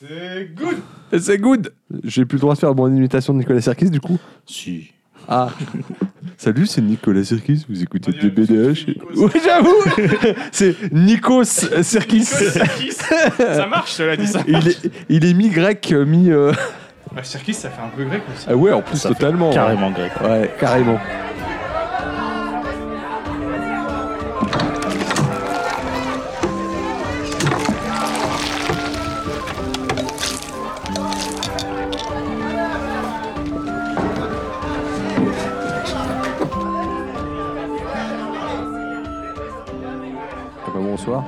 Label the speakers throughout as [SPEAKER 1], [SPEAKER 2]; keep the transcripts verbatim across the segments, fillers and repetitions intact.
[SPEAKER 1] C'est good.
[SPEAKER 2] C'est good. J'ai plus le droit de faire mon imitation de Nicolas Sirkis du coup.
[SPEAKER 3] Si.
[SPEAKER 2] Ah. Salut, c'est Nicolas Sirkis, vous écoutez D B D H.
[SPEAKER 1] Nikos.
[SPEAKER 2] Oui, j'avoue. C'est Nikos Sirkis.
[SPEAKER 1] Nikos Sirkis. Ça marche, cela dit ça.
[SPEAKER 2] Il est, il est mi-grec, mi... Euh...
[SPEAKER 1] Bah, Sirkis, ça fait un peu grec aussi.
[SPEAKER 2] Ah ouais, en plus,
[SPEAKER 3] Ça fait
[SPEAKER 2] totalement.
[SPEAKER 3] Carrément grec.
[SPEAKER 2] Ouais, carrément. Ah bah bonsoir.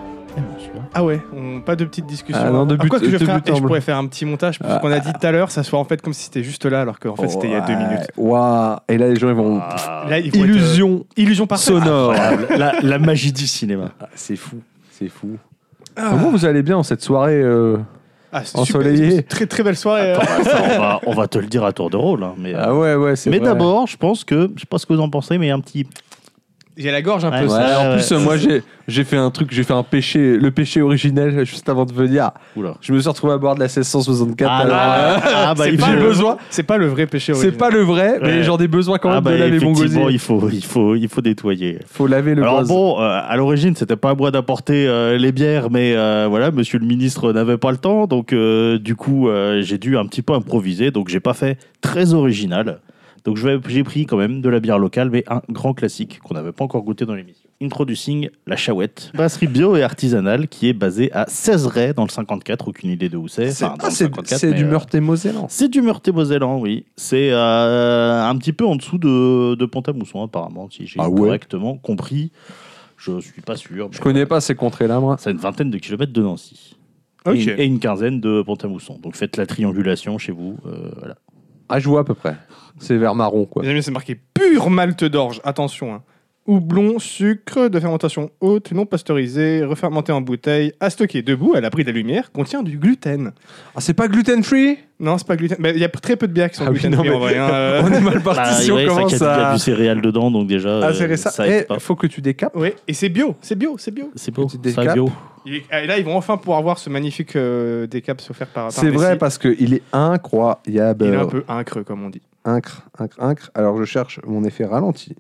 [SPEAKER 1] Ah ouais, on, pas de petites discussions.
[SPEAKER 2] Ah non, de but-
[SPEAKER 1] quoi que je,
[SPEAKER 2] de
[SPEAKER 1] ferai un-
[SPEAKER 2] but
[SPEAKER 1] et
[SPEAKER 2] en
[SPEAKER 1] je
[SPEAKER 2] blanc.
[SPEAKER 1] pourrais faire un petit montage pour ce qu'on a dit tout à l'heure, ça soit en fait comme si c'était juste là, alors qu'en fait c'était il y a deux
[SPEAKER 2] Ouais.
[SPEAKER 1] minutes.
[SPEAKER 2] Waouh. Et là, les gens, ils vont...
[SPEAKER 3] Ah,
[SPEAKER 1] Là, ils vont être,
[SPEAKER 2] Illusion
[SPEAKER 1] euh, illusion parfaite.
[SPEAKER 2] sonore.
[SPEAKER 3] incroyable. la, la magie du cinéma.
[SPEAKER 2] Ah, c'est fou, c'est fou.
[SPEAKER 1] Ah.
[SPEAKER 2] Comment vous allez bien en cette soirée euh...
[SPEAKER 1] Ah, c'est
[SPEAKER 2] ensoleillé.
[SPEAKER 1] super, très très belle soirée. euh.
[SPEAKER 3] Attends, ça, on, va, on va te le dire à tour de rôle. Hein, mais
[SPEAKER 2] Ah ouais, ouais, c'est
[SPEAKER 3] mais
[SPEAKER 2] vrai.
[SPEAKER 3] d'abord, je pense que, je sais pas ce que vous en pensez, mais il y a un petit.
[SPEAKER 1] J'ai la gorge un
[SPEAKER 3] Ouais,
[SPEAKER 1] peu.
[SPEAKER 2] Ouais,
[SPEAKER 1] sèche.
[SPEAKER 2] en
[SPEAKER 3] ouais,
[SPEAKER 2] plus,
[SPEAKER 3] ouais.
[SPEAKER 2] euh, moi, j'ai, j'ai fait un truc, j'ai fait un péché, le péché originel juste avant de venir.
[SPEAKER 3] Oula.
[SPEAKER 2] Je me suis retrouvé à boire de la seize cent soixante-quatre.
[SPEAKER 3] Ah,
[SPEAKER 2] alors,
[SPEAKER 3] là,
[SPEAKER 2] euh,
[SPEAKER 3] ah, bah,
[SPEAKER 1] C'est
[SPEAKER 3] il
[SPEAKER 1] pas
[SPEAKER 3] faut-
[SPEAKER 2] j'ai
[SPEAKER 1] le-
[SPEAKER 2] besoin.
[SPEAKER 1] C'est pas le vrai péché
[SPEAKER 2] C'est
[SPEAKER 1] original.
[SPEAKER 2] pas le vrai, mais
[SPEAKER 3] Ouais.
[SPEAKER 2] j'en ai besoin quand même
[SPEAKER 3] Ah, bah,
[SPEAKER 2] de laver mon
[SPEAKER 3] effectivement,
[SPEAKER 2] gosier.
[SPEAKER 3] il faut, il faut, il faut nettoyer.
[SPEAKER 2] Faut laver le
[SPEAKER 3] Alors
[SPEAKER 2] gosier.
[SPEAKER 3] bon, euh, à l'origine, c'était pas à moi d'apporter euh, les bières, mais euh, voilà, Monsieur le ministre n'avait pas le temps, donc euh, du coup, euh, j'ai dû un petit peu improviser, donc j'ai pas fait très original. Donc je vais- j'ai pris quand même de la bière locale, mais un grand classique qu'on n'avait pas encore goûté dans l'émission. Introducing la Chouette, brasserie bio et artisanale qui est basée à Cézeray dans le cinquante-quatre, aucune idée de où c'est.
[SPEAKER 2] C'est,
[SPEAKER 3] Enfin, dans
[SPEAKER 2] ah,
[SPEAKER 3] le
[SPEAKER 2] c'est,
[SPEAKER 3] cinquante-quatre,
[SPEAKER 2] c'est
[SPEAKER 3] mais,
[SPEAKER 2] du
[SPEAKER 3] euh,
[SPEAKER 2] Meurthe-et-Mosellan.
[SPEAKER 3] C'est du Meurthe-et-Mosellan, oui. C'est euh, un petit peu en dessous de, de Pont-à-Mousson, apparemment, si j'ai
[SPEAKER 2] Ah ouais.
[SPEAKER 3] correctement compris. Je suis pas sûr.
[SPEAKER 2] Je
[SPEAKER 3] mais,
[SPEAKER 2] connais
[SPEAKER 3] euh,
[SPEAKER 2] pas ces contrées-là, moi.
[SPEAKER 3] C'est une vingtaine de kilomètres de Nancy.
[SPEAKER 1] Ok.
[SPEAKER 3] Et, une, et une quinzaine de Pont-à-Mousson. Donc faites la triangulation chez vous. euh, voilà.
[SPEAKER 2] Ah, je vois à peu près. C'est vers marron, quoi.
[SPEAKER 1] Les amis, c'est marqué pur malte d'orge. Attention. Hein. Houblon, sucre de fermentation haute, non pasteurisé, refermenté en bouteille, à stocker debout à l'abri de la lumière, contient du gluten.
[SPEAKER 2] Ah, c'est pas gluten-free?
[SPEAKER 1] Non, c'est pas gluten. Mais il y a très peu de bières qui sont
[SPEAKER 2] Ah oui,
[SPEAKER 1] gluten free
[SPEAKER 2] non,
[SPEAKER 1] en
[SPEAKER 2] mais-
[SPEAKER 1] vrai. hein, euh.
[SPEAKER 2] On est mal
[SPEAKER 3] Bah,
[SPEAKER 2] parti si on
[SPEAKER 3] ouais, c'est vrai
[SPEAKER 2] commence
[SPEAKER 3] qu'il y a, du- il y a
[SPEAKER 2] à...
[SPEAKER 3] du céréal dedans, donc déjà.
[SPEAKER 2] Ah, c'est
[SPEAKER 3] euh,
[SPEAKER 2] ça.
[SPEAKER 3] ça aide
[SPEAKER 2] Eh,
[SPEAKER 3] pas.
[SPEAKER 2] faut que tu décapes.
[SPEAKER 1] Oui, et c'est bio, c'est bio, c'est bio.
[SPEAKER 3] C'est beau.
[SPEAKER 2] Petit
[SPEAKER 3] Ça
[SPEAKER 2] décap.
[SPEAKER 3] bio.
[SPEAKER 1] Et et là, ils vont enfin pouvoir voir ce magnifique euh, décap offert par. par
[SPEAKER 2] C'est vrai
[SPEAKER 1] Messi.
[SPEAKER 2] parce qu'il est incroyable.
[SPEAKER 1] Il est un peu incre, comme on dit.
[SPEAKER 2] Incre, incre, incre. Alors je cherche mon effet ralenti.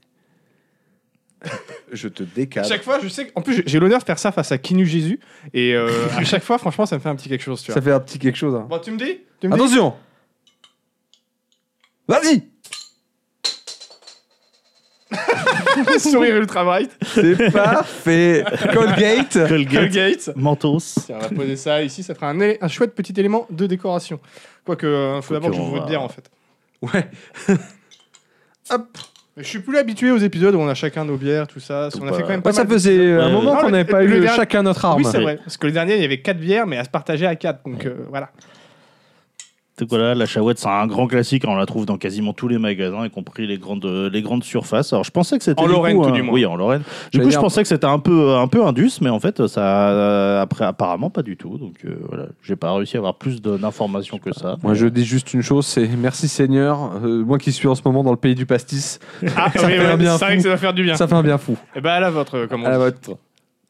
[SPEAKER 2] Je te décale.
[SPEAKER 1] Chaque fois, je sais. En plus, j'ai l'honneur de faire ça face à Kinu Jésus. Et euh, à chaque fois, franchement, ça me fait un petit quelque chose. Tu vois.
[SPEAKER 2] Ça fait un petit quelque chose. Hein.
[SPEAKER 1] Bon, tu me dis, tu me dis
[SPEAKER 2] Attention. Vas-y.
[SPEAKER 1] Sourire ultra bright.
[SPEAKER 2] C'est parfait. Colgate.
[SPEAKER 3] Colgate.
[SPEAKER 1] Colgate.
[SPEAKER 3] Mentos.
[SPEAKER 1] Tiens, on va poser ça ici. Ça fera un, élé- un chouette petit élément de décoration. Quoique, il faut d'abord que
[SPEAKER 3] qu'on
[SPEAKER 1] j'ouvre votre
[SPEAKER 3] va-
[SPEAKER 1] bière en fait.
[SPEAKER 2] Ouais.
[SPEAKER 1] Hop. Mais je suis plus habitué aux épisodes où on a chacun nos bières, tout ça. On a
[SPEAKER 3] Bah,
[SPEAKER 1] fait quand même
[SPEAKER 2] Ouais,
[SPEAKER 1] pas
[SPEAKER 2] ça
[SPEAKER 1] mal
[SPEAKER 2] faisait un
[SPEAKER 3] Ouais,
[SPEAKER 2] moment
[SPEAKER 1] ouais.
[SPEAKER 2] qu'on
[SPEAKER 1] Non,
[SPEAKER 2] n'avait
[SPEAKER 1] le-
[SPEAKER 2] pas
[SPEAKER 1] le
[SPEAKER 2] eu
[SPEAKER 1] dernier-
[SPEAKER 2] chacun notre arme.
[SPEAKER 1] Oui, c'est vrai. Parce que le dernier, il y avait quatre bières, mais à se partager à quatre. Donc euh, voilà.
[SPEAKER 3] Donc voilà, la Chouette, c'est un grand classique. On la trouve dans quasiment tous les magasins, y compris les grandes, les grandes surfaces. Alors je pensais que c'était
[SPEAKER 1] En
[SPEAKER 3] du
[SPEAKER 1] Lorraine,
[SPEAKER 3] coup,
[SPEAKER 1] tout
[SPEAKER 3] un-
[SPEAKER 1] du moins.
[SPEAKER 3] Oui, en Lorraine. Du
[SPEAKER 2] J'allais
[SPEAKER 3] coup, je
[SPEAKER 2] dire-
[SPEAKER 3] pensais que c'était un peu, un peu indus, mais en fait, ça, euh, après, apparemment pas du tout. Donc euh, voilà, j'ai pas réussi à avoir plus de- d'informations que ça.
[SPEAKER 2] Moi, je dis juste une chose, c'est merci Seigneur. Euh, moi qui suis en ce moment dans le pays du pastis,
[SPEAKER 1] Ah,
[SPEAKER 2] Ça fait un bien
[SPEAKER 1] c'est vrai
[SPEAKER 2] fou.
[SPEAKER 1] que ça va faire du bien.
[SPEAKER 2] ça fait un bien fou.
[SPEAKER 1] Et bah à la vôtre, comme on
[SPEAKER 2] À la
[SPEAKER 1] dit.
[SPEAKER 2] vôtre.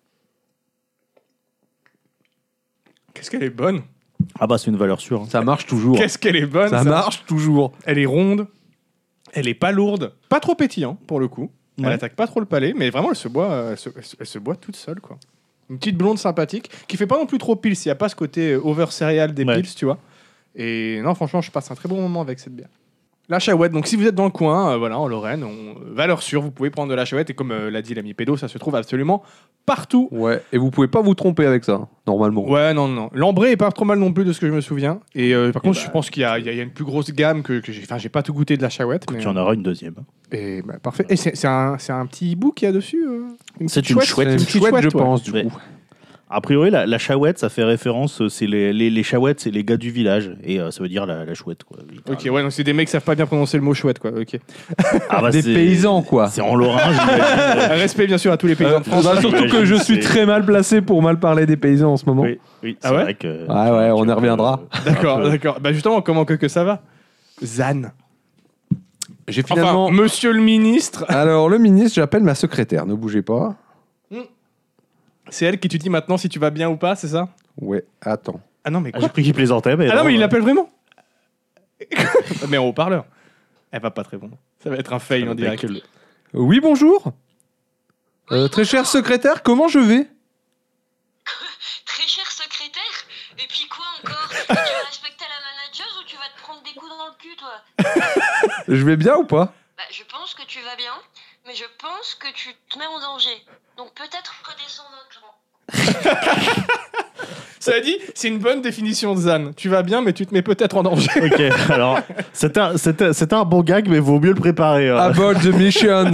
[SPEAKER 1] Qu'est-ce qu'elle est bonne.
[SPEAKER 3] Ah bah c'est une valeur sûre. hein.
[SPEAKER 2] Ça marche toujours.
[SPEAKER 1] Qu'est-ce qu'elle est bonne.
[SPEAKER 2] Ça marche toujours.
[SPEAKER 1] Elle est ronde. Elle est pas lourde. Pas trop pétillant, pour le coup. Elle
[SPEAKER 3] Ouais.
[SPEAKER 1] attaque pas trop le palais, mais vraiment, elle se boit, euh, elle se, elle se- elle se boit toute seule, quoi. Une petite blonde sympathique, qui fait pas non plus trop pils. Il n'y a pas ce côté euh, over céréal des
[SPEAKER 3] Ouais.
[SPEAKER 1] pils, tu vois. Et non, franchement, je passe un très bon moment avec cette bière. La Chouette, donc si vous êtes dans le coin, euh, voilà, en Lorraine, on, valeur sûre, vous pouvez prendre de la Chouette. Et comme euh, l'a dit l'ami Pédo, ça se trouve absolument partout.
[SPEAKER 2] Ouais. Et vous pouvez pas vous tromper avec ça, normalement.
[SPEAKER 1] Ouais, non, non. L'ambré est pas trop mal non plus de ce que je me souviens. Et euh, par
[SPEAKER 3] Et
[SPEAKER 1] contre,
[SPEAKER 3] bah-
[SPEAKER 1] je pense qu'il y a, il y a- il y a une plus grosse gamme que, que j'ai. Enfin, j'ai pas tout goûté de la Chouette. Mais,
[SPEAKER 3] Tu en auras une deuxième.
[SPEAKER 1] et, bah, parfait. Et c'est c'est un, c'est un petit hibou qu'il y a dessus euh
[SPEAKER 3] C'est
[SPEAKER 1] petite
[SPEAKER 3] une
[SPEAKER 2] C'est
[SPEAKER 3] chouette.
[SPEAKER 2] une
[SPEAKER 1] petite
[SPEAKER 2] chouette, je
[SPEAKER 1] chouette, ouais.
[SPEAKER 2] pense, du
[SPEAKER 3] Ouais.
[SPEAKER 2] coup.
[SPEAKER 3] A priori, la, la Chouette, ça fait référence, euh, c'est les, les, les Chouettes, c'est les gars du village, et euh, ça veut dire la, la chouette. Quoi,
[SPEAKER 1] Ok, ouais, donc c'est des mecs qui savent pas bien prononcer le mot chouette, quoi. Ok.
[SPEAKER 3] Ah bah,
[SPEAKER 2] Des
[SPEAKER 3] c'est-
[SPEAKER 2] paysans, quoi.
[SPEAKER 3] C'est en Lorrain, j'imagine.
[SPEAKER 1] Respect, bien sûr, à tous les paysans
[SPEAKER 2] Euh,
[SPEAKER 1] de France.
[SPEAKER 2] bah, surtout que je suis
[SPEAKER 3] c'est-
[SPEAKER 2] très mal placé pour mal parler des paysans en ce moment.
[SPEAKER 3] Oui, oui, c'est
[SPEAKER 1] Ah ouais
[SPEAKER 3] vrai que.
[SPEAKER 2] Ah ouais, on y
[SPEAKER 3] tu-
[SPEAKER 2] reviendra.
[SPEAKER 3] euh,
[SPEAKER 1] D'accord,
[SPEAKER 3] un peu-
[SPEAKER 1] d'accord. Bah justement, comment que, que ça va Zan.
[SPEAKER 2] J'ai finalement.
[SPEAKER 1] Enfin, monsieur le ministre,
[SPEAKER 2] Alors, le ministre, j'appelle ma secrétaire, ne bougez pas.
[SPEAKER 1] c'est elle qui te dit maintenant si tu vas bien ou pas, c'est ça
[SPEAKER 2] Ouais, attends.
[SPEAKER 1] Ah non, mais
[SPEAKER 3] Ah,
[SPEAKER 1] quoi
[SPEAKER 3] j'ai pris qu'il plaisantait, mais.
[SPEAKER 1] Ah non, mais il
[SPEAKER 3] euh,
[SPEAKER 1] l'appelle vraiment. Mais en haut-parleur. Elle va pas te répondre. Ça va être un fail en direct.
[SPEAKER 3] quel-
[SPEAKER 2] Oui, bonjour. Euh, très cher secrétaire, comment je vais?
[SPEAKER 4] Très cher secrétaire. Et puis quoi encore? Tu vas respecter la manageuse ou tu vas te prendre des coups dans le cul, toi?
[SPEAKER 2] Je vais bien ou pas?
[SPEAKER 4] Bah, je pense que tu vas bien, mais je pense que tu te mets en danger. Donc peut-être redescends d'un cran.
[SPEAKER 1] Cela dit, c'est une bonne définition de Zan. Tu vas bien, mais tu te mets peut-être en danger.
[SPEAKER 3] Ok, alors, c'était un, c'était, c'était un bon gag, mais vaut mieux le préparer. hein.
[SPEAKER 2] About the mission.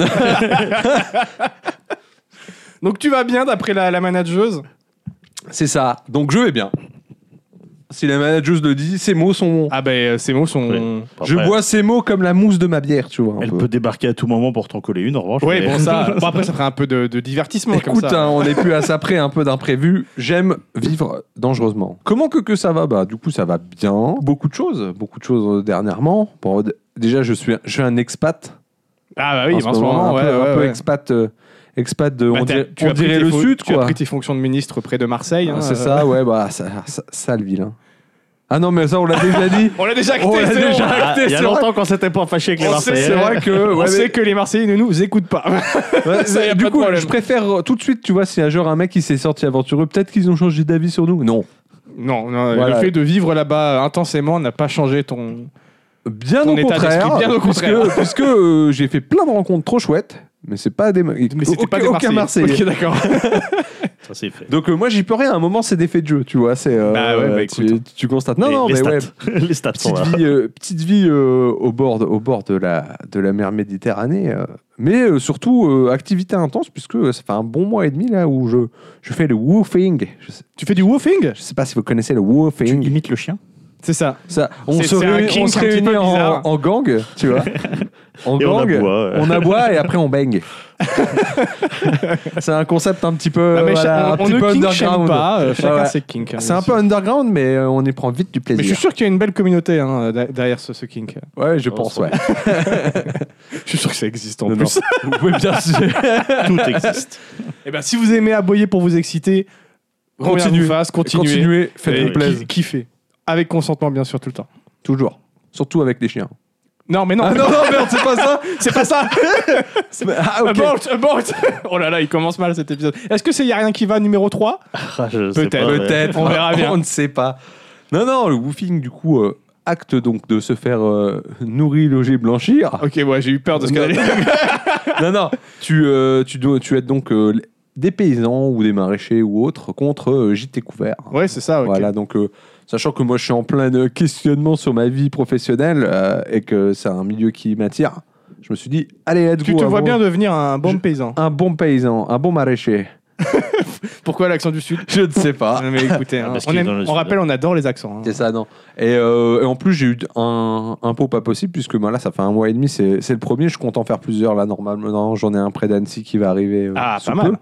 [SPEAKER 1] Donc tu vas bien d'après la, la manageuse.
[SPEAKER 2] C'est ça. Donc je vais bien. Si la manageuse le dit, ces mots sont.
[SPEAKER 1] Ah ben ces mots sont.
[SPEAKER 3] Ouais.
[SPEAKER 2] Je
[SPEAKER 3] Après,
[SPEAKER 2] bois ces mots comme la mousse de ma bière, tu vois. un
[SPEAKER 3] Elle
[SPEAKER 2] peu.
[SPEAKER 3] peut débarquer à tout moment pour t'en coller une, en revanche.
[SPEAKER 1] Ouais,
[SPEAKER 3] mais-
[SPEAKER 1] bon ça. Bon après ça ferait un peu de, de divertissement
[SPEAKER 2] Écoute,
[SPEAKER 1] comme ça.
[SPEAKER 2] hein, on n'est plus à ça près, un peu d'imprévu. J'aime vivre dangereusement. Comment que, que ça va? Bah, du coup, ça va bien. Beaucoup de choses, beaucoup de choses euh, dernièrement. Bon, d- déjà, je suis, je suis un expat.
[SPEAKER 1] Ah bah oui, en ce moment,
[SPEAKER 2] un
[SPEAKER 1] ouais,
[SPEAKER 2] peu,
[SPEAKER 1] ouais,
[SPEAKER 2] un peu
[SPEAKER 1] ouais.
[SPEAKER 2] expat, euh, expat de,
[SPEAKER 1] Bah,
[SPEAKER 2] on
[SPEAKER 1] t'as-
[SPEAKER 2] dirait,
[SPEAKER 1] tu
[SPEAKER 2] on
[SPEAKER 1] as pris
[SPEAKER 2] dirait
[SPEAKER 1] tes
[SPEAKER 2] le
[SPEAKER 1] fo-
[SPEAKER 2] sud,
[SPEAKER 1] Tu as
[SPEAKER 2] quoi.
[SPEAKER 1] pris tes fonctions de ministre près de Marseille.
[SPEAKER 2] Ah,
[SPEAKER 1] hein,
[SPEAKER 2] c'est
[SPEAKER 1] euh.
[SPEAKER 2] ça, ouais, bah, ça, ça, sale ville. Hein. Ah non, mais ça, on l'a déjà dit.
[SPEAKER 1] On l'a déjà acté.
[SPEAKER 2] On l'a
[SPEAKER 1] c'est
[SPEAKER 2] déjà
[SPEAKER 1] bon.
[SPEAKER 3] Ah, il y a
[SPEAKER 2] c'est
[SPEAKER 3] longtemps qu'on s'était pas fâché avec les
[SPEAKER 1] On sait,
[SPEAKER 3] Marseillais.
[SPEAKER 2] C'est vrai que.
[SPEAKER 1] On
[SPEAKER 2] ouais,
[SPEAKER 1] sait
[SPEAKER 2] mais-
[SPEAKER 1] que les Marseillais ne nous écoutent pas.
[SPEAKER 2] Ouais,
[SPEAKER 1] Ça, y a
[SPEAKER 2] du
[SPEAKER 1] pas de
[SPEAKER 2] coup,
[SPEAKER 1] problème.
[SPEAKER 2] je préfère euh, tout de suite, tu vois, si un genre un mec qui s'est sorti aventureux, peut-être qu'ils ont changé d'avis sur nous. Non.
[SPEAKER 1] Non, non
[SPEAKER 2] Voilà.
[SPEAKER 1] le fait de vivre là-bas intensément n'a pas changé ton.
[SPEAKER 2] Bien
[SPEAKER 1] Ton
[SPEAKER 2] au
[SPEAKER 1] état
[SPEAKER 2] contraire,
[SPEAKER 1] d'esprit, bien au
[SPEAKER 2] puisque,
[SPEAKER 1] contraire.
[SPEAKER 2] puisque euh, j'ai fait plein de rencontres trop chouettes, mais c'est pas des,
[SPEAKER 1] Mais c'était
[SPEAKER 2] aucun,
[SPEAKER 1] pas des
[SPEAKER 2] aucun
[SPEAKER 1] Marseillais.
[SPEAKER 2] Marseillais.
[SPEAKER 1] Ok, d'accord.
[SPEAKER 3] Ça, c'est fait.
[SPEAKER 2] Donc euh, moi j'y peux rien. À un moment c'est des faits de jeu, tu vois. C'est euh,
[SPEAKER 1] Bah ouais, bah,
[SPEAKER 2] tu,
[SPEAKER 1] écoute.
[SPEAKER 2] tu constates. Non
[SPEAKER 3] les,
[SPEAKER 2] non,
[SPEAKER 3] les
[SPEAKER 2] mais ouais.
[SPEAKER 3] stats. les stats sont
[SPEAKER 2] Petite
[SPEAKER 3] là.
[SPEAKER 2] vie, euh, petite vie euh, au bord, de, au bord de la de la mer Méditerranée, euh, mais euh, surtout euh, activité intense puisque ça fait un bon mois et demi là où je je fais le woofing. Je sais,
[SPEAKER 1] Tu fais du woofing?
[SPEAKER 2] je sais pas si vous connaissez le
[SPEAKER 3] Tu
[SPEAKER 2] woofing.
[SPEAKER 3] imites le chien.
[SPEAKER 1] C'est ça.
[SPEAKER 2] Ça, on
[SPEAKER 1] C'est-
[SPEAKER 2] se,
[SPEAKER 1] c'est un
[SPEAKER 2] réunit,
[SPEAKER 1] kink
[SPEAKER 2] on se
[SPEAKER 1] un petit
[SPEAKER 2] réunit
[SPEAKER 1] peu
[SPEAKER 2] en,
[SPEAKER 1] bizarre.
[SPEAKER 2] en gang, tu vois. En
[SPEAKER 3] Et on
[SPEAKER 2] gang,
[SPEAKER 3] aboie, ouais.
[SPEAKER 2] on aboie et après on bang. C'est un concept un petit peu,
[SPEAKER 1] Ah, mais
[SPEAKER 2] voilà,
[SPEAKER 1] on,
[SPEAKER 2] un
[SPEAKER 1] on
[SPEAKER 2] petit
[SPEAKER 1] ne
[SPEAKER 2] peu
[SPEAKER 1] kink
[SPEAKER 2] underground.
[SPEAKER 1] shame pas. euh, chacun
[SPEAKER 2] Ouais, ouais.
[SPEAKER 1] ses kinks. hein,
[SPEAKER 2] C'est un
[SPEAKER 1] bien
[SPEAKER 2] peu
[SPEAKER 1] sûr.
[SPEAKER 2] underground, mais euh, on y prend vite du
[SPEAKER 1] Mais je
[SPEAKER 2] plaisir.
[SPEAKER 1] suis sûr qu'il y a une belle communauté hein, da- derrière ce, ce kink.
[SPEAKER 2] Ouais, je
[SPEAKER 3] Oh,
[SPEAKER 2] pense,
[SPEAKER 3] ça
[SPEAKER 2] ouais.
[SPEAKER 1] Je suis sûr que ça existe en
[SPEAKER 2] Non,
[SPEAKER 1] plus.
[SPEAKER 2] non. Oui, bien sûr.
[SPEAKER 3] Tout existe.
[SPEAKER 1] Et ben, si vous aimez aboyer pour vous exciter,
[SPEAKER 2] Continuez.
[SPEAKER 1] continuez, face, continuez,
[SPEAKER 2] Continuez, faites-vous
[SPEAKER 1] et
[SPEAKER 2] plaisir.
[SPEAKER 1] ki- kiffez, avec consentement bien sûr tout le temps.
[SPEAKER 2] Toujours. Surtout avec les chiens.
[SPEAKER 1] Non mais non,
[SPEAKER 2] Ah non, non, merde, c'est pas ça.
[SPEAKER 1] c'est pas ça.
[SPEAKER 2] Ah, ok.
[SPEAKER 1] Abort, abort. Oh là là, il commence mal cet épisode. Est-ce que c'est y a rien qui va numéro trois?
[SPEAKER 3] Ah, je sais
[SPEAKER 1] Peut-être,
[SPEAKER 3] pas, ouais.
[SPEAKER 2] Peut-être,
[SPEAKER 1] On verra bien.
[SPEAKER 2] On ne sait pas. Non, non, le woofing, du coup, euh, acte donc de se faire euh, nourrir, loger, blanchir.
[SPEAKER 1] Ok, ouais, j'ai eu peur de ce
[SPEAKER 2] Non.
[SPEAKER 1] qu'elle allait.
[SPEAKER 2] non, non, tu, euh, tu, dois, tu aides donc euh, des paysans ou des maraîchers ou autres contre euh, gîtes et couverts.
[SPEAKER 1] Ouais, c'est ça. Ok.
[SPEAKER 2] Voilà, donc euh, sachant que moi je suis en plein euh, questionnement sur ma vie professionnelle euh, et que c'est un milieu qui m'attire, je me suis dit, allez, let's
[SPEAKER 1] Tu
[SPEAKER 2] go.
[SPEAKER 1] te
[SPEAKER 2] un
[SPEAKER 1] vois
[SPEAKER 2] bon-
[SPEAKER 1] bien devenir un bon
[SPEAKER 2] Je-
[SPEAKER 1] paysan.
[SPEAKER 2] Un bon paysan, un bon maraîcher.
[SPEAKER 1] Pourquoi l'accent du sud?
[SPEAKER 2] Je ne sais pas.
[SPEAKER 1] Non, mais écoutez, hein,
[SPEAKER 3] parce
[SPEAKER 1] on,
[SPEAKER 3] qu'il est
[SPEAKER 1] aime-
[SPEAKER 3] dans le
[SPEAKER 1] on
[SPEAKER 3] sud.
[SPEAKER 1] rappelle, on adore les accents. hein.
[SPEAKER 2] C'est ça, non. Et, euh, et en plus, j'ai eu un, un pot pas possible, puisque ben, là, ça fait un mois et demi, c'est c'est le premier. Je compte en faire plusieurs, là, normalement. J'en ai un près d'Annecy qui va arriver. euh,
[SPEAKER 1] Ah,
[SPEAKER 2] sous
[SPEAKER 1] pas
[SPEAKER 2] peu.
[SPEAKER 1] mal.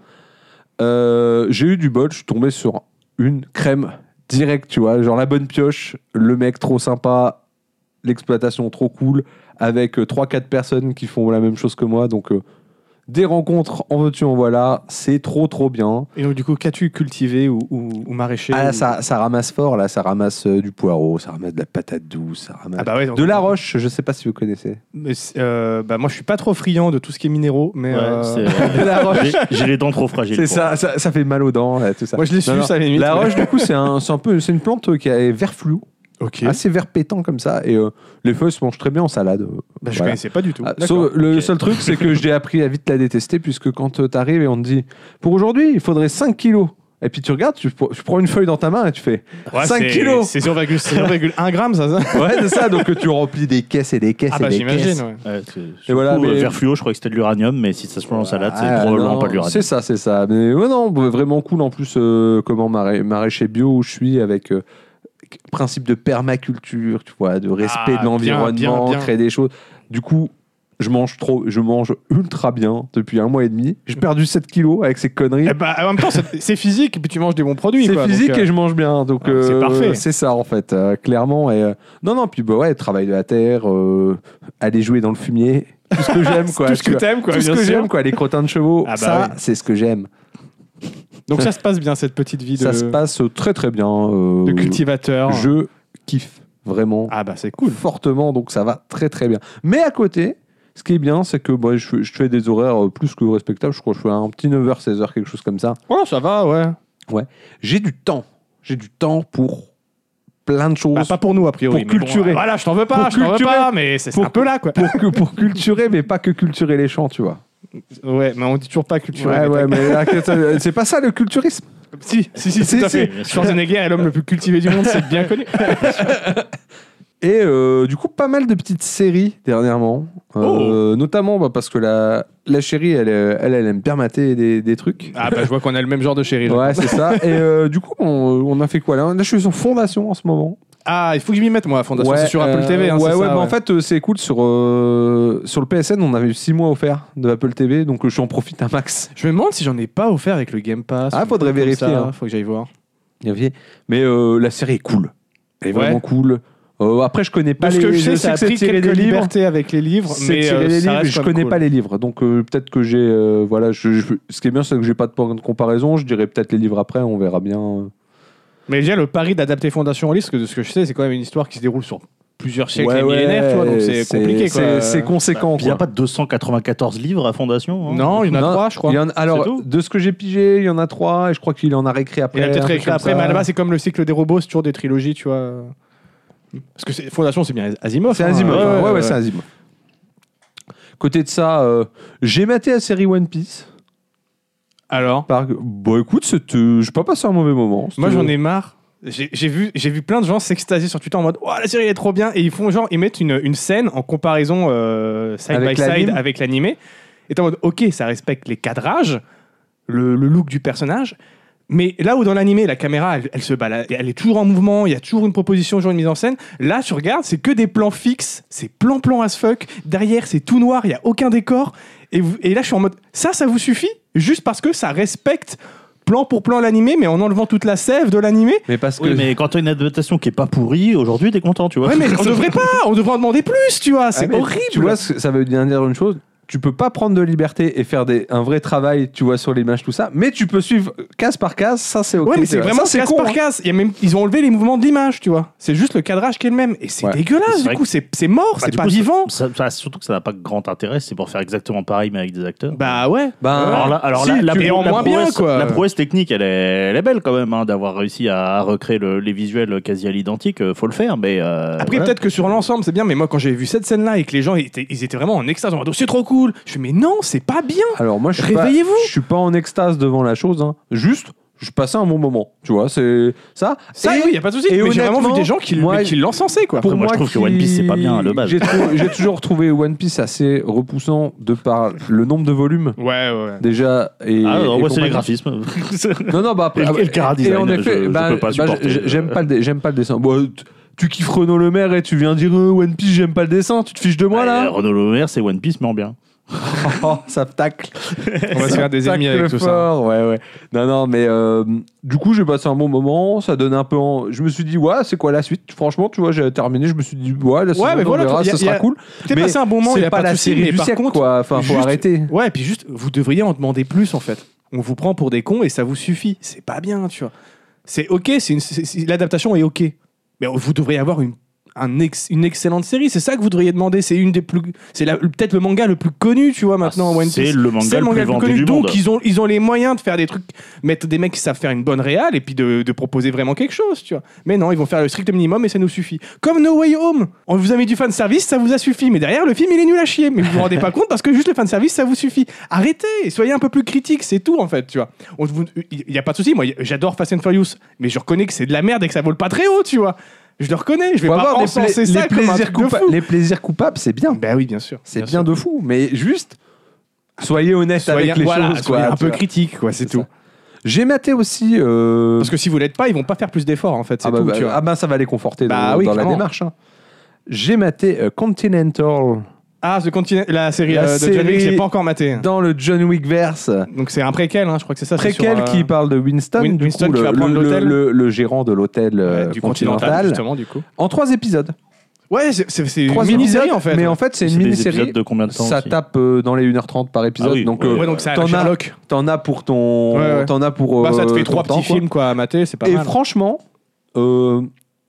[SPEAKER 2] Euh, j'ai eu du bol, je suis tombé sur une crème directe, tu vois, genre la bonne pioche, le mec trop sympa, l'exploitation trop cool, avec trois quatre personnes qui font la même chose que moi, donc euh, des rencontres, en veux-tu, en voilà, c'est trop trop bien.
[SPEAKER 1] Et donc, du coup, qu'as-tu cultivé ou, ou, ou maraîché
[SPEAKER 2] Ah, là,
[SPEAKER 1] ou-
[SPEAKER 2] ça, ça ramasse fort, là, ça ramasse euh, du poireau, ça ramasse de la patate douce, ça ramasse
[SPEAKER 1] Ah bah ouais, donc-
[SPEAKER 2] de la roche, je sais pas si vous connaissez.
[SPEAKER 1] Mais c'est- euh, bah, moi, je suis pas trop friand de tout ce qui est minéraux, mais
[SPEAKER 3] Ouais,
[SPEAKER 1] euh,
[SPEAKER 3] c'est-
[SPEAKER 2] De la roche.
[SPEAKER 3] J'ai- J'ai les dents trop fragiles.
[SPEAKER 2] C'est
[SPEAKER 3] pour-
[SPEAKER 2] ça, ça, ça fait mal aux dents, là, tout ça.
[SPEAKER 1] moi, je l'ai su,
[SPEAKER 2] Non, non.
[SPEAKER 1] ça à la limite.
[SPEAKER 2] La
[SPEAKER 1] mais-
[SPEAKER 2] roche, du coup, c'est un, c'est un peu, c'est une plante qui est vert fluo,
[SPEAKER 1] Ok.
[SPEAKER 2] assez vert pétant comme ça, et euh, les feuilles se mangent très bien en salade. euh,
[SPEAKER 1] Bah, je
[SPEAKER 2] voilà.
[SPEAKER 1] connaissais pas du tout.
[SPEAKER 2] Ah,
[SPEAKER 1] D'accord.
[SPEAKER 2] sauf- le
[SPEAKER 3] ok.
[SPEAKER 2] seul truc, c'est que j'ai appris à vite la détester, puisque quand tu arrives et on te dit, pour aujourd'hui, il faudrait cinq kilos. Et puis tu regardes, tu, pr- tu prends une feuille dans ta main et tu fais
[SPEAKER 1] Ouais,
[SPEAKER 2] cinq
[SPEAKER 1] c'est-
[SPEAKER 2] kilos.
[SPEAKER 1] C'est zéro virgule zéro virgule un gramme, ça. ça
[SPEAKER 2] Ouais, c'est ça, donc tu remplis des caisses et des caisses
[SPEAKER 1] Ah
[SPEAKER 2] et
[SPEAKER 1] bah,
[SPEAKER 2] des
[SPEAKER 1] j'imagine,
[SPEAKER 2] caisses.
[SPEAKER 1] ouais.
[SPEAKER 3] Ouais, c'est-
[SPEAKER 2] Et voilà,
[SPEAKER 3] surtout,
[SPEAKER 2] mais-
[SPEAKER 3] euh, Vert fluo, je crois que c'était de l'uranium, mais si ça se mange en salade, c'est
[SPEAKER 2] Ah,
[SPEAKER 3] probablement
[SPEAKER 2] non,
[SPEAKER 3] pas de l'uranium.
[SPEAKER 2] C'est ça, c'est ça. Mais ouais, non, vraiment cool en plus, euh, comment marai- maraîcher bio où je suis avec euh, principe de permaculture, tu vois, de respect
[SPEAKER 1] Ah,
[SPEAKER 2] de
[SPEAKER 1] bien,
[SPEAKER 2] l'environnement,
[SPEAKER 1] bien, bien.
[SPEAKER 2] créer des choses. Du coup, je mange trop, je mange ultra bien depuis un mois et demi. J'ai perdu sept kilos avec ces conneries.
[SPEAKER 1] Eh bah, en même temps, c'est c'est physique, et puis tu manges des bons produits.
[SPEAKER 2] C'est
[SPEAKER 1] quoi,
[SPEAKER 2] physique
[SPEAKER 1] donc, euh,
[SPEAKER 2] et je mange bien, donc
[SPEAKER 1] ah, c'est
[SPEAKER 2] euh,
[SPEAKER 1] parfait.
[SPEAKER 2] C'est ça en fait, euh, clairement. Et euh, non, non, puis bah ouais, travail de la terre, euh, aller jouer dans le fumier, tout ce que j'aime, quoi.
[SPEAKER 1] tout ce
[SPEAKER 2] tu
[SPEAKER 1] que
[SPEAKER 2] vois.
[SPEAKER 1] t'aimes, quoi.
[SPEAKER 2] Tout ce
[SPEAKER 1] bien
[SPEAKER 2] que
[SPEAKER 1] sûr.
[SPEAKER 2] j'aime, quoi, les crottins de chevaux,
[SPEAKER 1] Ah bah
[SPEAKER 2] ça,
[SPEAKER 1] oui.
[SPEAKER 2] c'est ce que j'aime.
[SPEAKER 1] Donc ça se passe bien, cette petite vie de,
[SPEAKER 2] Ça se passe très très bien. euh,
[SPEAKER 1] de cultivateur.
[SPEAKER 2] Je kiffe vraiment
[SPEAKER 1] Ah bah c'est cool.
[SPEAKER 2] fortement, donc ça va très très bien. Mais à côté, ce qui est bien, c'est que moi, je, je fais des horaires euh, plus que respectables. Je crois que je fais un petit neuf heures, seize heures, quelque chose comme ça.
[SPEAKER 1] Ouais, ça va, ouais.
[SPEAKER 2] J'ai du temps. J'ai du temps pour plein de choses.
[SPEAKER 1] Bah, pas pour nous, a priori.
[SPEAKER 2] Pour
[SPEAKER 1] mais bon,
[SPEAKER 2] culturer.
[SPEAKER 1] euh, voilà, je t'en veux pas,
[SPEAKER 2] Pour
[SPEAKER 1] je t'en veux
[SPEAKER 2] culturer.
[SPEAKER 1] pas, mais c'est c'est
[SPEAKER 2] Pour-
[SPEAKER 1] un peu là, quoi.
[SPEAKER 2] pour, que, pour culturer, mais pas que culturer les champs, tu vois.
[SPEAKER 1] Ouais, mais on dit toujours pas culturel.
[SPEAKER 2] Ouais,
[SPEAKER 1] mais
[SPEAKER 2] ouais, mais là, c'est pas ça le culturisme.
[SPEAKER 1] Si, si, si,
[SPEAKER 2] Si,
[SPEAKER 1] tout à
[SPEAKER 2] si.
[SPEAKER 1] fait.
[SPEAKER 3] Bien sûr.
[SPEAKER 1] Schwarzenegger est l'homme le plus cultivé du monde, c'est bien connu.
[SPEAKER 2] Et euh, du coup, pas mal de petites séries dernièrement. Euh, Notamment bah, parce que la, la chérie, elle, euh, elle, elle aime bien mater des, des trucs.
[SPEAKER 1] Ah bah je vois qu'on a le même genre de chérie. là.
[SPEAKER 2] Ouais, c'est ça. Et euh, du coup, on, on a fait quoi là Là, je suis sur Fondation en ce moment.
[SPEAKER 1] Ah, il faut que je m'y mette, moi, à Fondation.
[SPEAKER 2] Ouais,
[SPEAKER 1] c'est sur Apple
[SPEAKER 2] euh,
[SPEAKER 1] T V. Hein,
[SPEAKER 2] ouais,
[SPEAKER 1] c'est
[SPEAKER 2] ouais,
[SPEAKER 1] ça,
[SPEAKER 2] bah, en fait, euh, c'est cool. Sur, euh, sur le P S N, on avait eu six mois offerts de Apple T V, donc euh, je en profite un max.
[SPEAKER 1] Je me demande si j'en ai pas offert avec le Game Pass.
[SPEAKER 2] Ah,
[SPEAKER 1] ou
[SPEAKER 2] faudrait
[SPEAKER 1] un truc comme
[SPEAKER 2] vérifier,
[SPEAKER 1] ça.
[SPEAKER 2] hein.
[SPEAKER 1] Faut que j'aille voir.
[SPEAKER 2] Mais euh, la série est cool. Elle est
[SPEAKER 1] Ouais.
[SPEAKER 2] vraiment cool. Euh, après, je connais pas
[SPEAKER 1] Parce
[SPEAKER 2] les
[SPEAKER 1] que je sais,
[SPEAKER 2] sais
[SPEAKER 1] ça a
[SPEAKER 2] que c'est
[SPEAKER 1] pris
[SPEAKER 2] tiré
[SPEAKER 1] quelques
[SPEAKER 2] des livres.
[SPEAKER 1] libertés avec les livres,
[SPEAKER 2] C'est
[SPEAKER 1] mais
[SPEAKER 2] tiré
[SPEAKER 1] euh,
[SPEAKER 2] des
[SPEAKER 1] ça
[SPEAKER 2] livres,
[SPEAKER 1] reste
[SPEAKER 2] je
[SPEAKER 1] quand
[SPEAKER 2] connais
[SPEAKER 1] même cool.
[SPEAKER 2] pas les livres, donc euh, peut-être que j'ai, euh, voilà, je, je- ce qui est bien, c'est que j'ai pas de point de comparaison. Je dirais peut-être les livres après, on verra bien. euh.
[SPEAKER 1] Mais déjà, le pari d'adapter Fondation en livre, parce que de ce que je sais, c'est quand même une histoire qui se déroule sur plusieurs siècles
[SPEAKER 2] Ouais,
[SPEAKER 1] et millénaires,
[SPEAKER 2] ouais,
[SPEAKER 1] tu vois, donc c'est compliqué, quoi.
[SPEAKER 2] C'est c'est conséquent.
[SPEAKER 3] Il n'y a
[SPEAKER 2] quoi.
[SPEAKER 3] pas deux cent quatre-vingt-quatorze livres à Fondation hein
[SPEAKER 1] Non, il y en a
[SPEAKER 2] Non,
[SPEAKER 1] trois, je crois.
[SPEAKER 2] Il y en a- alors,
[SPEAKER 1] C'est tout
[SPEAKER 2] de ce que j'ai pigé, il y en a trois, et je crois qu'il en a réécrit après.
[SPEAKER 1] Il a peut-être
[SPEAKER 2] un truc
[SPEAKER 1] réécrit
[SPEAKER 2] comme
[SPEAKER 1] après,
[SPEAKER 2] ça.
[SPEAKER 1] mais à la base, c'est comme le cycle des robots, c'est toujours des trilogies, tu vois. Parce que c'est- Fondation, c'est bien Asimov.
[SPEAKER 2] C'est
[SPEAKER 1] hein.
[SPEAKER 2] Asimov.
[SPEAKER 1] Ouais,
[SPEAKER 2] hein. Ouais,
[SPEAKER 1] ouais,
[SPEAKER 2] ouais,
[SPEAKER 1] ouais.
[SPEAKER 2] c'est Asimov. Côté de ça, euh, j'ai maté la série One Piece.
[SPEAKER 1] Alors,
[SPEAKER 2] Par... Bon, écoute, c'était- j'ai pas passé un mauvais moment.
[SPEAKER 1] moi,
[SPEAKER 2] C'était-
[SPEAKER 1] j'en ai marre. J'ai j'ai vu, j'ai vu plein de gens s'extasier sur Twitter en mode oh, la série est trop bien. Et ils font genre, ils mettent une, une scène en comparaison euh, side
[SPEAKER 2] Avec
[SPEAKER 1] by side
[SPEAKER 2] l'anime.
[SPEAKER 1] avec l'animé. Et t'es en mode ok, ça respecte les cadrages, le, le look du personnage. Mais là où dans l'animé, la caméra, elle, elle se balade, elle est toujours en mouvement, il y a toujours une proposition, toujours une mise en scène. Là, tu regardes, c'est que des plans fixes, c'est plan-plan as fuck. Derrière, c'est tout noir, il n'y a aucun décor. Et, vous- et là, je suis en mode, ça, ça vous suffit juste parce que ça respecte plan pour plan l'animé, mais en enlevant toute la sève de l'animé.
[SPEAKER 2] Mais parce que.
[SPEAKER 3] Oui, mais quand tu as une adaptation qui est pas pourrie, aujourd'hui, t'es content, tu vois.
[SPEAKER 1] Ouais, mais on devrait pas, on devrait en demander plus, tu vois, c'est
[SPEAKER 2] Ah, mais
[SPEAKER 1] horrible.
[SPEAKER 2] Tu vois, ce- ça veut bien dire une chose. Tu peux pas prendre de liberté et faire des, un vrai travail, tu vois, sur l'image, tout ça, mais tu peux suivre case par case, ça c'est ok.
[SPEAKER 1] Ouais, mais
[SPEAKER 2] tu
[SPEAKER 1] c'est
[SPEAKER 2] vois.
[SPEAKER 1] vraiment
[SPEAKER 2] Ça, c'est
[SPEAKER 1] case
[SPEAKER 2] con,
[SPEAKER 1] par
[SPEAKER 2] hein.
[SPEAKER 1] case. Il y a même, ils ont enlevé les mouvements de l'image, tu vois. C'est juste le cadrage qui est le même. Et c'est
[SPEAKER 2] Ouais.
[SPEAKER 1] dégueulasse,
[SPEAKER 3] C'est
[SPEAKER 1] du
[SPEAKER 3] vrai
[SPEAKER 1] coup, c'est c'est mort,
[SPEAKER 3] Bah,
[SPEAKER 1] c'est
[SPEAKER 3] du
[SPEAKER 1] pas
[SPEAKER 3] coup, ça-
[SPEAKER 1] vivant.
[SPEAKER 3] ça- ça- surtout que ça n'a pas grand intérêt, c'est pour faire exactement pareil, mais avec des acteurs.
[SPEAKER 1] Bah ouais.
[SPEAKER 2] Ben,
[SPEAKER 3] Alors là, alors
[SPEAKER 1] Si,
[SPEAKER 3] là, la,
[SPEAKER 1] tu- et en
[SPEAKER 3] la
[SPEAKER 1] moins bien,
[SPEAKER 3] prouesse,
[SPEAKER 1] quoi.
[SPEAKER 3] la prouesse technique, elle est, elle est belle quand même, hein, d'avoir réussi à, à recréer le- les visuels quasi à l'identique. euh, Faut le faire, mais. euh,
[SPEAKER 1] Après,
[SPEAKER 3] voilà.
[SPEAKER 1] peut-être que sur l'ensemble, c'est bien, mais moi, quand j'ai vu cette scène-là et que les gens étaient, ils étaient vraiment en extase, en mode, oh, c'est trop cool. Je fais, mais non, c'est pas bien.
[SPEAKER 2] Alors moi, je suis pas,
[SPEAKER 1] Réveillez-vous.
[SPEAKER 2] je suis pas en extase devant la chose. Hein. Juste, je passais un bon moment. Tu vois, c'est ça.
[SPEAKER 1] Ça,
[SPEAKER 2] Et
[SPEAKER 1] oui, y a pas de souci.
[SPEAKER 2] et
[SPEAKER 1] Mais j'ai vraiment vu
[SPEAKER 2] honnêtement,
[SPEAKER 1] des gens qui, l-
[SPEAKER 2] moi,
[SPEAKER 1] qui l'encensaient, quoi.
[SPEAKER 2] pour
[SPEAKER 3] moi,
[SPEAKER 2] moi,
[SPEAKER 3] je trouve que
[SPEAKER 2] qui-
[SPEAKER 3] One Piece, c'est pas bien, à la base.
[SPEAKER 2] J'ai trou- j'ai toujours trouvé One Piece assez repoussant de par le nombre de volumes
[SPEAKER 1] Ouais, ouais.
[SPEAKER 2] déjà. Et,
[SPEAKER 3] Ah, non,
[SPEAKER 2] et
[SPEAKER 3] moi, c'est les
[SPEAKER 2] compagnie.
[SPEAKER 3] graphismes.
[SPEAKER 2] Non, non, bah après.
[SPEAKER 3] Et le- et le chara
[SPEAKER 2] et en
[SPEAKER 3] design,
[SPEAKER 2] effet,
[SPEAKER 3] je- je
[SPEAKER 2] bah,
[SPEAKER 3] peux pas
[SPEAKER 2] bah,
[SPEAKER 3] supporter.
[SPEAKER 2] j'ai- j'aime pas, le dé- j'aime pas le dessin. Bon, t- tu kiffes Renaud Le Maire et tu viens dire euh, One Piece, j'aime pas le dessin. Tu te fiches de moi
[SPEAKER 3] Euh,
[SPEAKER 2] là
[SPEAKER 3] Renaud Lomer, c'est One Piece, mais en bien.
[SPEAKER 2] Oh, ça tacle.
[SPEAKER 1] On va se faire des ennemis
[SPEAKER 2] Tacle
[SPEAKER 1] avec tout ça.
[SPEAKER 2] fort, ouais, ouais. Non, non, mais euh, du coup, j'ai passé un bon moment. Ça donne un peu. En... Je me suis dit, ouais, c'est quoi la suite Franchement, tu vois, j'ai terminé. Je me suis dit, ouais, la saison,
[SPEAKER 1] mais
[SPEAKER 2] on
[SPEAKER 1] voilà,
[SPEAKER 2] verra,
[SPEAKER 1] y a-
[SPEAKER 2] ça
[SPEAKER 1] y
[SPEAKER 2] sera
[SPEAKER 1] a-
[SPEAKER 2] cool.
[SPEAKER 1] T'es
[SPEAKER 2] Mais
[SPEAKER 1] passé un bon moment, il y
[SPEAKER 2] c'est
[SPEAKER 1] a
[SPEAKER 2] pas
[SPEAKER 1] pas de
[SPEAKER 2] la
[SPEAKER 1] souci,
[SPEAKER 2] série
[SPEAKER 1] mais
[SPEAKER 2] du
[SPEAKER 1] par
[SPEAKER 2] siècle,
[SPEAKER 1] contre,
[SPEAKER 2] quoi. Enfin, faut
[SPEAKER 1] juste-
[SPEAKER 2] arrêter.
[SPEAKER 1] Ouais, et puis juste, vous devriez en demander plus, en fait. On vous prend pour des cons et ça vous suffit. C'est pas bien, tu vois. C'est ok, c'est une- c'est- c'est- l'adaptation est ok. Mais vous devriez avoir une, un ex- une excellente série. C'est ça que vous devriez demander. C'est une des plus, c'est la- peut-être le manga le plus connu, tu vois, maintenant, One Piece.
[SPEAKER 3] C'est le manga le plus vendu du
[SPEAKER 1] Donc,
[SPEAKER 3] monde.
[SPEAKER 1] ils ont, ils ont les moyens de faire des trucs, mettre des mecs qui savent faire une bonne réal et puis de, de proposer vraiment quelque chose, tu vois. Mais non, ils vont faire le strict minimum et ça nous suffit. Comme No Way Home. On vous a mis du fanservice, ça vous a suffi. Mais derrière, le film, il est nul à chier. Mais vous vous rendez pas compte parce que juste le fanservice, ça vous suffit. Arrêtez, soyez un peu plus critique, c'est tout, en fait, tu vois. On vous- Il y a pas de souci. Moi, j'adore Fast and Furious, mais je reconnais que c'est de la merde et que ça vole pas très haut, tu vois. Je le reconnais. Je vais
[SPEAKER 2] Faut
[SPEAKER 1] pas
[SPEAKER 2] avoir des
[SPEAKER 1] encenser
[SPEAKER 2] pla-
[SPEAKER 1] ça
[SPEAKER 2] les,
[SPEAKER 1] comme un
[SPEAKER 2] plaisirs
[SPEAKER 1] truc de
[SPEAKER 2] coupa-
[SPEAKER 1] fou.
[SPEAKER 2] les plaisirs coupables, c'est bien.
[SPEAKER 1] Ben oui, bien sûr.
[SPEAKER 2] C'est bien,
[SPEAKER 1] sûr.
[SPEAKER 2] de fou. Mais juste, soyez honnête
[SPEAKER 1] Soyez,
[SPEAKER 2] avec les
[SPEAKER 1] voilà,
[SPEAKER 2] choses.
[SPEAKER 1] soyez
[SPEAKER 2] Quoi,
[SPEAKER 1] un
[SPEAKER 2] tu
[SPEAKER 1] peu
[SPEAKER 2] vois.
[SPEAKER 1] critique, quoi, c'est
[SPEAKER 2] C'est
[SPEAKER 1] tout.
[SPEAKER 2] ça. J'ai maté aussi. euh,
[SPEAKER 1] Parce que si vous l'êtes pas, ils vont pas faire plus d'efforts, en fait. C'est
[SPEAKER 2] ah, bah,
[SPEAKER 1] tout,
[SPEAKER 2] bah,
[SPEAKER 1] tu vois.
[SPEAKER 2] ah bah, ça va les conforter
[SPEAKER 1] Bah
[SPEAKER 2] dans,
[SPEAKER 1] oui,
[SPEAKER 2] dans la
[SPEAKER 1] clairement.
[SPEAKER 2] démarche. hein. J'ai maté euh, Continental
[SPEAKER 1] Ah, The Continent, la série
[SPEAKER 2] La
[SPEAKER 1] euh, de John
[SPEAKER 2] série-
[SPEAKER 1] Wick, j'ai pas encore maté.
[SPEAKER 2] dans le John Wick verse.
[SPEAKER 1] Donc c'est un préquel, hein, je crois que c'est ça. c'est
[SPEAKER 2] Préquel
[SPEAKER 1] sur, euh,
[SPEAKER 2] qui parle de Winston,
[SPEAKER 1] Win-
[SPEAKER 2] du
[SPEAKER 1] Winston
[SPEAKER 2] coup,
[SPEAKER 1] qui
[SPEAKER 2] le,
[SPEAKER 1] va prendre
[SPEAKER 2] le-
[SPEAKER 1] l'hôtel.
[SPEAKER 2] le- le gérant de l'hôtel
[SPEAKER 1] ouais,
[SPEAKER 2] euh,
[SPEAKER 1] du
[SPEAKER 2] continental,
[SPEAKER 1] Continental, justement, du coup.
[SPEAKER 2] en trois épisodes.
[SPEAKER 1] Ouais, c'est, c'est, c'est une
[SPEAKER 2] Trois
[SPEAKER 1] mini-série
[SPEAKER 2] épisodes,
[SPEAKER 1] en fait.
[SPEAKER 2] Mais
[SPEAKER 1] ouais.
[SPEAKER 2] en fait, c'est
[SPEAKER 3] C'est
[SPEAKER 2] une
[SPEAKER 3] des
[SPEAKER 2] mini-série.
[SPEAKER 3] épisodes de combien de temps
[SPEAKER 2] Ça
[SPEAKER 3] aussi
[SPEAKER 2] tape euh, dans les une heure trente par épisode.
[SPEAKER 3] Ah oui,
[SPEAKER 2] donc,
[SPEAKER 3] ouais,
[SPEAKER 2] euh,
[SPEAKER 1] Ouais, donc ça a
[SPEAKER 2] t'en
[SPEAKER 1] la
[SPEAKER 2] as-
[SPEAKER 1] Sherlock.
[SPEAKER 2] t'en as pour ton.
[SPEAKER 1] Ouais, ouais.
[SPEAKER 2] T'en as pour.
[SPEAKER 1] Bah, ça te
[SPEAKER 2] euh,
[SPEAKER 1] fait trois
[SPEAKER 2] ton
[SPEAKER 1] petits
[SPEAKER 2] temps, quoi.
[SPEAKER 1] films quoi, à mater, c'est pas
[SPEAKER 2] Et
[SPEAKER 1] mal.
[SPEAKER 2] franchement, euh,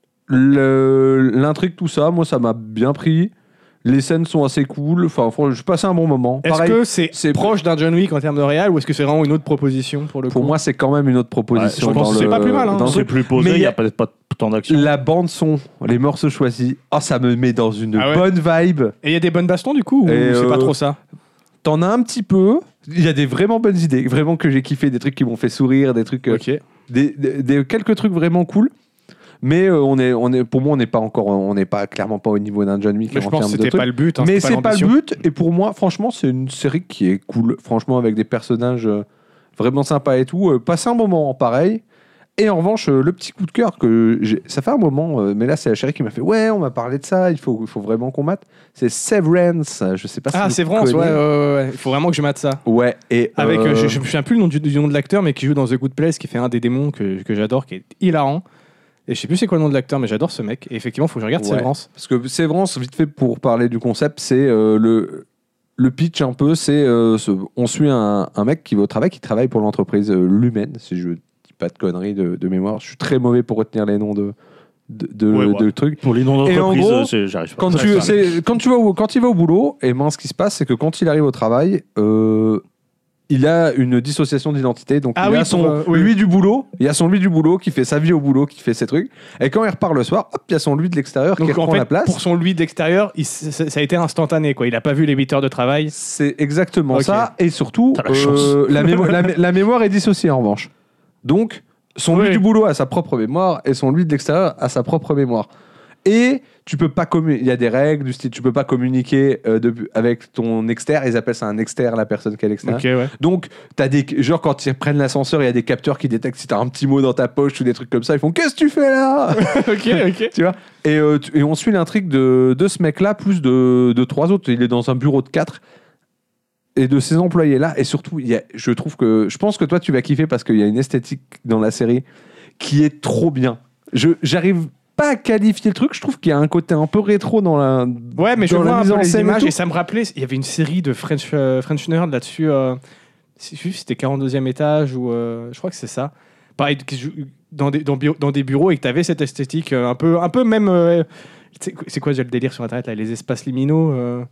[SPEAKER 2] le- l'intrigue, tout ça, moi, ça m'a bien pris. Les scènes sont assez cool. Enfin, franchement, je passais un bon moment.
[SPEAKER 1] Est-ce
[SPEAKER 2] Pareil,
[SPEAKER 1] que c'est,
[SPEAKER 2] c'est-
[SPEAKER 1] proche d'un John Wick en termes de réal ou est-ce que c'est vraiment une autre proposition pour le coup
[SPEAKER 2] pour moi, c'est quand même une autre proposition.
[SPEAKER 1] Ouais, je pense
[SPEAKER 2] dans
[SPEAKER 1] que c'est
[SPEAKER 2] le-
[SPEAKER 1] pas plus mal, hein.
[SPEAKER 2] dans le
[SPEAKER 3] C'est
[SPEAKER 2] truc.
[SPEAKER 3] plus posé,
[SPEAKER 2] Mais
[SPEAKER 3] il
[SPEAKER 2] il
[SPEAKER 3] n'y
[SPEAKER 2] y
[SPEAKER 3] a
[SPEAKER 2] a-
[SPEAKER 3] peut-être pas tant d'action.
[SPEAKER 2] La bande son, les morceaux choisis, ah, ça me met dans une
[SPEAKER 1] Ah ouais
[SPEAKER 2] bonne vibe.
[SPEAKER 1] Et il y a des bonnes bastons du coup ou
[SPEAKER 2] Et,
[SPEAKER 1] c'est
[SPEAKER 2] euh,
[SPEAKER 1] pas trop ça?
[SPEAKER 2] T'en as un petit peu. Il y a des vraiment bonnes idées, vraiment que j'ai kiffé, des trucs qui m'ont fait sourire, des trucs, euh,
[SPEAKER 1] Ok.
[SPEAKER 2] des, des- des- quelques trucs vraiment cool. Mais euh, on est, on est, pour moi, on n'est pas encore, on n'est pas clairement pas au niveau d'un John Wick
[SPEAKER 1] Mais je
[SPEAKER 2] en
[SPEAKER 1] pense que
[SPEAKER 2] termes de
[SPEAKER 1] c'était
[SPEAKER 2] trucs.
[SPEAKER 1] pas le but. hein,
[SPEAKER 2] Mais
[SPEAKER 1] c'était
[SPEAKER 2] c'est pas le
[SPEAKER 1] l'ambition.
[SPEAKER 2] but. Et pour moi, franchement, c'est une série qui est cool. Franchement, avec des personnages euh, vraiment sympas et tout. Euh, passer un moment pareil. Et en revanche, euh, le petit coup de cœur que j'ai, ça fait un moment, euh, mais là, c'est la chérie qui m'a fait ouais, on m'a parlé de ça. Il faut, il faut vraiment qu'on mate. C'est Severance. Je sais pas si
[SPEAKER 1] Ah,
[SPEAKER 2] vous
[SPEAKER 1] c'est vrai, ouais,
[SPEAKER 2] connaissez.
[SPEAKER 1] ouais, ouais, ouais. Il faut vraiment que je mate ça.
[SPEAKER 2] Ouais. Et
[SPEAKER 1] Avec,
[SPEAKER 2] euh,
[SPEAKER 1] euh, je, je me souviens plus le nom du, du nom de l'acteur, mais qui joue dans The Good Place, qui fait un des démons que, que j'adore, qui est hilarant. Et je sais plus c'est quoi le nom de l'acteur, mais j'adore ce mec. Et effectivement, il faut que je regarde
[SPEAKER 2] Ouais.
[SPEAKER 1] Severance.
[SPEAKER 2] Parce que Severance, vite fait pour parler du concept, c'est euh, le, le pitch un peu, c'est euh, ce- on suit un, un mec qui va au travail, qui travaille pour l'entreprise euh, Lumen, si je dis pas de conneries de, de mémoire. Je suis très mauvais pour retenir les noms de, de, de,
[SPEAKER 3] Ouais, ouais.
[SPEAKER 2] de trucs.
[SPEAKER 3] Pour les noms
[SPEAKER 2] Et en
[SPEAKER 3] d'entreprise,
[SPEAKER 2] gros,
[SPEAKER 3] euh, c'est- j'arrive pas.
[SPEAKER 2] Quand
[SPEAKER 3] Ouais,
[SPEAKER 2] tu,
[SPEAKER 3] ça-
[SPEAKER 2] c'est- quand, tu vas au, quand il va au boulot, et ben, ce qui se passe, c'est que quand il arrive au travail, euh, il a une dissociation d'identité. Donc,
[SPEAKER 1] Ah
[SPEAKER 2] il
[SPEAKER 1] oui,
[SPEAKER 2] a son
[SPEAKER 1] pour, euh, oui.
[SPEAKER 2] lui du boulot, il y a son lui du boulot qui fait sa vie au boulot, qui fait ses trucs. Et quand il repart le soir, hop, il y a son lui de l'extérieur qui
[SPEAKER 1] Donc en
[SPEAKER 2] reprend
[SPEAKER 1] fait,
[SPEAKER 2] la place.
[SPEAKER 1] pour son lui d'extérieur, il s- ça ça a été instantané. Quoi. Il a pas vu les huit heures de travail.
[SPEAKER 2] C'est exactement
[SPEAKER 1] Ok.
[SPEAKER 2] ça. Et surtout,
[SPEAKER 3] T'as la
[SPEAKER 2] euh,
[SPEAKER 3] chance.
[SPEAKER 2] la, mémo- la mé- la mémoire est dissociée en revanche. Donc, son lui
[SPEAKER 1] Oui.
[SPEAKER 2] du boulot a sa propre mémoire et son lui de l'extérieur a sa propre mémoire. Et tu peux pas commu- il y a des règles du style, tu peux pas communiquer euh, de- avec ton externe. Ils appellent ça un externe, la personne qui est à l'extérieur.
[SPEAKER 1] Ok, ouais.
[SPEAKER 2] Donc, t'as des, genre quand ils prennent l'ascenseur, il y a des capteurs qui détectent si t'as un petit mot dans ta poche ou des trucs comme ça. Ils font qu'est-ce que tu fais là?
[SPEAKER 1] ok, ok.
[SPEAKER 2] Tu vois, et, euh, tu- et on suit l'intrigue de, de ce mec-là, plus de, de trois autres. Il est dans un bureau de quatre. Et de ces employés-là. Et surtout, il y a, je trouve que. Je pense que toi, tu vas kiffer parce qu'il y a une esthétique dans la série qui est trop bien. Je J'arrive pas à qualifier le truc. Je trouve qu'il y a un côté un peu rétro dans la.
[SPEAKER 1] Ouais, mais je
[SPEAKER 2] dans la
[SPEAKER 1] vois un
[SPEAKER 2] mise
[SPEAKER 1] peu
[SPEAKER 2] en
[SPEAKER 1] les
[SPEAKER 2] scène et
[SPEAKER 1] images
[SPEAKER 2] tout.
[SPEAKER 1] et ça me rappelait. Il y avait une série de French, euh, French Nerd là-dessus. Euh, c'est- je sais plus si c'était quarante-deuxième étage ou. euh, je crois que c'est ça. Pareil, qui joue dans des, dans, bio- dans des bureaux et que tu avais cette esthétique euh, un, peu, un peu même. euh, c'est c'est quoi déjà le délire sur Internet là, les espaces liminaux euh,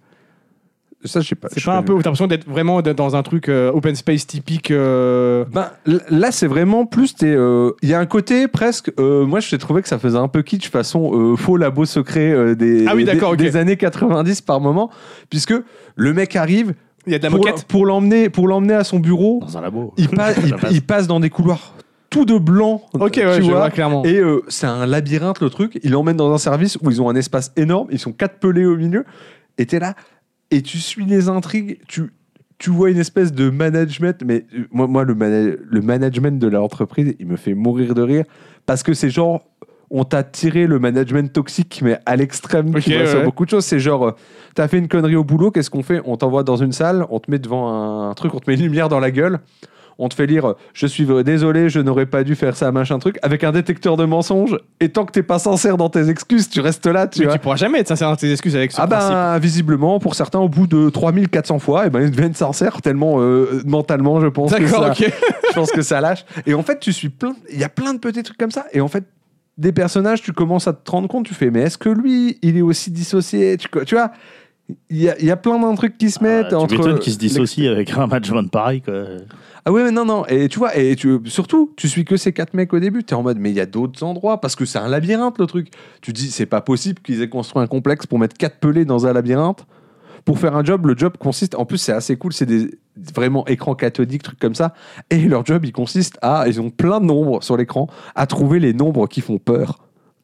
[SPEAKER 2] Ça, je sais pas.
[SPEAKER 1] C'est
[SPEAKER 2] je
[SPEAKER 1] pas un
[SPEAKER 2] connais.
[SPEAKER 1] peu. T'as l'impression d'être vraiment dans un truc euh, open space typique. euh,
[SPEAKER 2] Ben, l- là, c'est vraiment plus. t'es, euh, Il y a un côté presque. euh, moi, je trouvé que ça faisait un peu kitsch façon euh, faux labo secret euh, des,
[SPEAKER 1] Ah oui,
[SPEAKER 2] des,
[SPEAKER 1] d'accord, ok.
[SPEAKER 2] des années quatre-vingt-dix par moment. Puisque le mec arrive.
[SPEAKER 1] Il y a de la
[SPEAKER 2] pour,
[SPEAKER 1] moquette.
[SPEAKER 2] pour l'emmener pour l'emmener à son bureau,
[SPEAKER 3] Dans un labo.
[SPEAKER 2] il, pa- il,
[SPEAKER 3] La base.
[SPEAKER 2] il passe dans des couloirs tout de blanc,
[SPEAKER 1] Ok,
[SPEAKER 2] tu
[SPEAKER 1] ouais, je
[SPEAKER 2] vois.
[SPEAKER 1] vois clairement.
[SPEAKER 2] Et euh, c'est un labyrinthe le truc. Il l'emmène dans un service où ils ont un espace énorme. Ils sont quatre pelés au milieu. Et t'es là et tu suis les intrigues. Tu tu vois une espèce de management. Mais euh, moi moi le, mana- le management de l'entreprise, il me fait mourir de rire parce que c'est genre on t'a tiré le management toxique mais à l'extrême.
[SPEAKER 1] Ok,
[SPEAKER 2] tu vois,
[SPEAKER 1] ouais,
[SPEAKER 2] sur
[SPEAKER 1] ouais.
[SPEAKER 2] beaucoup de choses. C'est genre euh, t'as fait une connerie au boulot. Qu'est-ce qu'on fait? On t'envoie dans une salle. On te met devant un, un truc. On te met une lumière dans la gueule. On te fait lire « Je suis désolé, je n'aurais pas dû faire ça, machin truc », avec un détecteur de mensonges. Et tant que t'es pas sincère dans tes excuses, tu restes là, tu
[SPEAKER 1] Mais
[SPEAKER 2] vois.
[SPEAKER 1] tu pourras jamais être sincère dans tes excuses avec ce
[SPEAKER 2] Ah
[SPEAKER 1] principe.
[SPEAKER 2] ben, visiblement, pour certains, au bout de trois mille quatre cents fois, eh ben, ils deviennent sincères tellement euh, mentalement, je pense que
[SPEAKER 1] D'accord,
[SPEAKER 2] ça,
[SPEAKER 1] ok.
[SPEAKER 2] je pense que ça lâche. Et en fait, tu suis plein... Il y a plein de petits trucs comme ça. Et en fait, des personnages, tu commences à te rendre compte, tu fais « Mais est-ce que lui, il est aussi dissocié ?» tu, tu vois, il y a, il y a plein d'un trucs qui se mettent
[SPEAKER 3] Ah,
[SPEAKER 2] entre...
[SPEAKER 3] tu m'étonnes qu'il se dissocie avec un management pareil. Quoi.
[SPEAKER 2] Ah ouais, mais non, non. Et tu vois, et tu, surtout, tu suis que ces quatre mecs au début. T'es en mode, mais il y a d'autres endroits parce que c'est un labyrinthe le truc. Tu dis, c'est pas possible qu'ils aient construit un complexe pour mettre quatre pelés dans un labyrinthe pour faire un job. Le job consiste, en plus, c'est assez cool. C'est des vraiment écrans cathodiques, trucs comme ça. Et leur job, il consiste à, ils ont plein de nombres sur l'écran, à trouver les nombres qui font peur.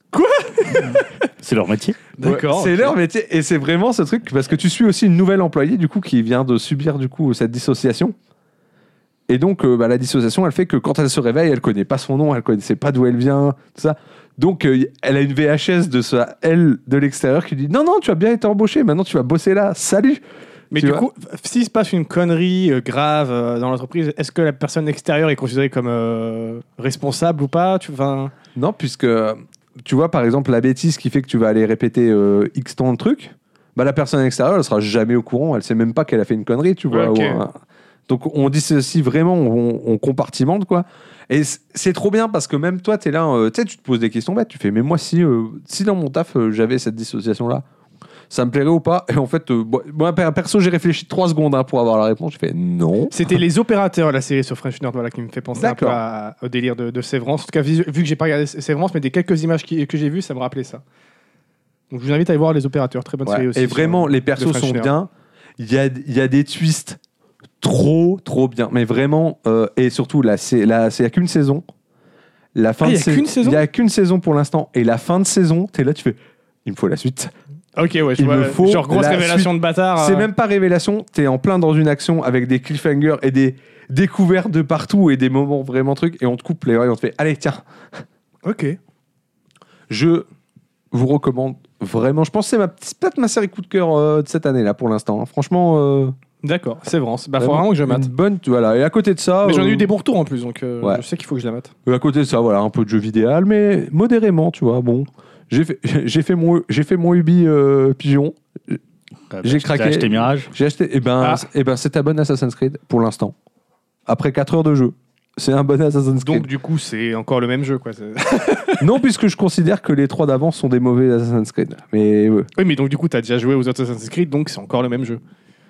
[SPEAKER 3] C'est leur métier.
[SPEAKER 1] D'accord.
[SPEAKER 2] Ouais, c'est
[SPEAKER 1] ok.
[SPEAKER 2] leur métier et c'est vraiment ce truc parce que tu suis aussi une nouvelle employée du coup qui vient de subir du coup cette dissociation. Et donc, euh, bah, la dissociation, elle fait que quand elle se réveille, elle connaît pas son nom, elle connaissait pas d'où elle vient, tout ça. Donc, euh, elle a une V H S de sa elle de l'extérieur qui dit non, non, tu as bien été embauché, maintenant tu vas bosser là, salut.
[SPEAKER 1] Mais
[SPEAKER 2] Tu
[SPEAKER 1] du
[SPEAKER 2] vois.
[SPEAKER 1] coup, s'il se passe une connerie euh, grave euh, dans l'entreprise, est-ce que la personne extérieure est considérée comme euh, responsable ou pas tu, enfin,
[SPEAKER 2] Non, puisque tu vois, par exemple, la bêtise qui fait que tu vas aller répéter euh, X temps de trucs, bah, la personne à l'extérieur, elle sera jamais au courant. Elle sait même pas qu'elle a fait une connerie, tu vois.
[SPEAKER 1] Ouais, ok.
[SPEAKER 2] ou un- Donc, on dissocie vraiment, on, on compartimente, quoi. Et c- c'est trop bien parce que même toi, tu es là, euh, tu sais, tu te poses des questions bêtes. Tu fais, mais moi, si, euh, si dans mon taf, euh, j'avais cette dissociation-là, ça me plairait ou pas? Et en fait, euh, bon, moi, perso, j'ai réfléchi trois secondes hein, pour avoir la réponse. J'ai fait non.
[SPEAKER 1] C'était les opérateurs, la série sur French Nerd, voilà, qui me fait penser un peu
[SPEAKER 2] D'accord.
[SPEAKER 1] à- au délire de, de Sévrance. En tout cas, vu, vu que j'ai pas regardé Sévrance, mais des quelques images qui- que j'ai vues, ça me rappelait ça. Donc je vous invite à aller voir les opérateurs, très bonne
[SPEAKER 2] Ouais.
[SPEAKER 1] série aussi.
[SPEAKER 2] Et
[SPEAKER 1] sur-
[SPEAKER 2] vraiment, les
[SPEAKER 1] de
[SPEAKER 2] persos
[SPEAKER 1] French
[SPEAKER 2] sont
[SPEAKER 1] Nerd.
[SPEAKER 2] bien. Il y a, il y a des twists trop, trop bien. Mais vraiment, euh, et surtout, là, c'est là, c'est- il n'y a qu'une saison. La fin
[SPEAKER 1] Ah, il
[SPEAKER 2] de
[SPEAKER 1] y a
[SPEAKER 2] sais-
[SPEAKER 1] qu'une saison
[SPEAKER 2] Il n'y a qu'une saison pour l'instant. Et la fin de saison, tu es là, tu fais, il me faut la suite.
[SPEAKER 1] Ok, ouais, je
[SPEAKER 2] Il
[SPEAKER 1] vois.
[SPEAKER 2] me faut
[SPEAKER 1] Genre grosse
[SPEAKER 2] la
[SPEAKER 1] révélation
[SPEAKER 2] suite.
[SPEAKER 1] de bâtard.
[SPEAKER 2] C'est
[SPEAKER 1] euh,
[SPEAKER 2] même pas révélation, tu es en plein dans une action avec des cliffhangers et des découvertes de partout et des moments vraiment trucs. Et on te coupe les oreilles, on te fait, allez, tiens.
[SPEAKER 1] Ok.
[SPEAKER 2] Je vous recommande vraiment. Je pense que c'est ma, c'est peut-être ma série coup de cœur euh, de cette année-là pour l'instant. hein. Franchement. euh,
[SPEAKER 1] D'accord, Sévrance. Bah, faut vraiment que je mate.
[SPEAKER 2] Une bonne, voilà. Et à côté de ça,
[SPEAKER 1] Mais j'en ai
[SPEAKER 2] euh,
[SPEAKER 1] eu des bons retours en plus, donc euh,
[SPEAKER 2] Ouais.
[SPEAKER 1] je sais qu'il faut que je la mate.
[SPEAKER 2] à côté de ça, voilà, un peu de jeu vidéo, mais modérément, tu vois. Bon, j'ai fait, j'ai fait mon, j'ai fait mon Ubi euh, pigeon.
[SPEAKER 3] Euh,
[SPEAKER 2] J'ai
[SPEAKER 3] tu t'es
[SPEAKER 2] craqué.
[SPEAKER 3] acheté Mirage.
[SPEAKER 2] J'ai acheté. Et ben,
[SPEAKER 1] Ah.
[SPEAKER 2] c- eh ben, c'est un bon Assassin's Creed pour l'instant. Après quatre heures de jeu, c'est un bon Assassin's Creed.
[SPEAKER 1] Donc du coup, c'est encore le même jeu, quoi. C'est-
[SPEAKER 2] Non, puisque je considère que les trois d'avant sont des mauvais Assassin's Creed. Mais ouais.
[SPEAKER 1] Oui, mais donc du coup, t'as déjà joué aux autres Assassin's Creed, donc c'est encore le même jeu.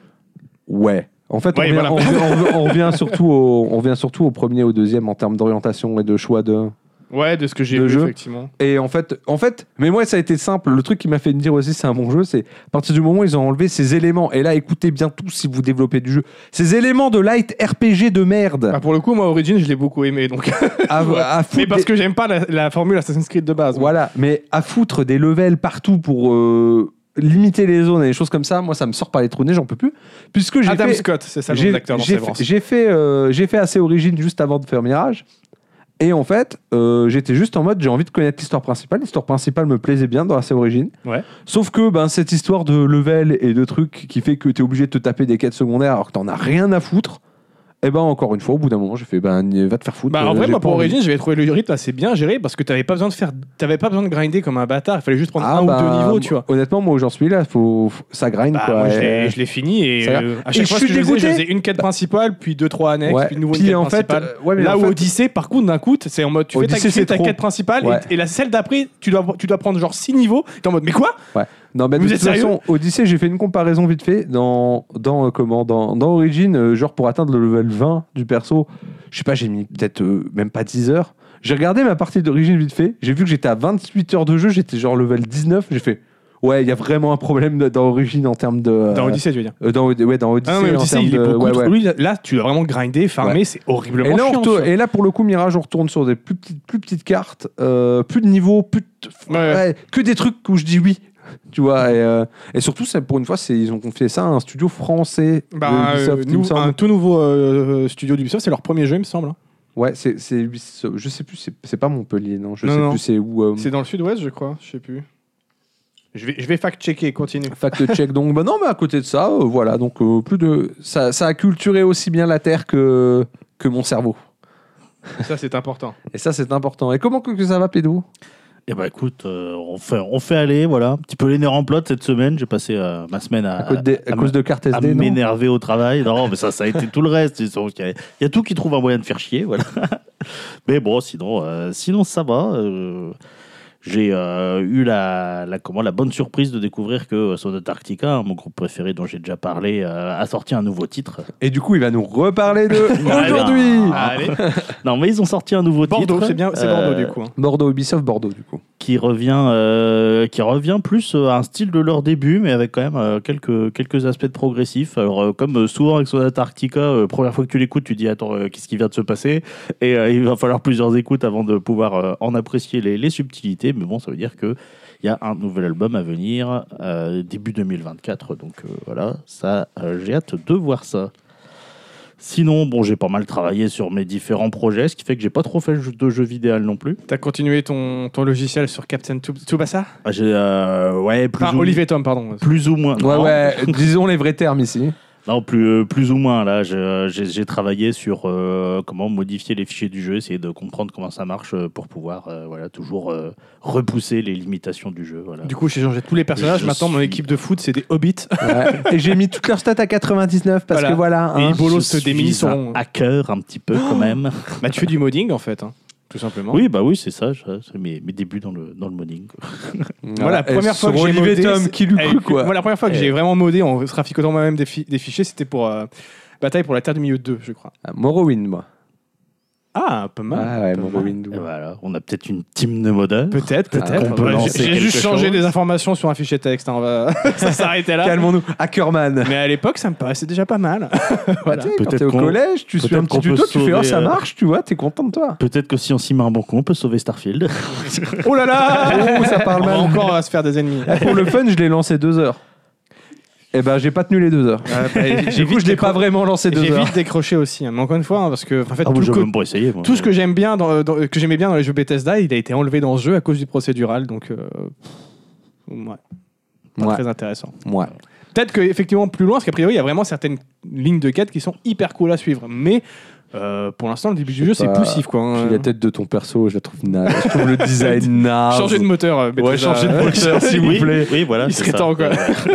[SPEAKER 2] Ouais. En fait, on,
[SPEAKER 1] Ouais,
[SPEAKER 2] revient,
[SPEAKER 1] voilà.
[SPEAKER 2] on revient- on revient- on revient surtout au, on revient surtout au premier et au deuxième en termes d'orientation et de choix de.
[SPEAKER 1] Ouais, de ce que j'ai
[SPEAKER 2] Le
[SPEAKER 1] vu,
[SPEAKER 2] jeu.
[SPEAKER 1] effectivement.
[SPEAKER 2] Et en fait, en fait, mais moi ça a été simple. Le truc qui m'a fait me dire aussi c'est un bon jeu, c'est à partir du moment où ils ont enlevé ces éléments. Et là, écoutez bien tout si vous développez du jeu. Ces éléments de light R P G de merde.
[SPEAKER 1] Bah, pour le coup, moi, Origin, je l'ai beaucoup aimé, donc.
[SPEAKER 2] à, à foutre
[SPEAKER 1] mais parce
[SPEAKER 2] des-
[SPEAKER 1] que j'aime pas la, la formule Assassin's Creed de base.
[SPEAKER 2] Voilà, mais à foutre des levels partout pour euh, limiter les zones et des choses comme ça, moi ça me sort par les trous de nez, j'en peux plus. Puisque j'ai
[SPEAKER 1] Adam
[SPEAKER 2] fait,
[SPEAKER 1] Scott, c'est ça le nom
[SPEAKER 2] j'ai,
[SPEAKER 1] de l'acteur dans
[SPEAKER 2] j'ai
[SPEAKER 1] Sévrance.
[SPEAKER 2] fait, j'ai fait, euh, j'ai fait assez Origin juste avant de faire Mirage. Et en fait, euh, j'étais juste en mode, j'ai envie de connaître l'histoire principale. L'histoire principale me plaisait bien dans la série Origin.
[SPEAKER 1] Ouais.
[SPEAKER 2] Sauf que ben, cette histoire de level et de trucs qui fait que tu es obligé de te taper des quêtes secondaires alors que t'en as rien à foutre, et ben encore une fois, au bout d'un moment, j'ai fait, ben va te faire foutre.
[SPEAKER 1] Bah, en
[SPEAKER 2] euh,
[SPEAKER 1] vrai,
[SPEAKER 2] j'ai
[SPEAKER 1] moi,
[SPEAKER 2] pas
[SPEAKER 1] pour
[SPEAKER 2] envie.
[SPEAKER 1] Origin, j'avais trouvé le rythme assez bien géré parce que t'avais pas besoin de faire, t'avais pas besoin de grinder comme un bâtard. Il fallait juste prendre
[SPEAKER 2] Ah,
[SPEAKER 1] un
[SPEAKER 2] bah,
[SPEAKER 1] ou deux niveaux, tu vois.
[SPEAKER 2] Honnêtement, moi où j'en suis là, faut, faut- ça grind
[SPEAKER 1] Bah,
[SPEAKER 2] quoi.
[SPEAKER 1] moi, je
[SPEAKER 2] Et-
[SPEAKER 1] l'ai, je l'ai fini et
[SPEAKER 2] Ça va.
[SPEAKER 1] euh, à
[SPEAKER 2] Et
[SPEAKER 1] chaque
[SPEAKER 2] je
[SPEAKER 1] fois ce
[SPEAKER 2] suis
[SPEAKER 1] que je faisais, je
[SPEAKER 2] dégoûté.
[SPEAKER 1] faisais une quête principale, puis deux, trois annexes,
[SPEAKER 2] Ouais.
[SPEAKER 1] puis de nouveau
[SPEAKER 2] Puis
[SPEAKER 1] une quête
[SPEAKER 2] en fait,
[SPEAKER 1] principale.
[SPEAKER 2] euh, ouais, mais
[SPEAKER 1] Là
[SPEAKER 2] en
[SPEAKER 1] où
[SPEAKER 2] fait-
[SPEAKER 1] Odyssey, par contre, d'un coup, c'est en mode, tu fais ta,
[SPEAKER 2] Odyssey,
[SPEAKER 1] tu fais
[SPEAKER 2] c'est
[SPEAKER 1] ta
[SPEAKER 2] trop.
[SPEAKER 1] quête principale
[SPEAKER 2] Ouais.
[SPEAKER 1] et, et la celle d'après, tu dois, tu dois prendre genre six niveaux. T'es en mode, mais quoi?
[SPEAKER 2] Ouais. Non, mais de
[SPEAKER 1] Vous
[SPEAKER 2] toute
[SPEAKER 1] êtes sérieux
[SPEAKER 2] façon, Odyssey, j'ai fait une comparaison vite fait dans dans euh, comment dans, dans Origin, euh, genre pour atteindre le level vingt du perso, je sais pas, j'ai mis peut-être euh, même pas dix heures. J'ai regardé ma partie d'Origin vite fait, j'ai vu que j'étais à vingt-huit heures de jeu, j'étais genre level dix-neuf, j'ai fait ouais, il y a vraiment un problème de- dans Origin en termes de euh,
[SPEAKER 1] Dans Odyssey, tu veux dire.
[SPEAKER 2] euh, dans ouais, dans Odyssey,
[SPEAKER 1] Ah non, mais
[SPEAKER 2] en
[SPEAKER 1] Odyssey,
[SPEAKER 2] termes
[SPEAKER 1] il est
[SPEAKER 2] de-
[SPEAKER 1] beaucoup
[SPEAKER 2] ouais,
[SPEAKER 1] trop.
[SPEAKER 2] ouais.
[SPEAKER 1] Lui, là, tu dois vraiment grinder, farmer, c'est horriblement
[SPEAKER 2] Et là, on
[SPEAKER 1] chiant.
[SPEAKER 2] retourne-
[SPEAKER 1] tu vois.
[SPEAKER 2] et là, pour le coup, Mirage, on retourne sur des plus petites, plus petites cartes, euh, plus de niveaux, plus de-
[SPEAKER 1] Ouais.
[SPEAKER 2] ouais, que des trucs où je dis oui. Tu vois, et, euh, et surtout, c'est- pour une fois, c'est, ils ont confié ça à un studio français.
[SPEAKER 1] Bah,
[SPEAKER 2] de Ubisoft,
[SPEAKER 1] euh,
[SPEAKER 2] il me
[SPEAKER 1] nous,
[SPEAKER 2] semble.
[SPEAKER 1] un tout nouveau euh, studio d'Ubisoft, c'est leur premier jeu, il me semble. hein.
[SPEAKER 2] Ouais, c'est, c'est Ubisoft. Je sais plus, c'est, c'est pas Montpellier, non. Je
[SPEAKER 1] Non,
[SPEAKER 2] sais
[SPEAKER 1] non.
[SPEAKER 2] plus, c'est où. euh,
[SPEAKER 1] C'est dans le sud-ouest, je crois, je sais plus. Je vais, je vais fact-checker, continue.
[SPEAKER 2] Fact-check. Donc, bah non, mais à côté de ça, euh, voilà. Donc, euh, plus de. Ça, ça a culturé aussi bien la terre que, que mon cerveau.
[SPEAKER 1] Ça, c'est important.
[SPEAKER 2] Et ça, c'est important. Et comment que, que ça va, Pédo?
[SPEAKER 3] Eh ben écoute, euh, on, fait, on fait aller, voilà. Un petit peu les nerfs en plot cette semaine. J'ai passé euh, ma semaine à,
[SPEAKER 2] À, cause des- à
[SPEAKER 3] à
[SPEAKER 2] cause
[SPEAKER 3] me-
[SPEAKER 2] de carte
[SPEAKER 3] à
[SPEAKER 2] S D, non?
[SPEAKER 3] m'énerver au travail. Non, mais ça, ça a été tout le reste. Il y, a- il y a tout qui trouve un moyen de faire chier, voilà. Mais bon, sinon, euh, sinon ça va. euh, j'ai euh, eu la, la, comment, la bonne surprise de découvrir que Sonata Arctica, mon groupe préféré dont j'ai déjà parlé, euh, a sorti un nouveau titre.
[SPEAKER 2] Et du coup, il va nous reparler de
[SPEAKER 3] Ah,
[SPEAKER 2] aujourd'hui.
[SPEAKER 1] Allez.
[SPEAKER 3] Non, mais ils ont sorti un nouveau
[SPEAKER 1] Bordeaux,
[SPEAKER 3] titre.
[SPEAKER 1] c'est bien, c'est
[SPEAKER 3] euh,
[SPEAKER 1] Bordeaux du coup. hein.
[SPEAKER 2] Bordeaux, Ubisoft, Bordeaux, du coup.
[SPEAKER 3] qui revient, euh, qui revient plus euh, à un style de leur début, mais avec quand même euh, quelques, quelques aspects de progressif. Alors, euh, comme euh, souvent avec Sonata Arctica, euh, première fois que tu l'écoutes, tu dis attends, euh, qu'est-ce qui vient de se passer? Et euh, il va falloir plusieurs écoutes avant de pouvoir euh, en apprécier les, les subtilités. Mais bon, ça veut dire que il y a un nouvel album à venir euh, début deux mille vingt-quatre. Donc euh, voilà, ça, euh, j'ai hâte de voir ça. Sinon, bon, j'ai pas mal travaillé sur mes différents projets, ce qui fait que j'ai pas trop fait de jeux vidéo non plus.
[SPEAKER 1] T'as continué ton, ton logiciel sur Captain Tsub- Tsubasa
[SPEAKER 3] Ah, J'ai, euh, ouais, plus
[SPEAKER 1] Enfin,
[SPEAKER 3] ou,
[SPEAKER 1] Olivier Tom, pardon.
[SPEAKER 3] plus ou moins.
[SPEAKER 2] Ouais,
[SPEAKER 3] non.
[SPEAKER 2] ouais, disons les vrais termes ici.
[SPEAKER 3] Non, plus, euh, plus ou moins. Là, je- j'ai, j'ai travaillé sur euh, comment modifier les fichiers du jeu, essayer de comprendre comment ça marche euh, pour pouvoir euh, voilà, toujours euh, repousser les limitations du jeu. Voilà.
[SPEAKER 1] Du coup, j'ai changé tous les personnages.
[SPEAKER 3] Je
[SPEAKER 1] Maintenant, mon
[SPEAKER 3] suis-
[SPEAKER 1] équipe de foot, c'est des hobbits.
[SPEAKER 2] Ouais. Et j'ai mis toutes leurs stats à quatre-vingt-dix-neuf parce
[SPEAKER 1] Voilà.
[SPEAKER 2] que voilà.
[SPEAKER 1] Et
[SPEAKER 2] hein.
[SPEAKER 1] ils bolos
[SPEAKER 3] Je
[SPEAKER 1] des mini
[SPEAKER 3] suis
[SPEAKER 1] sont.
[SPEAKER 3] un hacker un petit peu quand même.
[SPEAKER 1] Bah, tu fais du modding en fait, hein, tout simplement.
[SPEAKER 3] Oui, bah oui, c'est ça. je- C'est mes, mes débuts dans le, dans le modding. quoi.
[SPEAKER 1] Moi, la
[SPEAKER 2] Et
[SPEAKER 1] première fois que
[SPEAKER 2] sur
[SPEAKER 1] j'ai
[SPEAKER 2] Olivier
[SPEAKER 1] modé,
[SPEAKER 2] Tom,
[SPEAKER 1] c'est-
[SPEAKER 2] qui lui
[SPEAKER 1] avec-
[SPEAKER 2] cru quoi.
[SPEAKER 1] Moi, la première fois que
[SPEAKER 3] Eh.
[SPEAKER 1] j'ai vraiment modé en se traficotant moi-même des, fi- des fichiers, c'était pour euh, Bataille pour la Terre du Milieu deux, je crois.
[SPEAKER 2] Ah, Morrowind, moi.
[SPEAKER 1] Ah, pas mal.
[SPEAKER 2] Ah ouais,
[SPEAKER 1] pas mal.
[SPEAKER 2] Morrowind.
[SPEAKER 3] Et
[SPEAKER 2] ouais.
[SPEAKER 3] voilà, on a peut-être une team de modeurs.
[SPEAKER 1] Peut-être,
[SPEAKER 2] Ah,
[SPEAKER 1] peut-être.
[SPEAKER 3] on peut
[SPEAKER 1] Ouais,
[SPEAKER 3] lancer
[SPEAKER 1] j'ai j'ai juste
[SPEAKER 3] quelque
[SPEAKER 1] changé
[SPEAKER 3] chose.
[SPEAKER 1] des informations sur un fichier texte. hein, on va ça s'arrêter là.
[SPEAKER 2] Calmons-nous. Hackerman.
[SPEAKER 1] Mais à l'époque, ça me paraissait déjà pas mal. Voilà.
[SPEAKER 2] Tu sais, quand
[SPEAKER 3] Peut-être
[SPEAKER 2] t'es au
[SPEAKER 3] qu'on-
[SPEAKER 2] collège, tu suis
[SPEAKER 3] peut-être
[SPEAKER 2] un petit
[SPEAKER 3] qu'on peut
[SPEAKER 2] tuto, tu fais
[SPEAKER 3] sauver,
[SPEAKER 2] oh ça
[SPEAKER 3] euh,
[SPEAKER 2] marche, tu vois, t'es content de toi.
[SPEAKER 3] Peut-être que si on s'y met un bon coup, on peut sauver Starfield.
[SPEAKER 1] Oh là là
[SPEAKER 2] Oh, ça parle
[SPEAKER 1] On va
[SPEAKER 2] mal.
[SPEAKER 1] encore à se faire des ennemis.
[SPEAKER 2] Pour le fun, je l'ai lancé deux heures. Eh ben, j'ai pas tenu les deux heures.
[SPEAKER 1] Euh, bah, j'ai
[SPEAKER 2] Du coup,
[SPEAKER 1] vite
[SPEAKER 2] je l'ai pas
[SPEAKER 1] décro-
[SPEAKER 2] vraiment lancé deux
[SPEAKER 1] J'ai
[SPEAKER 2] heures.
[SPEAKER 1] vite décroché aussi. hein. Mais encore une fois, hein, parce que en fait,
[SPEAKER 3] Ah,
[SPEAKER 1] tout,
[SPEAKER 3] moi,
[SPEAKER 1] le
[SPEAKER 3] j'ai
[SPEAKER 1] co-
[SPEAKER 3] même pas essayé. moi.
[SPEAKER 1] tout ce que j'aime bien, dans, dans- que j'aimais bien dans les jeux Bethesda, il a été enlevé dans ce jeu à cause du procédural. Donc, euh, ouais, pas
[SPEAKER 2] Ouais.
[SPEAKER 1] très intéressant.
[SPEAKER 2] Ouais.
[SPEAKER 1] Peut-être qu'effectivement, plus loin, parce qu'a priori, il y a vraiment certaines lignes de quête qui sont hyper cool à suivre. Mais euh, pour l'instant, le début du jeu, c'est
[SPEAKER 2] pas-
[SPEAKER 1] poussif. Quoi, hein.
[SPEAKER 2] Puis la tête de ton perso, je la trouve naze. Je trouve le design naze.
[SPEAKER 1] Changer de moteur. euh,
[SPEAKER 2] Ouais,
[SPEAKER 1] Bethesda.
[SPEAKER 2] changer de moteur, s'il vous
[SPEAKER 3] Oui,
[SPEAKER 2] plaît.
[SPEAKER 3] oui, voilà.
[SPEAKER 1] Il
[SPEAKER 3] c'est
[SPEAKER 1] serait
[SPEAKER 3] ça.
[SPEAKER 1] temps, quoi.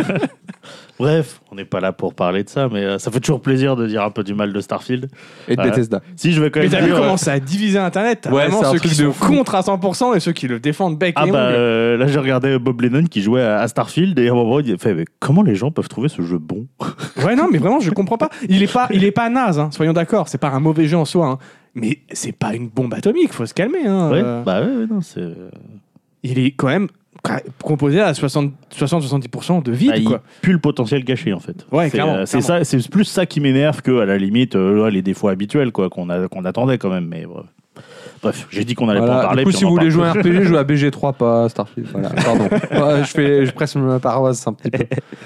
[SPEAKER 3] Bref, on n'est pas là pour parler de ça, mais euh, ça fait toujours plaisir de dire un peu du mal de Starfield.
[SPEAKER 2] Et de
[SPEAKER 3] Ouais.
[SPEAKER 2] Bethesda.
[SPEAKER 3] Si je vais quand
[SPEAKER 1] Mais
[SPEAKER 3] même
[SPEAKER 1] t'as vu
[SPEAKER 3] dire,
[SPEAKER 1] comment
[SPEAKER 3] euh,
[SPEAKER 1] ça a divisé Internet? T'as
[SPEAKER 2] Ouais,
[SPEAKER 1] vraiment
[SPEAKER 2] c'est un
[SPEAKER 1] ceux
[SPEAKER 2] truc
[SPEAKER 1] qui
[SPEAKER 2] de
[SPEAKER 1] sont
[SPEAKER 2] fou.
[SPEAKER 1] contre à cent pour cent et ceux qui le défendent bec
[SPEAKER 3] Ah
[SPEAKER 1] et
[SPEAKER 3] bah
[SPEAKER 1] ongles.
[SPEAKER 3] euh, là j'ai regardé Bob Lennon qui jouait à, à Starfield et à un moment il a fait mais comment les gens peuvent trouver ce jeu bon.
[SPEAKER 1] Ouais, non, mais vraiment, je comprends pas. Il est pas, il est pas naze, hein, soyons d'accord. C'est pas un mauvais jeu en soi. hein. Mais c'est pas une bombe atomique, faut se calmer. Hein.
[SPEAKER 3] Ouais,
[SPEAKER 1] Euh,
[SPEAKER 3] bah ouais, ouais, non c'est
[SPEAKER 1] Il est quand même composé à soixante à soixante-dix pour cent de vide,
[SPEAKER 3] ah, il
[SPEAKER 1] quoi.
[SPEAKER 3] pue le potentiel gâché en fait.
[SPEAKER 1] Ouais,
[SPEAKER 3] c'est,
[SPEAKER 1] clairement,
[SPEAKER 3] euh, c'est
[SPEAKER 1] clairement.
[SPEAKER 3] ça, c'est plus ça qui m'énerve que à la limite euh, ouais, les défauts habituels quoi qu'on a qu'on attendait quand même mais bref. Bref, j'ai dit qu'on allait pas en
[SPEAKER 2] Voilà.
[SPEAKER 3] parler.
[SPEAKER 2] Du coup,
[SPEAKER 3] puis
[SPEAKER 2] si
[SPEAKER 3] on
[SPEAKER 2] vous
[SPEAKER 3] en
[SPEAKER 2] voulez
[SPEAKER 3] parle
[SPEAKER 2] jouer à un R P G, jouez à B G trois, pas à Starfield. Voilà, pardon. Ouais, je, fais, je presse ma paroisse un petit peu.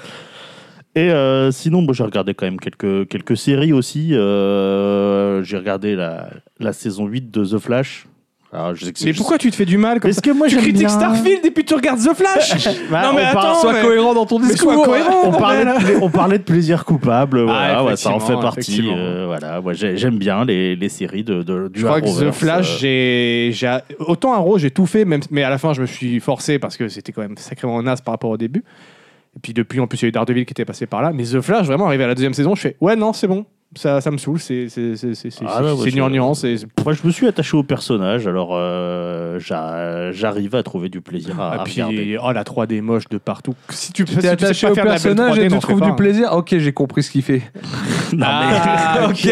[SPEAKER 3] Et euh, sinon, bon, j'ai regardé quand même quelques, quelques séries aussi. Euh, j'ai regardé la, la saison huit de The Flash. Alors, je sais que c'est
[SPEAKER 1] Mais
[SPEAKER 3] juste-
[SPEAKER 1] pourquoi tu te fais du mal comme
[SPEAKER 3] Est-ce
[SPEAKER 1] ça
[SPEAKER 3] que moi
[SPEAKER 1] Tu
[SPEAKER 3] j'aime
[SPEAKER 1] critiques
[SPEAKER 3] bien-
[SPEAKER 1] Starfield et puis tu regardes The Flash.
[SPEAKER 3] Bah,
[SPEAKER 1] Non, mais
[SPEAKER 3] on parle-
[SPEAKER 1] attends,
[SPEAKER 2] Sois
[SPEAKER 1] mais-
[SPEAKER 2] cohérent dans ton
[SPEAKER 1] mais
[SPEAKER 2] discours.
[SPEAKER 1] sois cohérent.
[SPEAKER 3] on, parlait
[SPEAKER 1] bordel.
[SPEAKER 3] de, pla- on parlait de plaisir coupable, voilà, ouais, ça en fait
[SPEAKER 1] effectivement,
[SPEAKER 3] partie.
[SPEAKER 1] effectivement.
[SPEAKER 3] euh, voilà, ouais, j'ai- j'aime bien les, les séries de, de, du
[SPEAKER 1] Je crois que The
[SPEAKER 3] Arrowverse,
[SPEAKER 1] Flash,
[SPEAKER 3] euh,
[SPEAKER 1] j'ai, j'ai autant Arrow, j'ai tout fait, même, mais à la fin, je me suis forcé parce que c'était quand même sacrément naze par rapport au début. Et puis depuis, en plus, il y a eu Daredevil qui était passé par là. Mais The Flash, vraiment, arrivé à la deuxième saison, je fais ouais, non, c'est bon. Ça, ça me saoule, c'est, c'est, c'est, c'est, c'est,
[SPEAKER 3] Ah, là,
[SPEAKER 1] c'est
[SPEAKER 3] ouais, je-
[SPEAKER 1] gnangnan, c'est-
[SPEAKER 3] Moi, je me suis attaché au personnage, alors euh, j'a- j'arrive à trouver du plaisir à,
[SPEAKER 1] Ah,
[SPEAKER 3] à
[SPEAKER 1] puis,
[SPEAKER 3] regarder.
[SPEAKER 1] oh, la trois D moche de partout. Si tu, si
[SPEAKER 2] Tu
[SPEAKER 1] tu
[SPEAKER 2] t'es
[SPEAKER 1] sais
[SPEAKER 2] attaché
[SPEAKER 1] pas
[SPEAKER 2] au
[SPEAKER 1] faire de la belle
[SPEAKER 2] personnage
[SPEAKER 1] trois D,
[SPEAKER 2] et tu
[SPEAKER 1] n'en
[SPEAKER 2] trouves
[SPEAKER 1] fais
[SPEAKER 2] du
[SPEAKER 1] pas.
[SPEAKER 2] plaisir. Ok, j'ai compris ce qu'il fait.
[SPEAKER 3] Non,
[SPEAKER 1] Ah, ok,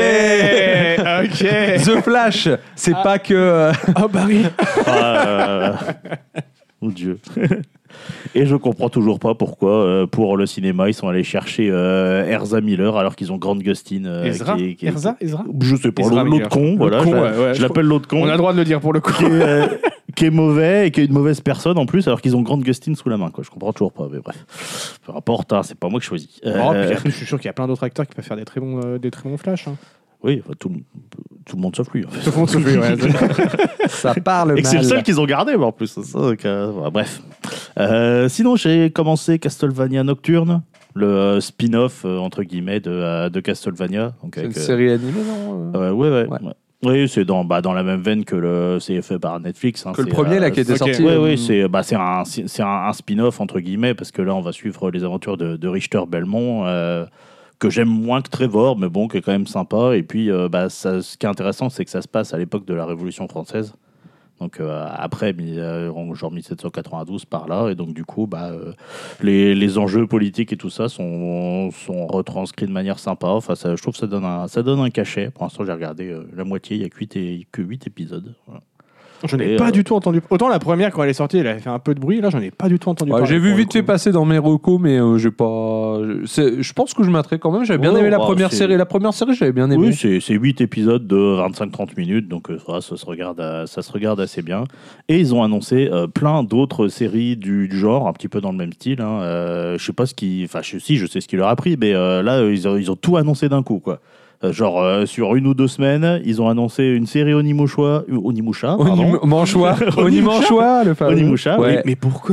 [SPEAKER 1] ok.
[SPEAKER 2] The Flash, c'est pas que. euh,
[SPEAKER 1] Oh, bah oui.
[SPEAKER 3] Ah, euh, Mon Dieu. Et je comprends toujours pas pourquoi, euh, pour le cinéma, ils sont allés chercher euh, Erza Miller alors qu'ils ont Grant Gustin. euh,
[SPEAKER 1] Ezra
[SPEAKER 3] qui est- qui est-
[SPEAKER 1] Ezra Ezra
[SPEAKER 3] Je sais pas,
[SPEAKER 1] Ezra
[SPEAKER 3] l'autre
[SPEAKER 1] Miller.
[SPEAKER 3] con,
[SPEAKER 1] Le
[SPEAKER 3] voilà.
[SPEAKER 1] con,
[SPEAKER 3] je
[SPEAKER 1] ouais, ouais,
[SPEAKER 3] je
[SPEAKER 1] je
[SPEAKER 3] l'appelle l'autre con.
[SPEAKER 1] On a le droit de le dire pour le coup.
[SPEAKER 3] Qui est, euh, qui est mauvais et qui est une mauvaise personne en plus, alors qu'ils ont Grant Gustin sous la main. Quoi. Je comprends toujours pas, mais bref. Peu importe, hein, c'est pas moi qui choisis.
[SPEAKER 1] Oh,
[SPEAKER 3] Euh,
[SPEAKER 1] puis, je suis sûr qu'il y a plein d'autres acteurs qui peuvent faire des très bons, euh, des très bons flashs. Hein.
[SPEAKER 3] oui, enfin, tout, le- tout le monde sauf lui. En fait.
[SPEAKER 1] Sauf on se fait, ouais.
[SPEAKER 2] Ça parle
[SPEAKER 3] Et que c'est le
[SPEAKER 2] mal.
[SPEAKER 3] seul qu'ils ont gardé, mais en plus. Ça, donc, euh, voilà, bref. Euh, sinon, j'ai commencé Castlevania Nocturne, le euh, spin-off, euh, entre guillemets, de, euh, de Castlevania. Donc,
[SPEAKER 2] C'est une
[SPEAKER 3] avec, euh,
[SPEAKER 2] série animée, non
[SPEAKER 3] euh, ouais, ouais,
[SPEAKER 2] Ouais.
[SPEAKER 3] ouais. Oui, c'est dans, bah, dans la même veine que le, c'est fait par Netflix. Hein,
[SPEAKER 2] Que le
[SPEAKER 3] c'est,
[SPEAKER 2] premier,
[SPEAKER 3] euh,
[SPEAKER 2] là, qui était
[SPEAKER 1] ok.
[SPEAKER 2] sorti.
[SPEAKER 3] Oui,
[SPEAKER 2] euh,
[SPEAKER 3] oui, c'est bah, c'est un, c'est c'est un, un spin-off, entre guillemets, parce que là, on va suivre les aventures de, de Richter Belmont, euh, que j'aime moins que Trevor, mais bon, qui est quand même sympa. Et puis, euh, bah, ça, ce qui est intéressant, c'est que ça se passe à l'époque de la Révolution française. Donc, euh, après, mi- euh, genre mille sept cent quatre-vingt-douze, par là. Et donc, du coup, bah, euh, les, les enjeux politiques et tout ça sont, sont retranscrits de manière sympa. Enfin, ça, je trouve que ça donne un, ça donne un cachet. Pour l'instant, j'ai regardé euh, la moitié, il n'y a que huit, et, que huit épisodes. Voilà.
[SPEAKER 1] Je n'ai
[SPEAKER 3] Et,
[SPEAKER 1] pas
[SPEAKER 3] euh,
[SPEAKER 1] du tout entendu. Autant la première, quand elle est sortie, elle avait fait un peu de bruit. Là, j'en ai pas du tout entendu
[SPEAKER 2] Ouais,
[SPEAKER 1] parler.
[SPEAKER 2] j'ai vu
[SPEAKER 1] pour le
[SPEAKER 2] vite fait
[SPEAKER 1] coup.
[SPEAKER 2] passer dans mes recos, mais euh, j'ai pas. je- c'est- Je pense que je mettrais quand même. J'avais bien
[SPEAKER 3] Ouais,
[SPEAKER 2] aimé la
[SPEAKER 3] bah,
[SPEAKER 2] première
[SPEAKER 3] c'est-
[SPEAKER 2] série. La première série, j'avais bien aimé.
[SPEAKER 3] Oui, c'est c'est huit épisodes de vingt-cinq trente minutes, donc euh, ça, ça, se regarde, euh, ça se regarde assez bien. Et ils ont annoncé euh, plein d'autres séries du, du genre, un petit peu dans le même style. Hein. Euh, je sais pas ce qui... Enfin, je, si, je sais ce qui leur a pris, mais euh, là, euh, ils ont, ils ont tout annoncé d'un coup, quoi. Euh, Genre, euh, sur une ou deux semaines, ils ont annoncé une série Onimusha, Onimusha, pardon.
[SPEAKER 2] Oni Manchois. Oni Manchois, le fameux.
[SPEAKER 3] Onimusha,
[SPEAKER 2] Ouais.
[SPEAKER 1] Mais, mais pourquoi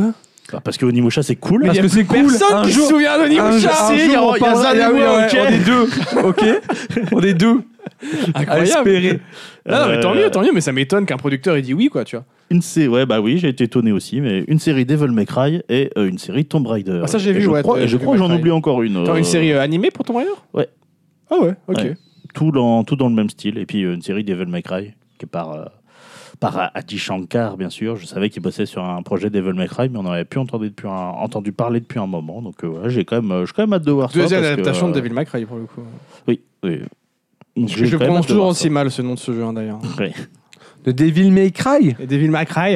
[SPEAKER 3] Bah, parce que Onimusha c'est cool.
[SPEAKER 1] Mais
[SPEAKER 2] Parce
[SPEAKER 1] y a
[SPEAKER 2] que c'est
[SPEAKER 1] plus
[SPEAKER 2] cool.
[SPEAKER 1] personne
[SPEAKER 2] Un
[SPEAKER 1] qui
[SPEAKER 2] jour-
[SPEAKER 1] se souvient
[SPEAKER 2] Un
[SPEAKER 1] d'Onimusha.
[SPEAKER 2] jour- un
[SPEAKER 3] Si,
[SPEAKER 2] jour,
[SPEAKER 3] il y a-
[SPEAKER 2] on
[SPEAKER 3] il y a
[SPEAKER 2] parlera-
[SPEAKER 3] Zan et
[SPEAKER 2] ah oui,
[SPEAKER 3] moi,
[SPEAKER 2] ouais,
[SPEAKER 3] ok.
[SPEAKER 2] on est deux, ok. On est deux. À
[SPEAKER 1] Incroyable.
[SPEAKER 2] espérer.
[SPEAKER 1] Non, non, mais tant
[SPEAKER 3] Euh,
[SPEAKER 1] mieux, tant mieux, mais ça m'étonne qu'un producteur ait dit oui, quoi, tu vois.
[SPEAKER 3] Une sé- ouais, bah oui, j'ai été étonné aussi, mais une série Devil May Cry et euh, une série Tomb Raider.
[SPEAKER 1] Ah, ça, j'ai
[SPEAKER 3] Et
[SPEAKER 1] vu,
[SPEAKER 3] je
[SPEAKER 1] ouais,
[SPEAKER 3] Crois,
[SPEAKER 1] euh,
[SPEAKER 3] et je
[SPEAKER 1] Devil
[SPEAKER 3] crois que
[SPEAKER 1] May
[SPEAKER 3] j'en
[SPEAKER 1] Cry.
[SPEAKER 3] oublie encore une.
[SPEAKER 1] Attends,
[SPEAKER 3] euh,
[SPEAKER 1] une série euh, animée pour Tomb Raider?
[SPEAKER 3] Ouais.
[SPEAKER 1] Ah ouais, ok.
[SPEAKER 3] Ouais. Tout, dans, tout dans le même style. Et puis euh, une série Devil May Cry, qui est par, euh, par Adi Shankar, bien sûr. Je savais qu'il bossait sur un projet Devil May Cry, mais on n'avait plus entendu, depuis un, entendu parler depuis un moment. Donc euh, voilà, j'ai quand même, euh, j'ai quand même hâte de voir ça.
[SPEAKER 1] Deuxième
[SPEAKER 3] parce que,
[SPEAKER 1] adaptation
[SPEAKER 3] euh,
[SPEAKER 1] de Devil May Cry, pour le coup.
[SPEAKER 3] Oui, oui. Donc,
[SPEAKER 1] Je,
[SPEAKER 3] j'ai
[SPEAKER 1] je
[SPEAKER 3] quand même
[SPEAKER 1] prononce
[SPEAKER 3] hâte de
[SPEAKER 1] toujours
[SPEAKER 3] voir
[SPEAKER 1] aussi
[SPEAKER 3] ça.
[SPEAKER 1] mal ce nom de ce jeu, hein, d'ailleurs.
[SPEAKER 3] Ouais.
[SPEAKER 2] De Devil May Cry.
[SPEAKER 1] Et Devil May Cry.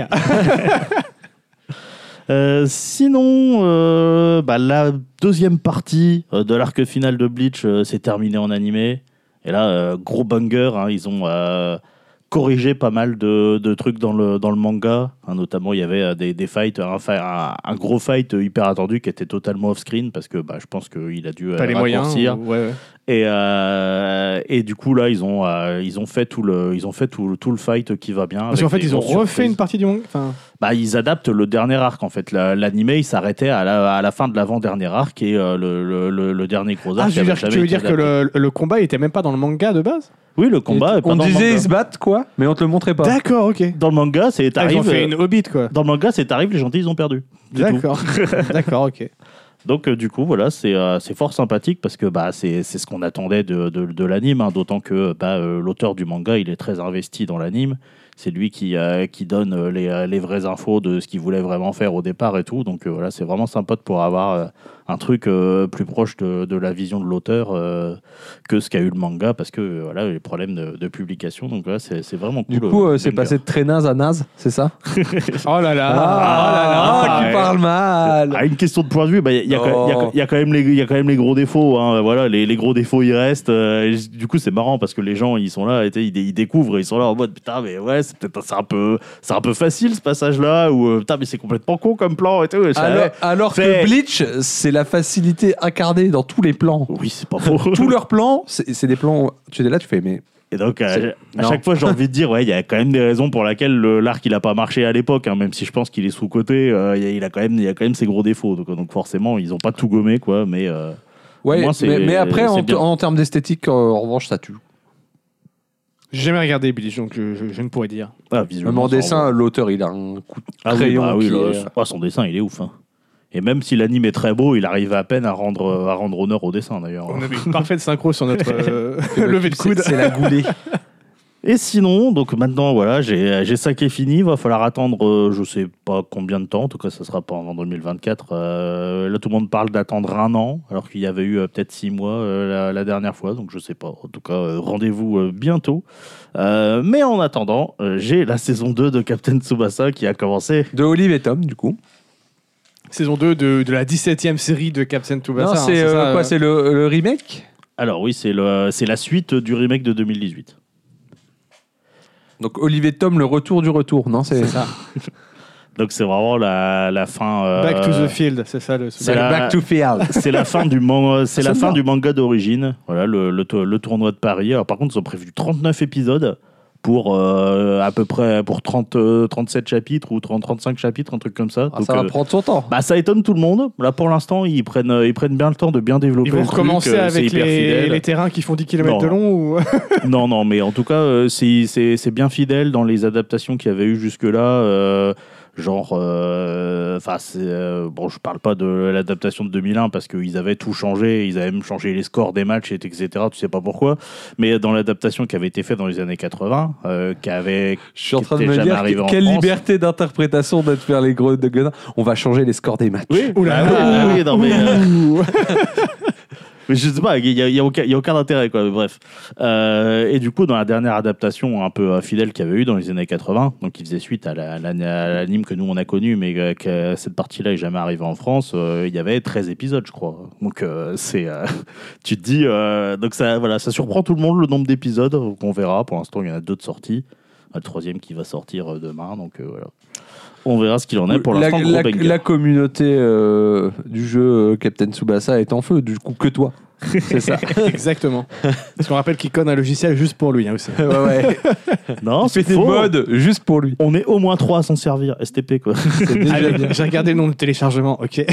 [SPEAKER 3] Euh, sinon, euh, bah, la deuxième partie euh, de l'arc final de Bleach euh, s'est terminée en animé. Et là, euh, gros banger, hein, ils ont euh, corrigé pas mal de, de trucs dans le, dans le manga. Hein, notamment, il y avait euh, des, des fights, un, fa- un, un gros fight hyper attendu qui était totalement off-screen parce que bah, je pense qu'il a dû euh,
[SPEAKER 1] Pas les moyens.
[SPEAKER 3] raccourcir.
[SPEAKER 1] ou- Ouais, ouais.
[SPEAKER 3] Et, euh, et du coup, là, ils ont, euh, ils ont fait tout le, ils ont fait tout, tout le fight qui va bien.
[SPEAKER 1] Parce
[SPEAKER 3] avec
[SPEAKER 1] qu'en fait,
[SPEAKER 3] des
[SPEAKER 1] ils ont
[SPEAKER 3] grosses
[SPEAKER 1] refait
[SPEAKER 3] surprises.
[SPEAKER 1] une partie du manga. Enfin,
[SPEAKER 3] Bah, ils adaptent le dernier arc en fait. La- L'animé il s'arrêtait à la, à la fin de l'avant-dernier arc et euh, le, le, le, le dernier gros arc.
[SPEAKER 1] ah, je veux
[SPEAKER 3] avait
[SPEAKER 1] dire,
[SPEAKER 3] jamais
[SPEAKER 1] tu veux
[SPEAKER 3] été
[SPEAKER 1] dire que
[SPEAKER 3] adapté.
[SPEAKER 1] le, le combat il était même pas dans le manga de base?
[SPEAKER 3] Oui, le combat. est pas
[SPEAKER 2] On
[SPEAKER 3] dans le
[SPEAKER 2] disait
[SPEAKER 3] manga.
[SPEAKER 2] ils se battent, quoi, mais on te le montrait pas.
[SPEAKER 1] D'accord, ok.
[SPEAKER 3] Dans le manga, c'est
[SPEAKER 1] Ah, ils
[SPEAKER 3] t'arrives.
[SPEAKER 1] ont fait
[SPEAKER 3] euh,
[SPEAKER 1] une Hobbit, quoi.
[SPEAKER 3] Dans le manga, c'est t'arrives, les gentils ils ont perdu. C'est tout.
[SPEAKER 1] D'accord. D'accord, ok.
[SPEAKER 3] Donc euh, du coup voilà c'est euh, c'est fort sympathique parce que bah c'est c'est ce qu'on attendait de de, de l'anime hein, d'autant que bah euh, l'auteur du manga il est très investi dans l'anime. C'est lui qui euh, qui donne euh, les euh, les vraies infos de ce qu'il voulait vraiment faire au départ et tout. Donc euh, voilà c'est vraiment sympa de pouvoir avoir euh, un truc euh, plus proche de, de la vision de l'auteur euh, que ce qu'a eu le manga parce que euh, voilà les problèmes de, de publication. Donc voilà c'est c'est vraiment cool.
[SPEAKER 2] Du coup,
[SPEAKER 3] euh,
[SPEAKER 2] euh, c'est
[SPEAKER 3] banger.
[SPEAKER 2] passé de très naze à naze, c'est ça?
[SPEAKER 1] Oh là là.
[SPEAKER 2] Ah,
[SPEAKER 1] oh là là.
[SPEAKER 2] qui
[SPEAKER 3] ouais.
[SPEAKER 2] parle mal.
[SPEAKER 3] À une question de point de vue, bah, il y, a quand- il y a-
[SPEAKER 2] Oh.
[SPEAKER 3] il y a quand même les, il y a quand même les gros défauts. Hein, voilà, les, les gros défauts, ils restent. euh, et du coup, c'est marrant parce que les gens, ils sont là, et, tu sais, ils, dé- ils découvrent, ils sont là en mode putain, mais ouais, c'est peut-être c'est un peu, c'est un peu facile ce passage-là, ou euh, putain, mais c'est complètement con comme plan et tout. Et je fais,
[SPEAKER 2] Alors,
[SPEAKER 3] ouais,
[SPEAKER 2] alors
[SPEAKER 3] fait-
[SPEAKER 2] que Bleach, c'est la facilité incarnée dans tous les plans.
[SPEAKER 3] oui, c'est pas faux.
[SPEAKER 2] Tous leurs plans, c'est c'est des plans. Tu es là, tu fais, mais
[SPEAKER 3] Et donc, à,
[SPEAKER 2] C'est-
[SPEAKER 3] à
[SPEAKER 2] non.
[SPEAKER 3] chaque fois, j'ai envie de dire, ouais, il y a quand même des raisons pour lesquelles le- l'arc il a pas marché à l'époque, hein, même si je pense qu'il est sous côté. il, y a, il a quand même, il y a quand même ses gros défauts. Donc, donc forcément, ils ont pas tout gommé, quoi. Mais euh,
[SPEAKER 2] ouais.
[SPEAKER 3] Moi, c'est-
[SPEAKER 2] mais, mais après,
[SPEAKER 3] c'est
[SPEAKER 2] en,
[SPEAKER 3] bien.
[SPEAKER 2] en termes d'esthétique, euh, en revanche, ça tue.
[SPEAKER 1] J'ai jamais regardé Bleach, donc je, je- je ne pourrais dire.
[SPEAKER 3] ah, visuellement,
[SPEAKER 2] Même en
[SPEAKER 3] ça
[SPEAKER 2] dessin,
[SPEAKER 3] envoie.
[SPEAKER 2] l'auteur, il a un coup de
[SPEAKER 3] Ah oui,
[SPEAKER 2] crayon.
[SPEAKER 3] bah oui,
[SPEAKER 2] qui
[SPEAKER 3] le-
[SPEAKER 2] est-
[SPEAKER 3] ah, son dessin, il est ouf. hein. Et même si l'anime est très beau, il arrive à peine à rendre, à rendre honneur au dessin, d'ailleurs.
[SPEAKER 1] On avait une parfaite synchro sur notre euh, lever de coude.
[SPEAKER 2] C'est c'est la goulée.
[SPEAKER 3] Et sinon, donc maintenant, voilà, j'ai j'ai ça qui est fini. Il va falloir attendre, euh, je sais pas combien de temps. En tout cas, ça sera pas avant deux mille vingt-quatre. Euh, là, tout le monde parle d'attendre un an, alors qu'il y avait eu euh, peut-être six mois euh, la, la dernière fois. Donc, je sais pas. En tout cas, euh, rendez-vous euh, bientôt. Euh, mais en attendant, euh, j'ai la saison deux de Captain Tsubasa qui a commencé.
[SPEAKER 2] De Olive et Tom, du coup.
[SPEAKER 1] Saison deux de, de la dix-septième série de Captain Tsubasa.
[SPEAKER 2] non,
[SPEAKER 1] hein,
[SPEAKER 2] c'est euh,
[SPEAKER 1] ça,
[SPEAKER 2] quoi?
[SPEAKER 1] euh,
[SPEAKER 2] C'est le, le remake?
[SPEAKER 3] Alors oui, c'est le, c'est la suite du remake de deux mille dix-huit.
[SPEAKER 2] Donc Olive et Tom, le retour du retour, non? C'est
[SPEAKER 1] C'est ça.
[SPEAKER 3] Donc c'est vraiment la, la fin. euh,
[SPEAKER 1] Back to the Field, c'est ça le.
[SPEAKER 3] C'est
[SPEAKER 2] le
[SPEAKER 3] la-
[SPEAKER 2] Back to Field.
[SPEAKER 3] C'est la fin du manga, c'est
[SPEAKER 2] Ça
[SPEAKER 3] la
[SPEAKER 2] me
[SPEAKER 3] fin
[SPEAKER 2] va.
[SPEAKER 3] du manga d'origine. Voilà le, le, to- le tournoi de Paris. Alors, par contre, ils ont prévu trente-neuf épisodes pour euh, à peu près pour trente, euh, trente-sept chapitres ou trente, trente-cinq chapitres, un truc comme ça.
[SPEAKER 2] Ah,
[SPEAKER 3] Donc,
[SPEAKER 2] ça va
[SPEAKER 3] euh,
[SPEAKER 2] prendre son temps.
[SPEAKER 3] bah, ça étonne tout le monde. Là, pour l'instant, ils prennent, euh, ils prennent bien le temps de bien développer.
[SPEAKER 1] Ils vont
[SPEAKER 3] le truc,
[SPEAKER 1] recommencer
[SPEAKER 3] euh, c'est
[SPEAKER 1] avec
[SPEAKER 3] hyper
[SPEAKER 1] les,
[SPEAKER 3] fidèle.
[SPEAKER 1] les terrains qui font dix kilomètres
[SPEAKER 3] Non,
[SPEAKER 1] de long ou...
[SPEAKER 3] Non, non, mais en tout cas, euh, c'est, c'est, c'est bien fidèle dans les adaptations qu'il y avait eu jusque-là. euh, genre, euh, enfin, c'est, euh, bon, je parle pas de l'adaptation de deux mille un parce qu'ils avaient tout changé, ils avaient même changé les scores des matchs, et cetera. Tu sais pas pourquoi. Mais dans l'adaptation qui avait été faite dans les années quatre-vingts, euh, qui avait.
[SPEAKER 2] Je suis en
[SPEAKER 3] qui
[SPEAKER 2] train de
[SPEAKER 3] était
[SPEAKER 2] me
[SPEAKER 3] jamais
[SPEAKER 2] dire
[SPEAKER 3] arrivé
[SPEAKER 2] que-
[SPEAKER 3] en
[SPEAKER 2] quelle
[SPEAKER 3] France.
[SPEAKER 2] liberté d'interprétation de faire les gros de Guenin. On va changer les scores des matchs.
[SPEAKER 3] Oui,
[SPEAKER 1] Ouh là
[SPEAKER 3] bah
[SPEAKER 1] là.
[SPEAKER 3] oui, bah oui, non, mais. euh,
[SPEAKER 1] Ouh.
[SPEAKER 3] Mais je sais pas, il n'y a, il y a, aucun- il y a aucun intérêt, quoi. mais Bref. Euh, et du coup, dans la dernière adaptation un peu euh, fidèle qu'il y avait eu dans les années quatre-vingts, donc qui faisait suite à, la- à la- à l'anime que nous on a connu, mais euh, que cette partie-là est jamais arrivée en France, euh, il y avait treize épisodes, je crois. Donc, euh, c'est. euh, tu te dis. euh, donc, ça, voilà, ça surprend tout le monde le nombre d'épisodes qu'on verra. Pour l'instant, il y en a deux de sortie. Le troisième qui va sortir euh, demain, donc euh, voilà. On verra ce qu'il en est. Pour
[SPEAKER 2] la,
[SPEAKER 3] l'instant, gros
[SPEAKER 2] la-
[SPEAKER 3] banger.
[SPEAKER 2] la communauté euh, du jeu euh, Captain Tsubasa est en feu, du coup que toi. C'est ça.
[SPEAKER 1] Exactement. Parce qu'on rappelle qu'il code un logiciel juste pour lui hein, aussi.
[SPEAKER 2] ouais, ouais.
[SPEAKER 3] Non,
[SPEAKER 2] Il fait
[SPEAKER 3] c'est
[SPEAKER 2] des
[SPEAKER 3] faux.
[SPEAKER 2] mods juste pour lui.
[SPEAKER 3] On est au moins trois à s'en servir. S T P, quoi.
[SPEAKER 2] C'est déjà
[SPEAKER 1] Allez,
[SPEAKER 2] bien.
[SPEAKER 1] j'ai regardé le nombre de téléchargements, ok.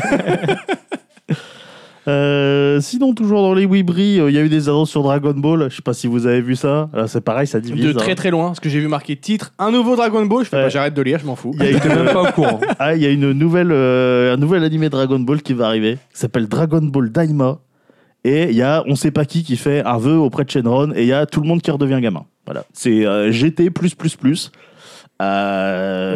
[SPEAKER 3] Euh, sinon, toujours dans les Wibri, il y a eu des annonces sur Dragon Ball. Je sais pas si vous avez vu ça. Là, c'est pareil, ça divise.
[SPEAKER 1] De très
[SPEAKER 3] hein.
[SPEAKER 1] très loin, parce que j'ai vu marqué titre, un nouveau Dragon Ball, je fais
[SPEAKER 3] Ouais.
[SPEAKER 1] bah, j'arrête de lire, je m'en fous.
[SPEAKER 3] Il y a
[SPEAKER 2] J'étais
[SPEAKER 3] une,
[SPEAKER 2] même pas au courant.
[SPEAKER 3] ah, il y a une nouvelle, euh, un nouvel animé Dragon Ball qui va arriver, qui s'appelle Dragon Ball Daima. Et il y a on sait pas qui qui fait un vœu auprès de Shenron, et il y a tout le monde qui redevient gamin. Voilà. C'est euh, G T plus plus plus. Euh...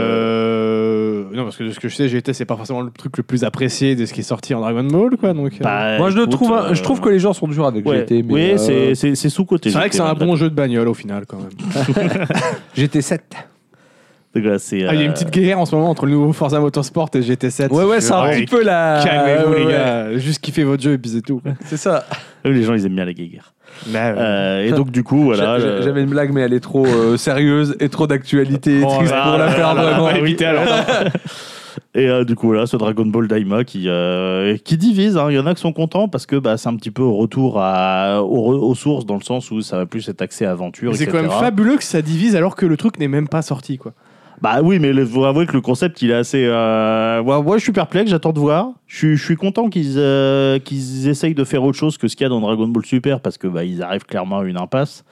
[SPEAKER 1] Euh... Non, parce que de ce que je sais, G T, c'est pas forcément le truc le plus apprécié de ce qui est sorti en Dragon Ball, quoi. Donc, euh,
[SPEAKER 3] bah,
[SPEAKER 2] Moi, je, le
[SPEAKER 3] écoute,
[SPEAKER 2] trouve,
[SPEAKER 3] euh,
[SPEAKER 2] je trouve que les gens sont durs avec
[SPEAKER 3] ouais.
[SPEAKER 2] G T. Mais
[SPEAKER 3] oui,
[SPEAKER 2] euh,
[SPEAKER 3] c'est, c'est, c'est sous-côté.
[SPEAKER 1] c'est vrai
[SPEAKER 3] G T,
[SPEAKER 1] que c'est un
[SPEAKER 3] là,
[SPEAKER 1] bon jeu de bagnole au final, quand même.
[SPEAKER 2] G T sept.
[SPEAKER 3] Donc là, c'est,
[SPEAKER 1] Ah, il y a une
[SPEAKER 3] euh,
[SPEAKER 1] petite guerre en ce moment entre le nouveau Forza Motorsport et G T sept.
[SPEAKER 2] Ouais, ouais, c'est un petit peu la.
[SPEAKER 1] Calmez-vous,
[SPEAKER 2] ouais,
[SPEAKER 1] les
[SPEAKER 2] ouais.
[SPEAKER 1] gars. Juste kiffez votre jeu et puis c'est tout. quoi.
[SPEAKER 2] C'est ça.
[SPEAKER 3] Les gens, ils aiment bien les guéguerres.
[SPEAKER 1] Bah, ouais.
[SPEAKER 3] Euh, et donc, du coup, voilà.
[SPEAKER 2] J'a-
[SPEAKER 3] le-
[SPEAKER 2] J'avais une blague, mais elle est trop euh, sérieuse et trop d'actualité et
[SPEAKER 1] Oh,
[SPEAKER 2] triste
[SPEAKER 3] Ah,
[SPEAKER 2] pour la
[SPEAKER 3] là,
[SPEAKER 2] faire
[SPEAKER 3] là, là,
[SPEAKER 2] vraiment.
[SPEAKER 3] là, oui.
[SPEAKER 1] éviter, alors.
[SPEAKER 3] Et euh, du coup, voilà, ce Dragon Ball Daima qui, euh, qui divise. hein. Il y en a qui sont contents parce que bah, c'est un petit peu au retour à, au re- aux sources, dans le sens où ça va plus être axé aventure,
[SPEAKER 1] Mais c'est
[SPEAKER 3] et cetera.
[SPEAKER 1] quand même fabuleux que ça divise alors que le truc n'est même pas sorti, quoi.
[SPEAKER 3] Bah oui, mais il faut avouer que le concept, il est assez... Euh... Ouais, moi, je suis perplexe, j'attends de voir. Je suis, je suis content qu'ils euh, qu'ils essayent de faire autre chose que ce qu'il y a dans Dragon Ball Super, parce que bah, ils arrivent clairement à une impasse.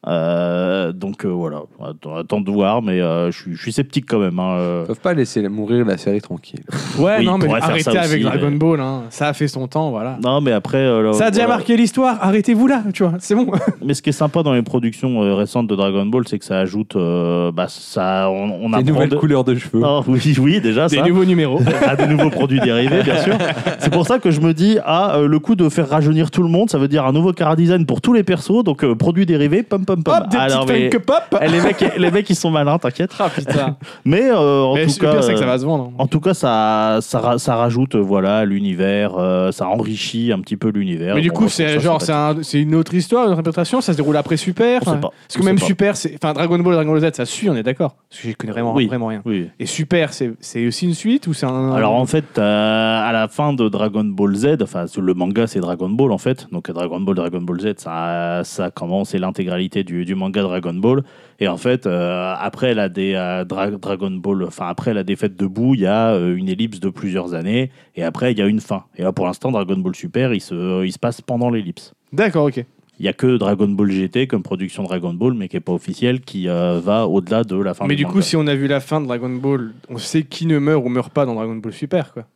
[SPEAKER 3] Euh, donc euh, voilà, attends, attends de voir, mais euh, je, suis, je suis sceptique quand même. Hein. euh.
[SPEAKER 2] Ils peuvent pas laisser mourir la série tranquille.
[SPEAKER 1] Ouais,
[SPEAKER 3] Oui,
[SPEAKER 1] non,
[SPEAKER 3] ils
[SPEAKER 1] mais
[SPEAKER 3] pourraient faire
[SPEAKER 1] arrêtez
[SPEAKER 3] ça
[SPEAKER 1] avec
[SPEAKER 3] aussi,
[SPEAKER 1] Dragon
[SPEAKER 3] mais-
[SPEAKER 1] Ball, hein. Ça a fait son temps, voilà.
[SPEAKER 3] Non, mais après... euh, là,
[SPEAKER 1] Ça a déjà
[SPEAKER 3] voilà.
[SPEAKER 1] marqué l'histoire, arrêtez-vous là, tu vois, c'est bon.
[SPEAKER 3] Mais ce qui est sympa dans les productions euh, récentes de Dragon Ball, c'est que ça ajoute... euh, bah, ça, on, on
[SPEAKER 2] Des
[SPEAKER 3] apprend
[SPEAKER 2] nouvelles
[SPEAKER 3] de-
[SPEAKER 2] couleurs de cheveux.
[SPEAKER 3] Non, oui, oui, déjà
[SPEAKER 1] Des
[SPEAKER 3] ça.
[SPEAKER 1] nouveaux numéros.
[SPEAKER 3] À des nouveaux produits dérivés, bien sûr. C'est pour ça que je me dis, ah, euh, le coup de faire rajeunir tout le monde, ça veut dire un nouveau chara design pour tous les persos, donc euh, produits dérivés, pom pom pom.
[SPEAKER 1] Hop, des
[SPEAKER 3] Alors,
[SPEAKER 1] petites
[SPEAKER 3] mais-
[SPEAKER 1] funk pop.
[SPEAKER 3] eh, les mecs, les mecs, ils sont malins, t'inquiète.
[SPEAKER 1] Ah putain.
[SPEAKER 3] Mais euh, en
[SPEAKER 1] Mais
[SPEAKER 3] tout
[SPEAKER 1] le
[SPEAKER 3] cas,
[SPEAKER 1] pire, c'est que ça
[SPEAKER 3] euh,
[SPEAKER 1] va se vendre.
[SPEAKER 3] en tout cas, ça, ça, ra- ça rajoute, euh, voilà, l'univers, euh, ça enrichit un petit peu l'univers.
[SPEAKER 1] Mais du
[SPEAKER 3] Bon,
[SPEAKER 1] coup,
[SPEAKER 3] moi, je trouve
[SPEAKER 1] c'est
[SPEAKER 3] ça
[SPEAKER 1] genre, c'est
[SPEAKER 3] sympathique.
[SPEAKER 1] un- c'est une autre histoire, une autre interprétation, ça se déroule après Super.
[SPEAKER 3] On sait
[SPEAKER 1] enfin,
[SPEAKER 3] pas.
[SPEAKER 1] Parce que
[SPEAKER 3] On
[SPEAKER 1] même
[SPEAKER 3] sait pas.
[SPEAKER 1] Super, c'est. Enfin, Dragon Ball, Dragon Ball Z, ça suit, on est d'accord. Parce que je connais vraiment,
[SPEAKER 3] Oui.
[SPEAKER 1] vraiment rien.
[SPEAKER 3] Oui.
[SPEAKER 1] Et Super, c'est c'est aussi une suite ou c'est un.
[SPEAKER 3] Alors en fait, euh, à la fin de Dragon Ball Z, enfin le manga c'est Dragon Ball en fait, donc Dragon Ball, Dragon Ball Z, ça, ça commence, c'est l'intégralité du, du manga Dragon Ball. Et en fait, euh, après la dé- euh, Dra- Dragon Ball, enfin après la défaite de Boo, il y a euh, une ellipse de plusieurs années, et après il y a une fin. Et là pour l'instant, Dragon Ball Super, il se, il se passe pendant l'ellipse.
[SPEAKER 1] D'accord, ok.
[SPEAKER 3] Il y a que Dragon Ball G T comme production Dragon Ball, mais qui est pas officielle, qui euh, va au-delà de la fin.
[SPEAKER 1] Mais
[SPEAKER 3] du
[SPEAKER 1] du coup,
[SPEAKER 3] manga.
[SPEAKER 1] si on a vu la fin de Dragon Ball, on sait qui ne meurt ou meurt pas dans Dragon Ball Super, quoi.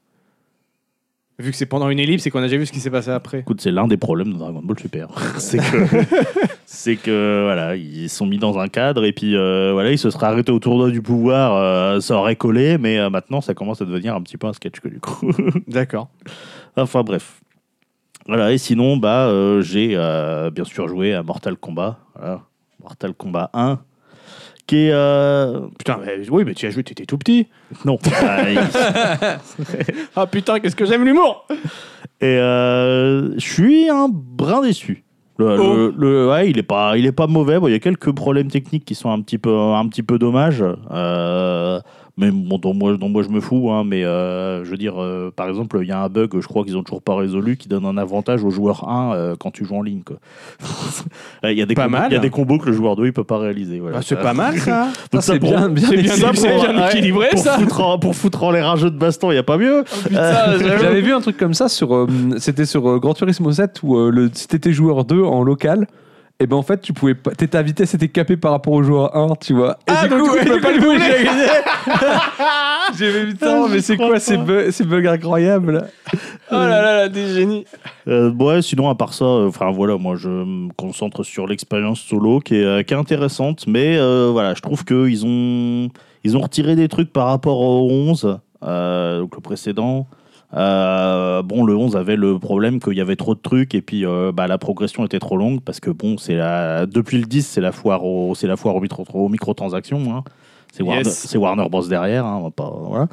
[SPEAKER 1] Vu que c'est pendant une ellipse et qu'on a déjà vu ce qui s'est passé après.
[SPEAKER 3] Écoute, c'est l'un des problèmes de Dragon Ball Super. c'est que, c'est que voilà, ils sont mis dans un cadre et puis euh, voilà, ils se seraient arrêtés au tournoi du pouvoir, euh, ça aurait collé, mais euh, maintenant ça commence à devenir un petit peu un sketch que du coup.
[SPEAKER 1] D'accord.
[SPEAKER 3] Enfin bref. Voilà, et sinon, bah, euh, j'ai euh, bien sûr joué à Mortal Kombat. Voilà. Mortal Kombat un. Qui est. euh,
[SPEAKER 1] Putain, mais, oui, mais tu as joué, t'étais tout petit.
[SPEAKER 3] Non. Euh, il-
[SPEAKER 1] Ah putain, qu'est-ce que j'aime l'humour.
[SPEAKER 3] Et euh, je suis un brin déçu. Le,
[SPEAKER 1] Oh.
[SPEAKER 3] le- le- ouais, il est pas, il est pas mauvais. Bon, il y a quelques problèmes techniques qui sont un petit peu, un petit peu dommages. Euh, mais bon, dont moi, dont moi je me fous. Hein, mais euh, je veux dire, euh, par exemple, il y a un bug, je crois qu'ils ont toujours pas résolu, qui donne un avantage au joueur un euh, quand tu joues en ligne. Quoi. Il y a des
[SPEAKER 1] Pas
[SPEAKER 3] combos,
[SPEAKER 1] mal.
[SPEAKER 3] il y a des combos que le joueur deux il peut pas réaliser. Voilà.
[SPEAKER 1] Ah, c'est pas mal ça.
[SPEAKER 3] Donc
[SPEAKER 2] Ça,
[SPEAKER 3] ça,
[SPEAKER 2] c'est
[SPEAKER 3] pour-
[SPEAKER 2] bien, bien
[SPEAKER 1] c'est bien,
[SPEAKER 2] équilibré.
[SPEAKER 1] c'est bien
[SPEAKER 3] ouais,
[SPEAKER 1] équilibré,
[SPEAKER 3] pour
[SPEAKER 1] ça.
[SPEAKER 3] Foutre en, pour foutre en les rageux de baston, il y a pas mieux.
[SPEAKER 1] Putain,
[SPEAKER 2] J'avais vu un truc comme ça sur. euh, c'était sur euh, Gran Turismo sept où euh, le, si t'étais joueur deux en local, et ben en fait tu pouvais pas. t'étais- Ta vitesse était capée par rapport au joueur un, tu vois. Et
[SPEAKER 1] Ah,
[SPEAKER 2] du
[SPEAKER 1] donc
[SPEAKER 2] coup,
[SPEAKER 1] tu
[SPEAKER 2] et
[SPEAKER 1] peux
[SPEAKER 2] du
[SPEAKER 1] pas
[SPEAKER 2] coup,
[SPEAKER 1] le
[SPEAKER 2] du coup,
[SPEAKER 1] bouger.
[SPEAKER 2] j'ai gagné. J'ai vu putain, mais c'est quoi ces bugs, ces bugs incroyables.
[SPEAKER 1] Oh là là, là, des génies.
[SPEAKER 3] Euh, ouais, sinon à part ça, euh, enfin voilà, moi je me concentre sur l'expérience solo qui est, euh, qui est intéressante, mais euh, voilà, je trouve que ils ont ils ont retiré des trucs par rapport au onze, euh, donc le précédent. Euh, bon, le onze avait le problème qu'il y avait trop de trucs et puis euh, bah, la progression était trop longue parce que bon, c'est la depuis le dix, c'est la foire au c'est la foire aux, micro, aux microtransactions. Hein. C'est Warner,
[SPEAKER 1] Yes.
[SPEAKER 3] c'est Warner Bros derrière, hein, on va pas, voilà.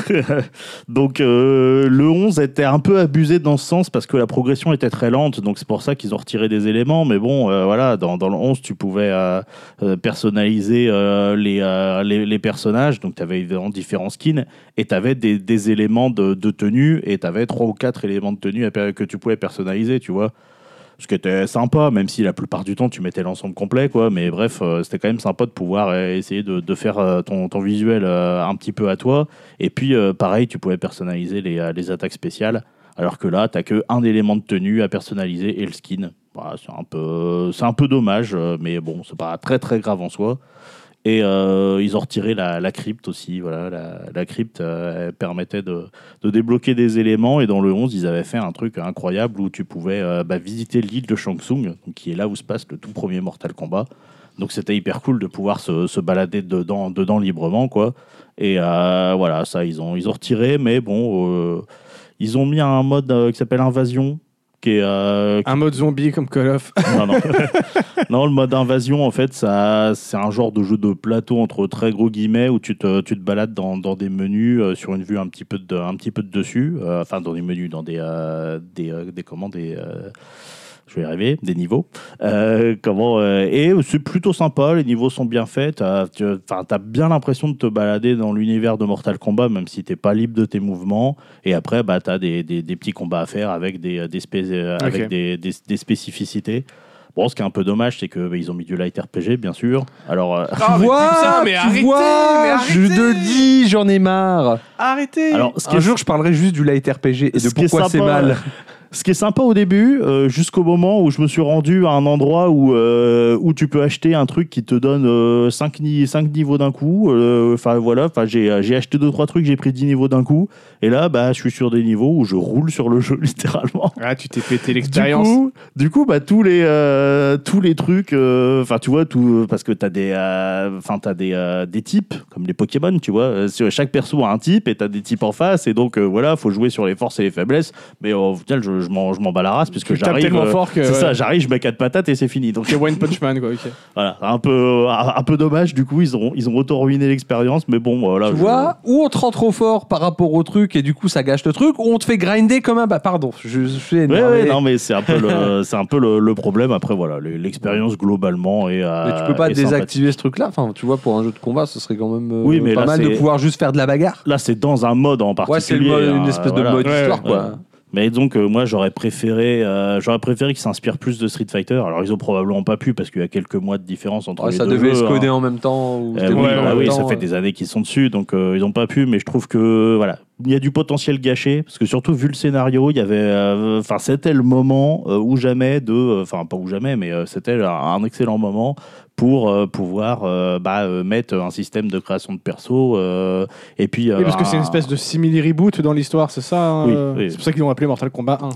[SPEAKER 3] Donc euh, le onze était un peu abusé dans ce sens parce que la progression était très lente, donc c'est pour ça qu'ils ont retiré des éléments. Mais bon, euh, voilà, dans, dans le onze, tu pouvais euh, euh, personnaliser euh, les, euh, les, les personnages, donc tu avais évidemment différents skins et tu avais des, des éléments de, de tenue et tu avais trois ou quatre éléments de tenue à per- que tu pouvais personnaliser, tu vois. Ce qui était sympa, même si la plupart du temps tu mettais l'ensemble complet, quoi. Mais bref, euh, c'était quand même sympa de pouvoir euh, essayer de, de faire euh, ton, ton visuel euh, un petit peu à toi. Et puis, euh, pareil, tu pouvais personnaliser les, euh, les attaques spéciales. Alors que là, t'as qu'un élément de tenue à personnaliser et le skin. Voilà, c'est un peu, c'est un peu dommage, euh, mais bon, c'est pas très très grave en soi. Et euh, ils ont retiré la, la crypte aussi. Voilà, la, la crypte euh, elle permettait de, de débloquer des éléments. Et dans le onze, ils avaient fait un truc incroyable où tu pouvais euh, bah, visiter l'île de Shang Tsung, qui est là où se passe le tout premier Mortal Kombat. Donc c'était hyper cool de pouvoir se, se balader dedans, dedans librement, quoi. Et euh, voilà, ça, ils ont, ils ont retiré. Mais bon, euh, ils ont mis un mode euh, qui s'appelle Invasion. Qui est, euh,
[SPEAKER 1] Un mode zombie comme Call of.
[SPEAKER 3] non, non. Non, le mode invasion, en fait, ça, c'est un genre de jeu de plateau entre très gros guillemets où tu te, tu te balades dans, dans des menus euh, sur une vue un petit peu de, un petit peu de dessus. Euh, enfin, dans des menus, dans des, euh, des, euh, des, comment, des, euh, je vais y arriver, des niveaux. Euh, comment, euh, et c'est plutôt sympa, les niveaux sont bien faits. T'as, tu as bien l'impression de te balader dans l'univers de Mortal Kombat, même si tu n'es pas libre de tes mouvements. Et après, bah, tu as des, des, des petits combats à faire avec des, des, spé- euh,
[SPEAKER 1] Ok.
[SPEAKER 3] avec des, des, des spécificités. Bon, ce qui est un peu dommage, c'est qu'ils bah, ils ont mis du light R P G, bien sûr. Alors, euh,
[SPEAKER 1] Ah, mais putain, mais
[SPEAKER 2] tu
[SPEAKER 1] arrêtez,
[SPEAKER 2] vois,
[SPEAKER 1] mais
[SPEAKER 2] je
[SPEAKER 1] arrêtez.
[SPEAKER 2] te dis, j'en ai marre.
[SPEAKER 1] Arrêtez.
[SPEAKER 3] alors ce qui
[SPEAKER 2] Un
[SPEAKER 3] est
[SPEAKER 2] jour, je parlerai juste du light R P G et de
[SPEAKER 3] Ce qui est
[SPEAKER 2] pourquoi c'est
[SPEAKER 3] sympa,
[SPEAKER 2] mal.
[SPEAKER 3] Ce qui est sympa au début, euh, jusqu'au moment où je me suis rendu à un endroit où, euh, où tu peux acheter un truc qui te donne euh, cinq niveaux d'un coup. Enfin voilà, j'ai, j'ai acheté deux trois trucs, j'ai pris dix niveaux d'un coup. Et là, bah, je suis sur des niveaux où je roule sur le jeu littéralement.
[SPEAKER 1] Ah, tu t'es pété
[SPEAKER 3] Du
[SPEAKER 1] l'expérience.
[SPEAKER 3] coup, du coup, bah, tous les euh, tous les trucs, enfin tu vois, tout parce que t'as des, enfin t'as des euh, des types comme les Pokémon, tu vois. Euh, sur- chaque perso a un type et t'as des types en face et donc euh, voilà, faut jouer sur les forces et les faiblesses. Mais au final, je, je m'en je m'en bats la race puisque
[SPEAKER 1] Tu tapes
[SPEAKER 3] j'arrive.
[SPEAKER 1] tellement
[SPEAKER 3] euh,
[SPEAKER 1] fort que.
[SPEAKER 3] c'est
[SPEAKER 1] ouais.
[SPEAKER 3] ça, j'arrive, je mets quatre patates et c'est fini. Donc
[SPEAKER 1] C'est One Punch Man, quoi. Ok.
[SPEAKER 3] voilà, un peu un, un peu dommage. Du coup, ils ont ils ont auto-ruiné l'expérience, mais bon, voilà.
[SPEAKER 2] Tu
[SPEAKER 3] je-
[SPEAKER 2] vois, ou on te rend trop fort par rapport au truc et du coup ça gâche le truc, ou on te fait grinder comme un bah pardon, je, je suis
[SPEAKER 3] Ouais,
[SPEAKER 2] énervé.
[SPEAKER 3] ouais, non, mais c'est un peu le, c'est un peu le, le problème. Après, voilà, les- l'expérience globalement est. euh,
[SPEAKER 2] Mais tu peux pas
[SPEAKER 3] est
[SPEAKER 2] désactiver ce truc-là. Enfin, tu vois, pour un jeu de combat, ce serait quand même euh,
[SPEAKER 3] Oui, mais
[SPEAKER 2] pas
[SPEAKER 3] là,
[SPEAKER 2] mal de
[SPEAKER 3] c'est-
[SPEAKER 2] pouvoir juste faire de la bagarre.
[SPEAKER 3] Là, c'est dans un mode en particulier.
[SPEAKER 2] Ouais, c'est le mode-
[SPEAKER 3] hein,
[SPEAKER 2] une espèce de
[SPEAKER 3] voilà.
[SPEAKER 2] mode
[SPEAKER 1] Ouais,
[SPEAKER 2] histoire,
[SPEAKER 1] ouais,
[SPEAKER 2] quoi.
[SPEAKER 3] ouais. Mais donc, euh, moi, j'aurais préféré, euh, j'aurais préféré qu'ils s'inspirent plus de Street Fighter. Alors, ils ont probablement pas pu parce qu'il y a quelques mois de différence entre
[SPEAKER 2] Ouais,
[SPEAKER 3] les
[SPEAKER 2] ça
[SPEAKER 3] deux
[SPEAKER 2] devait
[SPEAKER 3] jeux,
[SPEAKER 2] se coder
[SPEAKER 3] hein.
[SPEAKER 2] en même temps. Ou se
[SPEAKER 3] Euh,
[SPEAKER 2] dérouler
[SPEAKER 3] oui,
[SPEAKER 2] en
[SPEAKER 3] bah
[SPEAKER 2] même
[SPEAKER 3] oui,
[SPEAKER 2] temps,
[SPEAKER 3] ça fait
[SPEAKER 2] euh.
[SPEAKER 3] des années qu'ils sont dessus, donc euh, ils n'ont pas pu. Mais je trouve que voilà, il y a du potentiel gâché parce que surtout vu le scénario, il y avait, enfin, c'était le moment euh, ou jamais de, enfin pas ou jamais, mais euh, c'était un, un excellent moment pour euh, pouvoir euh, bah, euh, mettre un système de création de perso euh, et puis.
[SPEAKER 1] Oui, parce que
[SPEAKER 3] euh,
[SPEAKER 1] c'est une
[SPEAKER 3] un-
[SPEAKER 1] espèce de simili reboot dans l'histoire, c'est ça hein,
[SPEAKER 3] Oui,
[SPEAKER 1] euh,
[SPEAKER 3] oui.
[SPEAKER 1] C'est pour ça qu'ils l'ont appelé Mortal Kombat un.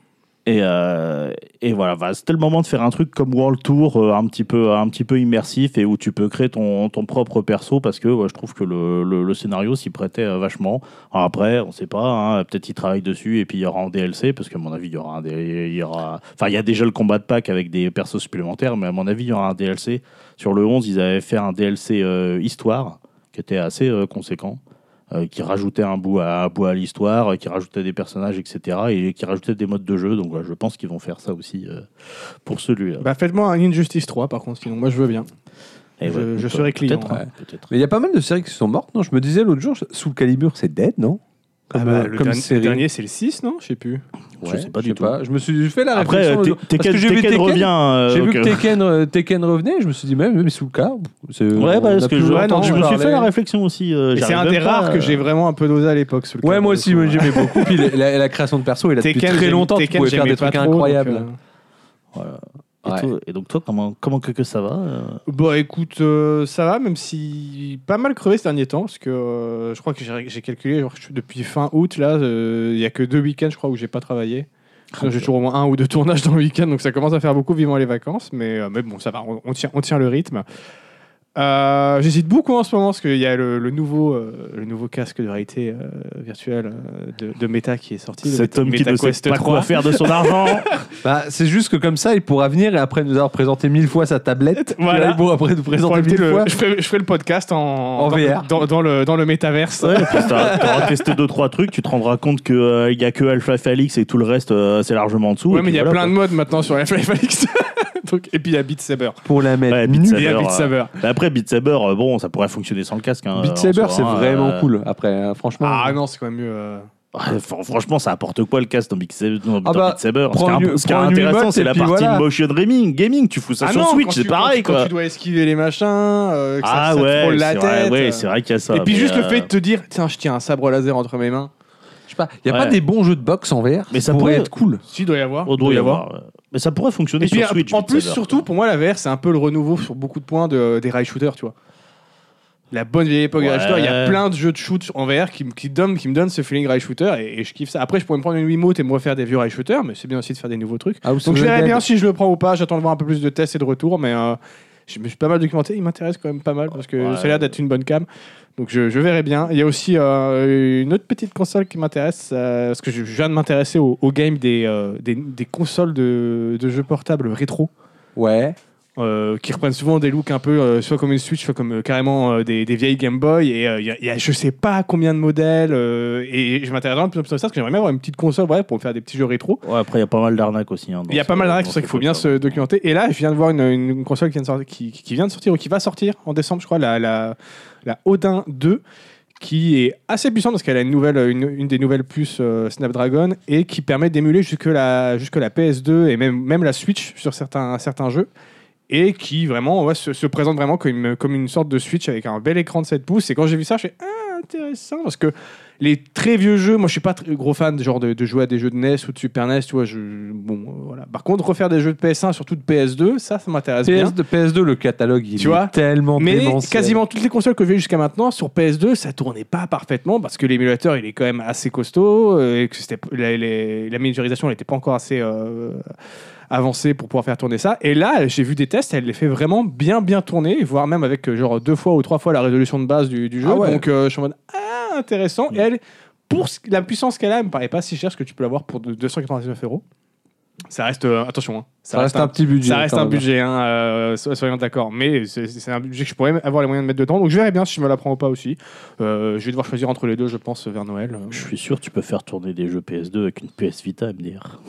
[SPEAKER 3] Et, euh, et voilà, bah, c'était le moment de faire un truc comme World Tour, euh, un petit peu, un petit peu immersif et où tu peux créer ton, ton propre perso parce que ouais, je trouve que le, le, le scénario s'y prêtait euh, vachement. Alors après, on sait pas, hein, peut-être ils travaillent dessus et puis il y aura un D L C parce qu'à mon avis, il y aura un D- il y aura, enfin, il y a déjà le combat de pack avec des persos supplémentaires, mais à mon avis, il y aura un D L C. Sur le onze, ils avaient fait un D L C euh, histoire qui était assez euh, conséquent. Euh, qui rajoutait un bout à, un bout à l'histoire, euh, qui rajoutait des personnages, et cetera. Et qui rajoutait des modes de jeu. Donc voilà, je pense qu'ils vont faire ça aussi euh, pour celui-là.
[SPEAKER 1] Bah, faites-moi un Injustice trois, par contre, sinon moi je veux bien.
[SPEAKER 3] Et
[SPEAKER 1] je-
[SPEAKER 3] ouais,
[SPEAKER 1] je
[SPEAKER 3] peut-
[SPEAKER 1] serai client,
[SPEAKER 3] Peut-être,
[SPEAKER 2] ouais.
[SPEAKER 3] hein, peut-être.
[SPEAKER 2] Mais il y a pas mal de séries qui sont mortes, non? Je me disais l'autre jour, Soul Calibur, c'est dead, non? Comme,
[SPEAKER 1] Ah bah,
[SPEAKER 2] euh,
[SPEAKER 1] le,
[SPEAKER 2] comme
[SPEAKER 1] dernier,
[SPEAKER 2] série.
[SPEAKER 1] le dernier, c'est le six, non? Je sais plus.
[SPEAKER 3] Je sais pas
[SPEAKER 2] je
[SPEAKER 3] du tout.
[SPEAKER 2] Je me suis fait la
[SPEAKER 3] Après,
[SPEAKER 2] réflexion.
[SPEAKER 3] euh,
[SPEAKER 2] l'autre
[SPEAKER 3] Te-
[SPEAKER 2] jour. Parce
[SPEAKER 3] Tekken
[SPEAKER 2] que j'ai vu
[SPEAKER 3] Tekken
[SPEAKER 2] Tekken,
[SPEAKER 3] revient. euh,
[SPEAKER 2] j'ai vu
[SPEAKER 3] donc,
[SPEAKER 2] que
[SPEAKER 3] euh,
[SPEAKER 2] Tekken, euh, Tekken revenait, je me suis dit, même, mais Soulka, c'est.
[SPEAKER 3] Ouais,
[SPEAKER 2] on
[SPEAKER 3] bah,
[SPEAKER 2] a
[SPEAKER 3] parce que
[SPEAKER 2] plus
[SPEAKER 3] je,
[SPEAKER 2] longtemps
[SPEAKER 3] je me suis
[SPEAKER 2] parlé.
[SPEAKER 3] fait la réflexion aussi. euh,
[SPEAKER 1] Et c'est
[SPEAKER 3] j'arrive
[SPEAKER 1] un
[SPEAKER 3] même
[SPEAKER 1] des
[SPEAKER 3] pas,
[SPEAKER 1] rares que
[SPEAKER 3] euh,
[SPEAKER 1] j'ai vraiment un peu dosé à l'époque. Soul
[SPEAKER 2] Ouais,
[SPEAKER 1] Calibur,
[SPEAKER 2] moi
[SPEAKER 1] du
[SPEAKER 2] aussi,
[SPEAKER 1] coup,
[SPEAKER 2] moi,
[SPEAKER 1] ouais.
[SPEAKER 2] j'aimais beaucoup. Puis la, la- la création de perso, il a depuis
[SPEAKER 1] Tekken,
[SPEAKER 2] très
[SPEAKER 1] j'aime-
[SPEAKER 2] longtemps, tu
[SPEAKER 1] Tekken,
[SPEAKER 2] pouvais faire
[SPEAKER 1] j'aimais
[SPEAKER 2] des trucs
[SPEAKER 1] pas trop, donc,
[SPEAKER 2] incroyables.
[SPEAKER 1] euh,
[SPEAKER 3] Voilà. Et,
[SPEAKER 2] Ouais.
[SPEAKER 3] toi, et donc toi, comment, comment que, que ça va euh
[SPEAKER 1] Bah écoute, euh, ça va, même si pas mal crevé ces derniers temps, parce que euh, je crois que j'ai j'ai calculé, genre, je suis- depuis fin août, là, il y a que deux week-ends, je crois, où j'ai pas travaillé. Sinon, j'ai toujours au moins un ou deux tournages dans le week-end, donc ça commence à faire beaucoup vivant les vacances, mais, euh, mais bon, ça va, on, on tient, on tient le rythme. Euh, J'hésite beaucoup en ce moment parce qu'il y a le, le, nouveau, euh, le nouveau casque de réalité euh, virtuelle euh, de, de Meta qui est sorti.
[SPEAKER 3] Cet
[SPEAKER 1] le
[SPEAKER 3] homme qui
[SPEAKER 1] Meta
[SPEAKER 3] ne sait
[SPEAKER 1] Quest
[SPEAKER 3] pas
[SPEAKER 1] trois.
[SPEAKER 3] quoi faire de son argent.
[SPEAKER 2] Bah, c'est juste que comme ça, il pourra venir et après nous avoir présenté mille fois sa tablette.
[SPEAKER 1] Voilà.
[SPEAKER 2] Là, il pourra après nous
[SPEAKER 1] Pour
[SPEAKER 2] présenter
[SPEAKER 1] éviter
[SPEAKER 2] mille
[SPEAKER 1] le-
[SPEAKER 2] fois.
[SPEAKER 1] je, ferai, je ferai le podcast en,
[SPEAKER 2] En
[SPEAKER 1] dans,
[SPEAKER 2] V R.
[SPEAKER 1] dans, dans le, dans le métaverse.
[SPEAKER 3] Ouais, puis t'auras, t'auras testé deux trois trucs, tu te rendras compte qu'il euh, n'y a que Half-Life Alyx et tout le reste, euh, c'est largement en dessous.
[SPEAKER 1] Ouais,
[SPEAKER 3] et
[SPEAKER 1] mais
[SPEAKER 3] puis
[SPEAKER 1] il y a
[SPEAKER 3] voilà,
[SPEAKER 1] plein
[SPEAKER 3] quoi.
[SPEAKER 1] de modes maintenant sur Half-Life Alyx. Donc, et puis il y a Beat Saber.
[SPEAKER 2] Pour la mettre
[SPEAKER 3] Ouais, Beat
[SPEAKER 2] nulle.
[SPEAKER 3] Saber.
[SPEAKER 1] Et il y a Beat
[SPEAKER 3] euh,
[SPEAKER 1] Saber.
[SPEAKER 3] Mais après, Beat Saber, euh, bon, ça pourrait fonctionner sans le casque. Hein,
[SPEAKER 2] Beat
[SPEAKER 3] en
[SPEAKER 2] Saber,
[SPEAKER 3] soi,
[SPEAKER 2] c'est
[SPEAKER 3] hein,
[SPEAKER 2] vraiment
[SPEAKER 3] euh,
[SPEAKER 2] cool. Après, hein, franchement.
[SPEAKER 1] Ah non, c'est quand même mieux. euh.
[SPEAKER 3] ouais, fr- franchement, ça apporte quoi le casque dans Beat Saber, dans
[SPEAKER 2] Ah
[SPEAKER 3] dans
[SPEAKER 2] bah,
[SPEAKER 3] Beat Saber Ce
[SPEAKER 2] prends
[SPEAKER 3] qui est,
[SPEAKER 2] une-
[SPEAKER 3] un- ce qui est
[SPEAKER 2] prends une
[SPEAKER 3] intéressant,
[SPEAKER 2] Wiimote
[SPEAKER 3] c'est
[SPEAKER 2] et
[SPEAKER 3] la
[SPEAKER 2] puis
[SPEAKER 3] partie
[SPEAKER 2] voilà.
[SPEAKER 3] motion gaming. Gaming, tu fous ça
[SPEAKER 1] Ah
[SPEAKER 3] sur
[SPEAKER 1] non,
[SPEAKER 3] Switch,
[SPEAKER 1] quand
[SPEAKER 3] c'est
[SPEAKER 1] tu-
[SPEAKER 3] pareil,
[SPEAKER 1] quand,
[SPEAKER 3] quoi.
[SPEAKER 1] quand tu dois esquiver les machins, euh, que ça,
[SPEAKER 3] Ah
[SPEAKER 1] ça te
[SPEAKER 3] ouais,
[SPEAKER 1] frôle la
[SPEAKER 3] c'est vrai,
[SPEAKER 1] tête.
[SPEAKER 3] ouais, c'est vrai qu'il y a ça.
[SPEAKER 1] Et puis
[SPEAKER 3] mais,
[SPEAKER 1] juste le
[SPEAKER 3] euh,
[SPEAKER 1] fait de te dire, tiens, je tiens un sabre laser entre mes mains.
[SPEAKER 2] Je sais pas. Il y a
[SPEAKER 3] Ouais.
[SPEAKER 2] pas des bons jeux de boxe en V R.
[SPEAKER 3] Mais ça
[SPEAKER 2] pourrait
[SPEAKER 3] pourrait-
[SPEAKER 2] être cool.
[SPEAKER 1] Si, il doit y avoir.
[SPEAKER 3] On doit y avoir. ouais. Mais ça pourrait fonctionner
[SPEAKER 1] Et puis
[SPEAKER 3] sur Switch.
[SPEAKER 1] en
[SPEAKER 3] Beat
[SPEAKER 1] plus,
[SPEAKER 3] Saber,
[SPEAKER 1] surtout,
[SPEAKER 3] quoi.
[SPEAKER 1] pour moi, la V R, c'est un peu le renouveau sur beaucoup de points de, des rail shooters, tu vois. La bonne vieille époque des rail
[SPEAKER 3] Ouais.
[SPEAKER 1] shooters, il y a plein de jeux de shoot en V R qui, qui, donnent, qui me donnent ce feeling rail shooter et, et je kiffe ça. Après, je pourrais me prendre une Wiimote et me refaire des vieux rail shooters, mais c'est bien aussi de faire des nouveaux trucs.
[SPEAKER 2] House
[SPEAKER 1] Donc
[SPEAKER 2] of
[SPEAKER 1] je
[SPEAKER 2] the
[SPEAKER 1] verrai
[SPEAKER 2] Dead.
[SPEAKER 1] bien si je le prends ou pas. J'attends de voir un peu plus de tests et de retours, mais euh, je me suis pas mal documenté. Il m'intéresse quand même pas mal parce que
[SPEAKER 3] Ouais.
[SPEAKER 1] ça a l'air d'être une bonne cam. Donc je, je verrai bien. Il y a aussi euh, une autre petite console qui m'intéresse euh, parce que je, je viens de m'intéresser au, au game des, euh, des, des consoles de, de jeux portables rétro.
[SPEAKER 2] Ouais.
[SPEAKER 1] Euh, qui reprennent souvent des looks un peu euh, soit comme une Switch, soit comme euh, carrément euh, des, des vieilles Game Boy. Et il euh, y, a- y a je sais pas combien de modèles. euh, et je m'intéresse vraiment de plus en plus à ça parce que j'aimerais bien avoir une petite console ouais, pour me faire des petits jeux rétro.
[SPEAKER 3] Ouais, après, il y a pas mal d'arnaques aussi. hein, dans
[SPEAKER 1] Il y a
[SPEAKER 3] ce-
[SPEAKER 1] pas mal d'arnaques,
[SPEAKER 3] dans
[SPEAKER 1] c'est pour ça
[SPEAKER 3] ce
[SPEAKER 1] qu'il faut bien
[SPEAKER 3] truc-là.
[SPEAKER 1] se documenter. Et là, je viens de voir une, une console qui vient de, sortir, qui, qui vient de sortir ou qui va sortir en décembre, je crois, la, la, la Odin deux, qui est assez puissante parce qu'elle a une, nouvelle, une, une des nouvelles puces euh, Snapdragon et qui permet d'émuler jusque la, jusque la P S deux et même, même la Switch sur certains, certains jeux. Et qui vraiment ouais, se, se présente vraiment comme une, comme une sorte de Switch avec un bel écran de sept pouces. Et quand j'ai vu ça, je fais ah, intéressant parce que les très vieux jeux, moi je suis pas très gros fan de, genre de, de jouer à des jeux de N E S ou de Super N E S, tu vois. Je, bon, euh, voilà. Par contre, refaire des jeux de P S un, surtout de P S deux, ça, ça m'intéresse
[SPEAKER 2] P S
[SPEAKER 1] bien.
[SPEAKER 2] deux, P S deux, le catalogue, il
[SPEAKER 1] Tu
[SPEAKER 2] est
[SPEAKER 1] vois,
[SPEAKER 2] tellement
[SPEAKER 1] Mais
[SPEAKER 2] démentiel.
[SPEAKER 1] quasiment toutes les consoles que j'ai eues jusqu'à maintenant sur P S deux, ça tournait pas parfaitement parce que l'émulateur il est quand même assez costaud euh, et que c'était la, la, la miniaturisation elle était pas encore assez euh, avancée pour pouvoir faire tourner ça. Et là, j'ai vu des tests, elle les fait vraiment bien bien tourner, voire même avec euh, genre deux fois ou trois fois la résolution de base du, du jeu.
[SPEAKER 2] Ah ouais.
[SPEAKER 1] Donc euh, je suis en mode ah intéressant. Et elle, pour ce- la puissance qu'elle a, elle me paraît pas si cher parce que tu peux l'avoir pour de- deux cent quatre-vingt-dix-neuf euros. Ça reste euh, attention. Hein,
[SPEAKER 2] Ça reste un petit budget.
[SPEAKER 1] ça reste
[SPEAKER 2] quand
[SPEAKER 1] un
[SPEAKER 2] même.
[SPEAKER 1] budget, hein, euh, so- soyons d'accord. Mais c'est c'est un budget que je pourrais avoir les moyens de mettre dedans. Donc je verrai bien si je me la prends ou pas aussi. Euh, je vais devoir choisir entre les deux, je pense, vers Noël.
[SPEAKER 3] Je suis sûr que tu peux faire tourner des jeux P S deux avec une P S Vita, M D R.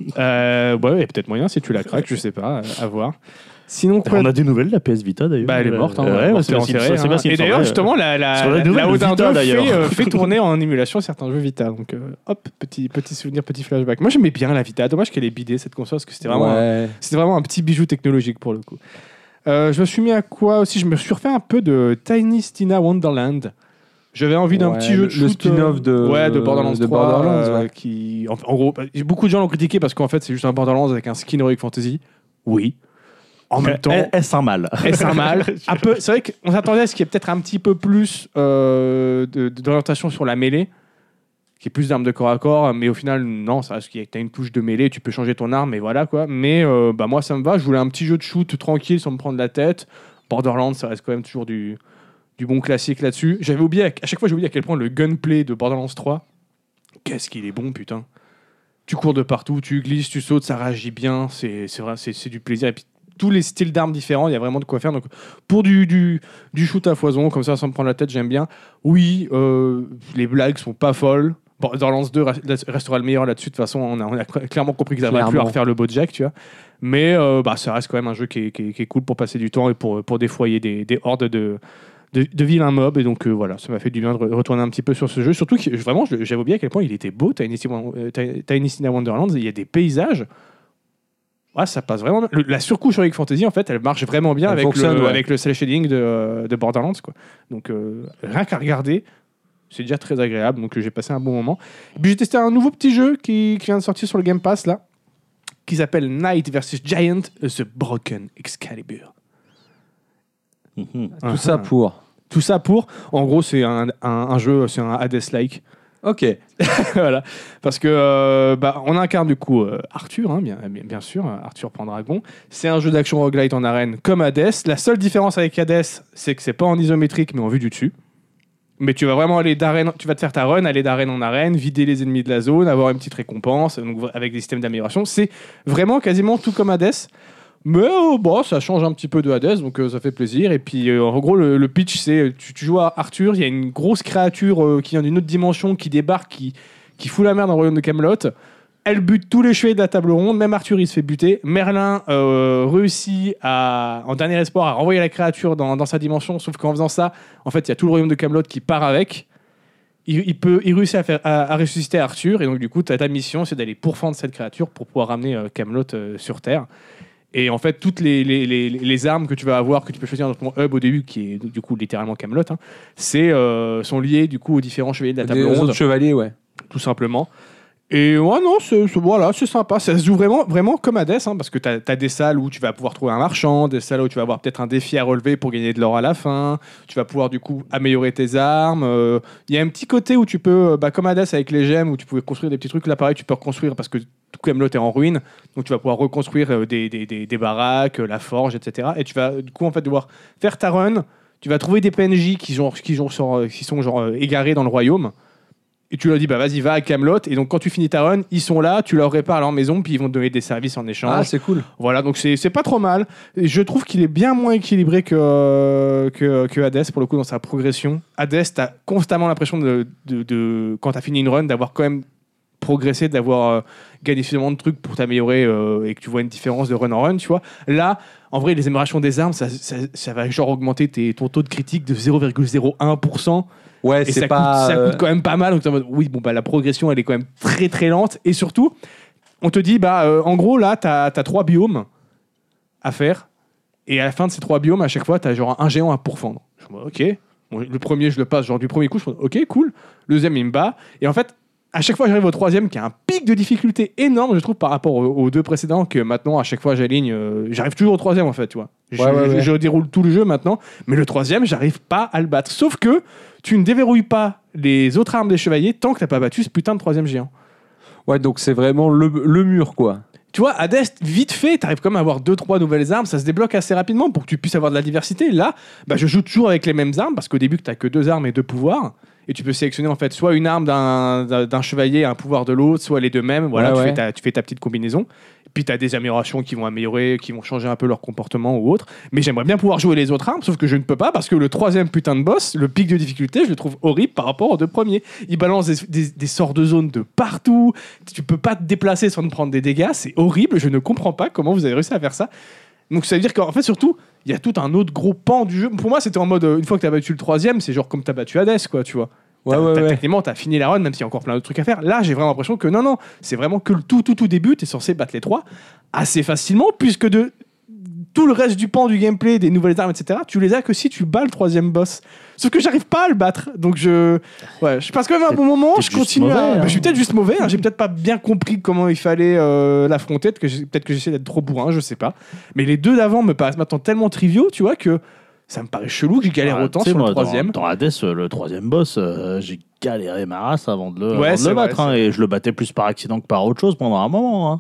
[SPEAKER 1] Euh, ouais, il y a peut-être moyen si tu la craques, je sais pas, euh, à voir. Sinon, quoi
[SPEAKER 3] On a des nouvelles de la P S Vita d'ailleurs.
[SPEAKER 1] bah, elle est morte. Hein,
[SPEAKER 3] Euh,
[SPEAKER 1] ouais,
[SPEAKER 3] ouais,
[SPEAKER 1] ouais,
[SPEAKER 3] c'est
[SPEAKER 1] c'est
[SPEAKER 3] bien ce qui me-
[SPEAKER 1] enterré,
[SPEAKER 3] c'est bien
[SPEAKER 1] hein.
[SPEAKER 3] ce qui me
[SPEAKER 1] Et d'ailleurs,
[SPEAKER 3] semblait.
[SPEAKER 1] justement, la, la,
[SPEAKER 3] Sur la
[SPEAKER 1] la,
[SPEAKER 3] nouvelle
[SPEAKER 1] la
[SPEAKER 3] de
[SPEAKER 1] Odin
[SPEAKER 3] Vita,
[SPEAKER 1] deux
[SPEAKER 3] d'ailleurs.
[SPEAKER 1] fait, euh, fait tourner en émulation certains jeux Vita. Donc, euh, hop, petit, petit souvenir, petit flashback. Moi, j'aimais bien la Vita. Dommage qu'elle ait bidé cette console parce que c'était vraiment, un,
[SPEAKER 2] Ouais.
[SPEAKER 1] c'était vraiment un petit bijou technologique pour le coup. Euh, je me suis mis à quoi aussi? Je me suis refait un peu de Tiny Tina Wonderland. J'avais envie d'un
[SPEAKER 2] Ouais,
[SPEAKER 1] petit jeu
[SPEAKER 2] le-
[SPEAKER 1] de
[SPEAKER 2] le
[SPEAKER 1] shoot,
[SPEAKER 2] spin-off de-
[SPEAKER 1] euh, ouais, de Borderlands
[SPEAKER 2] de
[SPEAKER 1] trois,
[SPEAKER 2] Borderlands,
[SPEAKER 1] euh,
[SPEAKER 2] ouais.
[SPEAKER 1] qui, en, en gros, bah, beaucoup de gens l'ont critiqué parce qu'en fait, c'est juste un Borderlands avec un skin Heroic Fantasy. Oui. En même temps,
[SPEAKER 3] Elle- Est-ce un mal
[SPEAKER 1] est-ce un mal un peu, c'est vrai qu'on s'attendait à ce qu'il y ait peut-être un petit peu plus euh, de- de- d'orientation sur la mêlée, qui est plus d'armes de corps à corps, mais au final, non, ça reste qu'il y a, t'as une touche de mêlée, tu peux changer ton arme, et voilà quoi. Mais euh, bah, moi, ça me va, je voulais un petit jeu de shoot tranquille sans me prendre la tête. Borderlands, ça reste quand même toujours du, du bon classique là-dessus. J'avais oublié, à, à chaque fois, j'ai oublié à quel point le gunplay de Borderlands trois, qu'est-ce qu'il est bon, putain. Tu cours de partout, tu glisses, tu sautes, ça réagit bien, c'est c'est vrai, c'est c'est du plaisir. Et puis, tous les styles d'armes différents, il y a vraiment de quoi faire. Donc, pour du, du, du shoot à foison, comme ça, sans me prendre la tête, j'aime bien. Oui, euh, les blagues sont pas folles. Borderlands deux reste- restera le meilleur là-dessus. De toute façon, on a, on a clairement compris qu'ils n'avaient plus à
[SPEAKER 2] Clairement.
[SPEAKER 1] refaire le Bojack, tu vois. Mais euh, bah, ça reste quand même un jeu qui est, qui est- qui est cool pour passer du temps et pour, pour défoyer des, des hordes de, de, de vilains mobs. Et donc, euh, voilà, ça m'a fait du bien de re- retourner un petit peu sur ce jeu. Surtout que vraiment, je- j'avais oublié à quel point il était beau, Tiny Tina euh, Ti- Tiny Tina Wonderlands. Il y a des paysages. Ouais, ça passe vraiment bien. Le- la surcouche Heroic Fantasy, en fait, elle marche vraiment bien
[SPEAKER 2] Elle
[SPEAKER 1] avec
[SPEAKER 2] fonctionne,
[SPEAKER 1] le,
[SPEAKER 2] ouais.
[SPEAKER 1] avec le cel shading de, de Borderlands. Quoi. Donc, euh, rien qu'à regarder, c'est déjà très agréable. Donc, euh, j'ai passé un bon moment. Et puis, j'ai testé un nouveau petit jeu qui, qui vient de sortir sur le Game Pass, là, qui s'appelle Knight versus Giant, euh, The Broken Excalibur.
[SPEAKER 3] Mhm.
[SPEAKER 2] Tout ça pour.
[SPEAKER 1] Tout ça pour, en gros, c'est un, un, un jeu, c'est un Hades-like.
[SPEAKER 2] Ok.
[SPEAKER 1] Voilà. Parce que euh, bah, on incarne du coup euh, Arthur, hein, bien, bien, bien sûr, Arthur Pendragon. C'est un jeu d'action roguelite en arène comme Hades. La seule différence avec Hades, c'est que c'est pas en isométrique mais en vue du dessus. Mais tu vas vraiment aller d'arène, tu vas te faire ta run, aller d'arène en arène, vider les ennemis de la zone, avoir une petite récompense, donc avec des systèmes d'amélioration. C'est vraiment quasiment tout comme Hades. Mais euh, bon, ça change un petit peu de Hades, donc euh, ça fait plaisir. Et puis, euh, en gros, le, le pitch, c'est tu, tu joues à Arthur, il y a une grosse créature euh, qui vient d'une autre dimension, qui débarque, qui, qui fout la merde dans le royaume de Camelot. Elle bute tous les chevaliers de la table ronde, même Arthur, il se fait buter. Merlin euh, réussit, à, en dernier espoir, à renvoyer la créature dans, dans sa dimension, sauf qu'en faisant ça, en fait, il y a tout le royaume de Camelot qui part avec. Il, il, peut, il réussit à, faire, à, à ressusciter Arthur, et donc du coup, ta mission, c'est d'aller pourfendre cette créature pour pouvoir ramener euh, Camelot euh, sur Terre. Et en fait, toutes les, les, les, les armes que tu vas avoir, que tu peux choisir dans ton hub au début, qui est du coup littéralement Camelot, hein, c'est, euh, sont liées du coup aux différents chevaliers de la table
[SPEAKER 2] Des
[SPEAKER 1] ronde.
[SPEAKER 2] autres chevaliers, ouais.
[SPEAKER 1] Tout simplement. Et ouais, non, c'est, c'est, voilà, c'est sympa. Ça se joue vraiment, vraiment comme Hades, hein, parce que tu as des salles où tu vas pouvoir trouver un marchand, des salles où tu vas avoir peut-être un défi à relever pour gagner de l'or à la fin. Tu vas pouvoir du coup améliorer tes armes. Il euh, y a un petit côté où tu peux, bah, comme Hades avec les gemmes, où tu pouvais construire des petits trucs. Là, pareil, tu peux reconstruire parce que tout Camelot est en ruine. Donc tu vas pouvoir reconstruire euh, des, des, des, des baraques, euh, la forge, et cetera. Et tu vas du coup en fait devoir faire ta run. Tu vas trouver des P N J qui, genre, qui, genre, sont, qui sont genre euh, égarés dans le royaume. Et tu leur dis, bah vas-y, va à Camelot. Et donc, quand tu finis ta run, ils sont là, tu leur répares leur maison, puis ils vont te donner des services en échange.
[SPEAKER 2] Ah, c'est cool.
[SPEAKER 1] Voilà, donc c'est, c'est pas trop mal. Et je trouve qu'il est bien moins équilibré que, que, que Hades, pour le coup, dans sa progression. Hades, t'as constamment l'impression, de, de, de, quand t'as fini une run, d'avoir quand même progressé, d'avoir euh, gagné suffisamment de trucs pour t'améliorer euh, et que tu vois une différence de run en run, tu vois. Là, en vrai, les améliorations des armes, ça, ça, ça va genre augmenter tes, ton taux de critique de zéro virgule zéro un pour cent.
[SPEAKER 2] Ouais,
[SPEAKER 1] Et
[SPEAKER 2] c'est
[SPEAKER 1] ça,
[SPEAKER 2] pas.
[SPEAKER 1] coûte, ça coûte quand même pas mal. Donc, t'es en mode, oui, bon, bah, la progression, elle est quand même très très lente. Et surtout, on te dit, bah, euh, en gros, là, t'as, t'as trois biomes à faire. Et à la fin de ces trois biomes, à chaque fois, t'as genre un géant à pourfendre. Je me dis, ok. Bon, le premier, je le passe, genre du premier coup, je me dis, ok, cool. Le deuxième, il me bat. Et en fait, à chaque fois, j'arrive au troisième, qui a un pic de difficulté énorme, je trouve, par rapport aux, aux deux précédents, que maintenant, à chaque fois, j'aligne. Euh, j'arrive toujours au troisième, en fait, tu vois. Je,
[SPEAKER 2] Ouais, ouais,
[SPEAKER 1] je,
[SPEAKER 2] ouais.
[SPEAKER 1] je déroule tout le jeu maintenant, mais le troisième, j'arrive pas à le battre. Sauf que tu ne déverrouilles pas les autres armes des chevaliers tant que t'as pas battu ce putain de troisième géant.
[SPEAKER 2] Ouais, donc c'est vraiment le, le mur, quoi.
[SPEAKER 1] Tu vois, Hades, vite fait, t'arrives quand même à avoir deux trois nouvelles armes, ça se débloque assez rapidement pour que tu puisses avoir de la diversité. Là, bah, je joue toujours avec les mêmes armes, parce qu'au début, t'as que deux armes et deux pouvoirs. Et tu peux sélectionner en fait soit une arme d'un, d'un, d'un chevalier, un pouvoir de l'autre, soit les deux mêmes. Voilà,
[SPEAKER 2] Ouais,
[SPEAKER 1] tu,
[SPEAKER 2] ouais.
[SPEAKER 1] Fais ta, tu fais ta petite combinaison. Et puis tu as des améliorations qui vont améliorer, qui vont changer un peu leur comportement ou autre. Mais j'aimerais bien pouvoir jouer les autres armes, sauf que je ne peux pas parce que le troisième putain de boss, le pic de difficulté, je le trouve horrible par rapport aux deux premiers. Il balance des, des, des sorts de zone de partout. Tu peux pas te déplacer sans te prendre des dégâts. C'est horrible. Je ne comprends pas comment vous avez réussi à faire ça. Donc ça veut dire qu'en fait, surtout, il y a tout un autre gros pan du jeu. Pour moi, c'était en mode, euh, une fois que tu as battu le troisième, c'est genre comme tu as battu Hades, quoi, tu vois.
[SPEAKER 2] Ouais,
[SPEAKER 1] T'as-
[SPEAKER 2] ouais,
[SPEAKER 1] t'as-
[SPEAKER 2] ouais.
[SPEAKER 1] Techniquement, t'as fini la run, même s'il y a encore plein d'autres trucs à faire. Là, j'ai vraiment l'impression que non, non, c'est vraiment que le tout, tout, tout début, t'es censé battre les trois assez facilement, puisque de tout le reste du pan du gameplay, des nouvelles armes, et cetera, tu les as que si tu bats le troisième boss. Sauf que j'arrive pas à le battre. Donc je. Ouais, je passe quand même un
[SPEAKER 3] T'es-
[SPEAKER 1] bon moment,
[SPEAKER 3] t'es
[SPEAKER 1] je
[SPEAKER 3] juste
[SPEAKER 1] continue à.
[SPEAKER 3] mauvais, hein.
[SPEAKER 1] Bah, je suis peut-être juste mauvais, hein, j'ai peut-être pas bien compris comment il fallait euh, l'affronter, peut-être que, j'ai- peut-être que j'essaie d'être trop bourrin, je sais pas. Mais les deux d'avant me paraissent maintenant tellement triviaux, tu vois, que ça me paraît chelou que je galère
[SPEAKER 3] Ah,
[SPEAKER 1] autant
[SPEAKER 3] tu sais,
[SPEAKER 1] sur
[SPEAKER 3] moi,
[SPEAKER 1] le troisième.
[SPEAKER 3] Dans, dans Hades, euh, le troisième boss, euh, j'ai galéré ma race avant de le,
[SPEAKER 1] Ouais,
[SPEAKER 3] avant de
[SPEAKER 1] c'est
[SPEAKER 3] le
[SPEAKER 1] vrai,
[SPEAKER 3] battre.
[SPEAKER 1] c'est
[SPEAKER 3] hein,
[SPEAKER 1] vrai.
[SPEAKER 3] et je le battais plus par accident que par autre chose pendant un moment. Hein.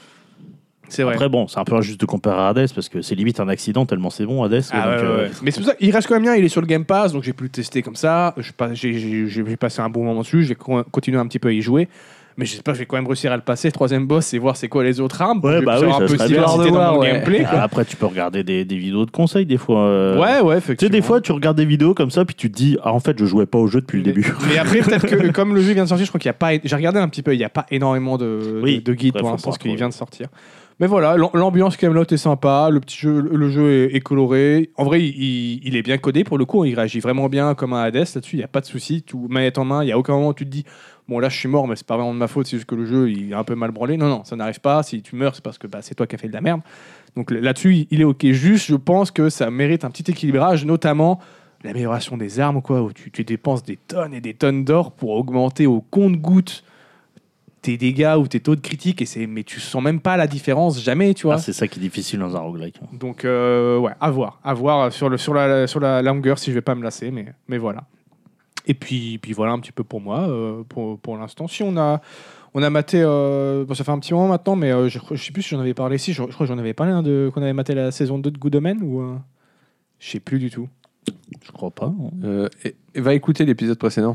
[SPEAKER 1] C'est vrai.
[SPEAKER 3] Après, bon, c'est un peu injuste de comparer à Hades parce que c'est limite un accident tellement c'est bon, Hades.
[SPEAKER 1] Ah
[SPEAKER 3] donc,
[SPEAKER 1] ouais, ouais,
[SPEAKER 3] euh,
[SPEAKER 1] ouais. Mais c'est pour ça qu'il reste quand même bien, il est sur le Game Pass, donc j'ai pu le tester comme ça. Je pas- J'ai j'ai- j'ai- j'ai passé un bon moment dessus, je vais co- continuer un petit peu à y jouer. Mais j'espère que je vais quand même réussir à le passer, troisième boss, et voir c'est quoi les autres armes. pour
[SPEAKER 3] Ouais,
[SPEAKER 1] que je
[SPEAKER 3] bah
[SPEAKER 1] puisse
[SPEAKER 3] oui,
[SPEAKER 1] avoir
[SPEAKER 3] ça
[SPEAKER 1] un peu de
[SPEAKER 3] serait bien.
[SPEAKER 1] diversité
[SPEAKER 2] de
[SPEAKER 1] dans
[SPEAKER 2] voir,
[SPEAKER 1] mon
[SPEAKER 2] ouais.
[SPEAKER 1] gameplay.
[SPEAKER 3] ah,
[SPEAKER 1] quoi.
[SPEAKER 3] après, tu peux regarder des, des vidéos de conseils des fois. euh.
[SPEAKER 1] Ouais, ouais,
[SPEAKER 3] Tu sais,
[SPEAKER 1] effectivement.
[SPEAKER 3] des fois, tu regardes des vidéos comme ça, puis tu te dis, ah, en fait, je jouais pas au jeu depuis le
[SPEAKER 1] Mais-
[SPEAKER 3] début.
[SPEAKER 1] Mais après, peut-être que comme le jeu vient de sortir, je crois qu'il n'y a pas. J'ai regardé un petit peu, il n'y a pas énormément de,
[SPEAKER 3] Oui,
[SPEAKER 1] de, de guides
[SPEAKER 3] après,
[SPEAKER 1] pour
[SPEAKER 3] faut
[SPEAKER 1] l'instant,
[SPEAKER 3] pas
[SPEAKER 1] parce qu'il
[SPEAKER 3] trop-
[SPEAKER 1] vient de sortir. Mais voilà, l'am- l'ambiance Camelot est sympa, le petit jeu, le jeu est, est coloré. En vrai, il, il est bien codé pour le coup, il réagit vraiment bien comme un Hades là-dessus, il n'y a pas de souci. Tout manette en main, il n'y a aucun moment où tu te dis, bon là je suis mort, mais c'est pas vraiment de ma faute, c'est juste que le jeu il est un peu mal branlé. Non, non, ça n'arrive pas. Si tu meurs, c'est parce que bah, c'est toi qui as fait de la merde. Donc là-dessus, il est ok. Juste, je pense que ça mérite un petit équilibrage, notamment l'amélioration des armes, quoi, où tu, tu dépenses des tonnes et des tonnes d'or pour augmenter au compte-gouttes tes dégâts ou tes taux de critique, et c'est, mais tu sens même pas la différence, jamais, tu vois.
[SPEAKER 3] Ah, c'est ça qui est difficile dans un roguelike.
[SPEAKER 1] Donc, euh, ouais, à voir. À voir sur, le, sur, la, sur la longueur si je vais pas me lasser, mais, mais voilà. Et puis, puis voilà un petit peu pour moi, euh, pour, pour l'instant. Si on a, on a maté, euh, bon, ça fait un petit moment maintenant, mais euh, je, je sais plus si j'en avais parlé. Si, je, je crois que j'en avais parlé hein, de qu'on avait maté la saison deux de Good Omen ou euh, je sais plus du tout.
[SPEAKER 3] Je crois pas.
[SPEAKER 2] Euh, et, et va écouter l'épisode précédent.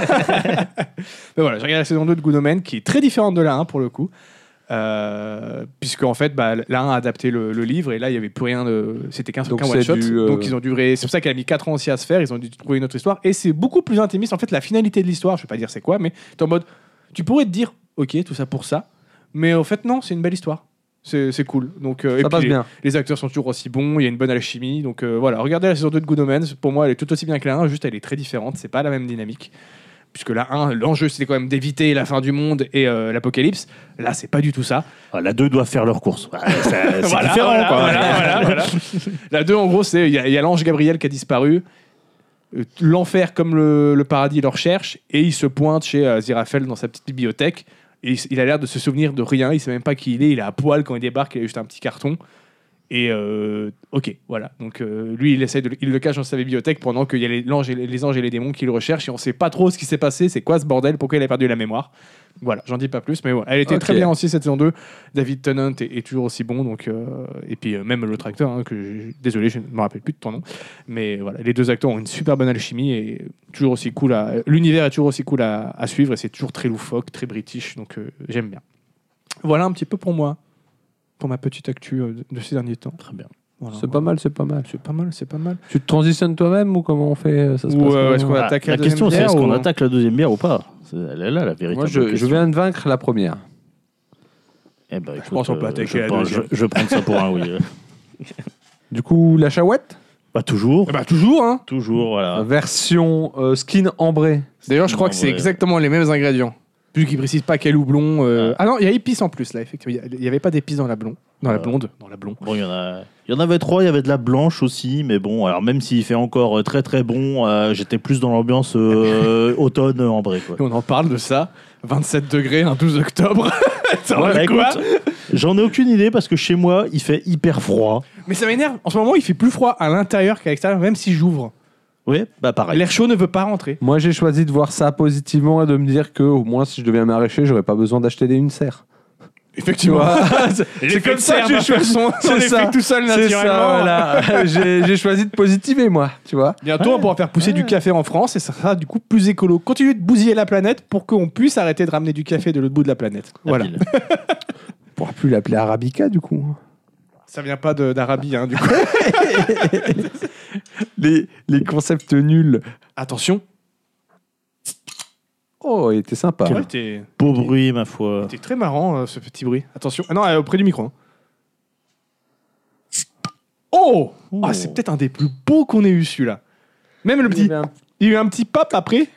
[SPEAKER 1] Mais voilà, j'ai regardé la saison deux de Good Omen qui est très différente de la un pour le coup. Euh, puisque en fait bah, la un a adapté le, le livre et là il n'y avait plus rien de c'était qu'un,
[SPEAKER 2] Donc
[SPEAKER 1] qu'un
[SPEAKER 2] c'est
[SPEAKER 1] one shot
[SPEAKER 2] du, euh,
[SPEAKER 1] donc ils ont duré c'est pour ça qu'elle a mis quatre ans aussi à se faire ils ont dû trouver une autre histoire et c'est beaucoup plus intimiste en fait la finalité de l'histoire je vais pas dire c'est quoi mais t'es en mode tu pourrais te dire ok tout ça pour ça mais en fait non c'est une belle histoire c'est, c'est cool donc euh, et
[SPEAKER 2] Ça
[SPEAKER 1] puis
[SPEAKER 2] passe
[SPEAKER 1] les,
[SPEAKER 2] bien.
[SPEAKER 1] les acteurs sont toujours aussi bons il y a une bonne alchimie donc euh, voilà regardez la saison deux de Good Omens pour moi elle est tout aussi bien que la un juste elle est très différente c'est pas la même dynamique puisque la un, l'enjeu c'était quand même d'éviter la fin du monde et euh, l'apocalypse. Là, c'est pas du tout ça.
[SPEAKER 3] Ah, la deux doivent faire leur course. Ouais, c'est c'est
[SPEAKER 1] Voilà,
[SPEAKER 3] différent,
[SPEAKER 1] voilà,
[SPEAKER 3] quoi.
[SPEAKER 1] voilà, voilà, voilà. La deux, en gros, c'est il y, a- il y a l'ange Gabriel qui a disparu. Euh, L'enfer comme le, le paradis le recherche et il se pointe chez euh, Aziraphale dans sa petite bibliothèque. Et il, il a l'air de se souvenir de rien. Il sait même pas qui il est. Il est à poil quand il débarque. Il a juste un petit carton. Et euh, ok, voilà. Donc euh, lui, il essaie de, il le cache dans sa bibliothèque pendant qu'il y a les, l'ange et les, les anges et les démons qui le recherchent et on sait pas trop ce qui s'est passé. C'est quoi ce bordel? Pourquoi il a perdu la mémoire? Voilà, j'en dis pas plus, mais voilà. Elle était
[SPEAKER 2] Ok.
[SPEAKER 1] très bien aussi cette saison deux. David Tennant est, est toujours aussi bon, donc euh, et puis euh, même l'autre acteur, hein, que je- désolé, je ne me rappelle plus de ton nom, mais voilà, les deux acteurs ont une super bonne alchimie et toujours aussi cool. À, l'univers est toujours aussi cool à, à suivre et c'est toujours très loufoque, très british, donc euh, j'aime bien. Voilà un petit peu pour moi, pour ma petite actu euh, de ces derniers temps.
[SPEAKER 3] Très bien.
[SPEAKER 1] Voilà,
[SPEAKER 2] C'est pas mal, c'est pas mal.
[SPEAKER 1] c'est pas mal, c'est pas mal.
[SPEAKER 2] Tu te transitionnes toi-même ou comment on fait ça se
[SPEAKER 1] Ou,
[SPEAKER 2] passe
[SPEAKER 1] euh,
[SPEAKER 2] comment
[SPEAKER 1] est-ce qu'on
[SPEAKER 3] Ah,
[SPEAKER 1] attaque
[SPEAKER 3] la
[SPEAKER 1] la deuxième
[SPEAKER 3] question, c'est
[SPEAKER 1] bière
[SPEAKER 3] est-ce qu'on
[SPEAKER 1] ou-
[SPEAKER 3] attaque la deuxième bière ou pas? C'est- Elle est là, la vérité.
[SPEAKER 2] Moi, je, je viens de vaincre la première.
[SPEAKER 3] Eh ben, écoute,
[SPEAKER 1] pense qu'on peut
[SPEAKER 3] euh,
[SPEAKER 1] attaquer
[SPEAKER 3] je
[SPEAKER 1] la
[SPEAKER 3] pense-
[SPEAKER 1] deuxième.
[SPEAKER 3] je, je vais prendre ça pour un oui.
[SPEAKER 2] Du coup, la chouette,
[SPEAKER 3] Pas toujours.
[SPEAKER 1] Eh bah toujours, hein.
[SPEAKER 3] Toujours, voilà.
[SPEAKER 2] version euh, skin ambrée.
[SPEAKER 1] D'ailleurs, je crois que
[SPEAKER 3] Non,
[SPEAKER 1] c'est
[SPEAKER 3] ouais.
[SPEAKER 1] exactement les mêmes ingrédients. Vu qu'ils précisent pas quel houblon. euh, Ah non, il y a épices en plus là, effectivement. Il y avait pas d'épices dans la blonde. Dans la
[SPEAKER 3] Euh.
[SPEAKER 1] blonde. Dans la blonde.
[SPEAKER 3] Bon, il y en a, il y en avait trois. Il y avait de la blanche aussi, mais bon, alors même s'il fait encore euh, très très bon, euh, j'étais plus dans l'ambiance euh, automne ambré, quoi.
[SPEAKER 1] Et on en parle de ça. vingt-sept degrés, un douze octobre. Ça
[SPEAKER 3] Ouais,
[SPEAKER 1] va
[SPEAKER 3] bah,
[SPEAKER 1] quoi
[SPEAKER 3] écoute, j'en ai aucune idée parce que chez moi, il fait hyper froid.
[SPEAKER 1] Mais ça m'énerve. En ce moment, il fait plus froid à l'intérieur qu'à l'extérieur, même si j'ouvre.
[SPEAKER 3] Oui, bah pareil.
[SPEAKER 1] L'air chaud ne veut pas rentrer.
[SPEAKER 2] Moi, j'ai choisi de voir ça positivement et de me dire que au moins, si je deviens maraîcher, j'aurais pas besoin d'acheter des une serre.
[SPEAKER 1] Effectivement.
[SPEAKER 2] C'est comme ça que j'ai choisi.
[SPEAKER 1] Son,
[SPEAKER 2] C'est
[SPEAKER 1] son
[SPEAKER 2] ça.
[SPEAKER 1] effet tout seul
[SPEAKER 2] C'est
[SPEAKER 1] naturellement.
[SPEAKER 2] ça, voilà. j'ai, j'ai choisi de positiver, moi, tu vois.
[SPEAKER 1] Bientôt, on pourra faire pousser du café en France et ça sera du coup plus écolo. Continuez de bousiller la planète pour qu'on puisse arrêter de ramener du café de l'autre bout de la planète.
[SPEAKER 3] La
[SPEAKER 1] Voilà.
[SPEAKER 3] pile.
[SPEAKER 2] On pourra plus l'appeler Arabica, du coup.
[SPEAKER 1] Ça vient pas de- d'Arabie, hein, du coup.
[SPEAKER 2] Les, les concepts nuls.
[SPEAKER 1] Attention.
[SPEAKER 2] Oh, il était sympa.
[SPEAKER 1] Ouais, t'es,
[SPEAKER 3] Beau bruit, ma foi.
[SPEAKER 1] t'es très marrant, euh, ce petit bruit. Attention. Ah non, euh, auprès du micro. hein. Oh,
[SPEAKER 3] Oh.
[SPEAKER 1] Ah, c'est peut-être un des plus beaux qu'on ait eu, celui-là. Même le
[SPEAKER 2] Il y
[SPEAKER 1] petit...
[SPEAKER 2] avait un-
[SPEAKER 1] Il y a eu un petit pop après.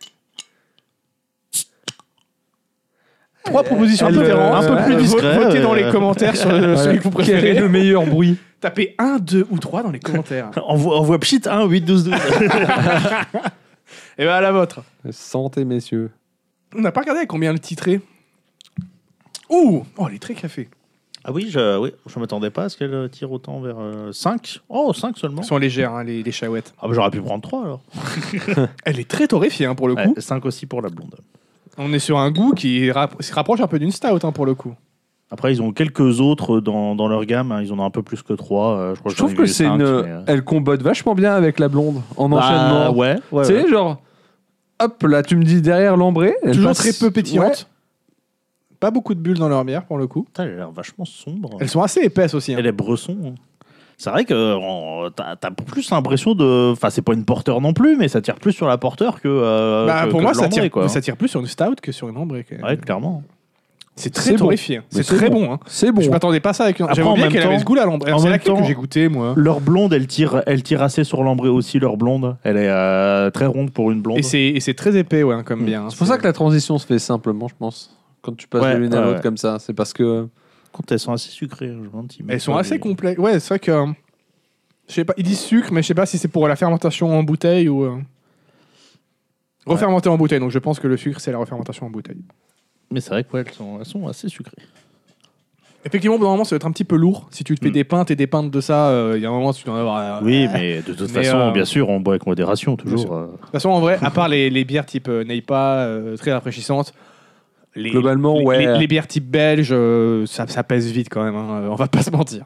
[SPEAKER 1] Trois propositions
[SPEAKER 2] elle,
[SPEAKER 1] différentes.
[SPEAKER 3] un peu plus
[SPEAKER 1] Euh,
[SPEAKER 3] discret,
[SPEAKER 1] Votez dans
[SPEAKER 3] euh,
[SPEAKER 1] les commentaires sur le- celui que vous
[SPEAKER 2] Quel est
[SPEAKER 1] préférez.
[SPEAKER 2] le meilleur bruit?
[SPEAKER 1] Tapez un, deux ou trois dans les commentaires.
[SPEAKER 3] Envoie, envoie pchit un, huit, douze, douze.
[SPEAKER 1] Et ben à la vôtre.
[SPEAKER 2] Santé, messieurs.
[SPEAKER 1] On n'a pas regardé à combien le titré. Ouh, oh, elle est très café.
[SPEAKER 3] Ah oui, je oui, je m'attendais pas à ce qu'elle tire autant vers euh, cinq. Oh, cinq seulement.
[SPEAKER 1] Elles sont légères, hein, les, les chahouettes.
[SPEAKER 3] Ah bah j'aurais pu prendre trois alors.
[SPEAKER 1] Elle est très torréfiée hein, pour le coup.
[SPEAKER 3] Ouais, cinq aussi pour la blonde.
[SPEAKER 1] On est sur un goût qui rap- se rapproche un peu d'une stout hein, pour le coup.
[SPEAKER 3] Après, ils ont quelques autres dans, dans leur gamme. hein. Ils en ont un peu plus que trois. euh, je crois
[SPEAKER 2] Je trouve
[SPEAKER 3] j'en ai
[SPEAKER 2] que
[SPEAKER 3] vu
[SPEAKER 2] c'est
[SPEAKER 3] cinq,
[SPEAKER 2] une.
[SPEAKER 3] mais, euh,
[SPEAKER 2] Elle combote vachement bien avec la blonde en
[SPEAKER 3] bah,
[SPEAKER 2] enchaînement.
[SPEAKER 3] ouais, ouais,
[SPEAKER 2] Tu sais,
[SPEAKER 3] ouais.
[SPEAKER 2] genre. Hop, là, tu me dis derrière l'ambrée. elle
[SPEAKER 1] Toujours
[SPEAKER 2] passe-
[SPEAKER 1] très peu pétillante.
[SPEAKER 2] Ouais.
[SPEAKER 1] Pas beaucoup de bulles dans leur bière pour le coup.
[SPEAKER 3] Putain, elle a l'air vachement sombre.
[SPEAKER 1] Elles sont assez épaisses aussi. hein.
[SPEAKER 3] Elle est bresson. hein. C'est vrai que en- t'as t'as plus l'impression de. Enfin, c'est pas une porteur non plus, mais ça tire plus sur la porteur que. euh,
[SPEAKER 1] Bah,
[SPEAKER 3] que-
[SPEAKER 1] pour
[SPEAKER 3] que
[SPEAKER 1] moi,
[SPEAKER 3] de
[SPEAKER 1] ça
[SPEAKER 3] l'ambré,
[SPEAKER 1] tire,
[SPEAKER 3] quoi.
[SPEAKER 1] ça tire plus sur une stout que sur une ambrée. quand même.
[SPEAKER 3] Ouais, clairement.
[SPEAKER 1] C'est
[SPEAKER 2] C'est
[SPEAKER 1] très
[SPEAKER 2] bon.
[SPEAKER 1] torréfié. hein.
[SPEAKER 2] Mais
[SPEAKER 1] C'est
[SPEAKER 2] c'est
[SPEAKER 1] très
[SPEAKER 2] bon.
[SPEAKER 1] bon. hein.
[SPEAKER 2] C'est bon.
[SPEAKER 1] Je m'attendais pas à ça avec une.
[SPEAKER 3] Après,
[SPEAKER 1] J'avais
[SPEAKER 3] en
[SPEAKER 1] oublié
[SPEAKER 3] même
[SPEAKER 1] qu'elle avait
[SPEAKER 3] temps-
[SPEAKER 1] ce goût là l'ambrée.
[SPEAKER 3] en
[SPEAKER 1] C'est
[SPEAKER 3] même
[SPEAKER 1] laquelle que
[SPEAKER 3] temps-
[SPEAKER 1] j'ai goûté moi.
[SPEAKER 3] Leur blonde, elle tire, elle tire assez sur l'ambrée aussi, leur blonde. Elle est euh, très ronde pour une blonde.
[SPEAKER 1] Et c'est et c'est très épais ouais, comme
[SPEAKER 3] Mm.
[SPEAKER 1] bien. hein.
[SPEAKER 2] C'est pour ça que la transition se fait simplement, je pense. Quand tu passes
[SPEAKER 3] Ouais,
[SPEAKER 2] de l'une à
[SPEAKER 3] ouais,
[SPEAKER 2] l'autre
[SPEAKER 3] ouais.
[SPEAKER 2] comme ça. C'est parce que.
[SPEAKER 3] Quand elles sont assez sucrées, je me demande s'ils
[SPEAKER 1] Elles
[SPEAKER 3] mettent
[SPEAKER 1] sont
[SPEAKER 3] pas
[SPEAKER 1] assez
[SPEAKER 3] des-
[SPEAKER 1] complexes. Ouais, c'est vrai que. euh, Je sais pas, ils disent sucre, mais je sais pas si c'est pour la fermentation en bouteille ou. euh, Refermenter en bouteille, donc je pense que le sucre c'est la refermentation en bouteille.
[SPEAKER 3] Mais c'est vrai que ouais, elles, sont, elles sont assez sucrées.
[SPEAKER 1] Effectivement, au bout d'un moment, ça va être un petit peu lourd. Si tu te fais
[SPEAKER 3] Mm.
[SPEAKER 1] des pintes et des pintes de ça, euh, il y a un moment, tu dois en avoir. euh,
[SPEAKER 3] Oui,
[SPEAKER 1] euh,
[SPEAKER 3] mais de toute
[SPEAKER 1] Mais,
[SPEAKER 3] façon,
[SPEAKER 1] euh,
[SPEAKER 3] bien sûr, on boit avec modération,
[SPEAKER 1] sûr.
[SPEAKER 3] toujours. euh.
[SPEAKER 1] De toute façon, en vrai, à part les, les bières type euh, Neipa, euh, très rafraîchissantes, les,
[SPEAKER 2] Globalement,
[SPEAKER 1] les,
[SPEAKER 2] ouais.
[SPEAKER 1] les, les bières type belge, euh, ça, ça pèse vite quand même. Hein, euh, on va pas se mentir.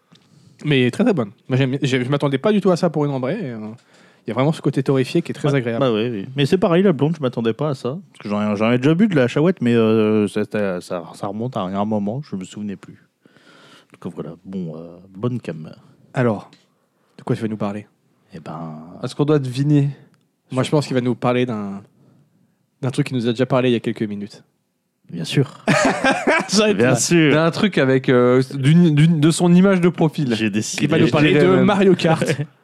[SPEAKER 1] Mais très très bonne. Moi, j'aime bien- j'ai- je m'attendais pas du tout à ça pour une ambrée. et, euh, Il y a vraiment ce côté torréfié qui est très
[SPEAKER 3] Ouais,
[SPEAKER 1] agréable.
[SPEAKER 3] Bah oui, oui. Mais c'est pareil, la blonde, je m'attendais pas à ça. Parce que j'en ai, j'en ai déjà bu de la chouette, mais euh, ça, ça, ça- ça remonte à un moment, je me souvenais plus. Donc voilà, bon, euh, bonne cam.
[SPEAKER 1] Alors, de quoi tu vas nous parler?
[SPEAKER 3] Eh ben.
[SPEAKER 2] Est-ce qu'on doit deviner?
[SPEAKER 1] Moi, je pense qu'il va nous parler d'un d'un truc qui nous a déjà parlé il y a quelques minutes.
[SPEAKER 3] Bien sûr.
[SPEAKER 1] J'arrête
[SPEAKER 3] Bien
[SPEAKER 1] là.
[SPEAKER 3] sûr.
[SPEAKER 2] D'un truc avec euh, d'une- d'une- de son image de profil.
[SPEAKER 3] J'ai décidé.
[SPEAKER 1] Il va nous
[SPEAKER 2] je
[SPEAKER 1] parler
[SPEAKER 2] dirais
[SPEAKER 1] de
[SPEAKER 2] même.
[SPEAKER 1] Mario Kart.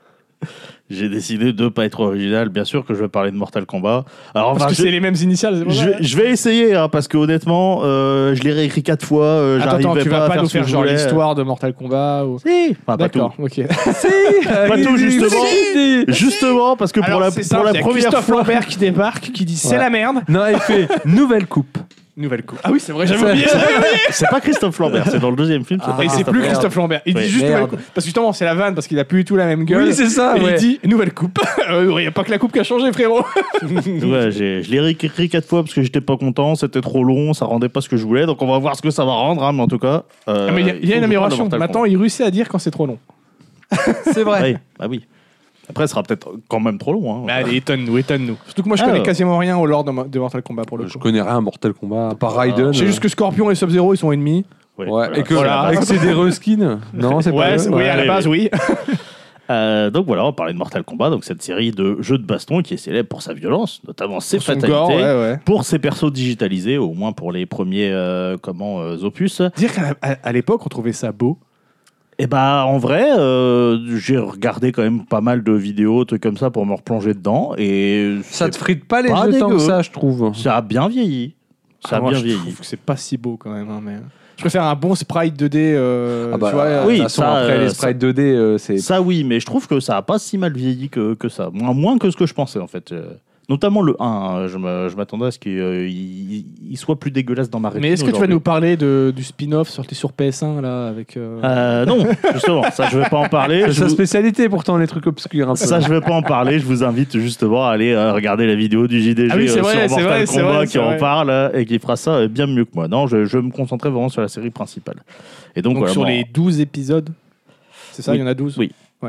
[SPEAKER 3] J'ai décidé de pas être original. Bien sûr que je vais parler de Mortal Kombat. Alors,
[SPEAKER 1] Parce
[SPEAKER 3] enfin,
[SPEAKER 1] que
[SPEAKER 3] je,
[SPEAKER 1] c'est les mêmes initiales, c'est pour ça.
[SPEAKER 3] je, je vais essayer, hein, parce que honnêtement, euh, je l'ai réécrit quatre fois. Euh,
[SPEAKER 1] Attends,
[SPEAKER 3] j'arrivais
[SPEAKER 1] attends, tu
[SPEAKER 3] pas
[SPEAKER 1] vas
[SPEAKER 3] à
[SPEAKER 1] pas
[SPEAKER 3] faire
[SPEAKER 1] nous
[SPEAKER 3] ce que
[SPEAKER 1] faire
[SPEAKER 3] je
[SPEAKER 1] genre
[SPEAKER 3] voulais.
[SPEAKER 1] l'histoire de Mortal Kombat ou...
[SPEAKER 3] Si, enfin, pas tout.
[SPEAKER 1] D'accord, ok.
[SPEAKER 3] Pas tout, justement. Justement, parce que pour
[SPEAKER 1] Alors,
[SPEAKER 3] la,
[SPEAKER 1] c'est
[SPEAKER 3] pour
[SPEAKER 1] simple,
[SPEAKER 3] la
[SPEAKER 1] il y a
[SPEAKER 3] première
[SPEAKER 1] Christophe
[SPEAKER 3] fois.
[SPEAKER 1] Lambert qui débarque, qui dit c'est
[SPEAKER 2] Ouais.
[SPEAKER 1] la merde.
[SPEAKER 2] Non, il fait nouvelle coupe.
[SPEAKER 1] Nouvelle coupe. Ah oui, c'est vrai, j'avais
[SPEAKER 2] Ça-
[SPEAKER 1] oublié.
[SPEAKER 3] C'est pas Christophe Lambert, c'est dans le deuxième film.
[SPEAKER 1] Ah,
[SPEAKER 3] pas
[SPEAKER 1] et c'est
[SPEAKER 3] Christophe
[SPEAKER 1] plus
[SPEAKER 3] Lambert.
[SPEAKER 1] Christophe Lambert. Il
[SPEAKER 3] Ouais,
[SPEAKER 1] dit juste
[SPEAKER 2] merde.
[SPEAKER 1] nouvelle coupe. Parce que justement, c'est la vanne, parce qu'il a plus du tout la même gueule.
[SPEAKER 2] Oui, c'est ça,
[SPEAKER 1] Et
[SPEAKER 2] ouais.
[SPEAKER 1] il dit nouvelle coupe. Il n'y a pas que la coupe qui a changé, frérot.
[SPEAKER 3] Ouais, j'ai- je l'ai réécrit quatre fois parce que j'étais pas content, c'était trop long, ça rendait pas ce que je voulais, donc on va voir ce que ça va rendre, hein, mais en tout cas. euh,
[SPEAKER 1] Ah, mais il y a- il y, a
[SPEAKER 3] faut
[SPEAKER 1] une
[SPEAKER 3] que je
[SPEAKER 1] amélioration.
[SPEAKER 3] parle de Mortal
[SPEAKER 1] Maintenant, il réussit à dire quand c'est trop long.
[SPEAKER 2] C'est vrai.
[SPEAKER 3] Kombat. Oui, bah oui. Après, ce sera peut-être quand même trop long. Hein.
[SPEAKER 1] Mais allez, étonne-nous, étonne-nous. Surtout que moi, je
[SPEAKER 3] Alors.
[SPEAKER 1] connais quasiment rien au lore de, Mo- de Mortal Kombat pour le
[SPEAKER 2] Je
[SPEAKER 1] coup.
[SPEAKER 2] connais rien à Mortal Kombat, à part Raiden.
[SPEAKER 1] Je sais juste que Scorpion et Sub-Zero, ils sont ennemis.
[SPEAKER 3] Ouais,
[SPEAKER 2] Ouais,
[SPEAKER 3] voilà.
[SPEAKER 2] et que,
[SPEAKER 1] Voilà.
[SPEAKER 2] et que c'est des reskins. Non, c'est pas
[SPEAKER 1] Ouais,
[SPEAKER 2] eux.
[SPEAKER 1] c'est- oui, à la
[SPEAKER 3] ouais,
[SPEAKER 1] base, oui.
[SPEAKER 3] Euh, donc voilà, on va parler de Mortal Kombat, donc cette série de jeux de baston qui est célèbre pour sa violence, notamment ses
[SPEAKER 1] Son
[SPEAKER 3] fatalités,
[SPEAKER 1] gore, ouais, ouais.
[SPEAKER 3] pour ses persos digitalisés, au moins pour les premiers euh, comment, euh, opus.
[SPEAKER 1] Dire qu'à à- à l'époque, on trouvait ça beau.
[SPEAKER 3] Et bah en vrai, euh, j'ai regardé quand même pas mal de vidéos, trucs comme ça pour me replonger dedans, et
[SPEAKER 2] Ça
[SPEAKER 3] c'est-
[SPEAKER 2] te frite pas les
[SPEAKER 3] pas
[SPEAKER 2] jeux tant que
[SPEAKER 3] dégueu.
[SPEAKER 2] ça, je trouve.
[SPEAKER 3] ça a bien vieilli. Ça
[SPEAKER 1] Ah,
[SPEAKER 3] a
[SPEAKER 1] moi,
[SPEAKER 3] bien
[SPEAKER 1] je
[SPEAKER 3] vieilli.
[SPEAKER 1] trouve que c'est pas si beau quand même. hein, mais... Je préfère un bon sprite deux D. Euh,
[SPEAKER 2] Ah bah,
[SPEAKER 1] tu vois, euh,
[SPEAKER 3] oui,
[SPEAKER 2] de toute façon,
[SPEAKER 3] ça,
[SPEAKER 2] après
[SPEAKER 3] euh,
[SPEAKER 2] les
[SPEAKER 3] ça-
[SPEAKER 2] sprites deux D, euh, c'est.
[SPEAKER 3] Ça oui, mais je trouve que ça a pas si mal vieilli que, que ça. Moins, moins que ce que je pensais en fait. Euh, Notamment le un, hein. je me- je m'attendais à ce qu'il euh, il- il soit plus dégueulasse dans ma rétine.
[SPEAKER 1] Mais est-ce que tu vas
[SPEAKER 3] aujourd'hui.
[SPEAKER 1] nous parler de, du spin-off sorti sur P S un là avec euh,
[SPEAKER 3] Euh, non, justement, ça je vais pas en parler.
[SPEAKER 2] C'est
[SPEAKER 3] Je
[SPEAKER 2] sa
[SPEAKER 3] vous-
[SPEAKER 2] spécialité pourtant, les trucs obscurs. Un peu.
[SPEAKER 3] Ça je vais pas en parler. Je vous invite justement à aller euh, regarder la vidéo du J D G
[SPEAKER 1] Ah oui, c'est
[SPEAKER 3] euh,
[SPEAKER 1] vrai,
[SPEAKER 3] sur
[SPEAKER 1] c'est
[SPEAKER 3] Mortal
[SPEAKER 1] vrai, c'est
[SPEAKER 3] Kombat
[SPEAKER 1] vrai,
[SPEAKER 3] qui
[SPEAKER 1] c'est
[SPEAKER 3] en
[SPEAKER 1] vrai.
[SPEAKER 3] parle euh, et qui fera ça euh, bien mieux que moi. Non, je, je vais me concentrer vraiment sur la série principale. Et donc,
[SPEAKER 1] donc
[SPEAKER 3] voilà,
[SPEAKER 1] sur
[SPEAKER 3] bon,
[SPEAKER 1] les douze épisodes. C'est ça,
[SPEAKER 3] Oui.
[SPEAKER 1] il y en a douze.
[SPEAKER 3] Oui.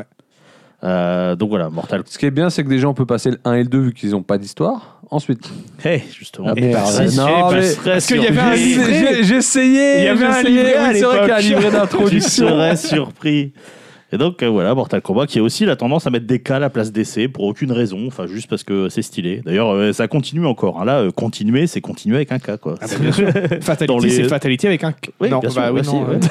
[SPEAKER 3] euh, donc voilà, Mortal.
[SPEAKER 2] Ce qui est bien, c'est que déjà on peut passer le un et le deux vu qu'ils n'ont pas d'histoire. Ensuite.
[SPEAKER 3] Hey, justement.
[SPEAKER 2] Ah,
[SPEAKER 3] Et
[SPEAKER 2] merde.
[SPEAKER 3] si-
[SPEAKER 2] Non,
[SPEAKER 3] eh,
[SPEAKER 2] mais-
[SPEAKER 3] je serais
[SPEAKER 1] parce qu'il y avait un
[SPEAKER 3] surpris.
[SPEAKER 1] livret.
[SPEAKER 2] J'ai j'ai essayé.
[SPEAKER 1] Il y avait
[SPEAKER 2] j'ai
[SPEAKER 1] un
[SPEAKER 2] essayé.
[SPEAKER 1] livret à
[SPEAKER 2] Oui, c'est vrai qu'il y a un
[SPEAKER 1] l'époque.
[SPEAKER 2] livret
[SPEAKER 3] Tu
[SPEAKER 2] d'introduction.
[SPEAKER 3] serais surpris. Et donc euh, voilà, Mortal Kombat qui a aussi la tendance à mettre des K à la place des C pour aucune raison, enfin juste parce que c'est stylé. D'ailleurs, euh, ça continue encore. hein. Là, euh, continuer, c'est continuer avec un K quoi.
[SPEAKER 1] Ah bah, bien sûr.
[SPEAKER 3] Dans
[SPEAKER 1] Fatality,
[SPEAKER 3] les-
[SPEAKER 1] c'est Fatality avec un.
[SPEAKER 3] Oui,
[SPEAKER 1] non,
[SPEAKER 3] bien sûr,
[SPEAKER 1] bah oui,
[SPEAKER 3] aussi,
[SPEAKER 1] non.
[SPEAKER 3] ouais.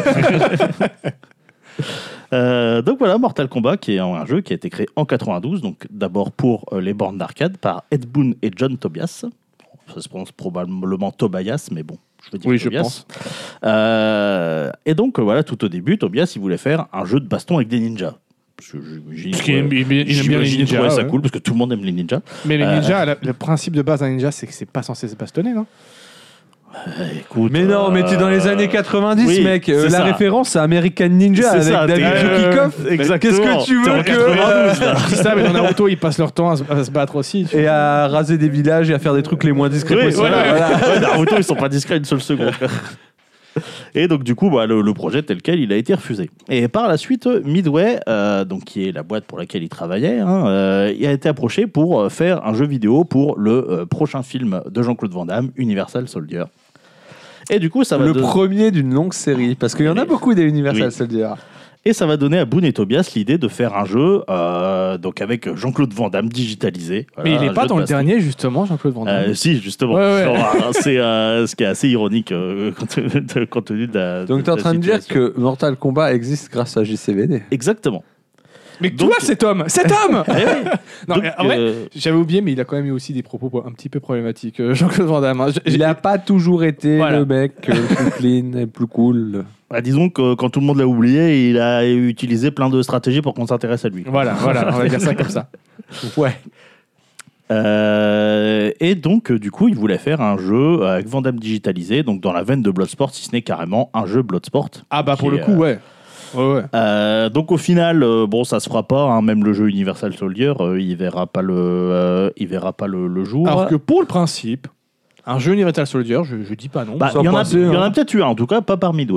[SPEAKER 3] Euh, donc voilà, Mortal Kombat qui est un jeu qui a été créé en quatre-vingt-douze, donc d'abord pour euh, les bornes d'arcade par Ed Boon et John Tobias. Ça se prononce probablement Tobias, mais bon, je veux dire
[SPEAKER 1] Oui, je
[SPEAKER 3] Tobias.
[SPEAKER 1] pense.
[SPEAKER 3] Euh, et donc euh, voilà, tout au début, Tobias il voulait faire un jeu de baston avec des ninjas. Parce que j'imagine
[SPEAKER 1] Parce qu'il aime,
[SPEAKER 3] ouais,
[SPEAKER 1] il aime bien les
[SPEAKER 3] j'imagine qu'il trouvait
[SPEAKER 1] ninjas.
[SPEAKER 3] ça
[SPEAKER 1] ouais.
[SPEAKER 3] cool parce que tout le monde aime les ninjas.
[SPEAKER 1] Mais les
[SPEAKER 3] Euh,
[SPEAKER 1] ninjas, la- le principe de base d'un ninja, c'est que c'est pas censé se bastonner, non
[SPEAKER 3] Euh, écoute,
[SPEAKER 2] Mais non, mais t'es dans les
[SPEAKER 3] euh,
[SPEAKER 2] années quatre-vingt-dix,
[SPEAKER 3] oui,
[SPEAKER 2] mec. Euh,
[SPEAKER 3] c'est
[SPEAKER 2] la
[SPEAKER 3] ça.
[SPEAKER 2] référence, c'est American Ninja
[SPEAKER 3] C'est
[SPEAKER 2] avec
[SPEAKER 3] ça,
[SPEAKER 2] David
[SPEAKER 3] t'es-
[SPEAKER 2] Zukikov.
[SPEAKER 3] euh, exactement.
[SPEAKER 2] Qu'est-ce que tu
[SPEAKER 3] T'es en
[SPEAKER 2] veux que.
[SPEAKER 3] quatre-vingt-douze, là.
[SPEAKER 1] C'est ça, mais dans Naruto, ils passent leur temps à se, à se battre aussi. tu
[SPEAKER 2] Et
[SPEAKER 1] vois.
[SPEAKER 2] à raser des villages et à faire des trucs les moins discrets
[SPEAKER 3] Oui,
[SPEAKER 2] possibles.
[SPEAKER 3] voilà.
[SPEAKER 2] Voilà.
[SPEAKER 3] Ouais, Naruto, ils sont pas discrets une seule seconde. Et donc du coup, bah, le, le projet tel quel, il a été refusé. Et par la suite, Midway, euh, donc qui est la boîte pour laquelle il travaillait, hein, euh, il a été approché pour euh, faire un jeu vidéo pour le euh, prochain film de Jean-Claude Van Damme, Universal Soldier. Et du coup, ça va
[SPEAKER 2] Le
[SPEAKER 3] don-
[SPEAKER 2] premier d'une longue série. Parce qu'il y en a
[SPEAKER 3] Oui.
[SPEAKER 2] beaucoup des Universal
[SPEAKER 3] Oui.
[SPEAKER 2] Soldier.
[SPEAKER 3] et ça va donner à Boone et Tobias l'idée de faire un jeu euh, donc avec Jean-Claude Van Damme digitalisé. Voilà,
[SPEAKER 1] Mais il
[SPEAKER 3] un
[SPEAKER 1] est pas
[SPEAKER 3] jeu
[SPEAKER 1] dans
[SPEAKER 3] de
[SPEAKER 1] le
[SPEAKER 3] baston.
[SPEAKER 1] dernier, justement, Jean-Claude Van Damme.
[SPEAKER 3] Euh, si, justement.
[SPEAKER 1] Ouais, ouais.
[SPEAKER 3] Genre, c'est euh, ce qui est assez ironique euh, compte tenu de, compte tenu de la.
[SPEAKER 2] Donc
[SPEAKER 3] de
[SPEAKER 2] t'es en
[SPEAKER 3] la
[SPEAKER 2] train de dire
[SPEAKER 3] situation.
[SPEAKER 2] que Mortal Kombat existe grâce à J C V D.
[SPEAKER 3] Exactement.
[SPEAKER 1] Mais tu
[SPEAKER 3] donc-
[SPEAKER 1] vois cet homme Cet homme
[SPEAKER 3] Eh oui.
[SPEAKER 1] Non,
[SPEAKER 3] Donc,
[SPEAKER 1] mais en vrai,
[SPEAKER 3] euh,
[SPEAKER 1] j'avais oublié, mais il a quand même eu aussi des propos un petit peu problématiques, euh, Jean-Claude Van Damme. hein. Je-
[SPEAKER 2] Il
[SPEAKER 1] j'ai-
[SPEAKER 2] a pas toujours été
[SPEAKER 1] Voilà.
[SPEAKER 2] le mec euh, le plus clean et le plus cool.
[SPEAKER 3] bah, disons que quand tout le monde l'a oublié, il a utilisé plein de stratégies pour qu'on s'intéresse à lui.
[SPEAKER 1] Voilà, voilà, on va dire ça comme ça.
[SPEAKER 2] Ouais.
[SPEAKER 3] Euh, et donc, euh, du coup, il voulait faire un jeu avec Van Damme digitalisé, donc dans la veine de Bloodsport, si ce n'est carrément un jeu Bloodsport.
[SPEAKER 1] Ah bah pour
[SPEAKER 3] Qui
[SPEAKER 1] le
[SPEAKER 3] est,
[SPEAKER 1] coup,
[SPEAKER 3] euh,
[SPEAKER 1] ouais. Ouais, ouais.
[SPEAKER 3] Euh, donc au final, euh, bon, ça se fera pas. Hein, même le jeu Universal Soldier, euh, il verra pas le, euh, il verra pas le, le jour.
[SPEAKER 1] Alors que pour le principe, un jeu Universal Soldier, je, je dis pas non.
[SPEAKER 3] Bah,
[SPEAKER 2] ça
[SPEAKER 3] il y en a,
[SPEAKER 2] passait,
[SPEAKER 3] il y en a
[SPEAKER 2] hein.
[SPEAKER 3] peut-être eu un, en tout cas pas par Midway.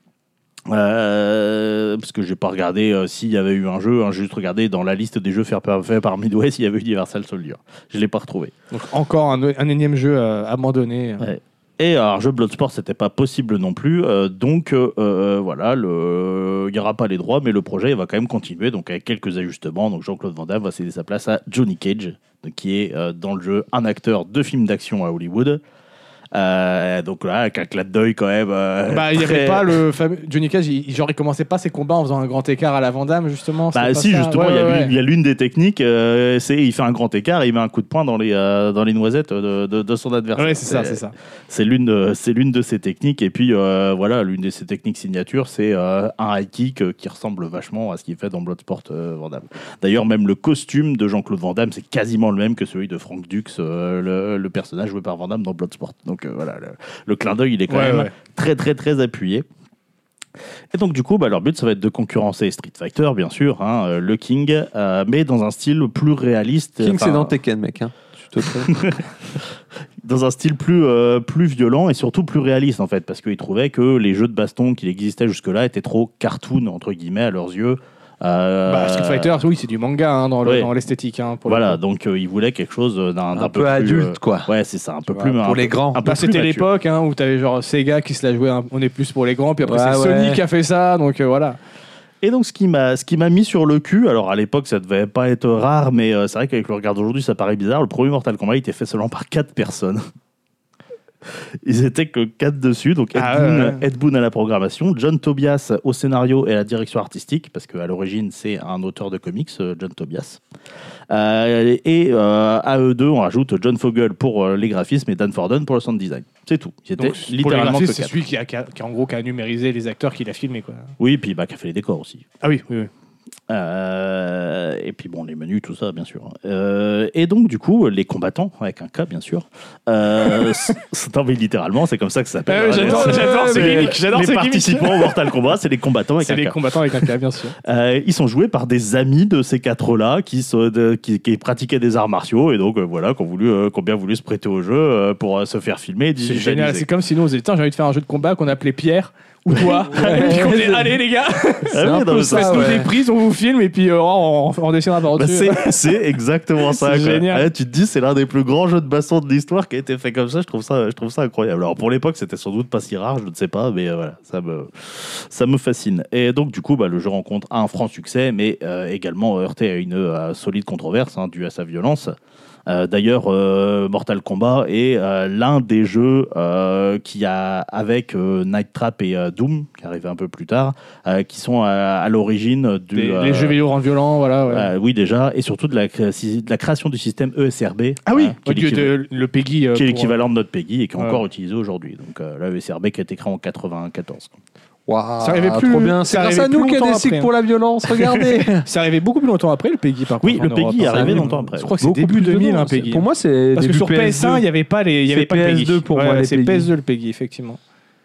[SPEAKER 3] Euh, parce que j'ai pas regardé euh, s'il y avait eu un jeu, hein, j'ai juste regardé dans la liste des jeux faits par, faits par Midway s'il y avait eu Universal Soldier. Je l'ai pas retrouvé.
[SPEAKER 1] Donc encore un, un énième jeu euh, abandonné.
[SPEAKER 3] Ouais. Et alors, jeu Bloodsport, c'était pas possible non plus. euh, donc, euh, euh, voilà, le... il n'y aura pas les droits, mais le projet il va quand même continuer. Donc, avec quelques ajustements. Donc, Jean-Claude Van Damme va céder sa place à Johnny Cage, donc, qui est euh, dans le jeu un acteur de films d'action à Hollywood. Euh, donc là, avec un clin d'œil quand même. euh,
[SPEAKER 1] Bah, il n'y
[SPEAKER 3] très-
[SPEAKER 1] avait pas le fameux. Johnny Cage, il, genre, il commençait pas ses combats en faisant un grand écart à la Van Damme, justement.
[SPEAKER 3] Bah,
[SPEAKER 1] c'était pas
[SPEAKER 3] si,
[SPEAKER 1] ça
[SPEAKER 3] justement,
[SPEAKER 1] Ouais,
[SPEAKER 3] il y a
[SPEAKER 1] ouais,
[SPEAKER 3] l'une- il y, a l'une des techniques, euh, c'est il fait un grand écart et il met un coup de poing dans les, euh, dans les noisettes de, de, de son adversaire.
[SPEAKER 1] Ouais, c'est ça, c'est ça.
[SPEAKER 3] C'est l'une de, c'est l'une de ses techniques. Et puis, euh, voilà, l'une de ses techniques signatures, c'est euh, un high kick euh, qui ressemble vachement à ce qu'il fait dans Bloodsport euh, Van Damme. D'ailleurs, même le costume de Jean-Claude Van Damme, c'est quasiment le même que celui de Frank Dux, euh, le, le personnage joué par Van Damme dans Bloodsport. Donc, euh, voilà, le, le clin d'œil, il est quand
[SPEAKER 1] Ouais,
[SPEAKER 3] même
[SPEAKER 1] ouais.
[SPEAKER 3] très, très, très appuyé. Et donc, du coup, bah, leur but, ça va être de concurrencer Street Fighter, bien sûr, hein, euh, le King, euh, mais dans un style plus réaliste.
[SPEAKER 2] King,
[SPEAKER 3] enfin,
[SPEAKER 2] c'est dans Tekken, mec. Hein. Tu te prends.
[SPEAKER 3] dans un style plus, euh, plus violent et surtout plus réaliste, en fait, parce qu'ils trouvaient que les jeux de baston qui existaient jusque-là étaient trop cartoon, entre guillemets, à leurs yeux. Euh,
[SPEAKER 1] Bah, Street Fighter, oui, c'est du manga hein, dans, le-
[SPEAKER 3] ouais.
[SPEAKER 1] dans l'esthétique. Hein, pour le
[SPEAKER 3] Voilà,
[SPEAKER 1] coup.
[SPEAKER 3] donc euh, ils voulaient quelque chose d'un, d'un
[SPEAKER 2] Un peu
[SPEAKER 3] plus,
[SPEAKER 2] adulte,
[SPEAKER 3] euh,
[SPEAKER 2] quoi.
[SPEAKER 3] Ouais, c'est ça, un peu
[SPEAKER 1] Tu
[SPEAKER 3] plus.
[SPEAKER 1] vois,
[SPEAKER 3] un
[SPEAKER 2] pour
[SPEAKER 3] peu-
[SPEAKER 2] les grands.
[SPEAKER 3] un peu
[SPEAKER 1] Bah,
[SPEAKER 3] plus
[SPEAKER 1] c'était
[SPEAKER 3] mature.
[SPEAKER 1] l'époque hein, où t'avais genre Sega qui se la jouait, un- on est plus pour les grands, puis après
[SPEAKER 2] Ouais,
[SPEAKER 1] c'est
[SPEAKER 2] ouais.
[SPEAKER 1] Sony qui a fait ça, donc euh, voilà.
[SPEAKER 3] Et donc, ce qui m'a, ce qui m'a mis sur le cul, alors à l'époque, ça devait pas être rare, mais euh, c'est vrai qu'avec le regard d'aujourd'hui, ça paraît bizarre. Le premier Mortal Kombat, il était fait seulement par quatre personnes. Ils étaient que quatre dessus, donc Ed,
[SPEAKER 1] Ah,
[SPEAKER 3] Boon,
[SPEAKER 1] ouais, ouais.
[SPEAKER 3] Ed Boon à la programmation, John Tobias au scénario et à la direction artistique, parce qu'à l'origine, c'est un auteur de comics, euh, John Tobias. Euh, et euh, à eux deux, on rajoute John Fogel pour euh, les graphismes et Dan Forden pour le sound design. C'est tout. Ils étaient
[SPEAKER 1] Donc, pour les
[SPEAKER 3] littéralement que
[SPEAKER 1] graphistes, c'est
[SPEAKER 3] quatre.
[SPEAKER 1] celui qui a, qui, a, qui a, en gros qui a numérisé les acteurs qu'il a filmé quoi.
[SPEAKER 3] Oui, puis bah, qui a fait les décors aussi.
[SPEAKER 1] Ah oui, oui, oui.
[SPEAKER 3] Euh, et puis bon, les menus, tout ça, bien sûr. Euh, et donc, du coup, les combattants, avec un K, bien sûr. Euh, c'est, non, mais littéralement, c'est comme ça que ça s'appelle.
[SPEAKER 1] Ah oui, j'adore-
[SPEAKER 3] Les-
[SPEAKER 1] j'adore ces
[SPEAKER 3] les-
[SPEAKER 1] gimmicks, j'adore
[SPEAKER 3] les
[SPEAKER 1] ces gimmicks.
[SPEAKER 3] participants au Mortal Kombat, c'est les combattants avec
[SPEAKER 1] C'est
[SPEAKER 3] un
[SPEAKER 1] les
[SPEAKER 3] K.
[SPEAKER 1] combattants avec un K, bien sûr.
[SPEAKER 3] Euh, ils sont joués par des amis de ces quatre-là qui, se- de- qui, qui pratiquaient des arts martiaux et donc euh, voilà, qui ont, voulu, euh, qui ont bien voulu se prêter au jeu euh, pour euh, se faire filmer. et
[SPEAKER 1] C'est
[SPEAKER 3] digitaliser.
[SPEAKER 1] génial. C'est comme si nous on disait tiens, j'ai envie de faire un jeu de combat qu'on appelait Pierre ou toi. Et puis qu'on disait allez les gars,
[SPEAKER 3] Ah oui,
[SPEAKER 2] un
[SPEAKER 3] non,
[SPEAKER 2] peu
[SPEAKER 3] mais
[SPEAKER 2] ça,
[SPEAKER 3] c'est-
[SPEAKER 1] faites-nous
[SPEAKER 2] ouais.
[SPEAKER 1] des prises, on vous filme et puis euh, on, on dessinera par
[SPEAKER 3] Bah,
[SPEAKER 1] dessus.
[SPEAKER 3] c'est, c'est exactement ça.
[SPEAKER 1] C'est
[SPEAKER 3] quoi.
[SPEAKER 1] génial.
[SPEAKER 3] Ouais, tu te dis, c'est l'un des plus grands jeux de baston de l'histoire qui a été fait comme ça. Je trouve ça, je trouve ça incroyable. Alors pour l'époque, c'était sans doute pas si rare, je ne sais pas, mais euh, voilà, ça me, ça me fascine. Et donc du coup, bah, le jeu rencontre un franc succès, mais euh, également heurté à une euh, solide controverse hein, due à sa violence. Euh, d'ailleurs, euh, Mortal Kombat est euh, l'un des jeux euh, qui a, avec euh, Night Trap et euh, Doom, qui arrivait un peu plus tard, euh, qui sont à, à l'origine du.
[SPEAKER 1] Les,
[SPEAKER 3] euh,
[SPEAKER 1] les jeux vidéo rendent violents, voilà. Ouais.
[SPEAKER 3] euh, oui, déjà, et surtout de la, cré- si- de la création du système E S R B.
[SPEAKER 1] ah oui,
[SPEAKER 3] hein, qui est
[SPEAKER 1] au lieu
[SPEAKER 3] l'équivalent-
[SPEAKER 1] de le Peggy. euh,
[SPEAKER 3] qui est
[SPEAKER 1] pour-
[SPEAKER 3] l'équivalent de notre Peggy et qui est
[SPEAKER 1] Ouais.
[SPEAKER 3] encore utilisé aujourd'hui. Donc euh, là, E S R B qui a été créé en quatre-vingt-quatorze.
[SPEAKER 2] Waouh,
[SPEAKER 1] Ça arrivait plus-
[SPEAKER 2] trop bien.
[SPEAKER 1] ça
[SPEAKER 2] C'est grâce
[SPEAKER 1] arrivait
[SPEAKER 2] à nous
[SPEAKER 1] plus
[SPEAKER 2] qu'il y a
[SPEAKER 1] longtemps
[SPEAKER 2] des cycles
[SPEAKER 1] après,
[SPEAKER 2] pour la violence. Regardez.
[SPEAKER 1] C'est arrivé beaucoup plus longtemps après le Peggy par
[SPEAKER 3] Oui,
[SPEAKER 1] contre.
[SPEAKER 3] le
[SPEAKER 1] en
[SPEAKER 3] Peggy
[SPEAKER 1] Europe,
[SPEAKER 3] est
[SPEAKER 1] hein.
[SPEAKER 3] arrivé
[SPEAKER 1] Ça,
[SPEAKER 3] longtemps après.
[SPEAKER 1] Je crois que c'est
[SPEAKER 2] Beaucoup
[SPEAKER 1] début
[SPEAKER 2] plus
[SPEAKER 1] deux mille
[SPEAKER 2] dedans,
[SPEAKER 1] un
[SPEAKER 2] c'est-
[SPEAKER 1] Peggy.
[SPEAKER 2] Pour moi, c'est
[SPEAKER 1] Parce que
[SPEAKER 2] début
[SPEAKER 1] sur P S un, il n'y avait pas les, il y
[SPEAKER 2] C'est
[SPEAKER 1] avait pas le
[SPEAKER 2] P S
[SPEAKER 1] Peggy.
[SPEAKER 2] deux pour moi,
[SPEAKER 1] Ouais,
[SPEAKER 2] les
[SPEAKER 1] c'est
[SPEAKER 2] Peggy.
[SPEAKER 1] P S deux le Peggy effectivement.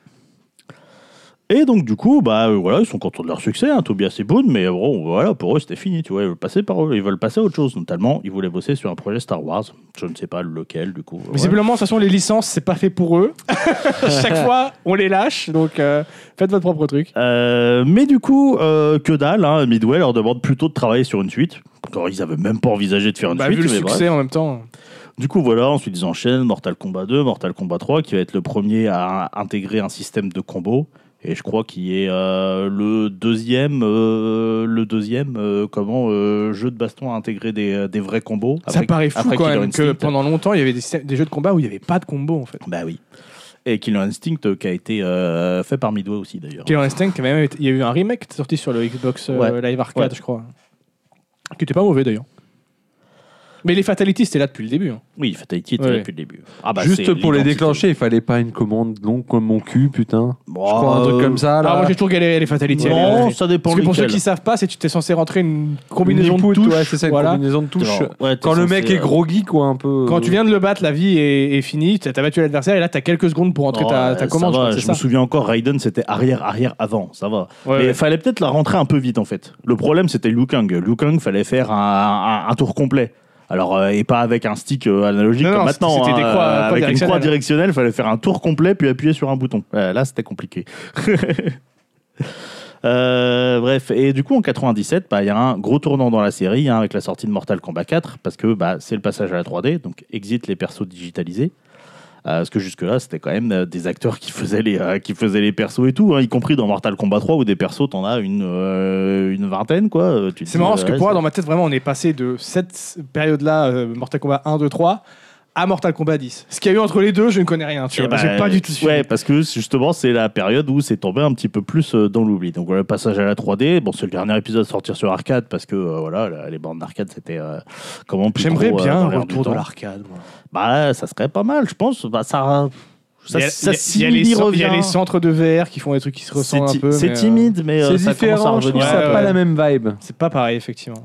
[SPEAKER 3] Et donc, du coup, bah, euh, voilà, ils sont contents de leur succès, hein, Tobias et Boone, mais bon, voilà, pour eux, c'était fini, tu vois. Ils veulent passer par eux, ils veulent passer à autre chose. Notamment, ils voulaient bosser sur un projet Star Wars. Je ne sais pas lequel, du coup. ouais.
[SPEAKER 1] Visiblement, de toute façon, les licences, c'est pas fait pour eux. Chaque fois, on les lâche, donc euh, faites votre propre truc.
[SPEAKER 3] Euh, mais du coup, euh, que dalle, hein, Midway leur demande plutôt de travailler sur une suite. Encore, ils avaient même pas envisagé de faire une
[SPEAKER 1] Bah,
[SPEAKER 3] suite.
[SPEAKER 1] vu le
[SPEAKER 3] mais bref.
[SPEAKER 1] succès en même temps.
[SPEAKER 3] Du coup, voilà, ensuite ils enchaînent Mortal Kombat deux, Mortal Kombat trois, qui va être le premier à intégrer un système de combo. Et je crois qu'il est euh, le deuxième, euh, le deuxième euh, comment, euh, jeu de baston à intégrer des, des vrais combos.
[SPEAKER 1] Ça
[SPEAKER 3] Après-
[SPEAKER 1] paraît fou
[SPEAKER 3] après
[SPEAKER 1] quand
[SPEAKER 3] Killer
[SPEAKER 1] même que
[SPEAKER 3] Instinct.
[SPEAKER 1] pendant longtemps, il y avait des, systèmes- des jeux de combat où il n'y avait pas de combo en fait.
[SPEAKER 3] Bah oui. Et Killer Instinct euh, qui a été euh, fait par Midway aussi d'ailleurs.
[SPEAKER 1] Killer Instinct, quand même, il y a eu un remake sorti sur le Xbox euh,
[SPEAKER 3] Ouais.
[SPEAKER 1] Live Arcade,
[SPEAKER 3] Ouais.
[SPEAKER 1] je crois. Qui était pas mauvais d'ailleurs. Mais les fatalities, c'était là depuis le début. Hein.
[SPEAKER 3] Oui, Fatality était
[SPEAKER 1] Ouais.
[SPEAKER 3] là depuis le début. Ah bah,
[SPEAKER 2] Juste
[SPEAKER 3] c'est
[SPEAKER 2] pour les
[SPEAKER 3] l'identité.
[SPEAKER 2] déclencher, il fallait pas une commande longue comme mon cul, putain.
[SPEAKER 3] Bon,
[SPEAKER 2] Je crois un truc
[SPEAKER 3] euh,
[SPEAKER 2] comme ça, là.
[SPEAKER 1] Ah, moi j'ai toujours galéré les fatalities.
[SPEAKER 3] Non,
[SPEAKER 1] Allez,
[SPEAKER 3] ça dépend
[SPEAKER 1] Parce que pour ceux
[SPEAKER 3] lequel.
[SPEAKER 1] qui savent pas, c'est que tu t'es censé rentrer une combinaison
[SPEAKER 2] Input,
[SPEAKER 1] de touches.
[SPEAKER 2] ouais, c'est ça, une
[SPEAKER 1] voilà.
[SPEAKER 2] combinaison de touches.
[SPEAKER 3] Genre, ouais, t'es
[SPEAKER 2] Quand le
[SPEAKER 3] censé,
[SPEAKER 2] mec est
[SPEAKER 3] euh,
[SPEAKER 2] groggy, quoi, un peu.
[SPEAKER 1] Quand tu viens de le battre, la vie est, est finie. T'as t'as battu l'adversaire et là t'as quelques secondes pour entrer
[SPEAKER 3] non,
[SPEAKER 1] ta,
[SPEAKER 3] euh,
[SPEAKER 1] ta
[SPEAKER 3] ça
[SPEAKER 1] commande.
[SPEAKER 3] va,
[SPEAKER 1] je crois que
[SPEAKER 3] je
[SPEAKER 1] c'est
[SPEAKER 3] me
[SPEAKER 1] ça.
[SPEAKER 3] souviens encore, Raiden c'était arrière, arrière, avant, ça va.
[SPEAKER 1] Ouais,
[SPEAKER 3] Mais il
[SPEAKER 1] ouais.
[SPEAKER 3] fallait peut-être la rentrer un peu vite en fait. Le problème c'était Liu Kang. Liu Kang, fallait faire un, un- un tour complet. Alors, euh, et pas avec un stick euh, analogique
[SPEAKER 1] Non,
[SPEAKER 3] comme
[SPEAKER 1] non,
[SPEAKER 3] maintenant.
[SPEAKER 1] c'était des
[SPEAKER 3] hein,
[SPEAKER 1] croix-
[SPEAKER 3] euh,
[SPEAKER 1] croix
[SPEAKER 3] avec une
[SPEAKER 1] directionnelles.
[SPEAKER 3] croix directionnelle, il fallait faire un tour complet puis appuyer sur un bouton. Ouais, là, c'était compliqué. Euh, bref, et du coup en quatre-vingt-dix-sept, bah, il y a un gros tournant dans la série hein, avec la sortie de Mortal Kombat quatre parce que bah, c'est le passage à la trois D, donc exit les persos digitalisés. Euh, parce que jusque-là, c'était quand même euh, des acteurs qui faisaient les, euh, qui faisaient les persos et tout, hein, y compris dans Mortal Kombat trois où des persos, t'en as une, euh, une vingtaine, quoi. Euh, tu te
[SPEAKER 1] C'est
[SPEAKER 3] dis,
[SPEAKER 1] marrant
[SPEAKER 3] euh,
[SPEAKER 1] parce que
[SPEAKER 3] ouais,
[SPEAKER 1] pour moi,
[SPEAKER 3] c'est-
[SPEAKER 1] dans ma tête, vraiment, on est passé de cette période-là, euh, Mortal Kombat un, deux, trois, à Mortal Kombat dix. Ce qu'il y a eu entre les deux, je ne connais rien. Tu
[SPEAKER 3] Eh
[SPEAKER 1] vois,
[SPEAKER 3] ben,
[SPEAKER 1] j'ai pas du tout suivi.
[SPEAKER 3] Ouais, parce que justement, c'est la période où c'est tombé un petit peu plus euh, dans l'oubli. Donc, voilà, le passage à la trois D, bon, c'est le dernier épisode à sortir sur arcade parce que euh, voilà, la- les bandes d'arcade, c'était euh, comment plus
[SPEAKER 1] J'aimerais
[SPEAKER 3] trop, euh,
[SPEAKER 1] bien
[SPEAKER 3] dans
[SPEAKER 1] un
[SPEAKER 3] l'air du
[SPEAKER 1] retour de
[SPEAKER 3] temps.
[SPEAKER 1] l'arcade. moi.
[SPEAKER 3] Bah, ça serait pas mal, je pense. Bah, ça. Ça,
[SPEAKER 1] Il y a-
[SPEAKER 3] ça
[SPEAKER 1] il y a- il y a les
[SPEAKER 3] simili
[SPEAKER 1] cen- il y a
[SPEAKER 3] revient.
[SPEAKER 1] les centres de V R qui font des trucs qui se
[SPEAKER 3] C'est
[SPEAKER 1] ressemblent un
[SPEAKER 3] ti-
[SPEAKER 1] peu.
[SPEAKER 3] c'est
[SPEAKER 1] mais, euh,
[SPEAKER 3] timide, mais euh,
[SPEAKER 2] C'est
[SPEAKER 3] ça commence à
[SPEAKER 2] différent, je trouve
[SPEAKER 3] revenir.
[SPEAKER 2] que ça
[SPEAKER 1] Ouais,
[SPEAKER 2] n'a pas
[SPEAKER 1] ouais.
[SPEAKER 2] la même vibe.
[SPEAKER 1] C'est pas pareil, effectivement.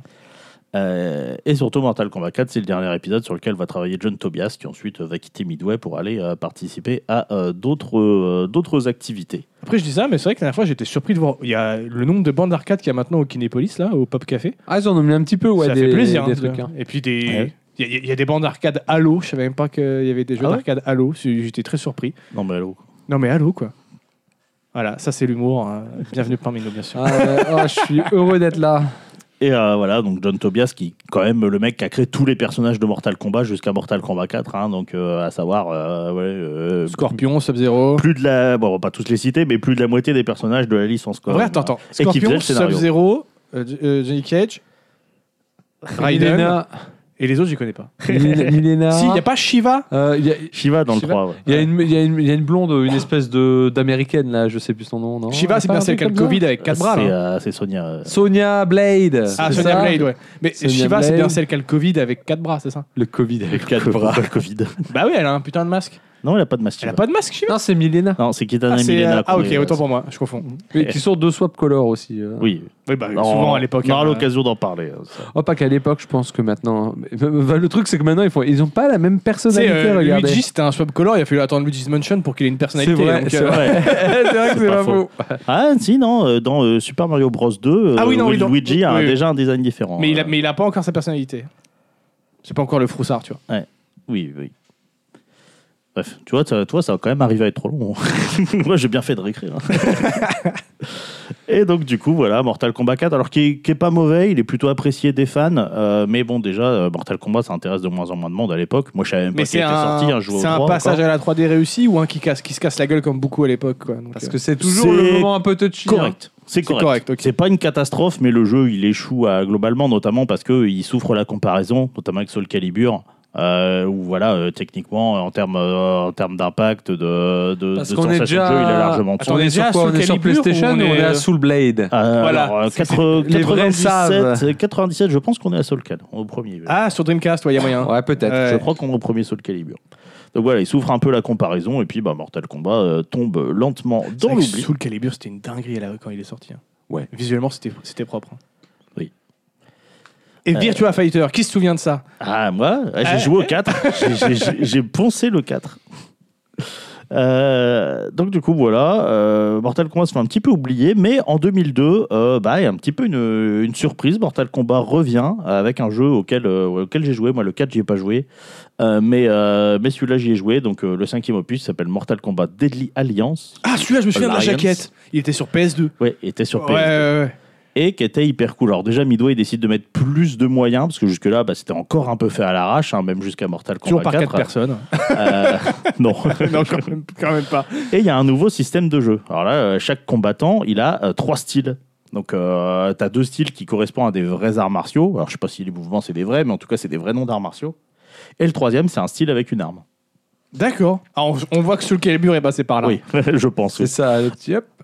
[SPEAKER 3] Euh, et surtout, Mortal Kombat quatre, c'est le dernier épisode sur lequel va travailler John Tobias, qui ensuite euh, va quitter Midway pour aller euh, participer à euh, d'autres euh, d'autres activités.
[SPEAKER 1] Après, je dis ça, mais c'est vrai que la dernière fois, j'étais surpris de voir. Il y a le nombre de bandes d'arcade qu'il y a maintenant au Kinépolis, là, au Pop Café.
[SPEAKER 2] Ah, ils en ont mis un petit peu, ouais,
[SPEAKER 1] ça
[SPEAKER 2] des,
[SPEAKER 1] fait plaisir.
[SPEAKER 2] des
[SPEAKER 1] hein,
[SPEAKER 2] trucs.
[SPEAKER 1] de-
[SPEAKER 2] hein.
[SPEAKER 1] Et puis des.
[SPEAKER 3] Ouais.
[SPEAKER 1] Il y, a- il y a des bandes d'arcade Halo. Je savais même pas qu'il y avait des jeux
[SPEAKER 3] Ah ouais
[SPEAKER 1] d'arcade Halo. J'étais très surpris.
[SPEAKER 3] Non, mais allô.
[SPEAKER 1] Non, mais Halo, quoi. Voilà, ça c'est l'humour. hein. Bienvenue parmi nous, bien sûr.
[SPEAKER 2] Ah, ouais, oh, je suis heureux d'être là.
[SPEAKER 3] Et euh, voilà, donc John Tobias, qui quand même le mec qui a créé tous les personnages de Mortal Kombat jusqu'à Mortal Kombat quatre, hein, donc euh, à savoir, euh, ouais, euh,
[SPEAKER 1] Scorpion, Sub-Zero.
[SPEAKER 3] plus de la, bon, on va pas tous les citer, mais plus de la moitié des personnages de la licence.
[SPEAKER 1] En vrai, attends, attends.
[SPEAKER 3] Et qui faisait
[SPEAKER 1] Scorpion,
[SPEAKER 3] le scénario.
[SPEAKER 1] Sub-Zero, euh, euh, Johnny Cage, Raiden.
[SPEAKER 2] Milena.
[SPEAKER 1] Et les autres, j'y connais pas.
[SPEAKER 2] Milena. Milena.
[SPEAKER 1] Si, il n'y a pas Shiva.
[SPEAKER 2] Euh, il y a-
[SPEAKER 3] Shiva dans
[SPEAKER 1] Shiva.
[SPEAKER 3] le trois. Ouais.
[SPEAKER 2] Il y, a une, il, y a une, il y a une blonde, une espèce de d'américaine là, je sais plus son nom. Non
[SPEAKER 1] Shiva, c'est
[SPEAKER 2] Pas
[SPEAKER 1] bien
[SPEAKER 2] un
[SPEAKER 1] celle
[SPEAKER 2] truc
[SPEAKER 1] qui a le
[SPEAKER 2] comme ça
[SPEAKER 1] Covid avec quatre bras.
[SPEAKER 3] C'est
[SPEAKER 1] là.
[SPEAKER 3] euh, c'est Sonia. euh,
[SPEAKER 2] Sonia Blade.
[SPEAKER 1] Ah,
[SPEAKER 2] c'est
[SPEAKER 1] Sonya
[SPEAKER 2] ça
[SPEAKER 1] Blade, ouais. Mais
[SPEAKER 2] Sonya
[SPEAKER 1] Shiva, c'est bien
[SPEAKER 2] Blade.
[SPEAKER 1] celle qui a le Covid avec quatre bras, c'est ça?
[SPEAKER 2] Le Covid avec quatre
[SPEAKER 3] Pourquoi
[SPEAKER 2] bras.
[SPEAKER 3] le Covid.
[SPEAKER 1] Bah oui, elle a un putain de masque.
[SPEAKER 3] Non, elle a pas de masque.
[SPEAKER 1] Elle a
[SPEAKER 3] Shiva.
[SPEAKER 1] pas de masque, Shiva?
[SPEAKER 2] Non, c'est Milena.
[SPEAKER 3] Non, c'est Kitana
[SPEAKER 1] Ah, c'est,
[SPEAKER 3] Milena.
[SPEAKER 1] euh, ah, ok,
[SPEAKER 3] qu'on est,
[SPEAKER 1] autant
[SPEAKER 3] euh,
[SPEAKER 1] pour moi, je confonds.
[SPEAKER 2] Oui, qui sont deux swap color aussi. euh.
[SPEAKER 3] Oui.
[SPEAKER 1] Oui, bah,
[SPEAKER 3] Non,
[SPEAKER 1] souvent à l'époque.
[SPEAKER 3] On aura
[SPEAKER 1] hein,
[SPEAKER 3] l'occasion d'en parler. hein, ça.
[SPEAKER 2] Oh, pas qu'à l'époque, je pense que maintenant. Mais, le truc, c'est que maintenant, ils font, ils ont pas la même
[SPEAKER 1] Tu sais,
[SPEAKER 2] personnalité.
[SPEAKER 1] euh,
[SPEAKER 2] regardez.
[SPEAKER 1] Luigi, c'était un swap color, il a fallu attendre Luigi's Mansion pour qu'il ait une personnalité.
[SPEAKER 2] C'est vrai,
[SPEAKER 1] donc,
[SPEAKER 2] c'est
[SPEAKER 1] euh,
[SPEAKER 2] vrai. c'est vrai que c'est
[SPEAKER 3] pas
[SPEAKER 2] pas
[SPEAKER 3] faux.
[SPEAKER 2] faux.
[SPEAKER 3] Ah, si, non, euh, dans euh, Super Mario Bros deux, euh,
[SPEAKER 1] Ah oui, non, oui, dans-
[SPEAKER 3] Luigi a
[SPEAKER 1] oui, oui.
[SPEAKER 3] déjà un design différent.
[SPEAKER 1] Mais il, a,
[SPEAKER 3] euh,
[SPEAKER 1] mais il a pas encore sa personnalité. C'est pas encore le froussard, tu vois.
[SPEAKER 3] Oui, oui. Bref, tu vois, ça, toi, ça va quand même arriver à être trop long. Moi, j'ai bien fait de réécrire. hein. Et donc, du coup, voilà, Mortal Kombat quatre, alors qui est, qui est pas mauvais, il est plutôt apprécié des fans, euh, mais bon, déjà, euh, Mortal Kombat, ça intéresse de moins en moins de monde à l'époque. Moi, je savais même pas
[SPEAKER 1] Mais
[SPEAKER 3] qu'il
[SPEAKER 1] c'est
[SPEAKER 3] était
[SPEAKER 1] un,
[SPEAKER 3] sorti, un jeu au
[SPEAKER 1] c'est un
[SPEAKER 3] droit
[SPEAKER 1] passage
[SPEAKER 3] encore.
[SPEAKER 1] à la trois D réussi ou un qui, casse, qui se casse la gueule comme beaucoup à l'époque, quoi. Donc,
[SPEAKER 2] Parce
[SPEAKER 1] euh,
[SPEAKER 2] que c'est toujours
[SPEAKER 3] C'est
[SPEAKER 2] le moment un peu touchy. hein.
[SPEAKER 3] Correct. C'est correct.
[SPEAKER 1] correct, ok.
[SPEAKER 3] C'est pas une catastrophe, mais le jeu, il échoue à- globalement, notamment parce qu'il souffre la comparaison, notamment avec Soul Calibur. Euh, où voilà, euh, techniquement, en termes euh, en termes d'impact, de, de,
[SPEAKER 2] Parce
[SPEAKER 3] de
[SPEAKER 2] qu'on est
[SPEAKER 3] sensation
[SPEAKER 2] déjà-
[SPEAKER 3] de jeu, il est largement dessus.
[SPEAKER 2] On
[SPEAKER 1] On
[SPEAKER 2] est
[SPEAKER 1] est
[SPEAKER 2] sur
[SPEAKER 1] déjà
[SPEAKER 2] quoi
[SPEAKER 1] à
[SPEAKER 2] On est sur
[SPEAKER 1] Soul Calibur
[SPEAKER 2] PlayStation
[SPEAKER 1] ou
[SPEAKER 2] ou
[SPEAKER 1] on
[SPEAKER 2] on est
[SPEAKER 1] est-
[SPEAKER 2] à Soul Blade
[SPEAKER 3] Euh,
[SPEAKER 1] Voilà.
[SPEAKER 3] alors, euh,
[SPEAKER 1] C'est-
[SPEAKER 3] quatre-
[SPEAKER 2] les vrais savent.
[SPEAKER 3] quatre-vingt-dix-sept, quatre-vingt-dix-sept, je pense qu'on est à Soul Calibur, au premier.
[SPEAKER 1] Ah, sur Dreamcast, il y a moyen.
[SPEAKER 2] Ouais, peut-être.
[SPEAKER 1] Ouais.
[SPEAKER 3] Je crois qu'on est au premier Soul Calibur. Donc voilà, il souffre un peu la comparaison, et puis bah, Mortal Kombat euh, tombe lentement
[SPEAKER 1] C'est
[SPEAKER 3] dans
[SPEAKER 1] vrai que
[SPEAKER 3] l'oubli.
[SPEAKER 1] Soul Calibur, c'était une dinguerie là, quand il est sorti. hein.
[SPEAKER 2] Ouais.
[SPEAKER 1] Visuellement, c'était, c'était propre. hein.
[SPEAKER 3] Oui.
[SPEAKER 1] Et
[SPEAKER 3] Euh,
[SPEAKER 1] Virtua Fighter, qui se souvient de ça?
[SPEAKER 3] Ah, moi, j'ai
[SPEAKER 1] Ah,
[SPEAKER 3] joué au quatre. J'ai- j'ai- J'ai j'ai poncé le quatre. Euh, donc du coup voilà, euh, Mortal Kombat se fait un petit peu oublier, mais en deux mille deux, euh, bah, il y a un petit peu une, une surprise. Mortal Kombat revient avec un jeu auquel, euh, auquel j'ai joué. Moi le quatre j'y ai pas joué, euh, mais, euh, mais celui-là j'y ai joué. Donc euh, le cinquième opus s'appelle Mortal Kombat Deadly Alliance.
[SPEAKER 1] Ah, celui-là, je me souviens de la
[SPEAKER 3] Alliance.
[SPEAKER 1] jaquette. Il était sur P S deux.
[SPEAKER 3] Ouais, il était sur P
[SPEAKER 1] Ouais,
[SPEAKER 3] S deux.
[SPEAKER 1] ouais, ouais.
[SPEAKER 3] Et qui était hyper cool. Alors déjà Midway décide de mettre plus de moyens parce que jusque là bah, c'était encore un peu fait à l'arrache, hein, même jusqu'à Mortal
[SPEAKER 1] Toujours
[SPEAKER 3] Kombat
[SPEAKER 1] par
[SPEAKER 3] quatre.
[SPEAKER 1] quatre personnes.
[SPEAKER 3] Euh, non.
[SPEAKER 1] non, quand même, quand même pas.
[SPEAKER 3] Et il y a un nouveau système de jeu. Alors là, euh, chaque combattant, il a euh, trois styles. Donc, euh, tu as deux styles qui correspondent à des vrais arts martiaux. Alors, je sais pas si les mouvements, c'est des vrais, mais en tout cas, c'est des vrais noms d'arts martiaux. Et le troisième, c'est un style avec une arme.
[SPEAKER 1] D'accord. Ah, on, on voit que Soul Calibur est passé par là.
[SPEAKER 3] Oui, je pense.
[SPEAKER 2] C'est
[SPEAKER 3] oui.
[SPEAKER 2] ça, le petit hop.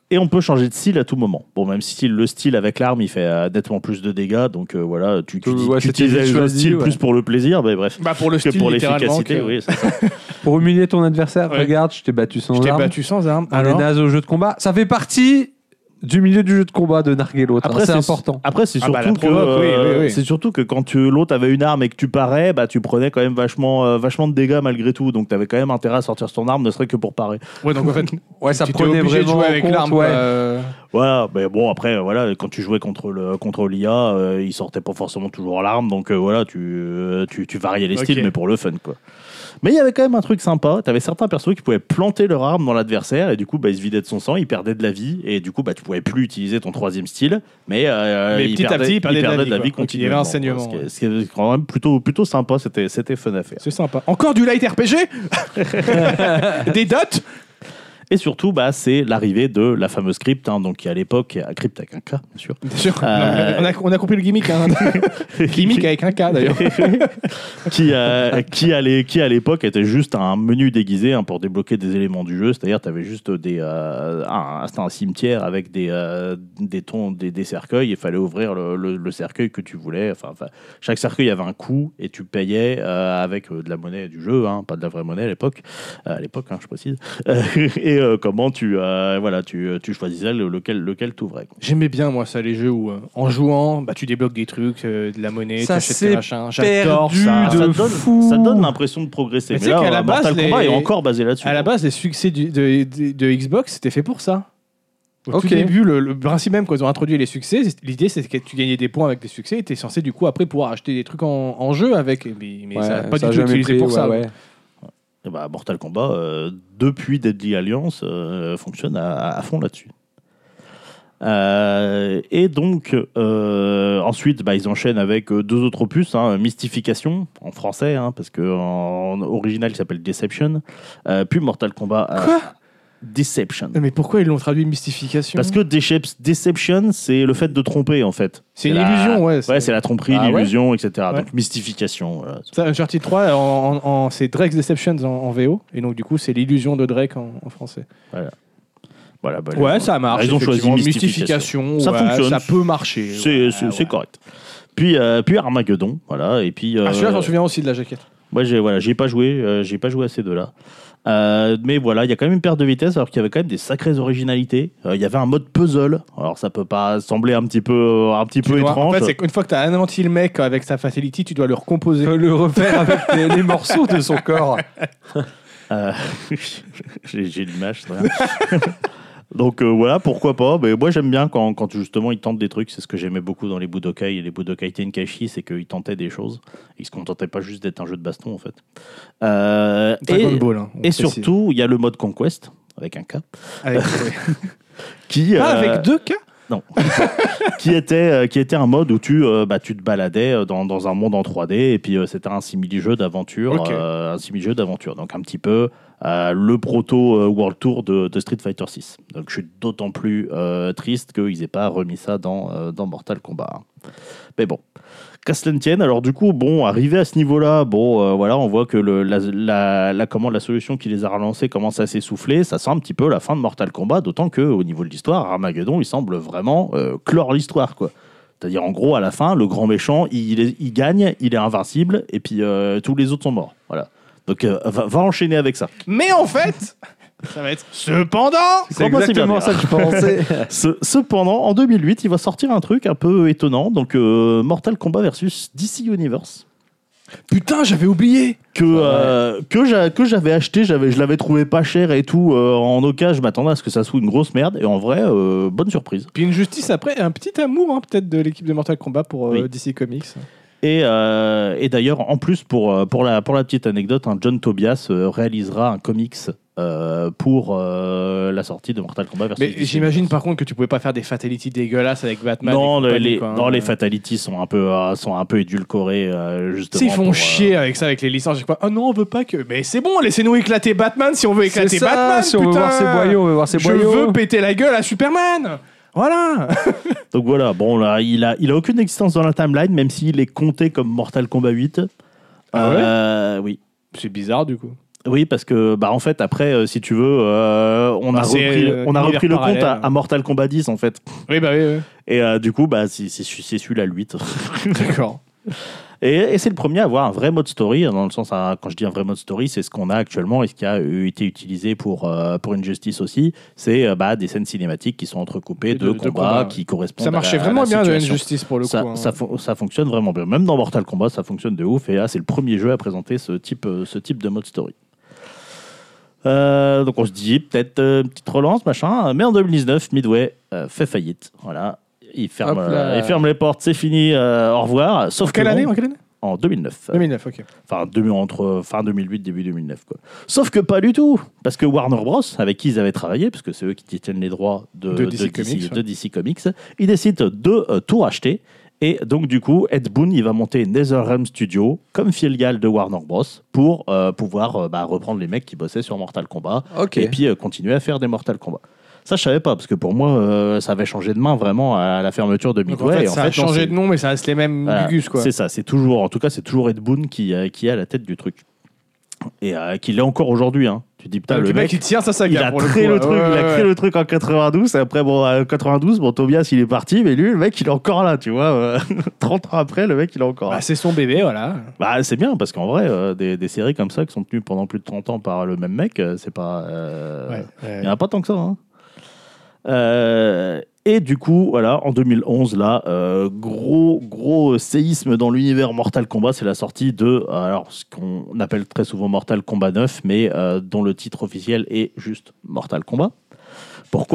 [SPEAKER 3] Et on peut changer de style à tout moment. Bon, même si le style avec l'arme, il fait euh, nettement plus de dégâts, donc euh, voilà, tu, tu,
[SPEAKER 2] Ouais,
[SPEAKER 3] tu
[SPEAKER 2] c'était
[SPEAKER 3] utilises
[SPEAKER 2] vite
[SPEAKER 3] le
[SPEAKER 2] choisi,
[SPEAKER 3] style
[SPEAKER 2] ouais.
[SPEAKER 3] plus pour le plaisir, mais bref.
[SPEAKER 1] Bah pour le
[SPEAKER 3] Que
[SPEAKER 1] style,
[SPEAKER 3] pour
[SPEAKER 1] littéralement.
[SPEAKER 3] l'efficacité,
[SPEAKER 1] que-
[SPEAKER 3] oui. c'est ça.
[SPEAKER 2] Pour humilier ton adversaire,
[SPEAKER 1] Ouais.
[SPEAKER 2] regarde, je t'ai battu sans
[SPEAKER 1] Je t'ai
[SPEAKER 2] arme.
[SPEAKER 1] battu sans arme.
[SPEAKER 2] On est
[SPEAKER 1] Alors
[SPEAKER 2] naze au jeu de combat. Ça fait partie du milieu du jeu de combat de narguer l'autre.
[SPEAKER 3] Après,
[SPEAKER 2] hein, c'est important.
[SPEAKER 3] Après, c'est
[SPEAKER 1] Ah
[SPEAKER 3] surtout
[SPEAKER 1] bah, la
[SPEAKER 3] que
[SPEAKER 1] provoque, oui,
[SPEAKER 3] euh,
[SPEAKER 1] oui, oui.
[SPEAKER 3] c'est surtout que quand tu, l'autre avait une arme et que tu parais, bah tu prenais quand même vachement, euh, vachement de dégâts malgré tout. Donc t'avais quand même intérêt à sortir ton arme, ne serait que pour parer.
[SPEAKER 1] Ouais, donc en fait,
[SPEAKER 2] Ouais, ça
[SPEAKER 1] tu t'es
[SPEAKER 2] prenait
[SPEAKER 1] obligé de
[SPEAKER 2] vraiment
[SPEAKER 1] jouer
[SPEAKER 2] en
[SPEAKER 1] avec
[SPEAKER 2] compte,
[SPEAKER 1] l'arme.
[SPEAKER 2] ouais.
[SPEAKER 1] quoi, euh.
[SPEAKER 3] Voilà, mais bon après euh, voilà, quand tu jouais contre le contre l'I A, euh, il sortait pas forcément toujours l'arme, donc euh, voilà, tu, euh, tu tu variais les
[SPEAKER 1] Ok.
[SPEAKER 3] styles, mais pour le fun quoi. Mais il y avait quand même un truc sympa. T'avais certains persos qui pouvaient planter leur arme dans l'adversaire et du coup bah ils se vidaient de son sang, ils perdaient de la vie et du coup bah tu pouvais plus utiliser ton troisième style, mais, euh,
[SPEAKER 1] Mais
[SPEAKER 3] ils
[SPEAKER 1] petit à
[SPEAKER 3] perdaient-
[SPEAKER 1] petit, ils perdaient de la vie, quoi. Ok, il y avait
[SPEAKER 3] continuellement.
[SPEAKER 1] un enseignement,
[SPEAKER 3] quoi. Ce qui est- ce qui est quand même plutôt plutôt sympa. C'était c'était fun à faire.
[SPEAKER 1] C'est sympa. Encore du light R P G. Des dots.
[SPEAKER 3] Et surtout, bah, c'est l'arrivée de la fameuse crypte, hein, donc qui à l'époque, à crypte avec un K, bien sûr.
[SPEAKER 1] Bien sûr.
[SPEAKER 3] Euh,
[SPEAKER 1] On, a, on a compris le gimmick. Hein. Gimmick avec un K d'ailleurs.
[SPEAKER 3] qui, euh, qui, à l'é- qui à l'époque était juste un menu déguisé hein, pour débloquer des éléments du jeu. C'est-à-dire, tu avais juste des, euh, un, c'était un cimetière avec des, euh, des, tons, des, des cercueils. Il fallait ouvrir le, le, le cercueil que tu voulais. Enfin, enfin, chaque cercueil avait un coût et tu payais euh, avec euh, de la monnaie du jeu, hein, pas de la vraie monnaie à l'époque. Euh, à l'époque, hein, je précise. Euh, et euh, comment tu, euh, voilà, tu, tu choisissais le- lequel, lequel tu ouvrais.
[SPEAKER 1] J'aimais bien moi ça les jeux où euh, en jouant bah tu débloques des trucs, euh, de la monnaie, tu
[SPEAKER 2] Ça
[SPEAKER 1] achètes
[SPEAKER 2] s'est
[SPEAKER 1] des machins. J'adore
[SPEAKER 2] perdu
[SPEAKER 1] ça.
[SPEAKER 2] de
[SPEAKER 3] ça, donne,
[SPEAKER 2] fou.
[SPEAKER 3] ça donne l'impression de progresser.
[SPEAKER 1] Mais
[SPEAKER 3] Mais,
[SPEAKER 1] tu sais
[SPEAKER 3] là,
[SPEAKER 1] qu'à la
[SPEAKER 3] euh, Mortal
[SPEAKER 1] base,
[SPEAKER 3] Kombat
[SPEAKER 1] les-
[SPEAKER 3] est encore basé là-dessus.
[SPEAKER 1] À la base, les succès du- de, de- de Xbox, c'était fait pour ça. Au
[SPEAKER 2] Ok.
[SPEAKER 1] tout début, le, le principe même quand ils ont introduit les succès, c'est- l'idée c'était que tu gagnais des points avec des succès et tu es censé du coup après pouvoir acheter des trucs en, en jeu avec. Mais, mais
[SPEAKER 2] Ouais,
[SPEAKER 1] ça n'a pas
[SPEAKER 2] ça a
[SPEAKER 1] du tout
[SPEAKER 2] jamais
[SPEAKER 1] utilisé
[SPEAKER 2] pris,
[SPEAKER 1] pour
[SPEAKER 2] ouais,
[SPEAKER 1] ça.
[SPEAKER 2] ouais.
[SPEAKER 3] Et bah, Mortal Kombat, euh, depuis Deadly Alliance, euh, fonctionne à, à fond là-dessus. Euh, et donc, euh, ensuite, bah, ils enchaînent avec euh, deux autres opus, hein, Mystification, en français, hein, parce qu'en en original, il s'appelle Deception, euh, puis Mortal Kombat. euh,
[SPEAKER 1] Quoi
[SPEAKER 3] Deception.
[SPEAKER 1] Mais pourquoi ils l'ont traduit mystification?
[SPEAKER 3] Parce que Decep- Deception, c'est le fait de tromper, en fait.
[SPEAKER 1] c'est une
[SPEAKER 3] la-
[SPEAKER 1] illusion, ouais.
[SPEAKER 3] Ouais, c'est la tromperie,
[SPEAKER 2] Ah ouais
[SPEAKER 3] l'illusion, et cetera.
[SPEAKER 1] Ouais.
[SPEAKER 3] Donc, mystification. Voilà.
[SPEAKER 1] Ça, Uncharted trois, en, en- en- c'est Drake's Deceptions en, en V O, et donc du coup c'est l'illusion de Drake en, en français.
[SPEAKER 3] Voilà, bah,
[SPEAKER 1] Ouais,
[SPEAKER 3] les-
[SPEAKER 1] ça marche.
[SPEAKER 3] Ils ont choisi
[SPEAKER 1] effectivement.
[SPEAKER 3] mystification.
[SPEAKER 1] mystification.
[SPEAKER 3] Ça
[SPEAKER 1] ouais,
[SPEAKER 3] fonctionne.
[SPEAKER 1] Ça peut marcher.
[SPEAKER 3] C'est
[SPEAKER 1] ouais,
[SPEAKER 3] c'est-
[SPEAKER 1] ouais.
[SPEAKER 3] c'est correct. Puis, euh, puis Armageddon, voilà. Et puis,
[SPEAKER 1] Ah, celui-là,
[SPEAKER 3] euh,
[SPEAKER 1] j'en souviens aussi de la jaquette.
[SPEAKER 3] moi, j'ai voilà, j'ai pas joué, euh, j'ai pas joué à ces deux-là. Euh, mais voilà, il y a quand même une perte de vitesse, alors qu'il y avait quand même des sacrées originalités. Euh, Il y avait un mode puzzle. Alors, ça peut pas sembler un petit peu, un petit
[SPEAKER 1] Tu
[SPEAKER 3] peu
[SPEAKER 1] dois-
[SPEAKER 3] étrange.
[SPEAKER 1] En fait, c'est qu'une fois que tu as anéanti le mec avec sa facility, tu dois le recomposer.
[SPEAKER 2] Faut le refaire avec les, les morceaux de son corps.
[SPEAKER 3] Euh, j'ai j'ai l'image, c'est vrai. Donc euh, voilà, pourquoi pas. Mais moi j'aime bien quand, quand justement ils tentent des trucs. C'est ce que j'aimais beaucoup dans les Budokai et les Budokai Tenkaichi, c'est qu'ils tentaient des choses. Ils se contentaient pas juste d'être un jeu de baston en fait. Euh,
[SPEAKER 1] Dragon
[SPEAKER 3] et
[SPEAKER 1] Ball. hein, on
[SPEAKER 3] et
[SPEAKER 1] précise.
[SPEAKER 3] surtout, il y a le mode Conquest avec un K
[SPEAKER 1] Avec,
[SPEAKER 3] qui
[SPEAKER 1] Pas
[SPEAKER 3] euh,
[SPEAKER 1] avec deux cas.
[SPEAKER 3] non qui était euh, qui était un mode où tu euh, bah, tu te baladais euh, dans, dans un monde en trois D et puis euh, c'était un simili-jeu d'aventure,
[SPEAKER 1] Ok.
[SPEAKER 3] euh, un simili-jeu d'aventure. Donc un petit peu euh, le proto euh, World Tour de, de Street Fighter six. Donc je suis d'autant plus euh, triste qu'ils aient pas remis ça dans euh, dans Mortal Kombat. hein. Mais bon. Qu'à cela ne tienne, alors du coup, bon, arrivé à ce niveau-là, bon, euh, voilà, on voit que le, la, la, la, comment, la solution qui les a relancés commence à s'essouffler. Ça sent un petit peu la fin de Mortal Kombat, d'autant qu'au niveau de l'histoire, Armageddon, il semble vraiment euh, clore l'histoire, quoi. C'est-à-dire, en gros, à la fin, le grand méchant, il, est- il gagne, il est invincible, et puis euh, tous les autres sont morts. Voilà. Donc, euh, va, va enchaîner avec ça.
[SPEAKER 1] Mais en fait, ça va être cependant.
[SPEAKER 2] C'est
[SPEAKER 3] Crois-moi, c'est bien
[SPEAKER 2] exactement
[SPEAKER 3] dit.
[SPEAKER 2] ça que je pensais.
[SPEAKER 3] Ce- cependant, en deux mille huit, il va sortir un truc un peu étonnant. Donc, euh, Mortal Kombat versus D C Universe.
[SPEAKER 1] Putain, j'avais oublié.
[SPEAKER 3] que euh, que j'a- que j'avais acheté, j'avais je l'avais trouvé pas cher et tout euh, en occasion, je m'attendais à ce que ça soit une grosse merde et en vrai euh, bonne surprise.
[SPEAKER 1] Puis une justice après, un petit amour hein, peut-être de l'équipe de Mortal Kombat pour euh,
[SPEAKER 3] Oui.
[SPEAKER 1] D C Comics.
[SPEAKER 3] Et, euh, et d'ailleurs en plus pour euh, pour la pour la petite anecdote, hein, John Tobias euh, réalisera un comics euh, pour euh, la sortie de Mortal Kombat versus
[SPEAKER 1] Mais
[SPEAKER 3] D C
[SPEAKER 1] j'imagine
[SPEAKER 3] Universe.
[SPEAKER 1] par contre que tu pouvais pas faire des fatalities dégueulasses avec Batman.
[SPEAKER 3] non,
[SPEAKER 1] et
[SPEAKER 3] le-
[SPEAKER 1] compagnie,
[SPEAKER 3] les,
[SPEAKER 1] quoi, hein.
[SPEAKER 3] non, les fatalities sont un peu euh, sont un peu édulcorés euh, justement.
[SPEAKER 1] Si ils font
[SPEAKER 3] pour, euh,
[SPEAKER 1] chier avec ça, avec les licences, je sais pas. Oh non, on veut pas que. Mais c'est bon, laissez-nous éclater Batman si on veut
[SPEAKER 2] C'est
[SPEAKER 1] éclater
[SPEAKER 2] ça,
[SPEAKER 1] Batman.
[SPEAKER 2] si on veut
[SPEAKER 1] putain.
[SPEAKER 2] voir ses boyaux, on veut voir ses
[SPEAKER 1] Je
[SPEAKER 2] boyaux.
[SPEAKER 1] veux péter la gueule à Superman. Voilà.
[SPEAKER 3] Donc voilà, bon là, il a, il a aucune existence dans la timeline, même s'il est compté comme Mortal Kombat huit.
[SPEAKER 1] Ah ouais
[SPEAKER 3] Euh, oui.
[SPEAKER 1] C'est bizarre du coup.
[SPEAKER 3] Oui, parce que bah en fait après, euh, si tu veux, euh, on
[SPEAKER 1] Bah,
[SPEAKER 3] a
[SPEAKER 1] c'est,
[SPEAKER 3] repris,
[SPEAKER 1] euh,
[SPEAKER 3] on a
[SPEAKER 1] univers
[SPEAKER 3] repris le compte
[SPEAKER 1] parallèle.
[SPEAKER 3] à, à Mortal Kombat dix en fait.
[SPEAKER 1] Oui, bah oui, oui.
[SPEAKER 3] Et euh, du coup, bah c'est c'est c'est celui-là le huit.
[SPEAKER 1] D'accord.
[SPEAKER 3] Et, et c'est le premier à avoir un vrai mode story, dans le sens, à- quand je dis un vrai mode story, c'est ce qu'on a actuellement et ce qui a euh, été utilisé pour, euh, pour Injustice aussi. C'est euh, bah, des scènes cinématiques qui sont entrecoupées
[SPEAKER 1] Et
[SPEAKER 3] de,
[SPEAKER 1] de- de
[SPEAKER 3] combats
[SPEAKER 1] combats, ouais.
[SPEAKER 3] qui correspondent
[SPEAKER 1] Ça
[SPEAKER 3] à la-
[SPEAKER 1] marchait
[SPEAKER 3] à la
[SPEAKER 1] vraiment bien de
[SPEAKER 3] situation.
[SPEAKER 1] Injustice pour le
[SPEAKER 3] Ça,
[SPEAKER 1] coup. hein.
[SPEAKER 3] ça, fon- ça fonctionne vraiment bien. Même dans Mortal Kombat, ça fonctionne de ouf. Et là, c'est le premier jeu à présenter ce type, euh, ce type de mode story. Euh, donc on se dit peut-être euh, une petite relance, machin. Mais en deux mille dix-neuf, Midway euh, fait faillite. Voilà. Il ferme,
[SPEAKER 1] Hop là.
[SPEAKER 3] euh, il ferme les portes, c'est fini, euh, au revoir. Sauf
[SPEAKER 1] En quelle
[SPEAKER 3] que
[SPEAKER 1] année,
[SPEAKER 3] non,
[SPEAKER 1] en quelle année
[SPEAKER 3] en deux mille neuf.
[SPEAKER 1] deux mille neuf, ok.
[SPEAKER 3] Enfin, deux- entre fin deux mille huit, début deux mille neuf. Quoi. Sauf que pas du tout. Parce que Warner Bros, avec qui ils avaient travaillé, parce que c'est eux qui détiennent les droits de,
[SPEAKER 1] De D C Comics,
[SPEAKER 3] de
[SPEAKER 1] ouais.
[SPEAKER 3] D C Comics, ils décident de euh, tout racheter. Et donc, du coup, Ed Boon, il va monter NetherRealm Studio comme filiale de Warner Bros. Pour euh, pouvoir euh, bah, reprendre les mecs qui bossaient sur Mortal Kombat
[SPEAKER 2] Ok.
[SPEAKER 3] et puis euh, continuer à faire des Mortal Kombat. Ça, je savais pas, parce que pour moi, euh, ça avait changé de main vraiment à la fermeture de
[SPEAKER 1] Donc
[SPEAKER 3] Midway.
[SPEAKER 1] en fait,
[SPEAKER 3] Et en
[SPEAKER 1] ça a
[SPEAKER 3] fait, non,
[SPEAKER 1] changé
[SPEAKER 3] c'est-
[SPEAKER 1] de nom, mais ça reste les mêmes
[SPEAKER 3] voilà,
[SPEAKER 1] gugus, quoi.
[SPEAKER 3] C'est ça, c'est toujours, en tout cas, c'est toujours Ed Boon qui, euh, qui est à la tête du truc. Et euh, qui l'est encore aujourd'hui. Hein. Tu dis, putain,
[SPEAKER 1] Donc,
[SPEAKER 3] le mec,
[SPEAKER 1] il tient sa
[SPEAKER 3] il
[SPEAKER 1] saga.
[SPEAKER 3] a
[SPEAKER 1] pour
[SPEAKER 3] créé
[SPEAKER 1] coup,
[SPEAKER 3] le
[SPEAKER 1] ouais,
[SPEAKER 3] truc,
[SPEAKER 1] ouais,
[SPEAKER 3] il a
[SPEAKER 1] ouais.
[SPEAKER 3] créé le truc en quatre-vingt-douze, et après, bon, en quatre-vingt-douze, bon, Tobias, il est parti, mais lui, le mec, il est encore là, tu vois. euh, trente ans après, le mec, il est encore là.
[SPEAKER 1] Bah, c'est son bébé, voilà.
[SPEAKER 3] Bah, c'est bien, parce qu'en vrai, euh, des, des séries comme ça qui sont tenues pendant plus de trente ans par le même mec, euh, c'est pas. euh,
[SPEAKER 1] Ouais, ouais.
[SPEAKER 3] Il n'y en a pas tant que ça. Hein. Euh, et du coup, voilà, en deux mille onze, là, euh, gros, gros séisme dans l'univers Mortal Kombat, c'est la sortie de euh, alors, ce qu'on appelle très souvent Mortal Kombat neuf, mais euh, dont le titre officiel est juste Mortal Kombat. Pourquoi ?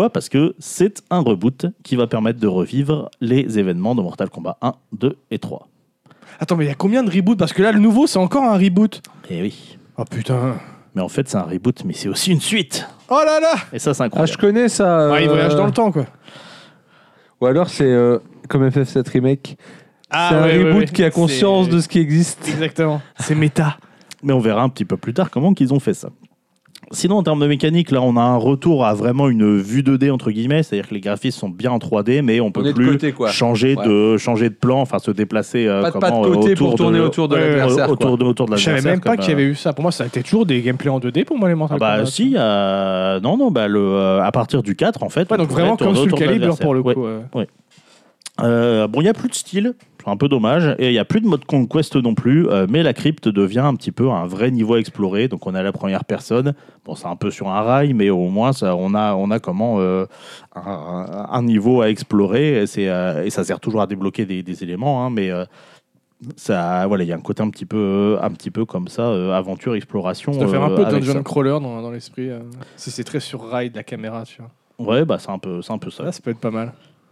[SPEAKER 3] Parce que c'est un reboot qui va permettre de revivre les événements de Mortal Kombat un, deux et trois.
[SPEAKER 1] Attends, mais il y a combien de reboots ? Parce que là, le nouveau, c'est encore un reboot.
[SPEAKER 3] Et oui.
[SPEAKER 1] Oh putain.
[SPEAKER 3] Mais en fait, c'est un reboot, mais c'est aussi une suite.
[SPEAKER 1] Oh là là.
[SPEAKER 3] Et ça, c'est
[SPEAKER 2] Ah,
[SPEAKER 3] incroyable.
[SPEAKER 2] je connais ça.
[SPEAKER 1] Ouais, il
[SPEAKER 2] euh,
[SPEAKER 1] voyage dans le temps, quoi.
[SPEAKER 2] Ou alors c'est euh, comme F F sept Remake.
[SPEAKER 1] Ah,
[SPEAKER 2] c'est un
[SPEAKER 1] ouais, ouais,
[SPEAKER 2] reboot
[SPEAKER 1] ouais.
[SPEAKER 2] qui a conscience
[SPEAKER 1] C'est-
[SPEAKER 2] de ce qui existe.
[SPEAKER 1] Exactement. C'est méta.
[SPEAKER 3] Mais on verra un petit peu plus tard comment qu'ils ont fait ça. Sinon, en termes de mécanique, là, on a un retour à vraiment une vue deux D, entre guillemets, c'est-à-dire que les graphismes sont bien en trois D, mais on peut
[SPEAKER 2] On est de
[SPEAKER 3] plus
[SPEAKER 2] côté, quoi.
[SPEAKER 3] changer,
[SPEAKER 2] Ouais.
[SPEAKER 3] de, changer de plan, enfin se déplacer euh,
[SPEAKER 2] Pas de
[SPEAKER 3] comment,
[SPEAKER 2] pas de
[SPEAKER 3] euh,
[SPEAKER 2] côté
[SPEAKER 3] autour
[SPEAKER 2] pour tourner
[SPEAKER 3] de,
[SPEAKER 2] autour de
[SPEAKER 1] ouais,
[SPEAKER 2] l'adversaire.
[SPEAKER 3] autour
[SPEAKER 2] quoi.
[SPEAKER 3] de, autour de
[SPEAKER 1] Je savais
[SPEAKER 3] l'adversaire.
[SPEAKER 1] même pas
[SPEAKER 3] comme,
[SPEAKER 1] qu'il y avait
[SPEAKER 3] euh,
[SPEAKER 1] eu ça. Pour moi, ça a été toujours des gameplays en deux D pour moi, les Mortal
[SPEAKER 3] Ah bah
[SPEAKER 1] Kombat.
[SPEAKER 3] si, euh, non, non, bah, le, euh, à partir du quatre, en fait.
[SPEAKER 1] Ouais,
[SPEAKER 3] on
[SPEAKER 1] donc
[SPEAKER 3] pourrait
[SPEAKER 1] vraiment comme
[SPEAKER 3] tourner
[SPEAKER 1] Soul
[SPEAKER 3] autour de
[SPEAKER 1] Calibur
[SPEAKER 3] l'adversaire.
[SPEAKER 1] pour le coup.
[SPEAKER 3] Ouais.
[SPEAKER 1] ouais.
[SPEAKER 3] Euh, bon, il n'y a plus de style, c'est un peu dommage, et il n'y a plus de mode conquest non plus, euh, mais la crypte devient un petit peu un vrai niveau à explorer, donc on a la première personne, bon c'est un peu sur un rail, mais au moins ça, on, a, on a comment euh, un, un niveau à explorer, et, c'est, euh, et ça sert toujours à débloquer des, des éléments, hein, mais euh, ça, voilà, il y a un côté un petit peu, un petit peu comme ça, euh, aventure, exploration.
[SPEAKER 1] Ça doit faire un
[SPEAKER 3] euh,
[SPEAKER 1] peu
[SPEAKER 3] avec
[SPEAKER 1] dungeon
[SPEAKER 3] ça.
[SPEAKER 1] crawler dans, dans l'esprit. euh, si c'est très sur rail de la caméra, tu vois.
[SPEAKER 3] Ouais, bah c'est un peu, c'est un peu ça.
[SPEAKER 1] Là, ça peut être pas mal.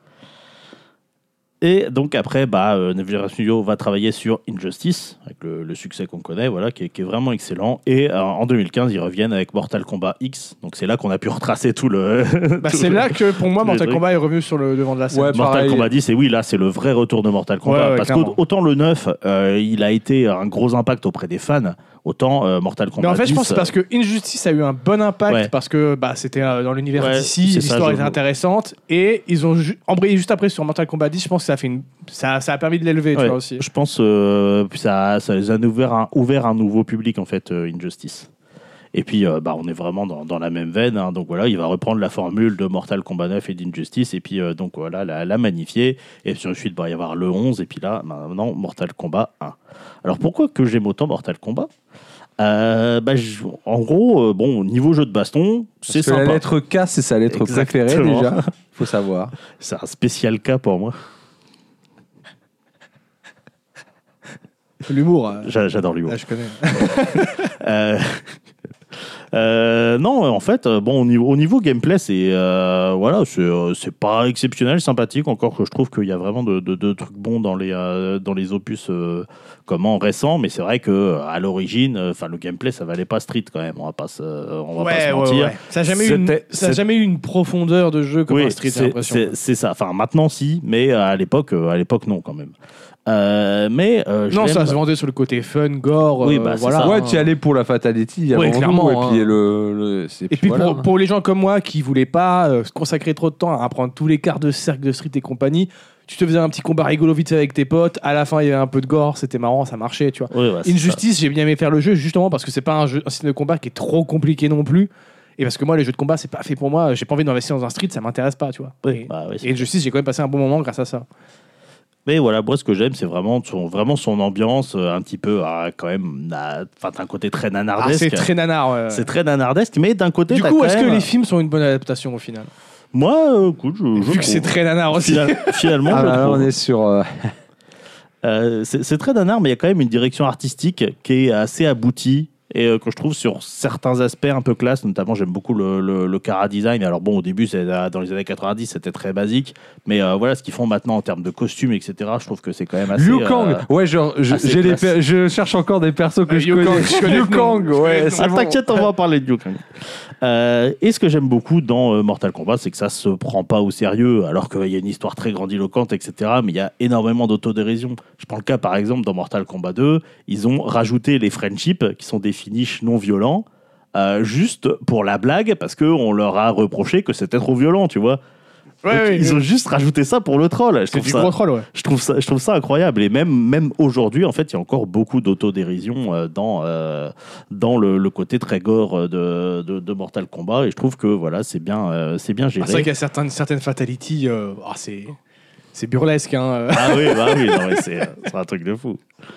[SPEAKER 3] Et donc après, bah, euh, NetherRealm Studio va travailler sur Injustice, avec le, le succès qu'on connaît, voilà, qui est, qui est vraiment excellent. Et euh, en deux mille quinze, ils reviennent avec Mortal Kombat X. Donc c'est là qu'on a pu retracer tout le.
[SPEAKER 1] Bah,
[SPEAKER 3] tout
[SPEAKER 1] c'est
[SPEAKER 3] le-
[SPEAKER 1] là que pour moi,
[SPEAKER 3] tous les
[SPEAKER 1] Mortal
[SPEAKER 3] trucs.
[SPEAKER 1] Kombat est revenu sur le devant de la scène.
[SPEAKER 2] Ouais,
[SPEAKER 3] Mortal
[SPEAKER 2] pareil.
[SPEAKER 3] Kombat dix, et oui, là, c'est le vrai retour de Mortal Kombat.
[SPEAKER 1] Ouais, ouais,
[SPEAKER 3] parce
[SPEAKER 1] clairement.
[SPEAKER 3] qu'autant le neuf, euh, il a été un gros impact auprès des fans, autant euh, Mortal Kombat
[SPEAKER 1] Mais en fait, je
[SPEAKER 3] dix,
[SPEAKER 1] pense que c'est parce que Injustice a eu un bon impact
[SPEAKER 3] Ouais.
[SPEAKER 1] parce que bah, c'était euh, dans l'univers
[SPEAKER 3] Ouais,
[SPEAKER 1] d'ici,
[SPEAKER 3] c'est ça,
[SPEAKER 1] l'histoire
[SPEAKER 3] je
[SPEAKER 1] était
[SPEAKER 3] vois.
[SPEAKER 1] intéressante et ils ont ju- embrayé juste après sur Mortal Kombat dix. Je pense que ça a fait une, ça, ça a permis de l'élever, tu
[SPEAKER 3] Ouais,
[SPEAKER 1] vois aussi.
[SPEAKER 3] je pense euh, puis ça, ça les a ouvert un, ouvert un nouveau public, en fait, euh, Injustice. Et puis, euh, bah, on est vraiment dans, dans la même veine. Hein. Donc voilà, il va reprendre la formule de Mortal Kombat neuf et d'Injustice. Et puis, euh, donc voilà, la, la magnifier. Et puis ensuite, bah, il va y avoir le onze. Et puis là, maintenant, Mortal Kombat un. Alors pourquoi que j'aime autant Mortal Kombat euh, bah, je- En gros, euh, bon, niveau jeu de baston, c'est
[SPEAKER 2] Parce que
[SPEAKER 3] sympa.
[SPEAKER 2] la lettre K, c'est sa lettre préférée
[SPEAKER 3] Exactement.
[SPEAKER 2] déjà. Faut savoir.
[SPEAKER 3] C'est un spécial cas pour moi.
[SPEAKER 1] L'humour, euh,
[SPEAKER 3] J'a- J'adore l'humour.
[SPEAKER 1] là, je connais.
[SPEAKER 3] Euh, euh, non, en fait, euh, bon, au niveau, au niveau gameplay, c'est euh, voilà, c'est euh, c'est pas exceptionnel, sympathique. Encore que je trouve qu'il y a vraiment de, de- de trucs bons dans les euh, dans les opus euh, comment récents, mais c'est vrai que à l'origine, enfin le gameplay, ça valait pas Street quand même. On va pas se, on va pas se mentir.
[SPEAKER 1] Ça n'a jamais, eu une-
[SPEAKER 3] C'était-
[SPEAKER 1] ça a
[SPEAKER 3] c'est-
[SPEAKER 1] jamais eu une profondeur de jeu comme
[SPEAKER 3] Oui,
[SPEAKER 1] un Street, j'ai
[SPEAKER 3] c'est
[SPEAKER 1] l'impression.
[SPEAKER 3] c'est- c'est ça. Enfin, maintenant, si, mais à l'époque, euh, à l'époque, non, quand même. Euh, mais euh, je
[SPEAKER 1] Non,
[SPEAKER 3] l'aime-
[SPEAKER 1] ça se vendait sur le côté fun, gore.
[SPEAKER 3] Oui,
[SPEAKER 1] euh,
[SPEAKER 3] bah, c'est
[SPEAKER 1] voilà.
[SPEAKER 3] ça.
[SPEAKER 2] Ouais, tu y allais pour la fatality
[SPEAKER 1] Ouais,
[SPEAKER 2] avant
[SPEAKER 1] clairement,
[SPEAKER 2] tout, et
[SPEAKER 1] hein.
[SPEAKER 2] puis le, le- c'est-
[SPEAKER 1] Et puis
[SPEAKER 2] voilà.
[SPEAKER 1] pour, pour les gens comme moi qui voulaient pas euh, se consacrer trop de temps à apprendre tous les quarts de cercle de Street et compagnie, tu te faisais un petit combat rigolo vite fait avec tes potes, à la fin il y avait un peu de gore, c'était marrant, ça marchait, tu vois.
[SPEAKER 3] Ouais, ouais, c'est
[SPEAKER 1] Injustice, j'ai bien aimé faire le jeu justement parce que c'est pas un, jeu, un système de combat qui est trop compliqué non plus. Et parce que moi, les jeux de combat, c'est pas fait pour moi. J'ai pas envie d'investir dans un street, ça m'intéresse pas, tu vois.
[SPEAKER 3] ça.
[SPEAKER 1] Et,
[SPEAKER 3] Ouais, bah, ouais, c'est-
[SPEAKER 1] et Injustice, j'ai quand même passé un bon moment grâce à ça.
[SPEAKER 3] Mais voilà, moi, ce que j'aime, c'est vraiment son, vraiment son ambiance, euh, un petit peu, ah, quand même, na- enfin, t'as un côté très
[SPEAKER 1] Ah,
[SPEAKER 3] nanardesque.
[SPEAKER 1] c'est très nanar. Ouais.
[SPEAKER 3] C'est très nanardesque, mais d'un côté,
[SPEAKER 1] Du
[SPEAKER 3] t'as
[SPEAKER 1] coup,
[SPEAKER 3] quand
[SPEAKER 1] est-ce que
[SPEAKER 3] même-
[SPEAKER 1] les films sont une bonne adaptation au final?
[SPEAKER 3] Moi, euh, écoute, je, je
[SPEAKER 1] Vu que
[SPEAKER 3] trouve.
[SPEAKER 1] c'est très nanar aussi.
[SPEAKER 3] Final- Finalement,
[SPEAKER 2] Ah
[SPEAKER 3] je
[SPEAKER 2] bah là,
[SPEAKER 3] trouve.
[SPEAKER 2] on est sur. euh,
[SPEAKER 3] Euh, c'est c'est très nanar, mais il y a quand même une direction artistique qui est assez aboutie et euh, que je trouve sur certains aspects un peu classe. Notamment, j'aime beaucoup le, le, le Cara design. Alors bon, au début, c'est, euh, dans les années quatre-vingt-dix, c'était très basique, mais euh, voilà, ce qu'ils font maintenant en termes de costumes, et cetera, je trouve que c'est quand même assez...
[SPEAKER 2] Liu
[SPEAKER 3] euh,
[SPEAKER 2] Kang. Ouais, genre, je,
[SPEAKER 3] assez
[SPEAKER 2] j'ai les
[SPEAKER 3] classe.
[SPEAKER 2] per- je cherche encore des persos que
[SPEAKER 1] Euh,
[SPEAKER 2] je
[SPEAKER 1] Liu
[SPEAKER 2] connais.
[SPEAKER 1] Kang, je connais
[SPEAKER 2] Liu
[SPEAKER 1] le nom.
[SPEAKER 2] Kang,
[SPEAKER 1] Je connais
[SPEAKER 2] ouais.
[SPEAKER 1] le
[SPEAKER 2] c'est
[SPEAKER 3] Ah,
[SPEAKER 2] bon.
[SPEAKER 3] t'inquiète, on va en parler de Liu Kang. Euh, et ce que j'aime beaucoup dans euh, Mortal Kombat, c'est que ça se prend pas au sérieux, alors qu'il y a une histoire très grandiloquente, et cetera. Mais il y a énormément d'autodérision. Je prends le cas, par exemple, dans Mortal Kombat deux, ils ont rajouté les friendships, qui sont des finishes non violents, euh, juste pour la blague, parce qu'on leur a reproché que c'était trop violent, tu vois.
[SPEAKER 1] Ouais,
[SPEAKER 3] Donc,
[SPEAKER 1] ouais,
[SPEAKER 3] ils
[SPEAKER 1] ouais.
[SPEAKER 3] ont juste rajouté ça pour le troll. Je
[SPEAKER 1] C'est
[SPEAKER 3] trouve
[SPEAKER 1] du
[SPEAKER 3] ça,
[SPEAKER 1] gros troll, ouais.
[SPEAKER 3] je trouve ça, je trouve ça incroyable. Et même, même aujourd'hui, en fait, il y a encore beaucoup d'autodérision euh, dans, euh, dans le, le côté très gore de, de, de Mortal Kombat. Et je trouve que voilà, c'est bien, euh, c'est bien
[SPEAKER 1] Ah,
[SPEAKER 3] géré.
[SPEAKER 1] c'est vrai qu'il y a certaines, certaines fatalities, euh, ah, c'est, c'est burlesque. Hein.
[SPEAKER 3] Ah oui, bah oui, non, mais c'est, c'est un truc de fou.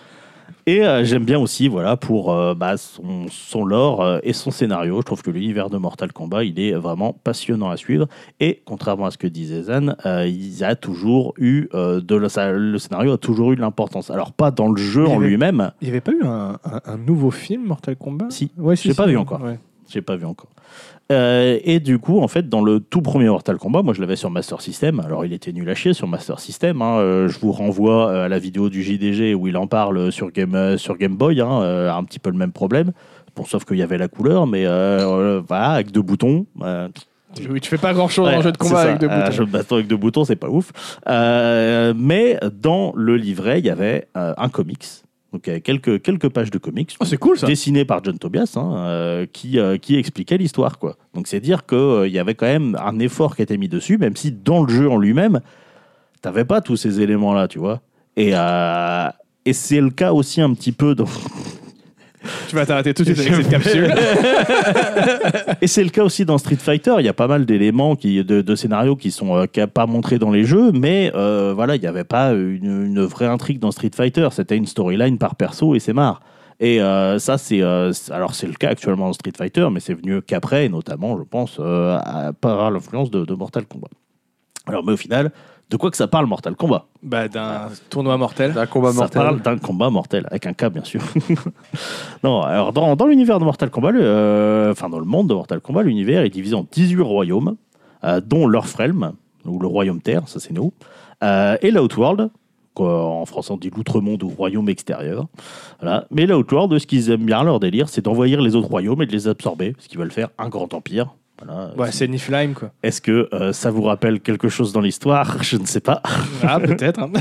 [SPEAKER 3] Et euh, j'aime bien aussi, voilà, pour euh, bah, son, son lore euh, et son scénario. Je trouve que l'univers de Mortal Kombat, il est vraiment passionnant à suivre. Et contrairement à ce que disait Zan, euh, il a toujours eu euh, de le, ça- le scénario a toujours eu de l'importance. Alors pas dans le jeu
[SPEAKER 1] Il y
[SPEAKER 3] en
[SPEAKER 1] avait-
[SPEAKER 3] lui-même.
[SPEAKER 1] Il n'y avait pas eu un, un, un nouveau film, Mortal Kombat?
[SPEAKER 3] Si.
[SPEAKER 1] Ouais, si,
[SPEAKER 3] J'ai
[SPEAKER 1] si,
[SPEAKER 3] pas vu
[SPEAKER 1] ouais.
[SPEAKER 3] encore.
[SPEAKER 1] Ouais.
[SPEAKER 3] J'ai pas vu encore. Euh, et du coup, en fait, dans le tout premier Mortal Kombat, moi je l'avais sur Master System. Alors il était nul à chier sur Master System. Hein. Euh, je vous renvoie euh, à la vidéo du J D G où il en parle sur Game, euh, sur Game Boy. Hein, euh, un petit peu le même problème. Bon, sauf qu'il y avait la couleur, mais euh, euh, voilà, avec deux boutons. Euh,
[SPEAKER 1] Tu, tu fais pas grand chose
[SPEAKER 3] Ouais,
[SPEAKER 1] en jeu de
[SPEAKER 3] c'est
[SPEAKER 1] combat
[SPEAKER 3] ça.
[SPEAKER 1] avec deux
[SPEAKER 3] Un
[SPEAKER 1] boutons.
[SPEAKER 3] jeu de baston avec deux boutons, c'est pas ouf. Euh, mais dans le livret, il y avait euh, un comics. Donc, il y avait quelques, quelques pages de comics.
[SPEAKER 1] Oh, c'est cool ça.
[SPEAKER 3] Dessiné par John Tobias, hein, euh, qui, euh, qui expliquait l'histoire, quoi. Donc c'est dire qu'il euh, y avait quand même un effort qui était mis dessus, même si dans le jeu en lui-même, t'avais pas tous ces éléments-là, tu vois. Et, euh, et c'est le cas aussi un petit peu dans...
[SPEAKER 1] Tu vas t'arrêter tout de suite avec cette capsule.
[SPEAKER 3] Et c'est le cas aussi dans Street Fighter. Il y a pas mal d'éléments, qui, de, de scénarios qui sont euh, qui a pas montrés dans les jeux, mais euh, voilà, il n'y avait pas une, une vraie intrigue dans Street Fighter. C'était une storyline par perso et c'est marre. Et euh, ça, c'est euh, c'est- alors c'est le cas actuellement dans Street Fighter, mais c'est venu qu'après, et notamment, je pense, euh, à- par l'influence de, de Mortal Kombat. Alors, mais au final, de quoi que ça parle Mortal Kombat?
[SPEAKER 1] Bah, d'un tournoi mortel.
[SPEAKER 2] C'est un combat
[SPEAKER 3] Ça
[SPEAKER 2] mortel.
[SPEAKER 3] parle d'un combat mortel, avec un K bien sûr. Non, alors dans, dans l'univers de Mortal Kombat, le, euh, enfin dans le monde de Mortal Kombat, l'univers est divisé en dix-huit royaumes, euh, dont l'Earthrealm, ou le royaume terre, ça c'est nous, euh, et l'Outworld, quoi, en français on dit l'outre-monde ou royaume extérieur. Voilà. Mais l'Outworld, ce qu'ils aiment bien, leur délire, c'est d'envahir les autres royaumes et de les absorber, parce qu'ils veulent faire un grand empire. Voilà.
[SPEAKER 1] Ouais, c'est Niflheim quoi.
[SPEAKER 3] Est-ce que euh, ça vous rappelle quelque chose dans l'histoire? Je ne sais pas.
[SPEAKER 1] Ah, peut-être. hein.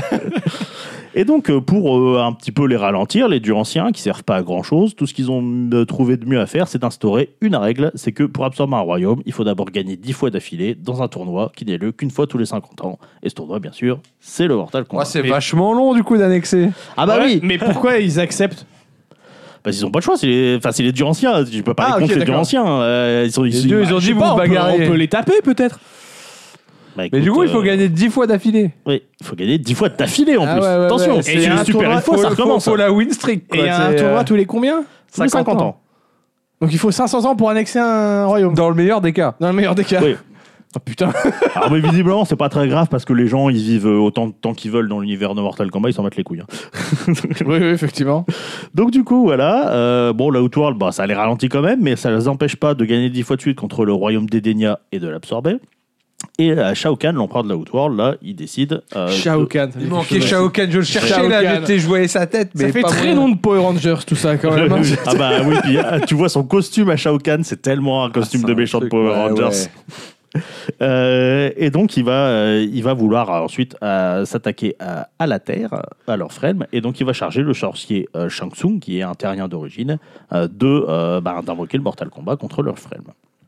[SPEAKER 3] Et donc, euh, pour euh, un petit peu les ralentir, les dieux anciens, qui servent pas à grand-chose, tout ce qu'ils ont euh, trouvé de mieux à faire, c'est d'instaurer une règle, c'est que pour absorber un royaume, il faut d'abord gagner dix fois d'affilée dans un tournoi qui n'est lieu qu'une fois tous les cinquante ans. Et ce tournoi, bien sûr, c'est le Mortal Kombat.
[SPEAKER 2] Ouais, c'est
[SPEAKER 1] Mais-
[SPEAKER 2] vachement long du coup d'annexer.
[SPEAKER 3] Ah bah
[SPEAKER 1] Ouais,
[SPEAKER 3] oui,
[SPEAKER 1] Mais pourquoi ils acceptent?
[SPEAKER 3] parce qu'ils ont pas le choix, c'est les, enfin, c'est les dieux anciens, tu peux pas
[SPEAKER 1] Ah,
[SPEAKER 3] aller
[SPEAKER 1] ok,
[SPEAKER 3] contre les dieux
[SPEAKER 1] d'accord.
[SPEAKER 3] anciens. euh, ils sont, ils,
[SPEAKER 2] Les dieux, ils ont
[SPEAKER 1] Je
[SPEAKER 2] dit
[SPEAKER 1] sais
[SPEAKER 2] vous
[SPEAKER 1] pas,
[SPEAKER 2] vous
[SPEAKER 1] on peut-
[SPEAKER 2] bagarrez.
[SPEAKER 1] On peut les taper peut-être.
[SPEAKER 3] Bah,
[SPEAKER 2] Mais du
[SPEAKER 3] écoute,
[SPEAKER 2] coup, il faut
[SPEAKER 3] euh,
[SPEAKER 2] gagner dix fois d'affilée.
[SPEAKER 3] Oui, il faut gagner dix fois d'affilée en
[SPEAKER 2] Ah
[SPEAKER 3] plus.
[SPEAKER 2] ouais, ouais,
[SPEAKER 3] Attention,
[SPEAKER 2] ouais,
[SPEAKER 3] si
[SPEAKER 1] c'est
[SPEAKER 3] tu
[SPEAKER 1] un
[SPEAKER 3] le super
[SPEAKER 1] tournoi,
[SPEAKER 3] une fois,
[SPEAKER 2] faut,
[SPEAKER 3] ça
[SPEAKER 2] faut-
[SPEAKER 3] recommence.
[SPEAKER 2] faut la win streak.
[SPEAKER 1] Et
[SPEAKER 2] quoi,
[SPEAKER 1] il y a un
[SPEAKER 2] c'est,
[SPEAKER 1] tournoi
[SPEAKER 2] euh,
[SPEAKER 1] tous les combien?
[SPEAKER 3] Tous les cinquante ans.
[SPEAKER 1] Donc il faut cinq cents ans pour annexer un royaume.
[SPEAKER 2] Dans le meilleur des cas.
[SPEAKER 1] Dans le meilleur des cas.
[SPEAKER 3] Oui.
[SPEAKER 1] Oh putain.
[SPEAKER 3] Alors, mais visiblement, c'est pas très grave parce que les gens, ils vivent autant de temps qu'ils veulent dans l'univers de Mortal Kombat, ils s'en battent les couilles. hein.
[SPEAKER 1] Oui, oui, effectivement.
[SPEAKER 3] Donc, du coup, voilà. Euh, bon, la Outworld, bah, ça les ralentit quand même, mais ça les empêche pas de gagner dix fois de suite contre le royaume d'Edenia et de l'absorber. Et euh, Shao Kahn, l'empereur de la Outworld, là, il décide. euh,
[SPEAKER 1] Shao
[SPEAKER 3] de-
[SPEAKER 1] Kahn. ça
[SPEAKER 2] Il
[SPEAKER 1] dit
[SPEAKER 2] manquait
[SPEAKER 1] quelque chose.
[SPEAKER 2] Shao Kahn, je le cherchais
[SPEAKER 1] Shao
[SPEAKER 2] là,
[SPEAKER 1] Kahn.
[SPEAKER 2] j'étais- je voyais sa tête. Mais
[SPEAKER 1] Ça fait
[SPEAKER 2] pas
[SPEAKER 1] très
[SPEAKER 2] moyen.
[SPEAKER 1] nom de Power Rangers tout ça quand même. hein.
[SPEAKER 3] ah bah oui, puis ah, tu vois son costume à Shao Kahn, c'est tellement un costume
[SPEAKER 2] c'est
[SPEAKER 3] de
[SPEAKER 2] un
[SPEAKER 3] méchant de
[SPEAKER 2] truc,
[SPEAKER 3] Power
[SPEAKER 2] ouais,
[SPEAKER 3] Rangers.
[SPEAKER 2] ouais.
[SPEAKER 3] Euh, et donc il va, euh, il va vouloir euh, ensuite euh, s'attaquer à, à la Terre, à leur frême, et donc il va charger le sorcier euh, Shang Tsung, qui est un terrien d'origine, euh, de euh, bah, d'invoquer le Mortal Kombat contre leur frême.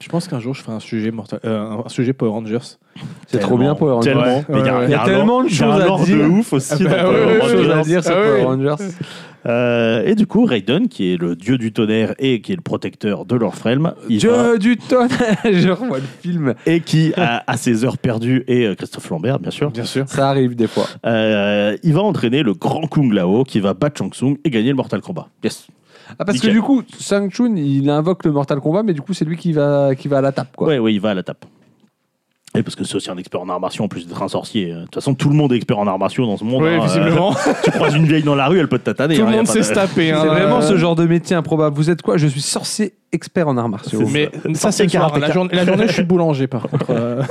[SPEAKER 1] Je pense qu'un jour je ferai un sujet Mortal, euh, un sujet Power Rangers.
[SPEAKER 2] C'est trop bien Power Rangers.
[SPEAKER 3] Tellement.
[SPEAKER 1] Ouais,
[SPEAKER 3] Mais il y a,
[SPEAKER 1] ouais,
[SPEAKER 3] il y a
[SPEAKER 2] il y a tellement
[SPEAKER 3] un
[SPEAKER 2] de
[SPEAKER 3] il y a
[SPEAKER 2] choses
[SPEAKER 3] un
[SPEAKER 2] à
[SPEAKER 3] lore
[SPEAKER 2] dire.
[SPEAKER 3] de ouf aussi
[SPEAKER 1] Ah bah
[SPEAKER 3] dans
[SPEAKER 1] ouais,
[SPEAKER 3] Power
[SPEAKER 1] ouais,
[SPEAKER 3] Rangers.
[SPEAKER 2] Chose à dire sur
[SPEAKER 1] Ah ouais.
[SPEAKER 2] Power Rangers.
[SPEAKER 3] Euh, et du coup, Raiden, qui est le dieu du tonnerre et qui est le protecteur de Lord-Frelm, il
[SPEAKER 2] Dieu
[SPEAKER 3] va-
[SPEAKER 2] du tonnerre. Je revois le film.
[SPEAKER 3] et qui a, a ses heures perdues, et euh, Christophe Lambert, bien sûr,
[SPEAKER 1] Bien sûr.
[SPEAKER 2] Ça arrive des fois.
[SPEAKER 3] euh, il va entraîner le grand Kung Lao qui va battre Shang Tsung et gagner le Mortal Kombat. Yes.
[SPEAKER 2] Ah, parce
[SPEAKER 3] Nickel.
[SPEAKER 2] que du coup, Shang Tsung, il invoque le Mortal Kombat, mais du coup, c'est lui qui va, qui va à la tape, quoi.
[SPEAKER 3] Ouais, ouais, il va à la tape. Et parce que c'est aussi un expert en arts martiaux en plus d'être un sorcier. De toute façon, tout le monde est expert en arts martiaux dans ce monde.
[SPEAKER 1] Oui,
[SPEAKER 3] hein.
[SPEAKER 1] visiblement.
[SPEAKER 3] Euh, tu croises une vieille dans la rue, elle peut te tataner.
[SPEAKER 1] Tout
[SPEAKER 3] hein,
[SPEAKER 1] le
[SPEAKER 3] y a
[SPEAKER 1] monde
[SPEAKER 3] pas
[SPEAKER 1] sait
[SPEAKER 3] de-
[SPEAKER 1] se taper. hein.
[SPEAKER 2] C'est vraiment
[SPEAKER 1] Euh,
[SPEAKER 2] ce genre de métier improbable. Vous êtes quoi? Je suis sorcier expert en arts martiaux.
[SPEAKER 1] Mais ça, c'est
[SPEAKER 3] Sorcier
[SPEAKER 1] le soir.
[SPEAKER 3] karatéka.
[SPEAKER 1] La, journée, la journée, je suis boulanger, par contre. euh.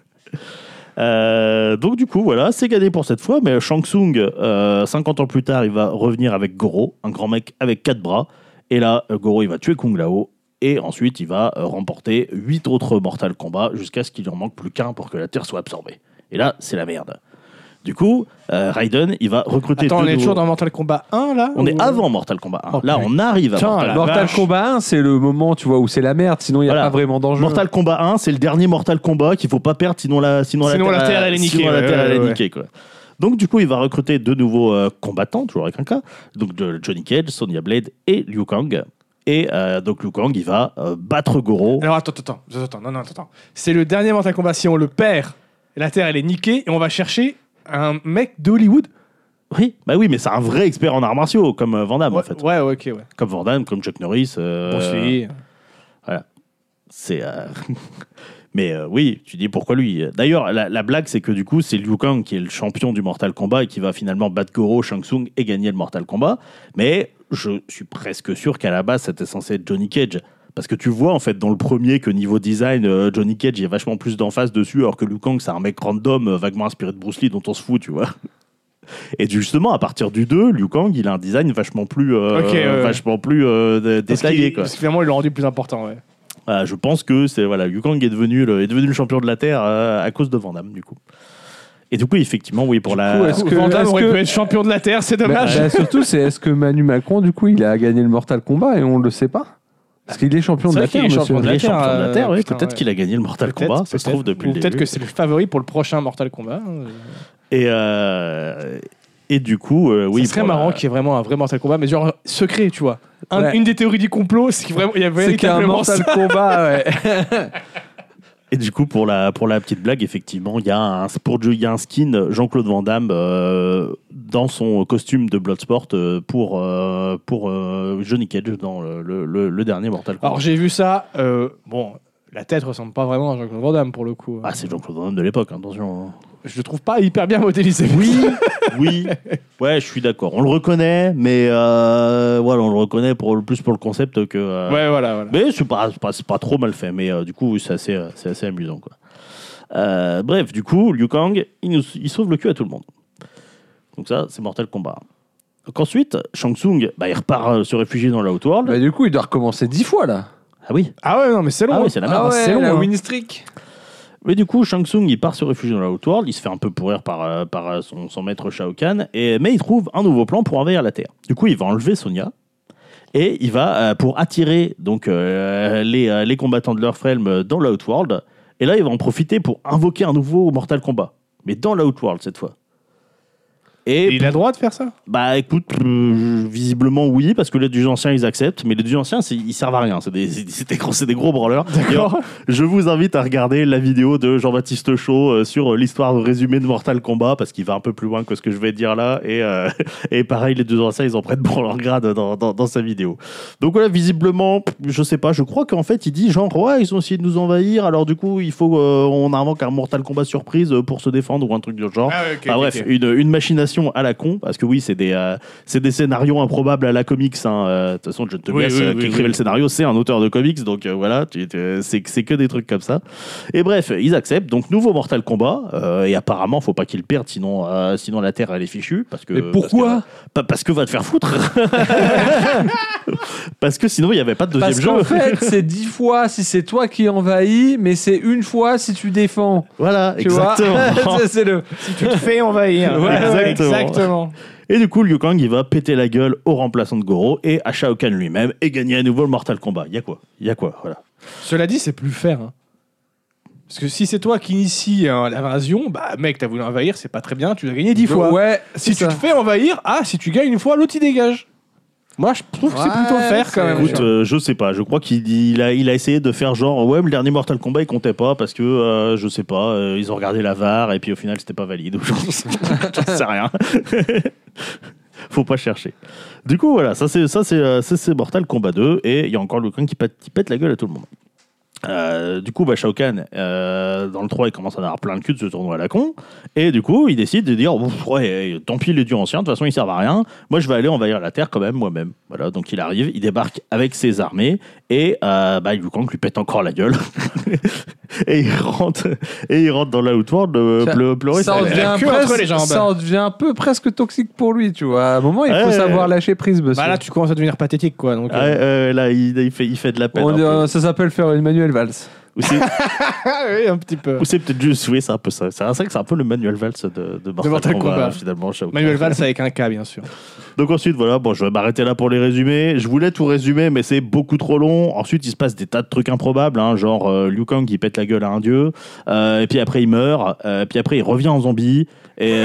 [SPEAKER 3] Euh, donc du coup, voilà, c'est gagné pour cette fois. Mais Shang Tsung, euh, cinquante ans plus tard, il va revenir avec Goro, un grand mec avec quatre bras. Et là, euh, Goro, il va tuer Kung Lao. Et ensuite, il va euh, remporter huit autres Mortal Kombat jusqu'à ce qu'il en manque plus qu'un pour que la Terre soit absorbée. Et là, c'est la merde. Du coup, euh, Raiden, il va recruter
[SPEAKER 1] Attends, on
[SPEAKER 3] deux
[SPEAKER 1] est
[SPEAKER 3] nouveaux-
[SPEAKER 1] toujours dans Mortal Kombat un, là
[SPEAKER 3] On
[SPEAKER 1] ou-
[SPEAKER 3] est avant Mortal Kombat un.
[SPEAKER 1] Oh,
[SPEAKER 3] là,
[SPEAKER 1] putain.
[SPEAKER 3] on arrive à
[SPEAKER 1] Putain,
[SPEAKER 3] Mortal
[SPEAKER 1] la
[SPEAKER 3] Kombat.
[SPEAKER 2] Mortal
[SPEAKER 1] vache.
[SPEAKER 2] Kombat un, c'est le moment, tu vois, où c'est la merde. Sinon, il n'y a
[SPEAKER 3] Voilà.
[SPEAKER 2] pas vraiment d'enjeu.
[SPEAKER 3] Mortal Kombat un, c'est le dernier Mortal Kombat qu'il faut pas perdre, sinon la, sinon
[SPEAKER 1] Sinon, la Terre, elle est niquée,
[SPEAKER 3] sinon la
[SPEAKER 1] ouais,
[SPEAKER 3] Terre, elle est
[SPEAKER 1] ouais, ouais.
[SPEAKER 3] niquée, quoi. Donc du coup, il va recruter deux nouveaux euh, combattants, toujours avec un K. Donc de Johnny Cage, Sonya Blade et Liu Kang. Et euh, donc Liu Kang, il va euh, battre Goro.
[SPEAKER 1] Alors, attends, attends, attends, attends, non, non, attends. attends. C'est le dernier Mortal Kombat. Si on le perd, la Terre, elle est niquée, et on va chercher un mec d'Hollywood.
[SPEAKER 3] Oui, bah oui, mais c'est un vrai expert en arts martiaux, comme euh, Van Damme
[SPEAKER 1] Ouais,
[SPEAKER 3] en fait.
[SPEAKER 1] ouais, ouais, ok, ouais.
[SPEAKER 3] Comme Van Damme, comme Chuck Norris. euh,
[SPEAKER 1] Bruce Lee.
[SPEAKER 3] C'est. euh, Mais euh, oui, tu dis pourquoi lui. D'ailleurs, la, la blague, c'est que du coup, c'est Liu Kang qui est le champion du Mortal Kombat et qui va finalement battre Goro, Shang Tsung et gagner le Mortal Kombat. Mais je suis presque sûr qu'à la base, c'était censé être Johnny Cage. Parce que tu vois, en fait, dans le premier, que niveau design, euh, Johnny Cage, il y a vachement plus d'emphase dessus, alors que Liu Kang, c'est un mec random, euh, vaguement inspiré de Bruce Lee, dont on se fout, tu vois. Et justement, à partir du deux, Liu Kang, il a un design vachement plus, euh,
[SPEAKER 1] Ok, ouais, ouais.
[SPEAKER 3] vachement plus euh, dé-
[SPEAKER 1] Parce
[SPEAKER 3] détaillé,
[SPEAKER 1] qu'il-
[SPEAKER 3] quoi.
[SPEAKER 1] parce que finalement, ils l'ont rendu plus important, ouais.
[SPEAKER 3] Euh, je pense que c'est voilà, Liu Kang est devenu le, est devenu le champion de la Terre euh, à cause de Van Damme, du coup. Et du coup, effectivement, oui, pour
[SPEAKER 2] Du
[SPEAKER 3] la.
[SPEAKER 2] coup, est-ce que-
[SPEAKER 1] Van Damme
[SPEAKER 2] est-ce
[SPEAKER 1] aurait
[SPEAKER 2] que-
[SPEAKER 1] pu être champion de la Terre, c'est
[SPEAKER 2] Bah,
[SPEAKER 1] dommage.
[SPEAKER 2] bah, surtout, c'est est-ce que Manu Macron, du coup, il a gagné le Mortal Kombat et on le sait pas? Parce qu'il est champion
[SPEAKER 1] C'est
[SPEAKER 2] de la
[SPEAKER 1] vrai qu'il
[SPEAKER 2] Terre,
[SPEAKER 1] est
[SPEAKER 2] monsieur.
[SPEAKER 1] champion de
[SPEAKER 3] Il
[SPEAKER 1] la
[SPEAKER 3] est
[SPEAKER 1] Terre,
[SPEAKER 3] champion de la
[SPEAKER 1] euh,
[SPEAKER 3] Terre, oui.
[SPEAKER 1] putain,
[SPEAKER 3] Peut-être
[SPEAKER 1] ouais.
[SPEAKER 3] qu'il a gagné le Mortal
[SPEAKER 1] Peut-être,
[SPEAKER 3] Kombat, ça se trouve
[SPEAKER 1] peut-être.
[SPEAKER 3] depuis
[SPEAKER 1] Ou
[SPEAKER 3] le début.
[SPEAKER 1] peut-être que c'est le favori pour le prochain Mortal Kombat.
[SPEAKER 3] Et, euh, et du coup, euh, oui.
[SPEAKER 1] Ce serait
[SPEAKER 3] pour la-
[SPEAKER 1] marrant qu'il y ait vraiment un vrai Mortal Kombat, mais genre secret, tu vois. Un-
[SPEAKER 2] Ouais.
[SPEAKER 1] Une des théories du complot, c'est qu'il vraiment- il y a
[SPEAKER 2] C'est qu'il y a un
[SPEAKER 1] véritablement
[SPEAKER 2] Mortal
[SPEAKER 1] ça.
[SPEAKER 2] Kombat, ouais.
[SPEAKER 3] Et du coup, pour la, pour la petite blague, effectivement, il y, a un- pour- il y a un skin Jean-Claude Van Damme euh, dans son costume de Bloodsport euh, pour, euh, pour euh, Johnny Cage dans le, le- le- le dernier Mortal Kombat.
[SPEAKER 1] Alors j'ai vu ça, euh, bon, la tête ressemble pas vraiment à Jean-Claude Van Damme pour le coup.
[SPEAKER 3] Ah, c'est Jean-Claude Van Damme de l'époque, attention.
[SPEAKER 1] Je le trouve pas hyper bien modélisé.
[SPEAKER 3] Oui, oui. Ouais, je suis d'accord. On le reconnaît, mais euh, voilà, on le reconnaît pour, plus pour le concept que. euh,
[SPEAKER 1] Ouais, voilà, voilà.
[SPEAKER 3] Mais c'est pas, c'est pas, c'est pas trop mal fait, mais euh, du coup, c'est assez, euh, c'est assez amusant, quoi. Euh, bref, du coup, Liu Kang, il, nous, il sauve le cul à tout le monde. Donc ça, c'est Mortal Kombat. Donc ensuite, Shang Tsung, bah, il repart euh, se réfugier dans l'Outworld.
[SPEAKER 2] Bah, du coup, il doit recommencer dix fois, là.
[SPEAKER 3] Ah oui.
[SPEAKER 1] Ah ouais, non, mais c'est long.
[SPEAKER 3] Ah
[SPEAKER 1] hein.
[SPEAKER 3] oui, c'est la merde.
[SPEAKER 2] Ah ouais,
[SPEAKER 1] c'est long,
[SPEAKER 2] la
[SPEAKER 1] hein.
[SPEAKER 2] win streak.
[SPEAKER 3] Mais du coup, Shang Tsung, il part se réfugier dans l'Outworld, il se fait un peu pourrir par, euh, par euh, son, son maître Shao Kahn, et, mais il trouve un nouveau plan pour envahir la Terre. Du coup, il va enlever Sonya, et il va, euh, pour attirer donc, euh, les, euh, les combattants de Lord-Frelm dans l'Outworld, et là, il va en profiter pour invoquer un nouveau Mortal Kombat, mais dans l'Outworld cette fois. Et
[SPEAKER 1] Et il a le droit de faire ça.
[SPEAKER 3] bah écoute, euh, visiblement oui, parce que les dieux anciens ils acceptent, mais les dieux anciens c'est- ils servent à rien, c'est des, c'est des, c'est des gros, c'est des gros branleurs. D'ailleurs, je vous invite à regarder la vidéo de Jean-Baptiste Chaud euh, sur l'histoire résumée de Mortal Kombat, parce qu'il va un peu plus loin que ce que je vais dire là, et, euh, et pareil, les dieux anciens ils en prennent pour leur grade dans, dans, dans sa vidéo. Donc voilà, visiblement, je sais pas, je crois qu'en fait il dit genre ouais ils ont essayé de nous envahir, alors du coup il faut euh, on invoque un Mortal Kombat surprise pour se défendre ou un truc du genre.
[SPEAKER 1] Ah ouais, ok.
[SPEAKER 3] Ah,
[SPEAKER 1] ok,
[SPEAKER 3] bref,
[SPEAKER 1] ok.
[SPEAKER 3] une, une machination à la con, parce que oui, c'est des, euh, c'est des scénarios improbables à la comics. hein. Euh, De toute façon, John Tobias,
[SPEAKER 1] Oui, oui,
[SPEAKER 3] euh,
[SPEAKER 1] oui,
[SPEAKER 3] qui
[SPEAKER 1] oui,
[SPEAKER 3] écrivait
[SPEAKER 1] oui.
[SPEAKER 3] le scénario, c'est un auteur de comics, donc euh, voilà, tu- tu- c'est c'est que des trucs comme ça. Et bref, ils acceptent. Donc, nouveau Mortal Kombat, euh, et apparemment, faut pas qu'ils perdent, sinon, euh, sinon la Terre, elle est fichue. Parce que,
[SPEAKER 2] Mais pourquoi
[SPEAKER 3] parce que, pas- parce que va te faire foutre. Parce que sinon, il n'y avait pas de deuxième
[SPEAKER 2] Parce
[SPEAKER 3] jeu.
[SPEAKER 2] qu'en fait, c'est dix fois si c'est toi qui envahis, mais c'est une fois si tu défends.
[SPEAKER 3] Voilà,
[SPEAKER 2] Tu vois
[SPEAKER 3] exactement.
[SPEAKER 2] Ça, c'est le...
[SPEAKER 1] Si tu te fais envahir.
[SPEAKER 3] Ouais, exactement.
[SPEAKER 1] exactement.
[SPEAKER 3] Et du coup, Liu Kang, il va péter la gueule au remplaçant de Goro et à Shao Kahn lui-même et gagner à nouveau le Mortal Kombat. Il y a quoi Il y a quoi Voilà.
[SPEAKER 1] Cela dit, c'est plus fair. Hein. Parce que si c'est toi qui initie hein, l'invasion, bah mec, t'as voulu envahir, c'est pas très bien, tu as gagné dix fois.
[SPEAKER 2] Ouais,
[SPEAKER 1] Si
[SPEAKER 2] c'est
[SPEAKER 1] tu
[SPEAKER 2] ça.
[SPEAKER 1] te fais envahir, ah, si tu gagnes une fois, l'autre il dégage. Moi, je trouve que c'est
[SPEAKER 2] Ouais,
[SPEAKER 1] plutôt fair quand
[SPEAKER 2] c'est-
[SPEAKER 1] même.
[SPEAKER 3] Écoute, euh, je sais pas. Je crois qu'il il a, il a essayé de faire genre ouais, mais le dernier Mortal Kombat il comptait pas parce que euh, je sais pas, euh, ils ont regardé la V A R et puis au final c'était pas valide. Ou j'en j'en sais rien. Faut pas chercher. Du coup voilà, ça c'est ça c'est euh, ça, c'est Mortal Kombat deux et il y a encore le Kang qui pète, qui pète la gueule à tout le monde. Euh, du coup, bah, Shao Kahn, euh, dans le trois, il commence à en avoir plein le cul de ce tournoi à la con. Et du coup, il décide de dire Ouf, ouais, tant pis les dieux anciens, de toute façon, ils servent à rien. Moi, je vais aller envahir la Terre quand même, moi-même. Voilà, donc il arrive, il débarque avec ses armées. Et euh, bah, Liu Kang lui pète encore la gueule. et, il rentre, et il rentre dans la Outworld euh,
[SPEAKER 2] Ça-
[SPEAKER 3] pleu- pleurer.
[SPEAKER 2] Ça en,
[SPEAKER 1] Elle a
[SPEAKER 2] devient
[SPEAKER 1] la queue
[SPEAKER 2] presque-
[SPEAKER 1] entre les jambes.
[SPEAKER 2] ça en devient un peu presque toxique pour lui, tu vois. À un moment, il faut
[SPEAKER 3] Ouais,
[SPEAKER 2] savoir
[SPEAKER 3] ouais.
[SPEAKER 2] lâcher prise, monsieur.
[SPEAKER 1] Bah là, tu commences à devenir pathétique, quoi. Donc,
[SPEAKER 3] Ouais,
[SPEAKER 1] euh,
[SPEAKER 3] euh, là, il, il fait, il fait de la peine.
[SPEAKER 2] On
[SPEAKER 3] un
[SPEAKER 2] dit-
[SPEAKER 3] peu.
[SPEAKER 2] euh, ça s'appelle faire une Manuel Valls.
[SPEAKER 3] Ou c'est,
[SPEAKER 1] Ah oui, un petit peu.
[SPEAKER 3] ou c'est peut-être juste, oui, c'est un peu ça. C'est vrai que c'est un peu le Manuel Valls de, de Mortal,
[SPEAKER 1] Mortal
[SPEAKER 3] Kombat,
[SPEAKER 1] Kombat.
[SPEAKER 3] finalement. Shao Kahn.
[SPEAKER 1] Manuel Valls avec un K, bien sûr.
[SPEAKER 3] Donc ensuite, voilà, bon, je vais m'arrêter là pour les résumés. Je voulais tout résumer, mais c'est beaucoup trop long. Ensuite, il se passe des tas de trucs improbables, hein, genre euh, Liu Kang qui pète la gueule à un dieu, euh, et puis après il meurt, euh, puis après il revient en zombie, et,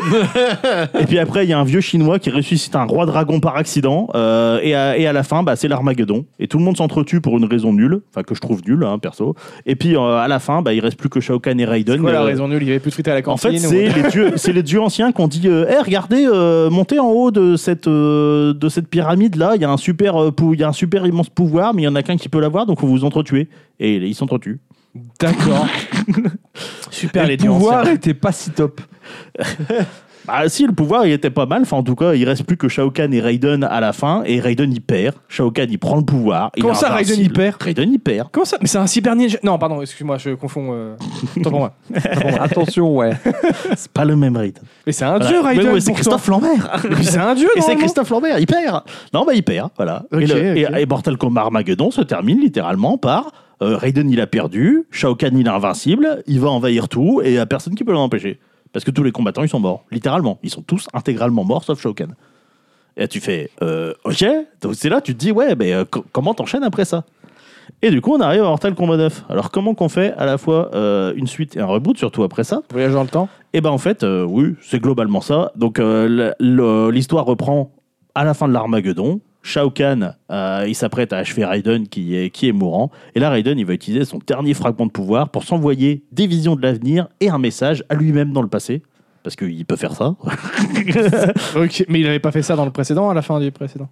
[SPEAKER 3] et puis après il y a un vieux chinois qui ressuscite un roi dragon par accident, euh, et, à, et à la fin, bah, c'est l'Armageddon, et tout le monde s'entretue pour une raison nulle, enfin que je trouve nulle, hein, perso. Et puis euh, à la fin, bah, il reste plus que Shao Kahn et Raiden.
[SPEAKER 1] C'est quoi la
[SPEAKER 3] euh,
[SPEAKER 1] raison nulle? Il y avait plus de frites à la
[SPEAKER 3] en
[SPEAKER 1] cantine.
[SPEAKER 3] fait,
[SPEAKER 1] ou-
[SPEAKER 3] c'est les dieux, c'est les dieux anciens qui ont dit euh, hey, regardez, euh, montez en haut de cette, euh, de cette pyramide là, il y a un super, euh, pou- il y a un super immense pouvoir, mais il y en a qu'un qui peut l'avoir, donc vous vous entretuez. Et ils s'entretuent.
[SPEAKER 1] D'accord. Super,
[SPEAKER 2] Et
[SPEAKER 1] les
[SPEAKER 2] le
[SPEAKER 1] dieux
[SPEAKER 2] pouvoir
[SPEAKER 1] anciens.
[SPEAKER 2] était pas si top.
[SPEAKER 3] Bah si, le pouvoir il était pas mal. Enfin en tout cas, il reste plus que Shao Kahn et Raiden à la fin, et Raiden il perd. Shao Kahn il prend le pouvoir. il
[SPEAKER 1] Comment
[SPEAKER 3] est
[SPEAKER 1] ça, Raiden,
[SPEAKER 3] invincible.
[SPEAKER 1] il perd
[SPEAKER 3] Raiden il perd.
[SPEAKER 1] Comment ça? Mais c'est un cyber ninja. Non, pardon, excuse-moi, je confonds. Euh... Autant pour moi.
[SPEAKER 2] Attention, ouais.
[SPEAKER 3] C'est pas le même Raiden.
[SPEAKER 1] Mais c'est un
[SPEAKER 3] Voilà.
[SPEAKER 1] dieu, Raiden.
[SPEAKER 3] Mais ouais, c'est
[SPEAKER 1] pourtant.
[SPEAKER 3] Christophe Lambert.
[SPEAKER 1] Et puis c'est un dieu,
[SPEAKER 3] Et c'est
[SPEAKER 1] normalement.
[SPEAKER 3] Christophe Lambert, il perd. Non, bah il perd, voilà.
[SPEAKER 1] Ok,
[SPEAKER 3] et, le- et-
[SPEAKER 1] ok.
[SPEAKER 3] et Mortal Kombat Armageddon se termine littéralement par euh, Raiden il a perdu, Shao Kahn il est invincible, il va envahir tout et il n'y a personne qui peut l'en empêcher. Parce que tous les combattants ils sont morts, littéralement. Ils sont tous intégralement morts sauf Shao Kahn. Et là, tu fais euh, ok, donc c'est là tu te dis ouais, mais euh, co- comment t'enchaînes après ça? Et du coup on arrive à Mortal Kombat neuf. Alors comment qu'on fait à la fois euh, une suite et un reboot, surtout après ça?
[SPEAKER 1] Voyage dans le temps.
[SPEAKER 3] Et ben en fait, euh, oui, c'est globalement ça. Donc euh, le- le- l'histoire reprend à la fin de l'Armageddon. Shao Kahn, euh, il s'apprête à achever Raiden qui est, qui est mourant. Et là, Raiden, il va utiliser son dernier fragment de pouvoir pour s'envoyer des visions de l'avenir et un message à lui-même dans le passé. Parce qu'il peut faire ça.
[SPEAKER 1] Ok, mais il avait pas fait ça dans le précédent, à la fin du précédent.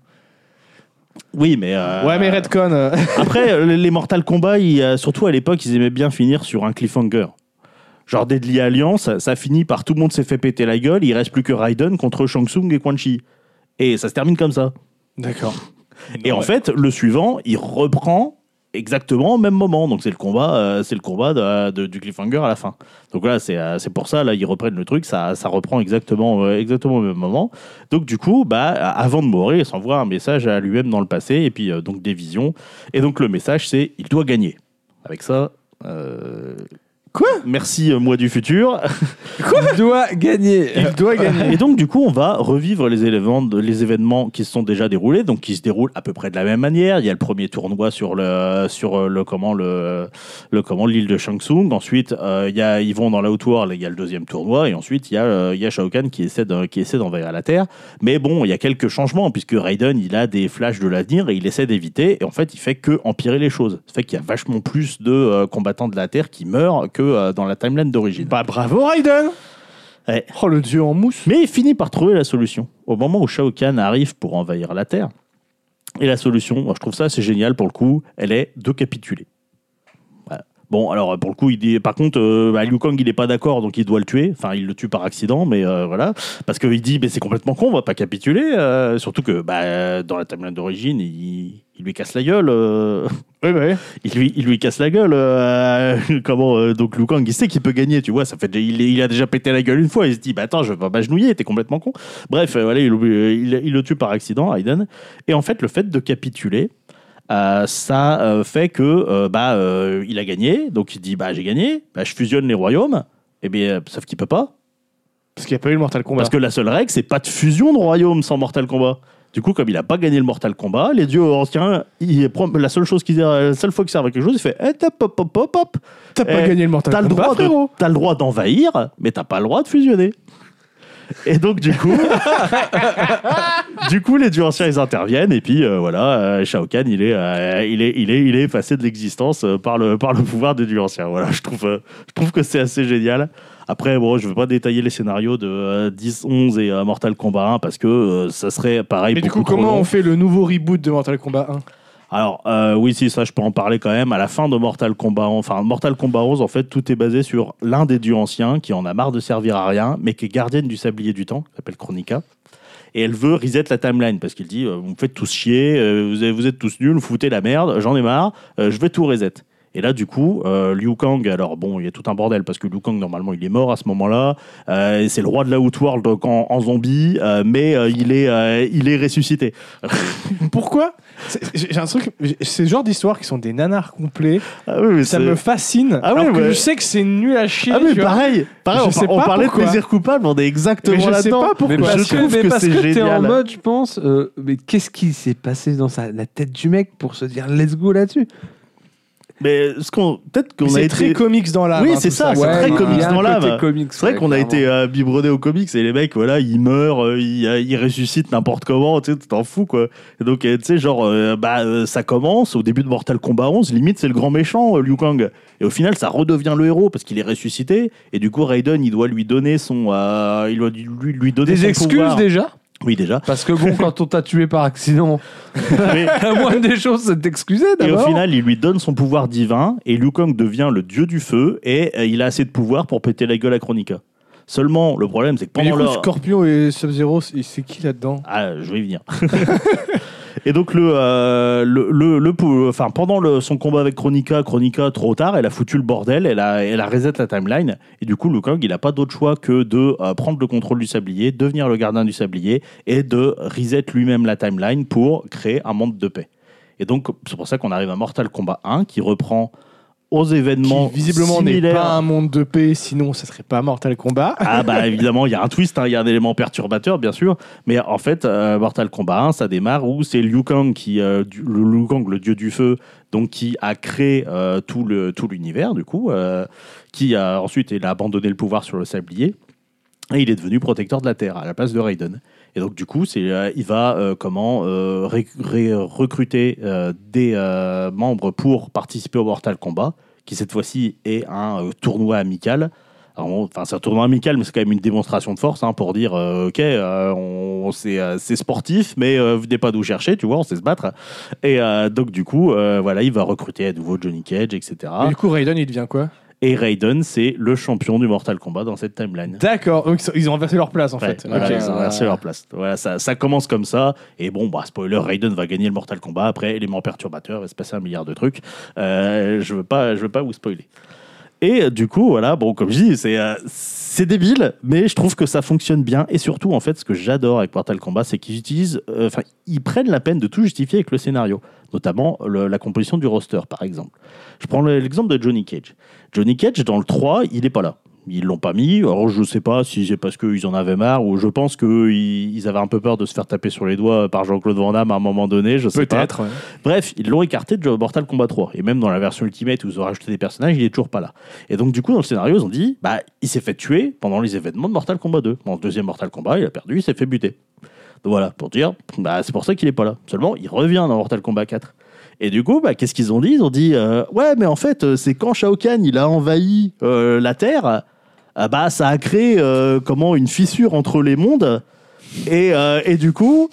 [SPEAKER 3] Oui, mais... euh,
[SPEAKER 1] Ouais, mais Redcon. euh,
[SPEAKER 3] Après, euh, les Mortal Kombat, ils, euh, surtout à l'époque, ils aimaient bien finir sur un cliffhanger. Genre Deadly Alliance, ça, ça finit par tout le monde s'est fait péter la gueule, il reste plus que Raiden contre Shang Tsung et Quan Chi. Et ça se termine comme ça.
[SPEAKER 1] D'accord.
[SPEAKER 3] Et en fait, le suivant, il reprend exactement au même moment. Donc c'est le combat, euh, c'est le combat de, de- du cliffhanger à la fin. Donc là, c'est euh, c'est pour ça, là, ils reprennent le truc, ça, ça reprend exactement, euh, exactement au même moment. Donc du coup, bah, avant de mourir, il s'envoie un message à lui-même dans le passé, et puis euh, donc des visions. Et donc le message, c'est il doit gagner. Avec ça. euh,
[SPEAKER 1] Quoi?
[SPEAKER 3] Merci, euh, moi du futur.
[SPEAKER 2] Il doit gagner.
[SPEAKER 1] Il doit gagner.
[SPEAKER 3] Et donc, du coup, on va revivre les événements, de- les événements qui se sont déjà déroulés, donc qui se déroulent à peu près de la même manière. Il y a le premier tournoi sur le sur le comment le le comment l'île de Shang Tsung. Ensuite, euh, il y a ils vont dans la Outworld, il y a le deuxième tournoi, et ensuite il y a euh, il y a Shao Kahn qui essaie de, qui essaie d'envahir la Terre. Mais bon, il y a quelques changements puisque Raiden il a des flashs de l'avenir et il essaie d'éviter. Et en fait, il fait que empirer les choses. Ça fait qu'il y a vachement plus de euh, combattants de la Terre qui meurent que euh, dans la timeline d'origine.
[SPEAKER 1] Bah bravo, Raiden.
[SPEAKER 3] Ouais.
[SPEAKER 1] Oh, le dieu en mousse.
[SPEAKER 3] Mais il finit par trouver la solution. Au moment où Shao Kahn arrive pour envahir la Terre, et la solution, moi, je trouve ça assez génial pour le coup, elle est de capituler. Voilà. Bon, alors pour le coup, il dit, par contre, euh, bah, Liu Kang il est pas d'accord, donc il doit le tuer. Enfin, il le tue par accident, mais euh, voilà, parce qu'il dit, mais c'est complètement con, on va pas capituler. euh, surtout que bah, dans la timeline d'origine, il, il lui casse la gueule. euh,
[SPEAKER 1] Oui, bah oui.
[SPEAKER 3] il lui, il lui casse la gueule. euh, comment euh, donc Liu Kang, il sait qu'il peut gagner, tu vois. Ça fait, déjà- il, il a déjà pété la gueule une fois. Il se dit, bah attends, je vais pas m'agenouiller, t'es complètement con. Bref, euh, voilà, il, il, il le tue par accident, Raiden. Et en fait, le fait de capituler, euh, ça euh, fait que euh, bah euh, il a gagné. Donc il dit, bah j'ai gagné, bah, je fusionne les royaumes. Et bien, euh, sauf qu'il peut pas.
[SPEAKER 1] Parce qu'il n'y a pas eu le Mortal Kombat.
[SPEAKER 3] Parce que la seule règle, c'est pas de fusion de royaumes sans Mortal Kombat. Du coup, comme il a pas gagné le Mortal Kombat, les dieux anciens, il prend la seule chose qu'ils la seule fois qu'ils servent à quelque chose, il fait eh, hop hop hop hop hop.
[SPEAKER 1] T'as pas
[SPEAKER 3] Eh,
[SPEAKER 1] gagné le Mortal
[SPEAKER 3] T'as le
[SPEAKER 1] Kombat,
[SPEAKER 3] droit de,
[SPEAKER 1] frérot.
[SPEAKER 3] t'as le droit d'envahir, mais t'as pas le droit de fusionner. Et donc du coup, du coup, les dieux anciens ils interviennent et puis euh, voilà, euh, Shao Kahn il est, euh, il est, il est, il est effacé de l'existence euh, par le, par le pouvoir des dieux anciens. Voilà, je trouve, euh, je trouve que c'est assez génial. Après, bon, je veux pas détailler les scénarios de euh, dix, onze et euh, Mortal Kombat un parce que euh, ça serait pareil.
[SPEAKER 1] Mais du
[SPEAKER 3] beaucoup
[SPEAKER 1] coup,
[SPEAKER 3] trop
[SPEAKER 1] comment
[SPEAKER 3] long.
[SPEAKER 1] on fait le nouveau reboot de Mortal Kombat un?
[SPEAKER 3] Alors, euh, oui, si, ça, je peux en parler quand même. À la fin de Mortal Kombat, enfin, Mortal Kombat onze, en fait, tout est basé sur l'un des dieux anciens qui en a marre de servir à rien, mais qui est gardienne du sablier du temps, qui s'appelle Kronika. Et elle veut reset la timeline parce qu'il dit euh, vous me faites tous chier, euh, vous, êtes, vous êtes tous nuls, vous foutez la merde, j'en ai marre, euh, je vais tout reset. Et là, du coup, euh, Liu Kang, alors bon, il y a tout un bordel parce que Liu Kang, normalement, il est mort à ce moment-là. Euh, et c'est le roi de la Outworld donc en, en zombie, euh, mais euh, il, est, euh, il est ressuscité.
[SPEAKER 1] Pourquoi? C'est- J'ai j'ai un truc, j'ai- c'est ce genre d'histoires qui sont des nanars complets.
[SPEAKER 3] Ah oui, mais
[SPEAKER 1] Ça
[SPEAKER 3] c'est-
[SPEAKER 1] me fascine.
[SPEAKER 3] Ah oui,
[SPEAKER 1] alors que
[SPEAKER 3] ouais.
[SPEAKER 1] je sais que c'est nul à chier.
[SPEAKER 3] Ah oui,
[SPEAKER 1] tu vois.
[SPEAKER 3] pareil, pareil
[SPEAKER 1] Je
[SPEAKER 3] on,
[SPEAKER 1] sais
[SPEAKER 3] par- on
[SPEAKER 1] pas
[SPEAKER 3] parlait
[SPEAKER 1] pourquoi.
[SPEAKER 3] de plaisir coupable, on est exactement
[SPEAKER 1] Mais je sais
[SPEAKER 3] là-dedans.
[SPEAKER 1] pas pourquoi.
[SPEAKER 2] Mais
[SPEAKER 3] Mais
[SPEAKER 2] parce
[SPEAKER 3] je
[SPEAKER 2] que,
[SPEAKER 3] trouve
[SPEAKER 2] mais
[SPEAKER 3] que
[SPEAKER 2] parce
[SPEAKER 3] c'est
[SPEAKER 2] que t'es en
[SPEAKER 3] génial.
[SPEAKER 2] mode, je pense, euh, mais qu'est-ce qui s'est passé dans sa, la tête du mec pour se dire let's go là-dessus?
[SPEAKER 3] Mais ce qu'on, peut-être qu'on
[SPEAKER 1] Mais
[SPEAKER 3] a
[SPEAKER 1] c'est
[SPEAKER 3] été...
[SPEAKER 1] très comics dans l'âme.
[SPEAKER 3] Oui,
[SPEAKER 1] hein,
[SPEAKER 3] c'est
[SPEAKER 1] tout
[SPEAKER 3] ça, c'est
[SPEAKER 1] quoi.
[SPEAKER 3] très
[SPEAKER 2] il y a
[SPEAKER 3] comics
[SPEAKER 2] un
[SPEAKER 3] dans l'âme.
[SPEAKER 2] côté comics,
[SPEAKER 3] C'est vrai
[SPEAKER 2] ouais,
[SPEAKER 3] qu'on a
[SPEAKER 2] clairement.
[SPEAKER 3] été euh, biberonné aux comics et les mecs, voilà, ils meurent, euh, ils, euh, ils ressuscitent n'importe comment, tu sais, tu t'en fous, quoi. Et donc, euh, tu sais, genre, euh, bah, euh, ça commence au début de Mortal Kombat onze, limite, c'est le grand méchant, euh, Liu Kang. Et au final, ça redevient le héros parce qu'il est ressuscité. Et du coup, Raiden, il doit lui donner son. Euh, il doit lui, lui donner
[SPEAKER 2] Des
[SPEAKER 3] son
[SPEAKER 2] excuses
[SPEAKER 3] pouvoir.
[SPEAKER 2] déjà?
[SPEAKER 3] Oui, déjà.
[SPEAKER 2] Parce que bon, quand on t'a tué par accident,
[SPEAKER 3] Mais-
[SPEAKER 2] la moindre des choses, c'est de t'excuser
[SPEAKER 3] Et au
[SPEAKER 2] d'abord.
[SPEAKER 3] final, il lui donne son pouvoir divin et Liu Kang devient le dieu du feu et euh, il a assez de pouvoir pour péter la gueule à Kronika. Seulement, le problème, c'est que
[SPEAKER 1] Mais du
[SPEAKER 3] pendant
[SPEAKER 1] coup,
[SPEAKER 3] leur...
[SPEAKER 1] Scorpion et Sub-Zero, c'est c'est qui là-dedans?
[SPEAKER 3] Ah, je vais y venir. Et donc le, euh, le, le, le pou- enfin pendant le, son combat avec Kronika, Kronika trop tard, elle a foutu le bordel, elle a, elle a reset la timeline et du coup Liu Kang il a pas d'autre choix que de euh, prendre le contrôle du sablier, devenir le gardien du sablier et de reset lui-même la timeline pour créer un monde de paix. Et donc c'est pour ça qu'on arrive à Mortal Kombat un qui reprend aux événements
[SPEAKER 1] Qui visiblement n'est
[SPEAKER 3] similaires.
[SPEAKER 1] pas un monde de paix, sinon ça serait pas Mortal Kombat.
[SPEAKER 3] Ah bah évidemment, il y a un twist, hein, il y a un élément perturbateur bien sûr, mais en fait euh, Mortal Kombat un, ça démarre où c'est Liu Kang qui, euh, du- le Liu Kang, le dieu du feu, donc qui a créé euh, tout le tout l'univers du coup, euh, qui a ensuite il a abandonné le pouvoir sur le sablier et il est devenu protecteur de la Terre à la place de Raiden. Et donc du coup, c'est euh, il va euh, comment euh, ré- ré- recruter euh, des euh, membres pour participer au Mortal Kombat, qui cette fois-ci est un euh, tournoi amical. Alors, on- Enfin, c'est un tournoi amical, mais c'est quand même une démonstration de force hein, pour dire euh, ok, euh, on, c'est, euh, c'est sportif, mais euh, venez pas nous chercher, tu vois, on sait se battre. Et euh, donc du coup, euh, voilà, il va recruter à nouveau Johnny Cage, et cetera.
[SPEAKER 1] Mais du coup, Raiden, il devient quoi?
[SPEAKER 3] Et Raiden, c'est le champion du Mortal Kombat dans cette timeline.
[SPEAKER 1] D'accord, donc ils ont inversé leur place en
[SPEAKER 3] Ouais,
[SPEAKER 1] fait.
[SPEAKER 3] voilà,
[SPEAKER 1] Ok.
[SPEAKER 3] ils ont inversé leur place. Voilà, ça, ça commence comme ça. Et bon, bah, spoiler, Raiden va gagner le Mortal Kombat. Après, élément perturbateur, il va se passer un milliard de trucs. Euh, je veux pas, je veux pas vous spoiler. Et euh, du coup, voilà, bon, comme je dis, c'est, euh, c'est débile, mais je trouve que ça fonctionne bien. Et surtout, en fait, ce que j'adore avec Mortal Kombat, c'est qu'ils utilisent, euh, enfin, ils prennent la peine de tout justifier avec le scénario, notamment le- la composition du roster, par exemple. Je prends le- l'exemple de Johnny Cage. Johnny Cage, dans le trois, il est pas là. Ils l'ont pas mis. Alors, je sais pas si c'est parce qu'ils en avaient marre ou je pense qu'ils ils avaient un peu peur de se faire taper sur les doigts par Jean-Claude Van Damme à un moment donné. Je sais pas.
[SPEAKER 1] Peut-être. ouais.
[SPEAKER 3] Bref, ils l'ont écarté de Mortal Kombat trois. Et même dans la version Ultimate où ils ont rajouté des personnages, il est toujours pas là. Et donc, du coup, dans le scénario, ils ont dit bah, il s'est fait tuer pendant les événements de Mortal Kombat deux. Dans le deuxième Mortal Kombat, il a perdu, il s'est fait buter. Donc voilà, pour dire, bah, c'est pour ça qu'il est pas là. Seulement, il revient dans Mortal Kombat quatre. Et du coup, bah, qu'est-ce qu'ils ont dit? Ils ont dit euh, ouais, mais en fait, euh, c'est quand Shao Kahn il a envahi euh, la Terre, euh, bah, ça a créé euh, comment une fissure entre les mondes. Et, euh, et du coup,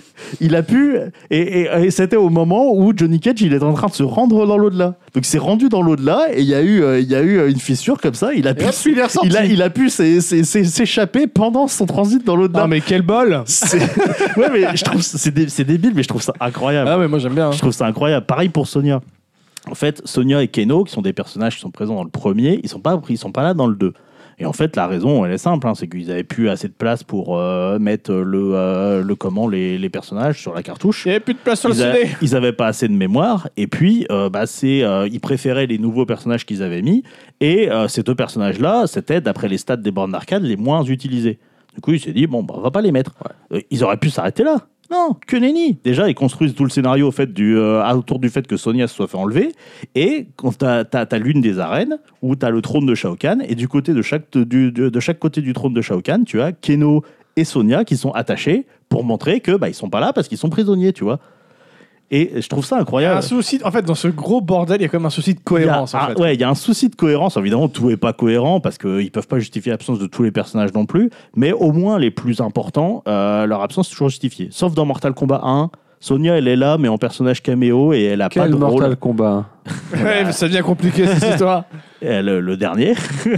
[SPEAKER 3] il a pu. Et, et- et c'était au moment où Johnny Cage il est en train de se rendre dans l'au-delà. Donc il s'est rendu dans l'au-delà et il y a eu, euh, il y a eu une fissure comme ça. Il a pu,
[SPEAKER 1] hop, il est ressorti.
[SPEAKER 3] il a, il a pu s'é- s'é- s'é- s'échapper pendant son transit dans l'au-delà.
[SPEAKER 1] Ah, mais quel bol!
[SPEAKER 3] C'est- ouais, mais je trouve c'est dé- c'est débile, mais je trouve ça incroyable.
[SPEAKER 1] Ah, mais moi j'aime bien. hein.
[SPEAKER 3] Je trouve ça incroyable. Pareil pour Sonya. En fait, Sonya et Keno, qui sont des personnages qui sont présents dans le premier, ils sont pas, ils sont pas là dans le deux. Et en fait, la raison, elle est simple, hein, c'est qu'ils avaient plus assez de place pour euh, mettre le, euh, le comment les, les personnages sur la cartouche.
[SPEAKER 1] Il n'y avait plus de place sur le
[SPEAKER 3] Ils, a-
[SPEAKER 1] C D.
[SPEAKER 3] ils avaient pas assez de mémoire et puis euh, bah, c'est, euh, ils préféraient les nouveaux personnages qu'ils avaient mis et euh, ces deux personnages-là, c'était d'après les stats des bornes d'arcade les moins utilisés. Du coup, il s'est dit bon, bah, on va pas les mettre. Euh, ils auraient pu s'arrêter là. Non, que nenni. Déjà, ils construisent tout le scénario au fait du, euh, autour du fait que Sonya se soit fait enlever. Et quand t'as, t'as, t'as l'une des arènes où t'as le trône de Shao Kahn. Et du côté de chaque, du, de, de chaque côté du trône de Shao Kahn, tu as Keno et Sonya qui sont attachés pour montrer que bah, ils sont pas là parce qu'ils sont prisonniers, tu vois. Et je trouve ça
[SPEAKER 1] Il y a
[SPEAKER 3] incroyable.
[SPEAKER 1] un souci, en fait, dans ce gros bordel, il y a quand même un souci de cohérence.
[SPEAKER 3] Il y a,
[SPEAKER 1] en
[SPEAKER 3] un-
[SPEAKER 1] fait.
[SPEAKER 3] ouais, il y a un souci de cohérence. Évidemment, tout n'est pas cohérent parce qu'ils ne peuvent pas justifier l'absence de tous les personnages non plus. Mais au moins, les plus importants, euh, leur absence est toujours justifiée. Sauf dans Mortal Kombat un, Sonya, elle est là, mais en personnage caméo et elle n'a pas
[SPEAKER 2] Quel
[SPEAKER 3] de
[SPEAKER 2] Mortal
[SPEAKER 3] rôle.
[SPEAKER 2] Kombat.
[SPEAKER 1] Ouais, ça devient compliqué cette histoire.
[SPEAKER 3] Elle, le dernier.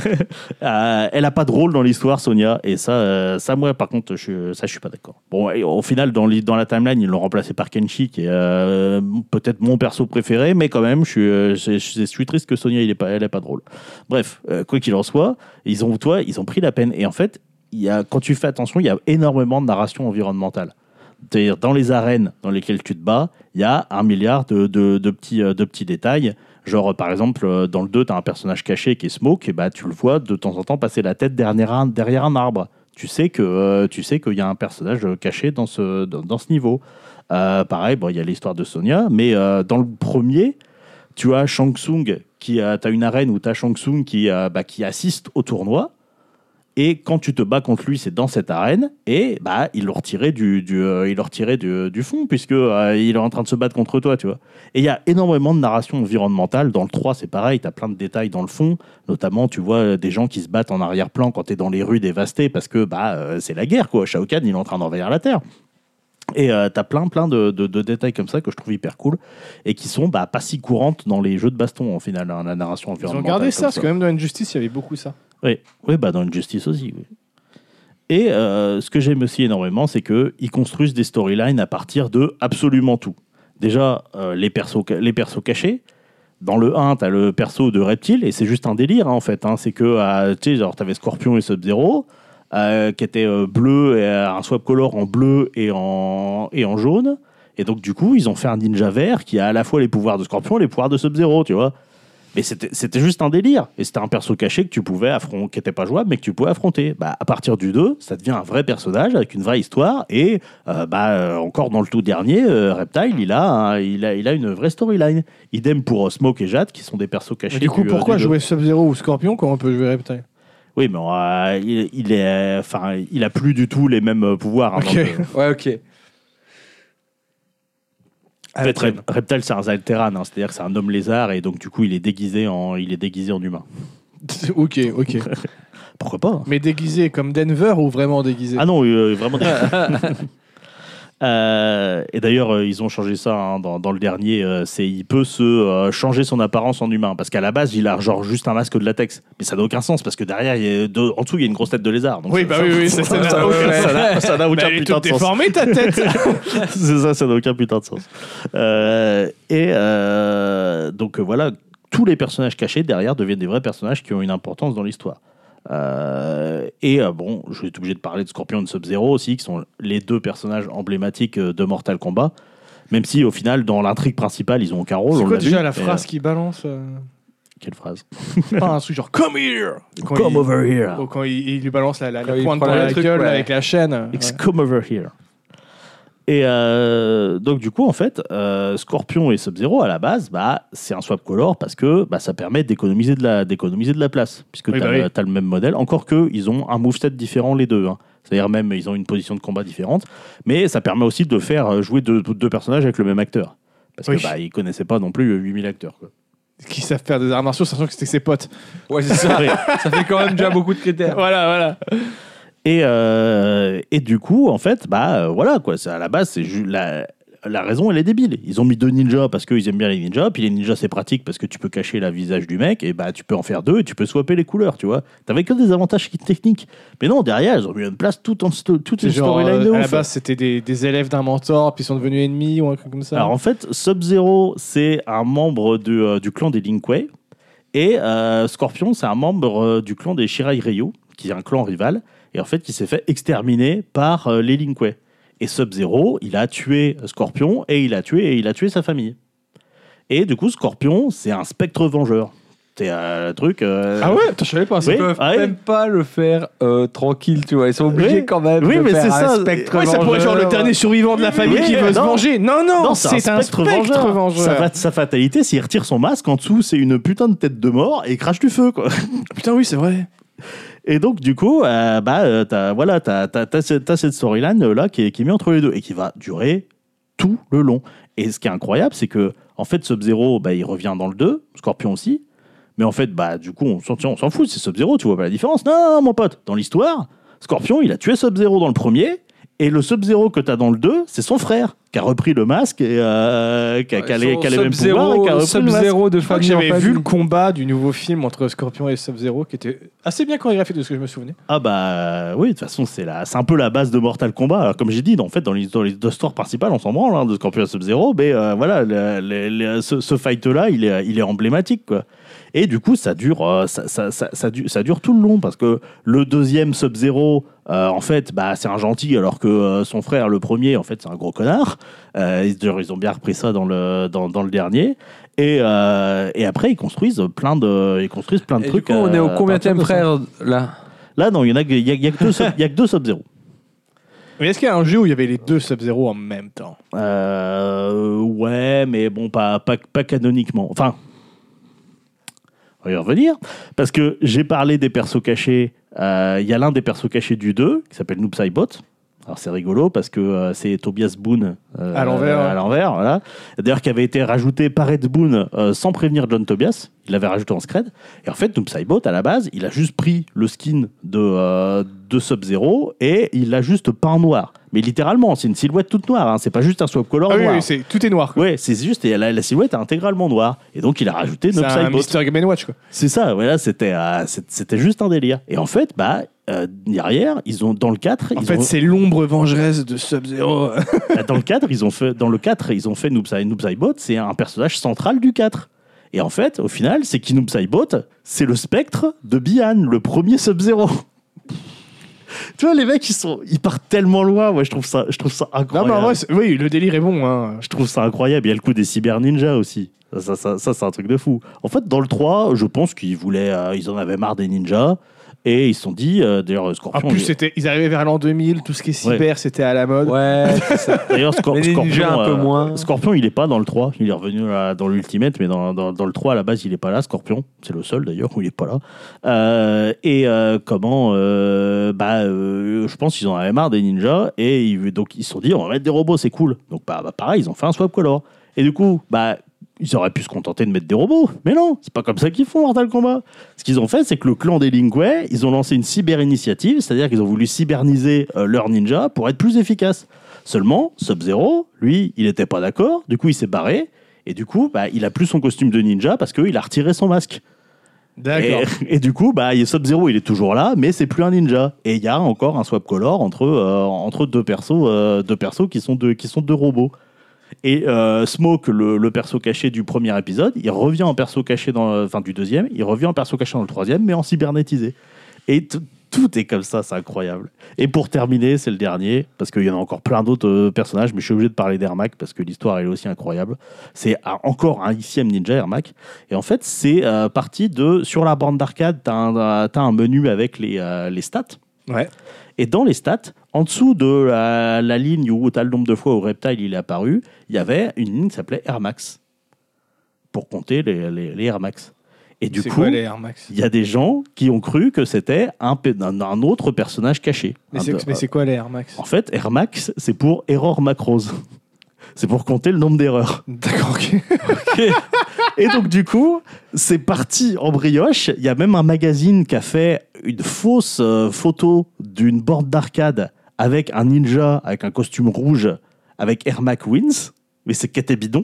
[SPEAKER 3] Euh, elle n'a pas de rôle dans l'histoire, Sonya. Et ça, euh, ça moi, par contre, je, ça, je suis pas d'accord. Bon, et au final, dans, dans la timeline, ils l'ont remplacé par Kenshi, qui est euh, peut-être mon perso préféré, mais quand même, je suis, euh, je, je- je suis triste que Sonya, il ait pas, elle ait pas de rôle. Bref, euh, quoi qu'il en soit, ils ont, toi, ils ont pris la peine. Et en fait, il y a, quand tu fais attention, il y a énormément de narration environnementale. C'est-à-dire, dans les arènes dans lesquelles tu te bats, il y a un milliard de, de, de petits, euh, de petits détails. Genre, par exemple, euh, dans le deux, tu as un personnage caché qui est Smoke, et bah, tu le vois de temps en temps passer la tête derrière un, derrière un arbre. Tu sais que euh, tu sais qu'il y a un personnage euh, caché dans ce, dans, dans ce niveau. Euh, pareil, bon, il y a l'histoire de Sonya, mais euh, dans le premier, tu as Shang Tsung, qui a, t'as une arène où tu as Shang Tsung qui, euh, bah, qui assiste au tournoi. Et quand tu te bats contre lui, c'est dans cette arène. Et bah, il le retirait du, du, euh, il le retirait du, du fond, puisque euh, il est en train de se battre contre toi, tu vois. Et il y a énormément de narration environnementale. Dans le trois, c'est pareil, tu as plein de détails dans le fond. Notamment, tu vois euh, des gens qui se battent en arrière-plan quand tu es dans les rues dévastées, parce que bah, euh, c'est la guerre, quoi. Shao Kahn, il est en train d'envahir la Terre. Et euh, t'as plein plein de, de, de détails comme ça que je trouve hyper cool et qui sont bah, pas si courantes dans les jeux de baston, au final, hein, la narration
[SPEAKER 1] Ils
[SPEAKER 3] environnementale.
[SPEAKER 1] ont gardé ça,
[SPEAKER 3] comme
[SPEAKER 1] parce que quand même dans Injustice, il y avait beaucoup ça.
[SPEAKER 3] Oui, oui, bah dans Injustice aussi. Oui. Et euh, ce que j'aime aussi énormément, c'est qu'ils construisent des storylines à partir de absolument tout. Déjà, euh, les, persos, ca- les persos cachés. Dans le un, tu as le perso de Reptile, et c'est juste un délire, hein, en fait. Hein. C'est que, euh, tu sais, genre, tu avais Scorpion et Sub-Zero, euh, qui étaient euh, bleus, et, euh, un swap color en bleu et en, et en jaune. Et donc, du coup, ils ont fait un ninja vert qui a à la fois les pouvoirs de Scorpion et les pouvoirs de Sub-Zero, tu vois. Mais c'était, c'était juste un délire. Et c'était un perso caché que tu pouvais affronter, qui n'était pas jouable, mais que tu pouvais affronter. Bah, à partir du deux, ça devient un vrai personnage avec une vraie histoire. Et euh, bah, euh, encore dans le tout dernier, euh, Reptile, il a, un- il, a, il a une vraie storyline. Idem pour euh, Smoke et Jade, qui sont des persos cachés.
[SPEAKER 1] Mais du coup,
[SPEAKER 3] du, euh,
[SPEAKER 1] pourquoi
[SPEAKER 3] du deux.
[SPEAKER 1] jouer Sub-Zero ou Scorpion quand on peut jouer Reptile?
[SPEAKER 3] Oui, mais euh, il, il est, enfin, il a plus du tout les mêmes euh, pouvoirs. hein,
[SPEAKER 1] Ok.
[SPEAKER 3] donc, euh,
[SPEAKER 2] Ouais, ok.
[SPEAKER 3] en fait, Rep- Reptile, c'est un Zalteran, hein, c'est-à-dire que c'est un homme lézard, et donc du coup, il est déguisé en, il est déguisé en humain.
[SPEAKER 1] Ok, ok.
[SPEAKER 3] Pourquoi pas hein.
[SPEAKER 1] Mais déguisé comme Denver ou vraiment déguisé?
[SPEAKER 3] Ah non, euh, vraiment. Euh, et d'ailleurs, euh, ils ont changé ça hein, dans, dans le dernier. euh, c'est il peut se euh, changer son apparence en humain parce qu'à la base, il a genre juste un masque de latex. Mais ça n'a aucun sens parce que derrière, il y a de- en dessous, il y a une grosse tête de lézard. Donc
[SPEAKER 1] Oui,
[SPEAKER 3] ça-
[SPEAKER 1] bah
[SPEAKER 3] ça-
[SPEAKER 1] oui, oui, ça, ça n'a aucun-
[SPEAKER 3] ça n'a- ça n'a
[SPEAKER 1] Bah,
[SPEAKER 3] aucun
[SPEAKER 1] elle est
[SPEAKER 3] putain
[SPEAKER 1] toute
[SPEAKER 3] de sens.
[SPEAKER 1] déformée, ta tête.
[SPEAKER 3] C'est ça, ça n'a aucun putain de sens. Euh, et euh, donc euh, voilà, tous les personnages cachés derrière deviennent des vrais personnages qui ont une importance dans l'histoire. Euh, et euh, bon, je vais être obligé de parler de Scorpion et de Sub-Zero aussi, qui sont les deux personnages emblématiques euh, de Mortal Kombat. Même si au final, dans l'intrigue principale, ils ont aucun rôle.
[SPEAKER 1] C'est
[SPEAKER 3] on
[SPEAKER 1] quoi
[SPEAKER 3] l'a
[SPEAKER 1] déjà
[SPEAKER 3] vu,
[SPEAKER 1] la
[SPEAKER 3] mais,
[SPEAKER 1] phrase
[SPEAKER 3] euh,
[SPEAKER 1] qui balance euh,
[SPEAKER 3] Quelle phrase
[SPEAKER 1] Pas un truc genre Come here Quand
[SPEAKER 3] Come
[SPEAKER 1] il-
[SPEAKER 3] over here.
[SPEAKER 1] Oh, quand il, il lui balance la, la,
[SPEAKER 2] Quand
[SPEAKER 1] la
[SPEAKER 2] il
[SPEAKER 1] pointe
[SPEAKER 2] prend
[SPEAKER 1] dans
[SPEAKER 2] le
[SPEAKER 1] la
[SPEAKER 2] truc,
[SPEAKER 1] gueule
[SPEAKER 2] ouais.
[SPEAKER 1] avec la chaîne.
[SPEAKER 3] It's
[SPEAKER 1] Ouais.
[SPEAKER 3] come over here. Et euh, donc du coup, en fait, euh, Scorpion et Sub-Zero, à la base, bah, c'est un swap color parce que bah, ça permet d'économiser de la, d'économiser de la place, puisque
[SPEAKER 1] Oui,
[SPEAKER 3] tu as
[SPEAKER 1] bah oui.
[SPEAKER 3] le même modèle, encore qu'ils ont un moveset différent les deux. hein. C'est-à-dire même, ils ont une position de combat différente, mais ça permet aussi de faire jouer deux, deux personnages avec le même acteur. Parce
[SPEAKER 1] Oui.
[SPEAKER 3] que bah, ils connaissaient pas non plus huit mille acteurs. Quoi.
[SPEAKER 1] Qui savent faire des arts martiaux, sachant que c'était ses potes.
[SPEAKER 2] Ouais, c'est ça. Ça fait quand même déjà beaucoup de critères.
[SPEAKER 1] Voilà, voilà.
[SPEAKER 3] Et, euh, et du coup, en fait, bah euh, voilà quoi. C'est, à la base, c'est ju- la, la raison, elle est débile. Ils ont mis deux ninjas parce qu'ils aiment bien les ninjas. Puis les ninjas, c'est pratique parce que tu peux cacher le visage du mec. Et bah, tu peux en faire deux et tu peux swapper les couleurs, tu vois. T'avais que des avantages techniques. Mais non, derrière, ils ont mis une place toute, en sto- toute
[SPEAKER 1] C'est
[SPEAKER 3] une
[SPEAKER 1] genre,
[SPEAKER 3] storyline de
[SPEAKER 1] euh, à la
[SPEAKER 3] ouf.
[SPEAKER 1] base, c'était des, des élèves d'un mentor, puis ils sont devenus ennemis ou un truc comme ça.
[SPEAKER 3] Alors en fait, Sub-Zero, c'est un membre de, euh, du clan des Lin Kuei. Et euh, Scorpion, c'est un membre euh, du clan des Shirai Ryu, qui est un clan rival. Et en fait, qui s'est fait exterminer par euh, les Lin Kuei. Et Sub-Zero, il a tué Scorpion et il a tué, et il a tué sa famille. Et du coup, Scorpion, c'est un spectre vengeur. C'était un truc. Euh...
[SPEAKER 1] Ah ouais, Attends, je savais pas ça.
[SPEAKER 3] Oui.
[SPEAKER 2] Ils peuvent
[SPEAKER 3] Ah,
[SPEAKER 2] même
[SPEAKER 3] oui.
[SPEAKER 2] pas le faire euh, tranquille, tu vois. Ils sont obligés
[SPEAKER 3] Oui.
[SPEAKER 2] quand même
[SPEAKER 3] Oui,
[SPEAKER 2] de
[SPEAKER 3] mais
[SPEAKER 2] faire
[SPEAKER 3] c'est
[SPEAKER 2] un
[SPEAKER 3] ça.
[SPEAKER 2] spectre
[SPEAKER 1] Ouais, ça pourrait être genre le
[SPEAKER 2] vengeur.
[SPEAKER 1] dernier survivant de la famille
[SPEAKER 3] Oui,
[SPEAKER 1] qui veut se
[SPEAKER 3] non.
[SPEAKER 1] venger. Non, non,
[SPEAKER 3] Non,
[SPEAKER 1] c'est un spectre vengeur.
[SPEAKER 3] Sa, fa- sa fatalité, c'est qu'il retire son masque, en dessous, c'est une putain de tête de mort et il crache du feu, quoi.
[SPEAKER 1] Putain, oui, c'est vrai.
[SPEAKER 3] Et donc, du coup, euh, bah, euh, t'as, voilà, t'as, t'as, t'as, cette- t'as cette storyline euh, là qui est, qui est mise entre les deux et qui va durer tout le long. Et ce qui est incroyable, c'est que, en fait, Sub-Zero, bah, il revient dans le deux, Scorpion aussi. Mais en fait, bah, du coup, on s'en, on s'en fout, c'est Sub-Zero, tu vois pas la différence. Non, non, non, mon pote, dans l'histoire, Scorpion, il a tué Sub-Zero dans le premier. Et le Sub-Zero que t'as dans le deux, c'est son frère qui a repris le masque et euh, qui a, qui a les, qui a les mêmes pouvoirs et qui a repris le masque.
[SPEAKER 2] Sub-Zero de
[SPEAKER 1] Je crois que
[SPEAKER 2] famille en
[SPEAKER 1] j'avais vu
[SPEAKER 2] famille.
[SPEAKER 1] le combat du nouveau film entre Scorpion et Sub-Zero qui était assez bien chorégraphié de ce que je me souvenais.
[SPEAKER 3] Ah bah oui, de toute façon, c'est, la, c'est un peu la base de Mortal Kombat. Alors, comme j'ai dit, en fait, dans les, dans les deux histoires principales, on s'en branle hein, de Scorpion et Sub-Zero, mais euh, voilà, le, le, le- ce, ce fight-là, il est, il est emblématique, quoi. Et du coup, ça dure, euh, ça, ça, ça, ça, dure, ça dure tout le long, parce que le deuxième Sub-Zero, euh, en fait, bah, c'est un gentil, alors que euh, son frère, le premier, en fait, c'est un gros connard. Euh, ils, ils ont bien repris ça dans le, dans, dans le dernier. Et, euh, et après, ils construisent plein de, ils construisent plein de
[SPEAKER 2] Et
[SPEAKER 3] trucs.
[SPEAKER 2] du coup, on est au
[SPEAKER 3] euh, à
[SPEAKER 2] combienième
[SPEAKER 3] partir de ça.
[SPEAKER 2] frère là?
[SPEAKER 3] Là, non, il y en a, que- il y a, il y a que deux, Sub- il y a que deux Sub-Zero.
[SPEAKER 1] Mais est-ce qu'il y a un jeu où il y avait les deux Sub-Zero en même temps?
[SPEAKER 3] Euh, ouais, mais bon, pas, pas, pas canoniquement. Enfin, on va y revenir. Parce que j'ai parlé des persos cachés. Euh, Il y a l'un des persos cachés du deux qui s'appelle Noob Saibot. Alors c'est rigolo parce que euh, c'est Tobias Boone euh,
[SPEAKER 1] À l'envers,
[SPEAKER 3] À
[SPEAKER 1] ouais.
[SPEAKER 3] l'envers, voilà. D'ailleurs, qui avait été rajouté par Ed Boon euh, sans prévenir John Tobias. Il l'avait rajouté en scred. Et en fait, Noob Saibot, à la base, il a juste pris le skin de, euh, de Sub-Zero et il l'a juste peint en noir. Mais littéralement, c'est une silhouette toute noire. Hein. C'est pas juste un swap color
[SPEAKER 1] Ah oui,
[SPEAKER 3] noir.
[SPEAKER 1] oui, c'est, tout est noir. Quoi.
[SPEAKER 3] Ouais, c'est juste, et la, la silhouette est intégralement noire. Et donc, il a rajouté
[SPEAKER 1] C'est
[SPEAKER 3] Noob
[SPEAKER 1] un
[SPEAKER 3] Saibot.
[SPEAKER 1] Mister Game and Watch. Quoi.
[SPEAKER 3] C'est ça, voilà, c'était, euh, c'est- c'était juste un délire. Et en fait, bah, euh, derrière, ils ont, dans le quatre,
[SPEAKER 1] En
[SPEAKER 3] ils
[SPEAKER 1] fait,
[SPEAKER 3] ont,
[SPEAKER 1] c'est l'ombre vengeresse de Sub-Zero.
[SPEAKER 3] bah, dans le quatre, ils ont fait, dans le quatre, ils ont fait Noob Sai- Noob Saibot, c'est un personnage central du quatre. Et en fait, au final, c'est qui Noob Saibot, c'est le spectre de Bihan, le premier Sub-Zero. Tu vois, les mecs, ils, sont, ils partent tellement loin. Moi, je trouve ça, je trouve ça
[SPEAKER 1] non,
[SPEAKER 3] incroyable.
[SPEAKER 1] mais en vrai, c'est- oui, le délire est bon. Hein.
[SPEAKER 3] Je trouve ça incroyable. Il y a le coup des cyber ninjas aussi. Ça, ça, ça, ça, c'est un truc de fou. En fait, dans le trois, je pense qu'ils voulaient, euh, ils en avaient marre des ninjas. Et ils se sont dit, euh, d'ailleurs,
[SPEAKER 1] En
[SPEAKER 3] Scorpion.
[SPEAKER 1] plus,
[SPEAKER 3] il-
[SPEAKER 1] c'était, ils arrivaient vers l'an deux mille, tout ce qui est cyber, c'était à la mode.
[SPEAKER 2] Ouais, c'est ça.
[SPEAKER 3] D'ailleurs, Scor-
[SPEAKER 2] Mais les
[SPEAKER 3] Scorpion,
[SPEAKER 2] ninjas un peu
[SPEAKER 3] euh,
[SPEAKER 2] moins.
[SPEAKER 3] Scorpion, il est pas dans le trois. Il est revenu là, dans l'Ultimate, mais dans, dans, dans le trois, à la base, il est pas là, Scorpion. C'est le seul, d'ailleurs, où il est pas là. Euh, et euh, comment euh, bah, euh, je pense qu'ils en avaient marre des ninjas. Et ils, donc, ils se sont dit, on va mettre des robots, c'est cool. Donc, bah, bah, pareil, ils ont fait un swap color. Et du coup, bah, ils auraient pu se contenter de mettre des robots. Mais non, c'est pas comme ça qu'ils font Mortal Kombat. Ce qu'ils ont fait, c'est que le clan des Lin Kuei, ils ont lancé une cyber-initiative, c'est-à-dire qu'ils ont voulu cyberniser euh, leurs ninjas pour être plus efficaces. Seulement, Sub-Zero, lui, il était pas d'accord, du coup, il s'est barré, et du coup, bah, il a plus son costume de ninja parce qu'il a retiré son masque.
[SPEAKER 1] D'accord.
[SPEAKER 3] Et, et du coup, bah, il y a Sub-Zero, il est toujours là, mais c'est plus un ninja. Et il y a encore un swap color entre, euh, entre deux, persos, euh, deux persos qui sont deux, qui sont deux robots. Et euh, Smoke, le, le perso caché du premier épisode, il revient en perso caché dans le, enfin du deuxième, il revient en perso caché dans le troisième, mais en cybernétisé. Et t- tout est comme ça, c'est incroyable. Et pour terminer, c'est le dernier, parce qu'il y en a encore plein d'autres euh, personnages, mais je suis obligé de parler d'Ermac, parce que l'histoire elle est aussi incroyable. C'est ah, encore un ième ninja, Ermac. Et en fait, c'est euh, parti de... Sur la bande d'arcade, t'as un, t'as un menu avec les, euh, les stats.
[SPEAKER 1] Ouais.
[SPEAKER 3] Et dans les stats, en dessous de la, la ligne où tu as le nombre de fois où Reptile il est apparu, il y avait une ligne qui s'appelait Air Max. Pour compter les, les, les Air Max. Et du
[SPEAKER 1] c'est
[SPEAKER 3] coup,
[SPEAKER 1] quoi les Air Max?
[SPEAKER 3] il y a des gens qui ont cru que c'était un, pe- un, un autre personnage caché.
[SPEAKER 1] Mais
[SPEAKER 3] Un
[SPEAKER 1] c'est,
[SPEAKER 3] de-
[SPEAKER 1] mais c'est quoi les Air Max?
[SPEAKER 3] En fait, Air Max, c'est pour Error Macros. C'est pour compter le nombre d'erreurs.
[SPEAKER 1] D'accord, ok.
[SPEAKER 3] Et donc, du coup, c'est parti en brioche. Il y a même un magazine qui a fait une fausse euh, photo d'une borne d'arcade avec un ninja avec un costume rouge avec Ermac Wins. Mais c'est qu'était bidon.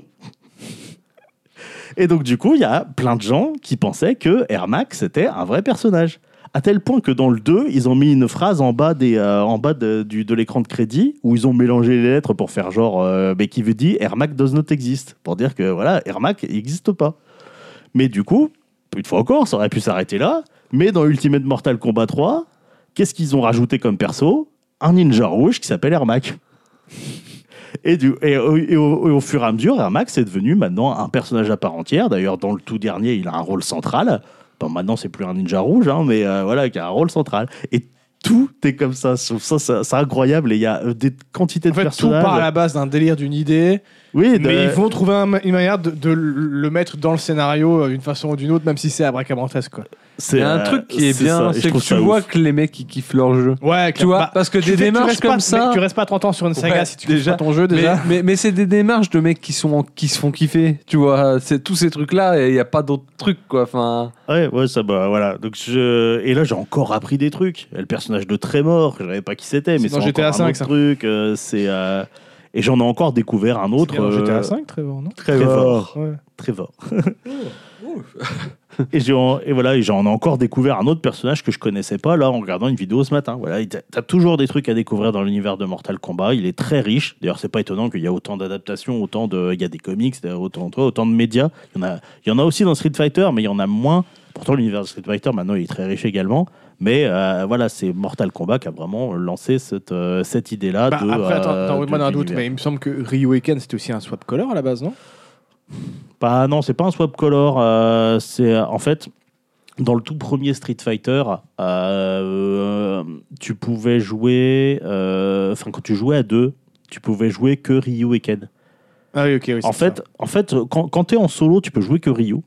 [SPEAKER 3] Et donc, du coup, il y a plein de gens qui pensaient que Ermac, c'était un vrai personnage. À tel point que dans le deux, ils ont mis une phrase en bas, des, euh, en bas de, du, de l'écran de crédit où ils ont mélangé les lettres pour faire genre, euh, mais qui veut dire Ermac does not exist. Pour dire que voilà, Ermac n'existe pas. Mais du coup, une fois encore, ça aurait pu s'arrêter là. Mais dans Ultimate Mortal Kombat trois, qu'est-ce qu'ils ont rajouté comme perso? Un ninja rouge qui s'appelle Ermac. Et, du, et, au, et, au, et au fur et à mesure, Air Max est devenu maintenant un personnage à part entière. D'ailleurs, dans le tout dernier, il a un rôle central. Bon, maintenant, c'est plus un ninja rouge, hein, mais euh, voilà, qui a un rôle central. Et tout est comme ça. Ça, ça c'est incroyable. Et il y a des quantités
[SPEAKER 1] En
[SPEAKER 3] de
[SPEAKER 1] fait, tout
[SPEAKER 3] personnages.
[SPEAKER 1] part à la base d'un délire, d'une idée.
[SPEAKER 3] Oui, de...
[SPEAKER 1] Mais ils vont trouver un- une manière de, de le mettre dans le scénario euh, d'une façon ou d'une autre, même si c'est abracadabrantesque, quoi.
[SPEAKER 3] c'est
[SPEAKER 2] Il y a un
[SPEAKER 3] euh,
[SPEAKER 2] truc qui est
[SPEAKER 3] c'est
[SPEAKER 2] bien,
[SPEAKER 3] ça, et je
[SPEAKER 2] c'est que
[SPEAKER 3] trouve
[SPEAKER 2] tu
[SPEAKER 3] ça
[SPEAKER 2] vois
[SPEAKER 3] ouf.
[SPEAKER 2] que les mecs ils kiffent leur jeu.
[SPEAKER 1] Ouais,
[SPEAKER 2] Tu vois, parce que
[SPEAKER 1] tu
[SPEAKER 2] des
[SPEAKER 1] fais- tu
[SPEAKER 2] démarches
[SPEAKER 1] restes
[SPEAKER 2] comme
[SPEAKER 1] pas-
[SPEAKER 2] ça.
[SPEAKER 1] mec, tu restes pas trente ans sur une saga
[SPEAKER 2] Ouais,
[SPEAKER 1] si tu kiffes
[SPEAKER 2] déjà.
[SPEAKER 1] pas ton jeu
[SPEAKER 2] Mais,
[SPEAKER 1] déjà.
[SPEAKER 2] mais, mais c'est des démarches de mecs qui, sont en- qui se font kiffer. Tu vois, c'est tous ces trucs-là et il n'y a pas d'autres trucs, quoi. Enfin,
[SPEAKER 3] Ouais, ouais, ça, bah voilà. Donc, je... Et là, j'ai encore appris des trucs. Et le personnage de Trémor, je savais pas qui c'était, mais
[SPEAKER 1] C'est
[SPEAKER 3] c'est
[SPEAKER 1] dans G T A
[SPEAKER 3] encore un
[SPEAKER 1] cinq,
[SPEAKER 3] autre
[SPEAKER 1] ça.
[SPEAKER 3] truc. euh, c'est, euh, Et j'en ai encore découvert un autre.
[SPEAKER 1] C'est bien dans G T A
[SPEAKER 3] euh,
[SPEAKER 1] cinq, Trevor, non
[SPEAKER 3] Trevor.
[SPEAKER 1] Ouais.
[SPEAKER 3] Trevor. et, j'ai en- et voilà, et j'en ai encore découvert un autre personnage que je connaissais pas là en regardant une vidéo ce matin. Voilà, il- t'as toujours des trucs à découvrir dans l'univers de Mortal Kombat. Il est très riche. D'ailleurs, c'est pas étonnant qu'il y a autant d'adaptations, autant de, il y a des comics, autant, autant de médias. Il y en a, il y en a aussi dans Street Fighter, mais il y en a moins. Pourtant, l'univers de Street Fighter maintenant il est très riche également. Mais euh, voilà, c'est Mortal Kombat qui a vraiment lancé cette, euh, cette idée-là.
[SPEAKER 1] Bah,
[SPEAKER 3] de,
[SPEAKER 1] après, attends,
[SPEAKER 3] euh,
[SPEAKER 1] attends,
[SPEAKER 3] de
[SPEAKER 1] moi, dans un doute,
[SPEAKER 3] l'univers.
[SPEAKER 1] mais il me semble que Ryoken c'était aussi un swap color à la base, non?
[SPEAKER 3] Bah non, c'est pas un swap color. euh, c'est euh, en fait dans le tout premier Street Fighter, euh, tu pouvais jouer. euh, Enfin, quand tu jouais à deux, tu pouvais jouer que Ryu et Ken.
[SPEAKER 1] Ah oui, ok, oui.
[SPEAKER 3] En
[SPEAKER 1] c'est
[SPEAKER 3] fait,
[SPEAKER 1] ça.
[SPEAKER 3] en fait, quand, quand t'es en solo, tu peux jouer que Ryu.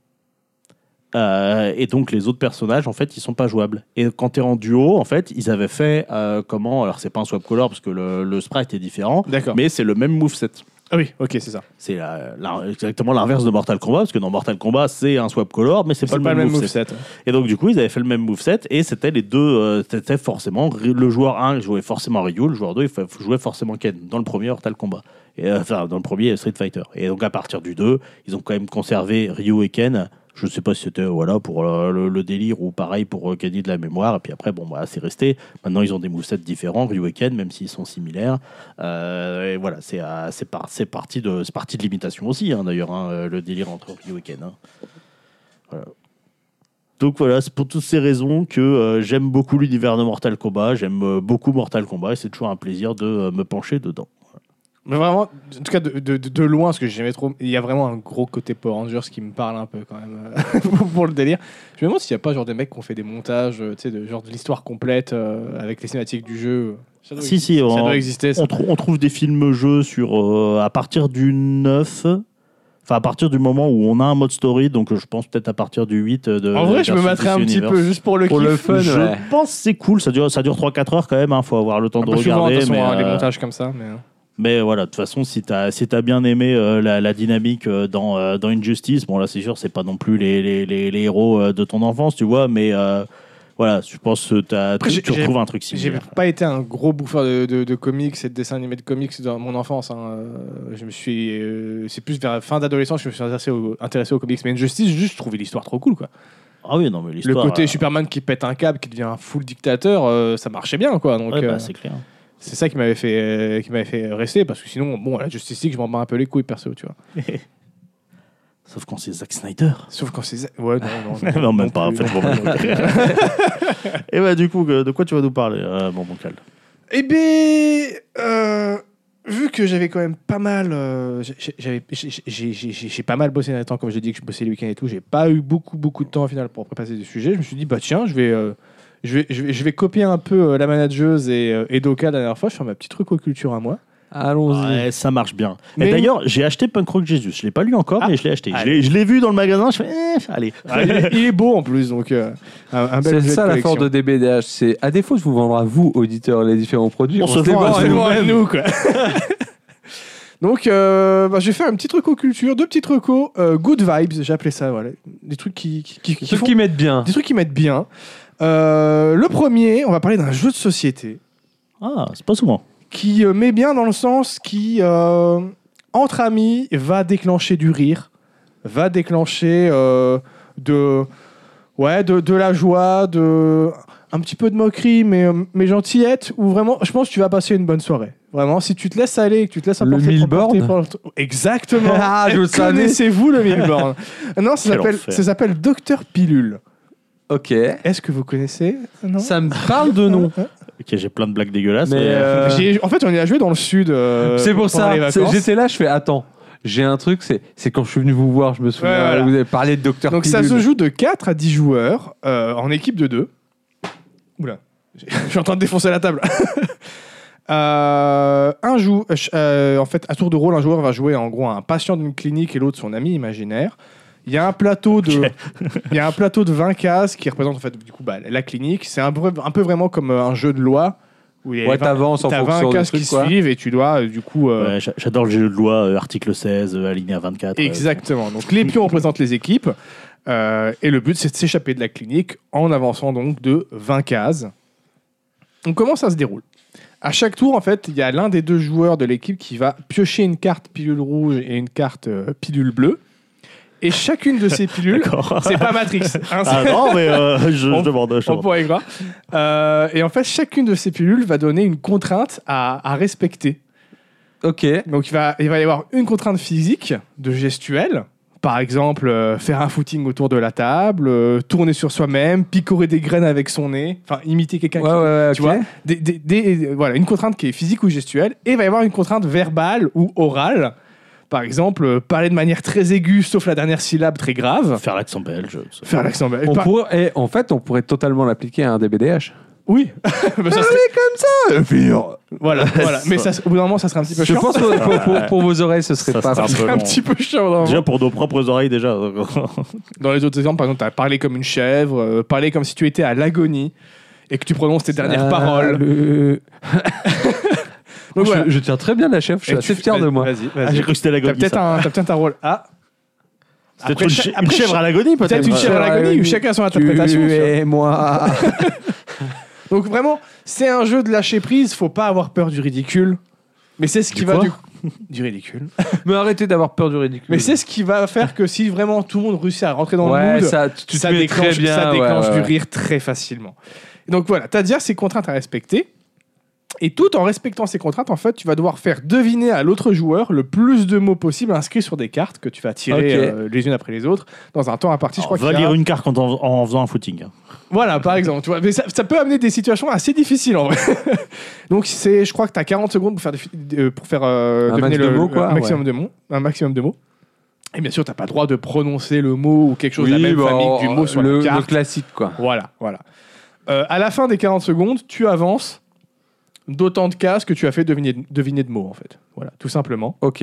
[SPEAKER 3] Euh, et donc les autres personnages en fait ils sont pas jouables, et quand t'es en duo en fait ils avaient fait euh, comment, alors c'est pas un swap color parce que le, le sprite est différent,
[SPEAKER 1] D'accord.
[SPEAKER 3] mais c'est le même moveset.
[SPEAKER 1] Ah oui, ok, c'est ça.
[SPEAKER 3] C'est la- la- exactement l'inverse de Mortal Kombat, parce que dans Mortal Kombat, c'est un swap color, mais c'est pas,
[SPEAKER 1] C'est
[SPEAKER 3] le même, moveset.
[SPEAKER 1] moveset.
[SPEAKER 3] Et donc, du coup, ils avaient fait le même moveset, et c'était les deux. euh, c'était forcément. Le joueur un jouait forcément Ryu, le joueur deux il fa- jouait forcément Ken, dans le premier Mortal Kombat. Et, euh, enfin, dans le premier Street Fighter. Et donc, à partir du deux, ils ont quand même conservé Ryu et Ken. Je ne sais pas si c'était voilà, pour euh, le, le délire ou pareil pour euh, gagner de la mémoire. Et puis après, bon, bah, c'est resté. Maintenant, ils ont des movesets différents, Ryu et Ken, même s'ils sont similaires. Euh, et voilà, c'est euh, c'est par, c'est parti de, c'est parti de l'imitation aussi, hein, d'ailleurs, hein, euh, le délire entre Ryu et Ken. Hein. Voilà. Donc voilà, c'est pour toutes ces raisons que euh, j'aime beaucoup l'univers de Mortal Kombat. J'aime euh, beaucoup Mortal Kombat et c'est toujours un plaisir de euh, me pencher dedans.
[SPEAKER 1] Mais vraiment, en tout cas, de, de, de- de loin, parce que j'aimais trop. Il y a vraiment un gros côté Power Rangers qui me parle un peu quand même euh, pour le délire. Je me demande s'il n'y a pas genre des mecs qui ont fait des montages, euh, tu sais, de genre de l'histoire complète euh, avec les cinématiques du jeu. Ça doit
[SPEAKER 3] Si,
[SPEAKER 1] exister,
[SPEAKER 3] si,
[SPEAKER 1] ça
[SPEAKER 3] on-
[SPEAKER 1] doit exister. Ça.
[SPEAKER 3] On, trou- on trouve des films-jeux sur, euh, à partir du neuf, enfin à partir du moment où on a un mode story, donc euh, je pense peut-être à partir du huit. euh, De,
[SPEAKER 1] En
[SPEAKER 3] de
[SPEAKER 1] vrai,
[SPEAKER 3] la
[SPEAKER 1] je me
[SPEAKER 3] version
[SPEAKER 1] mettrais un
[SPEAKER 3] D C
[SPEAKER 1] petit
[SPEAKER 3] Universe.
[SPEAKER 1] peu juste pour le
[SPEAKER 2] Pour
[SPEAKER 1] kiff.
[SPEAKER 2] le fun,
[SPEAKER 3] Je
[SPEAKER 2] ouais.
[SPEAKER 3] pense que c'est cool, ça dure, ça dure trois quatre heures quand même, il faut avoir le temps
[SPEAKER 1] Un
[SPEAKER 3] de
[SPEAKER 1] peu souvent, de
[SPEAKER 3] regarder.
[SPEAKER 1] toute façon,
[SPEAKER 3] mais,
[SPEAKER 1] hein, les
[SPEAKER 3] euh,
[SPEAKER 1] montages comme ça. Mais...
[SPEAKER 3] mais voilà, de toute façon, si tu as, si t'as bien aimé euh, la, la dynamique euh, dans, euh, dans Injustice, bon là c'est sûr, c'est pas non plus les, les, les, les héros euh, de ton enfance, tu vois, mais euh, voilà, je pense que t'as-
[SPEAKER 1] Après,
[SPEAKER 3] tu,
[SPEAKER 1] j'ai-
[SPEAKER 3] tu
[SPEAKER 1] j'ai-
[SPEAKER 3] retrouves un truc
[SPEAKER 1] J'ai
[SPEAKER 3] similaire.
[SPEAKER 1] pas été un gros bouffeur de, de, de comics et de dessins animés de comics dans mon enfance. Hein. Euh, Je me suis, euh, c'est plus vers la fin d'adolescence que je me suis intéressé, au, intéressé aux comics. Mais Injustice, juste, je trouvais l'histoire trop cool, quoi.
[SPEAKER 3] Ah oui, non, mais
[SPEAKER 1] Le
[SPEAKER 3] l'histoire.
[SPEAKER 1] côté
[SPEAKER 3] euh,
[SPEAKER 1] Superman qui pète un câble, qui devient un full dictateur, euh, ça marchait bien, quoi. Donc,
[SPEAKER 3] ouais, bah,
[SPEAKER 1] euh,
[SPEAKER 3] c'est clair.
[SPEAKER 1] c'est ça qui m'avait fait, euh, qui m'avait fait rester, parce que sinon, bon, la Justice League, je m'en bats un peu les couilles, perso, tu vois.
[SPEAKER 3] Sauf quand c'est Zack Snyder.
[SPEAKER 1] Sauf quand c'est, ouais, non, non, non,
[SPEAKER 3] non, même
[SPEAKER 1] non
[SPEAKER 3] pas, en
[SPEAKER 1] plus.
[SPEAKER 3] fait. Bon, Et bah, du coup, que- de quoi tu vas nous parler, euh, bon, bon, calme.
[SPEAKER 1] Eh bien, euh, vu que j'avais quand même pas mal, euh, j'ai- j'avais, j'ai- j'ai- j'ai j'ai pas mal bossé dans les temps, comme j'ai dit que je bossais les week-ends et tout, j'ai pas eu beaucoup, beaucoup de temps au final pour préparer des sujets. Je me suis dit, bah tiens, je vais, euh, je vais, je vais, je vais copier un peu euh, la manageuse et, euh, et Doka la dernière fois, je fais ma petite recoculture à moi.
[SPEAKER 2] allons-y.
[SPEAKER 3] Ouais, ça marche bien.
[SPEAKER 1] Mais-
[SPEAKER 3] Et d'ailleurs, j'ai acheté Punk Rock Jesus. Je l'ai pas lu encore,
[SPEAKER 1] Ah.
[SPEAKER 3] mais je l'ai acheté. Je
[SPEAKER 1] Allez.
[SPEAKER 3] l'ai, je l'ai vu dans le magasin. Je fais, eh, allez.
[SPEAKER 1] Ah, il, est, il est beau en plus, donc euh, un, un bel
[SPEAKER 2] C'est
[SPEAKER 1] objet
[SPEAKER 2] ça la
[SPEAKER 1] collection.
[SPEAKER 2] force de D B D H. C'est à défaut de vous vendre à vous, auditeurs, les différents produits.
[SPEAKER 3] On se
[SPEAKER 2] les
[SPEAKER 3] vend à
[SPEAKER 2] vend à
[SPEAKER 3] nous.
[SPEAKER 2] nous.
[SPEAKER 1] à nous, quoi. Donc, euh, bah, je vais faire une petite recoculture, deux petites recos, euh, good vibes, j'ai appelé ça, voilà. Des trucs qui, qui, qui,
[SPEAKER 2] Des
[SPEAKER 1] qui
[SPEAKER 2] trucs
[SPEAKER 1] font-
[SPEAKER 2] qui mettent bien.
[SPEAKER 1] des trucs qui mettent bien. Euh, le premier, on va parler d'un jeu de société
[SPEAKER 3] Ah, c'est pas souvent.
[SPEAKER 1] qui euh, met bien dans le sens qui, euh, entre amis, va déclencher du rire, va déclencher euh, de, ouais, de, de la joie, de, un petit peu de moquerie, mais, euh, mais gentillette, où vraiment, je pense que tu vas passer une bonne soirée. Vraiment, si tu te laisses aller, que tu te laisses
[SPEAKER 2] Le
[SPEAKER 1] emporter,
[SPEAKER 2] Milborn
[SPEAKER 1] emporter par le- Exactement.
[SPEAKER 2] Ah, je le savais.
[SPEAKER 1] Connaissez-vous le Milborn? Non, ça
[SPEAKER 3] Quel
[SPEAKER 1] s'appelle,
[SPEAKER 3] enfer.
[SPEAKER 1] ça s'appelle Docteur Pilule.
[SPEAKER 2] Ok.
[SPEAKER 1] Est-ce que vous connaissez? Non.
[SPEAKER 2] Ça me parle de nom.
[SPEAKER 3] Ok, j'ai plein de blagues dégueulasses.
[SPEAKER 2] Mais,
[SPEAKER 3] mais, euh,
[SPEAKER 2] euh,
[SPEAKER 1] J'ai- En fait, on y a joué dans le sud. euh,
[SPEAKER 2] c'est pour
[SPEAKER 1] pendant
[SPEAKER 2] ça.
[SPEAKER 1] les
[SPEAKER 2] c'est-
[SPEAKER 1] vacances.
[SPEAKER 2] J'étais là, je fais attends. J'ai un truc, c'est, c'est quand je suis venu vous voir, je me souviens,
[SPEAKER 1] Ouais, voilà.
[SPEAKER 2] vous avez parlé de Docteur
[SPEAKER 1] Donc ça
[SPEAKER 2] Pilule.
[SPEAKER 1] se joue de quatre à dix joueurs euh, en équipe de deux. Oula, j'ai- je suis en train de défoncer la table. Euh, un jou- euh, ch- euh, en fait, à tour de rôle, un joueur va jouer en gros un patient d'une clinique et l'autre son ami imaginaire. Il y a un plateau de,
[SPEAKER 3] Ok.
[SPEAKER 1] il y a un plateau de vingt cases qui représente en fait du coup bah, la clinique. C'est un peu, un peu vraiment comme euh, un jeu de loi où il y a
[SPEAKER 2] Ouais,
[SPEAKER 1] vingt
[SPEAKER 2] t'avances en
[SPEAKER 1] t'as
[SPEAKER 2] fonction
[SPEAKER 1] vingt
[SPEAKER 2] du
[SPEAKER 1] cases
[SPEAKER 2] truc,
[SPEAKER 1] qui
[SPEAKER 2] quoi.
[SPEAKER 1] suivent et tu dois euh, du coup. euh,
[SPEAKER 3] ouais, j'a- j'adore le jeu de loi, euh, article seize, euh, alinéa vingt-quatre. euh,
[SPEAKER 1] Exactement. Donc les pions représentent les équipes. euh, et le but, c'est de s'échapper de la clinique en avançant donc de vingt cases. Donc comment ça se déroule ? À chaque tour, en fait, il y a l'un des deux joueurs de l'équipe qui va piocher une carte pilule rouge et une carte euh, pilule bleue. Et chacune de ces pilules,
[SPEAKER 3] D'accord.
[SPEAKER 1] c'est pas Matrix. hein,
[SPEAKER 3] Ah
[SPEAKER 1] c'est-
[SPEAKER 3] non, mais euh, je,
[SPEAKER 1] On-
[SPEAKER 3] je demande. Je
[SPEAKER 1] on
[SPEAKER 3] demande.
[SPEAKER 1] pourrait y croire. Euh, et en fait, chacune de ces pilules va donner une contrainte à, à respecter.
[SPEAKER 2] Ok.
[SPEAKER 1] Donc il va, il va y avoir une contrainte physique de gestuelle. Par exemple, euh, faire un footing autour de la table, euh, tourner sur soi-même, picorer des graines avec son nez, enfin imiter quelqu'un
[SPEAKER 2] Ouais,
[SPEAKER 1] qui...
[SPEAKER 2] ouais, ouais,
[SPEAKER 1] Tu
[SPEAKER 2] ok.
[SPEAKER 1] vois des, des- des- euh, voilà, une contrainte qui est physique ou gestuelle. Et il va y avoir une contrainte verbale ou orale. Par exemple, euh, parler de manière très aiguë, sauf la dernière syllabe très grave.
[SPEAKER 3] Faire l'accent belge. ça.
[SPEAKER 1] Faire l'accent belge.
[SPEAKER 2] On
[SPEAKER 1] Par-
[SPEAKER 2] pourrait, et en fait, on pourrait totalement l'appliquer à un D B D H.
[SPEAKER 1] Oui. Mais ça serait-
[SPEAKER 2] Et puis, euh,
[SPEAKER 1] Voilà, voilà. Mais ça, au bout d'un moment, ça serait un petit peu
[SPEAKER 2] je
[SPEAKER 1] chiant.
[SPEAKER 2] pense que pour, pour- pour vos oreilles, ce serait
[SPEAKER 3] Ça
[SPEAKER 2] pas
[SPEAKER 3] sera
[SPEAKER 2] facile.
[SPEAKER 3] un peu
[SPEAKER 1] un
[SPEAKER 3] long.
[SPEAKER 1] petit peu chiant. au bout d'un
[SPEAKER 3] Déjà
[SPEAKER 1] moment.
[SPEAKER 3] pour nos propres oreilles, déjà.
[SPEAKER 1] Dans les autres exemples, par exemple, tu as parlé comme une chèvre, euh, parler comme si tu étais à l'agonie et que tu prononces tes dernières
[SPEAKER 2] Ah,
[SPEAKER 1] paroles.
[SPEAKER 2] le-
[SPEAKER 1] Donc
[SPEAKER 2] je,
[SPEAKER 1] voilà.
[SPEAKER 2] je tiens très bien la chef, je suis
[SPEAKER 1] Et
[SPEAKER 2] assez
[SPEAKER 1] tu-
[SPEAKER 2] fier de moi.
[SPEAKER 1] Vas-y,
[SPEAKER 3] Ah,
[SPEAKER 1] vas-y.
[SPEAKER 3] j'ai cru que c'était
[SPEAKER 1] T'as
[SPEAKER 3] l'agonie.
[SPEAKER 1] peut-être
[SPEAKER 3] ça.
[SPEAKER 1] un, t'as peut-être un rôle. Ah,
[SPEAKER 3] C'était
[SPEAKER 1] Après,
[SPEAKER 3] une,
[SPEAKER 1] cha-
[SPEAKER 3] ch- une
[SPEAKER 1] après,
[SPEAKER 3] chèvre
[SPEAKER 1] cha-
[SPEAKER 3] à l'agonie, peut-être.
[SPEAKER 1] peut-être une
[SPEAKER 2] Ouais.
[SPEAKER 1] chèvre à l'agonie,
[SPEAKER 2] Ouais.
[SPEAKER 1] ou chacun son interprétation.
[SPEAKER 2] Tu
[SPEAKER 1] tu vois.
[SPEAKER 2] es moi.
[SPEAKER 1] Donc vraiment, c'est un jeu de lâcher prise, faut pas avoir peur du ridicule. Mais c'est ce qui
[SPEAKER 3] Du
[SPEAKER 1] va
[SPEAKER 3] quoi
[SPEAKER 1] du, du ridicule.
[SPEAKER 2] Mais arrêtez d'avoir peur du ridicule.
[SPEAKER 1] Mais c'est ce qui va faire que si vraiment tout le monde réussit à rentrer dans
[SPEAKER 2] ouais,
[SPEAKER 1] le mood,
[SPEAKER 2] ça, tu
[SPEAKER 1] ça
[SPEAKER 2] te mets
[SPEAKER 1] déclenche,
[SPEAKER 2] très bien.
[SPEAKER 1] ça
[SPEAKER 2] ouais,
[SPEAKER 1] déclenche
[SPEAKER 2] ouais,
[SPEAKER 1] du
[SPEAKER 2] ouais.
[SPEAKER 1] rire très facilement. Et donc voilà, tu as déjà ces contraintes à respecter. Et tout en respectant ces contraintes, en fait, tu vas devoir faire deviner à l'autre joueur le plus de mots possible inscrits sur des cartes que tu vas tirer
[SPEAKER 2] Ok.
[SPEAKER 1] euh, les unes après les autres dans un temps imparti. Je
[SPEAKER 3] Alors,
[SPEAKER 1] crois
[SPEAKER 3] va
[SPEAKER 1] qu'il y a-
[SPEAKER 3] lire une carte quand en, en faisant un footing. hein.
[SPEAKER 1] Voilà, par exemple. Tu vois, mais ça, ça peut amener des situations assez difficiles en vrai. Donc, c'est, je crois que tu as quarante secondes pour faire, des- euh, pour faire euh,
[SPEAKER 2] Un
[SPEAKER 1] deviner
[SPEAKER 2] max de
[SPEAKER 1] le-
[SPEAKER 2] mots, quoi,
[SPEAKER 1] un, maximum de mots, un maximum de mots. Et bien sûr, tu n'as pas le droit de prononcer le mot ou quelque chose de la même
[SPEAKER 2] bon,
[SPEAKER 1] famille que du mot sur
[SPEAKER 2] le,
[SPEAKER 1] la carte.
[SPEAKER 2] le classique, quoi.
[SPEAKER 1] Voilà, voilà. Euh, à la fin des quarante secondes, tu avances d'autant de cases que tu as fait deviner, deviner de mots, en fait. Voilà, tout simplement.
[SPEAKER 2] Ok.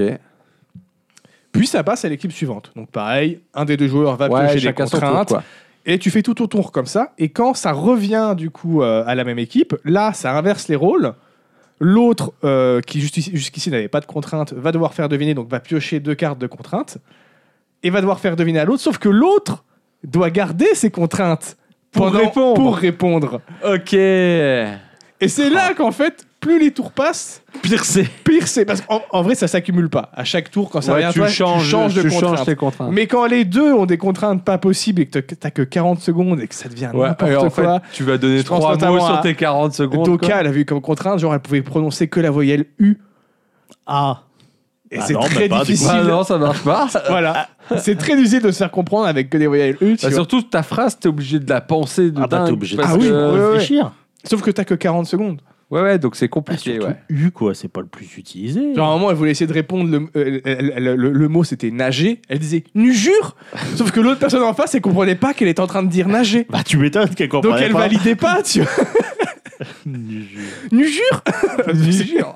[SPEAKER 1] Puis ça passe à l'équipe suivante. Donc pareil, un des deux joueurs va
[SPEAKER 2] Ouais,
[SPEAKER 1] piocher des
[SPEAKER 2] chacun son tour,
[SPEAKER 1] contraintes.
[SPEAKER 2] quoi.
[SPEAKER 1] Et tu fais tout ton tour comme ça. Et quand ça revient du coup euh, à la même équipe, là, ça inverse les rôles. L'autre, euh, qui justici- jusqu'ici n'avait pas de contrainte, va devoir faire deviner, donc va piocher deux cartes de contraintes. Et va devoir faire deviner à l'autre, sauf que l'autre doit garder ses contraintes
[SPEAKER 2] Pour
[SPEAKER 1] pendant-
[SPEAKER 2] répondre.
[SPEAKER 1] pour répondre.
[SPEAKER 2] Ok.
[SPEAKER 1] Et c'est là qu'en fait, plus les tours passent,
[SPEAKER 2] Pire c'est.
[SPEAKER 1] pire c'est. Parce qu'en en vrai, ça s'accumule pas. À chaque tour, quand ça
[SPEAKER 2] Ouais,
[SPEAKER 1] revient à
[SPEAKER 2] tu,
[SPEAKER 1] toi,
[SPEAKER 2] changes,
[SPEAKER 1] tu changes de
[SPEAKER 2] tu
[SPEAKER 1] contrainte.
[SPEAKER 2] changes tes contraintes.
[SPEAKER 1] Mais quand les deux ont des contraintes pas possibles et que t'as- t'as que quarante secondes et que ça devient
[SPEAKER 2] Ouais,
[SPEAKER 1] n'importe
[SPEAKER 2] et en
[SPEAKER 1] quoi.
[SPEAKER 2] fait, tu vas donner
[SPEAKER 1] Je pense
[SPEAKER 2] trois mots
[SPEAKER 1] notamment
[SPEAKER 2] sur
[SPEAKER 1] à
[SPEAKER 2] tes quarante secondes.
[SPEAKER 1] Doka,
[SPEAKER 2] quoi.
[SPEAKER 1] elle avait eu comme contrainte, genre elle pouvait prononcer que la voyelle U.
[SPEAKER 3] Ah.
[SPEAKER 1] Et
[SPEAKER 3] Ah
[SPEAKER 1] c'est
[SPEAKER 3] non,
[SPEAKER 1] très
[SPEAKER 3] mais pas, du coup.
[SPEAKER 1] difficile.
[SPEAKER 2] Ah non, ça marche pas.
[SPEAKER 1] Voilà. C'est très difficile de se faire comprendre avec que des voyelles U. tu
[SPEAKER 2] Bah,
[SPEAKER 1] vois.
[SPEAKER 2] surtout ta phrase, t'es obligé de la penser de
[SPEAKER 3] Ah bah,
[SPEAKER 2] dingue.
[SPEAKER 3] t'es obligé de
[SPEAKER 2] parce
[SPEAKER 1] Ah oui,
[SPEAKER 2] que-
[SPEAKER 1] ouais, ouais.
[SPEAKER 3] réfléchir.
[SPEAKER 1] Sauf que t'as que quarante secondes.
[SPEAKER 2] Ouais, ouais, donc c'est
[SPEAKER 3] Ah,
[SPEAKER 2] compliqué,
[SPEAKER 3] surtout
[SPEAKER 2] ouais.
[SPEAKER 3] U, quoi, c'est pas le plus utilisé.
[SPEAKER 1] Genre à un moment, elle voulait essayer de répondre, le, euh, elle- elle- le- le mot c'était nager. Elle disait nu jure. Sauf que l'autre personne en face, elle comprenait pas qu'elle était en train de dire nager.
[SPEAKER 3] Bah, tu m'étonnes qu'elle
[SPEAKER 1] Donc
[SPEAKER 3] comprenait
[SPEAKER 1] elle
[SPEAKER 3] pas.
[SPEAKER 1] validait pas, tu vois.
[SPEAKER 3] Nu jure.
[SPEAKER 1] Nu jure. Nu jure.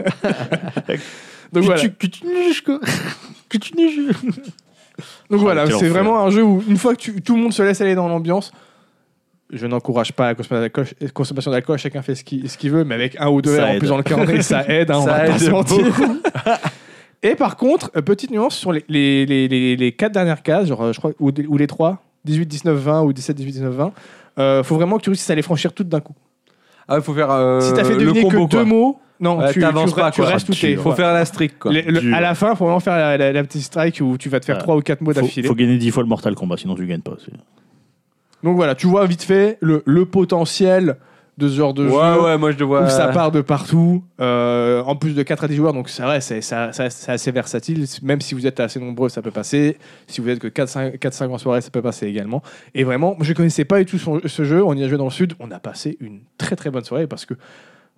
[SPEAKER 1] Donc
[SPEAKER 3] Que
[SPEAKER 1] voilà.
[SPEAKER 3] tu- Que tu nuges, quoi. Que tu nuges.
[SPEAKER 1] Donc
[SPEAKER 3] Oh,
[SPEAKER 1] voilà,
[SPEAKER 3] quel
[SPEAKER 1] c'est
[SPEAKER 3] enfer.
[SPEAKER 1] vraiment un jeu où une fois que tu- tout le monde se laisse aller dans l'ambiance, je n'encourage pas la consommation d'alcool, consommation d'alcool, chacun fait ce qu'il ce qu'il veut, mais avec un ou deux
[SPEAKER 3] Ça
[SPEAKER 1] verres en
[SPEAKER 3] aide.
[SPEAKER 1] plus dans le carnet, ça aide, hein, on
[SPEAKER 2] Ça
[SPEAKER 1] va pas
[SPEAKER 2] aide
[SPEAKER 1] se mentir.
[SPEAKER 2] beaucoup.
[SPEAKER 1] Et par contre, euh, petite nuance sur les, les, les, les, les quatre dernières cases, genre, euh, je crois, ou, ou les trois, dix-huit, dix-neuf, vingt ou dix-sept, dix-huit, dix-neuf, vingt, euh, faut vraiment que tu réussisses à les franchir toutes d'un coup.
[SPEAKER 2] Ah, il faut faire euh,
[SPEAKER 1] si t'as fait
[SPEAKER 2] le
[SPEAKER 1] deviner
[SPEAKER 2] combo,
[SPEAKER 1] que deux
[SPEAKER 2] quoi.
[SPEAKER 1] mots, non,
[SPEAKER 2] Ouais,
[SPEAKER 1] tu,
[SPEAKER 2] t'avances
[SPEAKER 1] tu,
[SPEAKER 2] pas,
[SPEAKER 1] tu
[SPEAKER 2] quoi.
[SPEAKER 1] restes où
[SPEAKER 3] Ah,
[SPEAKER 1] t'es.
[SPEAKER 3] dur.
[SPEAKER 2] Faut faire la strict, quoi.
[SPEAKER 1] Le- le-
[SPEAKER 3] Dur.
[SPEAKER 1] à la fin, faut vraiment faire la, la, la petite strike où tu vas te faire
[SPEAKER 3] Ouais.
[SPEAKER 1] trois ou quatre mots
[SPEAKER 3] Faut,
[SPEAKER 1] d'affilée.
[SPEAKER 3] faut gagner dix fois le Mortal Kombat, sinon tu gagnes pas. c'est-
[SPEAKER 1] Donc voilà, tu vois vite fait le, le potentiel de ce genre de
[SPEAKER 2] Ouais,
[SPEAKER 1] jeu.
[SPEAKER 2] ouais, moi je le vois.
[SPEAKER 1] Où ça part de partout, euh, en plus de quatre à dix joueurs, donc c'est vrai, c'est, ça- ça- c'est assez versatile. Même si vous êtes assez nombreux, ça peut passer. Si vous êtes que quatre cinq en soirée, ça peut passer également. Et vraiment, je ne connaissais pas du tout son- ce jeu, on y a joué dans le sud, on a passé une très très bonne soirée parce que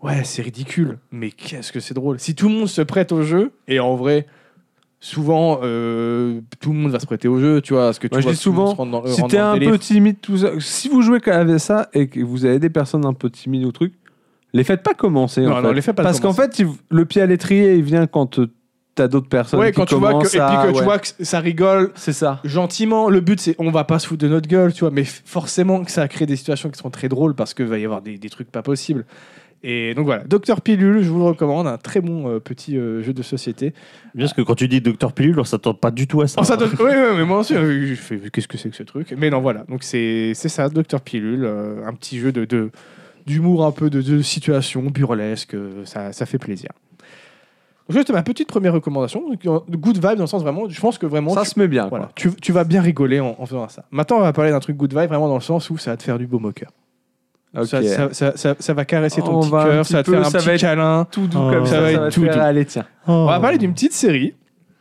[SPEAKER 1] ouais, c'est ridicule, mais qu'est-ce que c'est drôle. Si tout le monde se prête au jeu, et en vrai, souvent, euh, tout le monde va se prêter au jeu, tu vois, parce que tu
[SPEAKER 2] Moi, je
[SPEAKER 1] vois
[SPEAKER 2] dis
[SPEAKER 1] tout le monde
[SPEAKER 2] souvent,
[SPEAKER 1] se rendre dans, euh,
[SPEAKER 2] Si
[SPEAKER 1] rentre
[SPEAKER 2] t'es
[SPEAKER 1] dans le
[SPEAKER 2] un
[SPEAKER 1] délire.
[SPEAKER 2] peu timide, tout ça, si vous jouez avec ça et que vous avez des personnes un peu timides ou truc, les faites pas commencer.
[SPEAKER 1] Non,
[SPEAKER 2] en
[SPEAKER 1] non,
[SPEAKER 2] fait.
[SPEAKER 1] les faites pas
[SPEAKER 2] Parce qu'en
[SPEAKER 1] commencer.
[SPEAKER 2] fait, il- le pied à l'étrier, il vient quand euh, t'as d'autres personnes
[SPEAKER 1] Ouais,
[SPEAKER 2] qui
[SPEAKER 1] quand tu vois que,
[SPEAKER 2] commencent
[SPEAKER 1] et puis
[SPEAKER 2] à-
[SPEAKER 1] que tu
[SPEAKER 2] ouais.
[SPEAKER 1] vois que ça rigole
[SPEAKER 2] C'est ça.
[SPEAKER 1] gentiment. Le but, c'est on va pas se foutre de notre gueule, tu vois, mais f- forcément que ça crée des situations qui seront très drôles parce qu'il va y avoir des, des trucs pas possibles. Et donc voilà, Docteur Pilule, je vous le recommande, un très bon euh, petit euh, jeu de société.
[SPEAKER 3] Bien parce que quand tu dis Docteur Pilule, on s'attend pas du tout à ça.
[SPEAKER 1] Oh, ça donne- Oui, oui, mais moi aussi, euh, je fais qu'est-ce que c'est que ce truc. Mais non, voilà, donc c'est c'est ça, Docteur Pilule, euh, un petit jeu de, de d'humour un peu de, de situation burlesque, euh, ça, ça fait plaisir. Donc, juste ma petite première recommandation, donc, euh, good vibe dans le sens vraiment, je pense que vraiment
[SPEAKER 2] Ça
[SPEAKER 1] tu,
[SPEAKER 2] se met bien.
[SPEAKER 1] voilà,
[SPEAKER 2] Quoi.
[SPEAKER 1] tu, tu vas bien rigoler en, en faisant ça. Maintenant, on va parler d'un truc good vibe vraiment dans le sens où ça va te faire du beau au cœur.
[SPEAKER 2] Ok.
[SPEAKER 1] Ça, ça, ça, ça- ça va caresser ton
[SPEAKER 2] On
[SPEAKER 1] petit
[SPEAKER 2] va un
[SPEAKER 1] cœur,
[SPEAKER 2] petit
[SPEAKER 1] ça va te
[SPEAKER 2] peu-
[SPEAKER 1] faire un
[SPEAKER 2] ça
[SPEAKER 1] petit
[SPEAKER 2] va être
[SPEAKER 1] câlin.
[SPEAKER 2] Tout doux
[SPEAKER 3] Oh,
[SPEAKER 2] comme
[SPEAKER 3] ça
[SPEAKER 2] ça,
[SPEAKER 1] va
[SPEAKER 2] ça
[SPEAKER 1] être
[SPEAKER 2] va te
[SPEAKER 1] tout
[SPEAKER 2] faire,
[SPEAKER 1] doux.
[SPEAKER 2] allez, tiens.
[SPEAKER 1] On va parler d'une petite série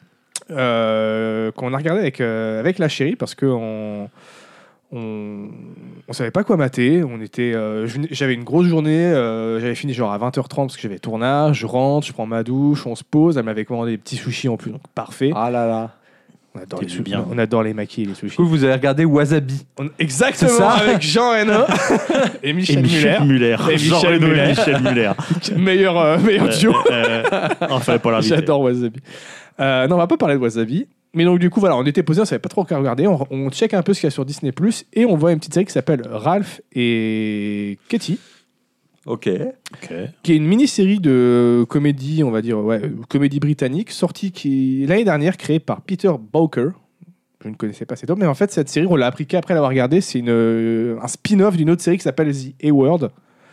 [SPEAKER 1] euh, qu'on a regardée avec, euh, avec la chérie parce que on, on, on savait pas quoi mater. On était, euh, je venais- j'avais une grosse journée, euh, j'avais fini genre à vingt heures trente parce que j'avais tournage. Je rentre, je prends ma douche, on se pose. Elle m'avait commandé des petits sushis en plus, donc parfait.
[SPEAKER 2] Ah là là.
[SPEAKER 1] On adore
[SPEAKER 3] t'es
[SPEAKER 1] les sushis,
[SPEAKER 3] bien.
[SPEAKER 1] on adore les maquis et les sushis.
[SPEAKER 2] Du coup, vous avez regardé Wasabi.
[SPEAKER 1] On- exactement,
[SPEAKER 2] C'est ça
[SPEAKER 1] avec Jean Reno et Michel,
[SPEAKER 3] Et Michel
[SPEAKER 1] Muller.
[SPEAKER 3] Muller.
[SPEAKER 1] Et
[SPEAKER 3] Jean
[SPEAKER 1] Michel
[SPEAKER 3] Reno et
[SPEAKER 1] Muller.
[SPEAKER 3] Michel Muller.
[SPEAKER 1] meilleur, euh, meilleur duo.
[SPEAKER 3] Euh, euh, on fallait pas l'inviter.
[SPEAKER 1] J'adore Wasabi. Euh, non, on va pas parler de Wasabi. Mais donc, du coup, voilà, on était posé, on savait pas trop quoi regarder. On, on check un peu ce qu'il y a sur Disney Plus et on voit une petite série qui s'appelle Ralph et Katie,
[SPEAKER 2] Ok.
[SPEAKER 3] Ok.
[SPEAKER 1] qui est une mini-série de comédie, on va dire, ouais, euh, comédie britannique, sortie qui, l'année dernière, créée par Peter Bowker. Je ne connaissais pas cet homme, mais en fait, cette série, on l'a appris qu'après l'avoir regardée. C'est une, euh, un spin-off d'une autre série qui s'appelle The A-Word.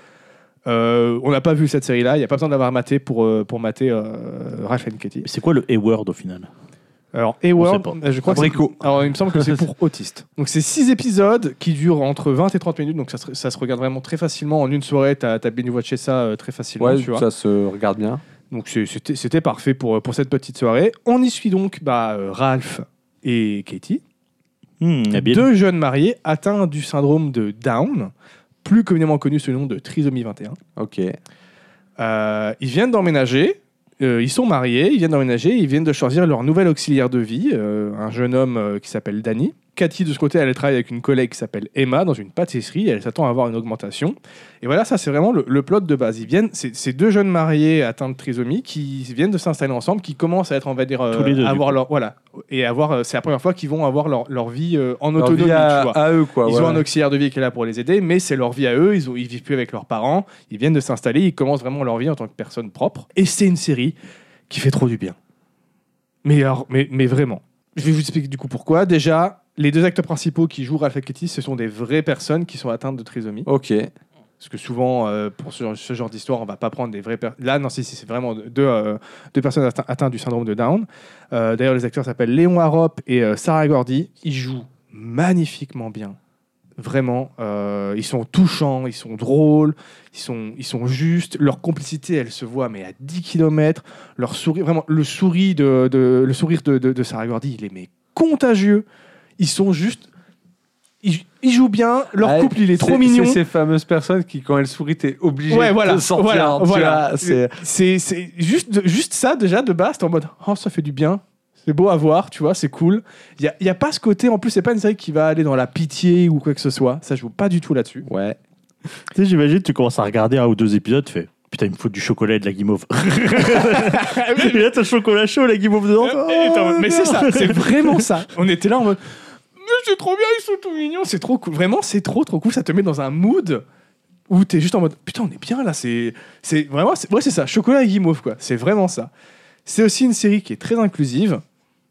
[SPEAKER 1] Euh, on n'a pas vu cette série-là, il n'y a pas besoin d'avoir maté pour, euh, pour mater euh, Ralph et Katie.
[SPEAKER 3] Mais c'est quoi le A-word au final?
[SPEAKER 1] Alors,
[SPEAKER 3] On
[SPEAKER 1] A-Word,
[SPEAKER 3] sait pas.
[SPEAKER 1] euh, je crois que c'est,
[SPEAKER 2] Abricot.
[SPEAKER 1] alors, il me semble que c'est pour autistes. Donc, c'est six épisodes qui durent entre vingt et trente minutes. Donc, ça se, ça se regarde vraiment très facilement. En une soirée, tu as bien watché ça euh, très facilement.
[SPEAKER 2] Ouais,
[SPEAKER 1] tu vois.
[SPEAKER 2] ça se regarde bien.
[SPEAKER 1] Donc, c'est- c'était, c'était parfait pour, pour cette petite soirée. On y suit donc bah, euh, Ralph et Katie,
[SPEAKER 3] Hmm, habile.
[SPEAKER 1] deux jeunes mariés atteints du syndrome de Down, plus communément connu sous le nom de trisomie vingt et un.
[SPEAKER 2] Ok.
[SPEAKER 1] Euh, ils viennent d'emménager, euh, ils sont mariés, ils viennent d'emménager, ils viennent de choisir leur nouvel auxiliaire de vie, euh, un jeune homme euh, qui s'appelle Danny. Cathy, de ce côté, elle travaille avec une collègue qui s'appelle Emma dans une pâtisserie, elle s'attend à avoir une augmentation. Et voilà, ça c'est vraiment le, le plot de base. Ils viennent, c'est, c'est deux jeunes mariés atteints de trisomie qui viennent de s'installer ensemble, qui commencent à être, on va dire, euh,
[SPEAKER 3] Tous les deux,
[SPEAKER 1] à
[SPEAKER 3] du
[SPEAKER 1] avoir leur, voilà, et avoir, euh, c'est la première fois qu'ils vont avoir leur, leur vie euh, en
[SPEAKER 2] Leur
[SPEAKER 1] autonomie,
[SPEAKER 2] vie à,
[SPEAKER 1] tu vois.
[SPEAKER 2] à eux, quoi.
[SPEAKER 1] Ils
[SPEAKER 2] ouais.
[SPEAKER 1] ont un auxiliaire de vie qui est là pour les aider, mais c'est leur vie à eux. Ils, ont, ils vivent plus avec leurs parents. Ils viennent de s'installer. Ils commencent vraiment leur vie en tant que personne propre. Et c'est une série qui fait trop du bien. Mais, alors, mais, mais vraiment. Je vais vous expliquer du coup pourquoi. Déjà, les deux acteurs principaux qui jouent Ralph et Katie, ce sont des vraies personnes qui sont atteintes de trisomie.
[SPEAKER 2] Ok.
[SPEAKER 1] Parce que souvent, euh, pour ce, ce genre d'histoire, on va pas prendre des vraies personnes. Là, non, si, si, c'est vraiment deux, euh, deux personnes atte- atteintes du syndrome de Down. Euh, D'ailleurs, les acteurs s'appellent Léon Harrop et euh, Sarah Gordy. Ils jouent magnifiquement bien. Vraiment. Euh, ils sont touchants, ils sont drôles, ils sont, ils sont justes. Leur complicité, elle se voit, mais à dix kilomètres. Leur sourire, vraiment, le, sourire de, de, le sourire de, de, de Sarah Gordy, il est mais contagieux. Ils sont juste. Ils, ils jouent bien. Leur
[SPEAKER 2] Ouais,
[SPEAKER 1] couple, il est trop
[SPEAKER 2] c'est-
[SPEAKER 1] mignon.
[SPEAKER 2] C'est ces fameuses personnes qui, quand elles sourient, t'es obligé
[SPEAKER 1] Ouais, voilà,
[SPEAKER 2] de sortir.
[SPEAKER 1] voilà,
[SPEAKER 2] tu
[SPEAKER 1] voilà.
[SPEAKER 2] vois, c'est...
[SPEAKER 1] C'est c'est juste, juste ça, déjà, de base, t'es en mode « Oh, ça fait du bien. C'est beau à voir, tu vois, c'est cool. » Il n'y a, y a pas ce côté, en plus, c'est pas une série qui va aller dans la pitié ou quoi que ce soit. Ça joue pas du tout là-dessus.
[SPEAKER 2] Ouais.
[SPEAKER 3] Tu sais, j'imagine, tu commences à regarder un ou deux épisodes, tu fais putain, il me faut du chocolat et de la guimauve. Et là, t'as le chocolat chaud, la guimauve dedans.
[SPEAKER 1] Et- et t'es en mode, mais c'est ça, c'est vraiment ça. On était là en mode « Mais c'est trop bien, ils sont tout mignons. » C'est trop cool. Vraiment, c'est trop, trop cool. Ça te met dans un mood où t'es juste en mode « Putain, on est bien là. » C'est c'est vraiment, c'est, ouais, c'est ça. Chocolat et guimauve, quoi. C'est vraiment ça. C'est aussi une série qui est très inclusive.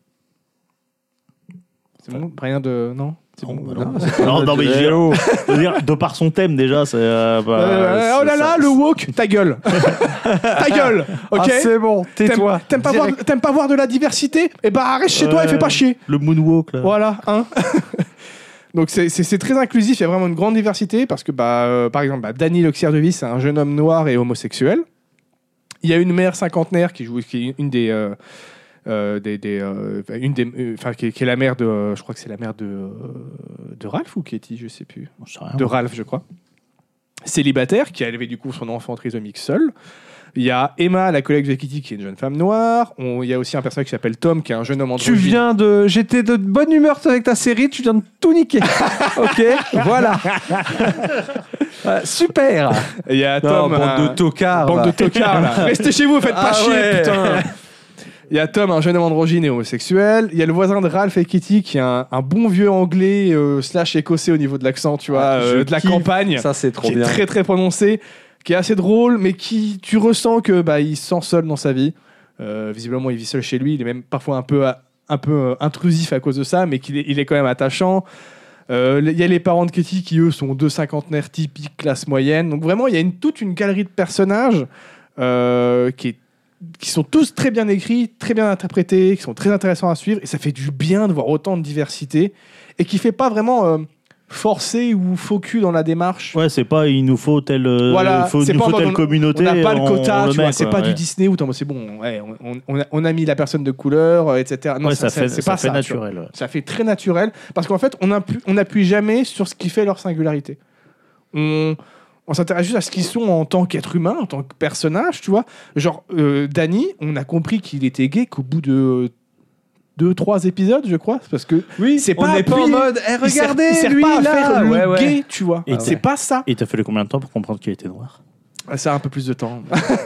[SPEAKER 1] C'est bon, rien de... Non c'est
[SPEAKER 3] Non,
[SPEAKER 1] bon.
[SPEAKER 3] bah non.
[SPEAKER 2] Non, c'est
[SPEAKER 3] Non, non, mais je veux dire-
[SPEAKER 2] Oh.
[SPEAKER 3] Je veux dire, de par son thème, déjà, c'est. euh, bah,
[SPEAKER 1] Euh, oh là
[SPEAKER 3] c'est-
[SPEAKER 1] là,
[SPEAKER 3] ça-
[SPEAKER 1] le woke, ta gueule. Ta gueule, ok.
[SPEAKER 2] Ah, c'est bon,
[SPEAKER 1] T'aimes-
[SPEAKER 2] tais-toi.
[SPEAKER 1] T'aimes pas, voir,
[SPEAKER 2] Direct.
[SPEAKER 1] t'aimes pas voir de la diversité? Eh bah reste chez toi et
[SPEAKER 3] Ouais,
[SPEAKER 1] fais pas chier.
[SPEAKER 3] Le moonwalk, là.
[SPEAKER 1] Voilà, hein. Donc c'est- c'est c'est très inclusif, il y a vraiment une grande diversité parce que bah, euh, par exemple, bah, Danny l'auxiliaire de vie, c'est un jeune homme noir et homosexuel. Il y a une mère cinquantenaire qui joue, qui est une des, euh, euh, des, des, euh, une des, euh, enfin qui, est- qui est la mère de, euh, je crois que c'est la mère de, euh, de Ralph ou Katie, je sais plus,
[SPEAKER 3] Je sais rien.
[SPEAKER 1] de Ralph, je crois. célibataire qui a élevé du coup son enfant trisomique seul. Il y a Emma, la collègue de Kitty, qui est une jeune femme noire. On- Il y a aussi un personnage qui s'appelle Tom, qui est un jeune homme
[SPEAKER 2] Tu
[SPEAKER 1] androgyne.
[SPEAKER 2] viens de. J'étais de bonne humeur avec ta série, tu viens de tout niquer. Ok, voilà. Ouais, super.
[SPEAKER 1] Et il y a
[SPEAKER 2] Non,
[SPEAKER 1] Tom,
[SPEAKER 2] bande
[SPEAKER 1] un-
[SPEAKER 2] de tocards.
[SPEAKER 1] bande
[SPEAKER 2] va.
[SPEAKER 1] de tocards, là. Restez chez vous, faites pas
[SPEAKER 2] Ah
[SPEAKER 1] chier,
[SPEAKER 2] ouais.
[SPEAKER 1] putain. Il y a Tom, un jeune homme androgyne et homosexuel. Il y a le voisin de Ralph et Kitty, qui est un, un bon vieux anglais euh, slash écossais au niveau de l'accent, tu vois,
[SPEAKER 2] Ah, je
[SPEAKER 1] euh, de la
[SPEAKER 2] kiffe.
[SPEAKER 1] campagne.
[SPEAKER 2] Ça, c'est trop
[SPEAKER 1] qui
[SPEAKER 2] bien.
[SPEAKER 1] est très très prononcé, qui est assez drôle, mais qui tu ressens que bah il se sent seul dans sa vie. Euh, visiblement, il vit seul chez lui. Il est même parfois un peu un peu euh, intrusif à cause de ça, mais qu'il est, il est quand même attachant. Euh, Il y a les parents de Kitty qui eux sont deux cinquantenaires typiques classe moyenne. Donc vraiment, il y a une, toute une galerie de personnages euh, qui est qui sont tous très bien écrits, très bien interprétés, qui sont très intéressants à suivre, et ça fait du bien de voir autant de diversité, et qui fait pas vraiment euh, forcer ou faux cul dans la démarche.
[SPEAKER 3] Ouais, c'est pas il nous faut telle, euh,
[SPEAKER 1] Voilà,
[SPEAKER 3] faut,
[SPEAKER 1] c'est
[SPEAKER 3] il nous
[SPEAKER 1] pas en
[SPEAKER 3] faut
[SPEAKER 1] mode
[SPEAKER 3] telle
[SPEAKER 1] on-
[SPEAKER 3] communauté.
[SPEAKER 1] On n'a pas le
[SPEAKER 3] on-
[SPEAKER 1] quota,
[SPEAKER 3] on le
[SPEAKER 1] tu
[SPEAKER 3] met,
[SPEAKER 1] vois, c'est
[SPEAKER 3] quoi,
[SPEAKER 1] pas
[SPEAKER 3] ouais.
[SPEAKER 1] du Disney où t'es en mode, c'est bon, ouais, on, on, a, on a mis la personne de couleur, euh, et cetera. Non,
[SPEAKER 3] Ouais,
[SPEAKER 1] ça,
[SPEAKER 3] ça fait,
[SPEAKER 1] c'est
[SPEAKER 3] ça
[SPEAKER 1] pas
[SPEAKER 3] fait
[SPEAKER 1] ça, tu vois.
[SPEAKER 3] naturel. ouais.
[SPEAKER 1] Ça fait très naturel, parce qu'en fait, on appuie, on appuie jamais sur ce qui fait leur singularité. On, on s'intéresse juste à ce qu'ils sont en tant qu'être humain, en tant que personnage, tu vois. Genre, euh, Danny, on a compris qu'il était gay qu'au bout de deux, trois épisodes, je crois, parce que
[SPEAKER 2] Oui,
[SPEAKER 1] c'est
[SPEAKER 2] on
[SPEAKER 1] pas
[SPEAKER 2] n'est pas en
[SPEAKER 1] appuyé.
[SPEAKER 2] mode. Eh,
[SPEAKER 1] il sert-
[SPEAKER 2] regardez,
[SPEAKER 1] il sert
[SPEAKER 2] lui
[SPEAKER 1] pas à
[SPEAKER 2] là.
[SPEAKER 1] faire le
[SPEAKER 2] Ouais, ouais.
[SPEAKER 1] gay, tu vois.
[SPEAKER 3] Et
[SPEAKER 1] c'est
[SPEAKER 3] t'as-
[SPEAKER 1] pas ça.
[SPEAKER 3] Et t'as fallu combien de temps pour comprendre qu'il était noir?
[SPEAKER 1] Ça a un peu plus de temps.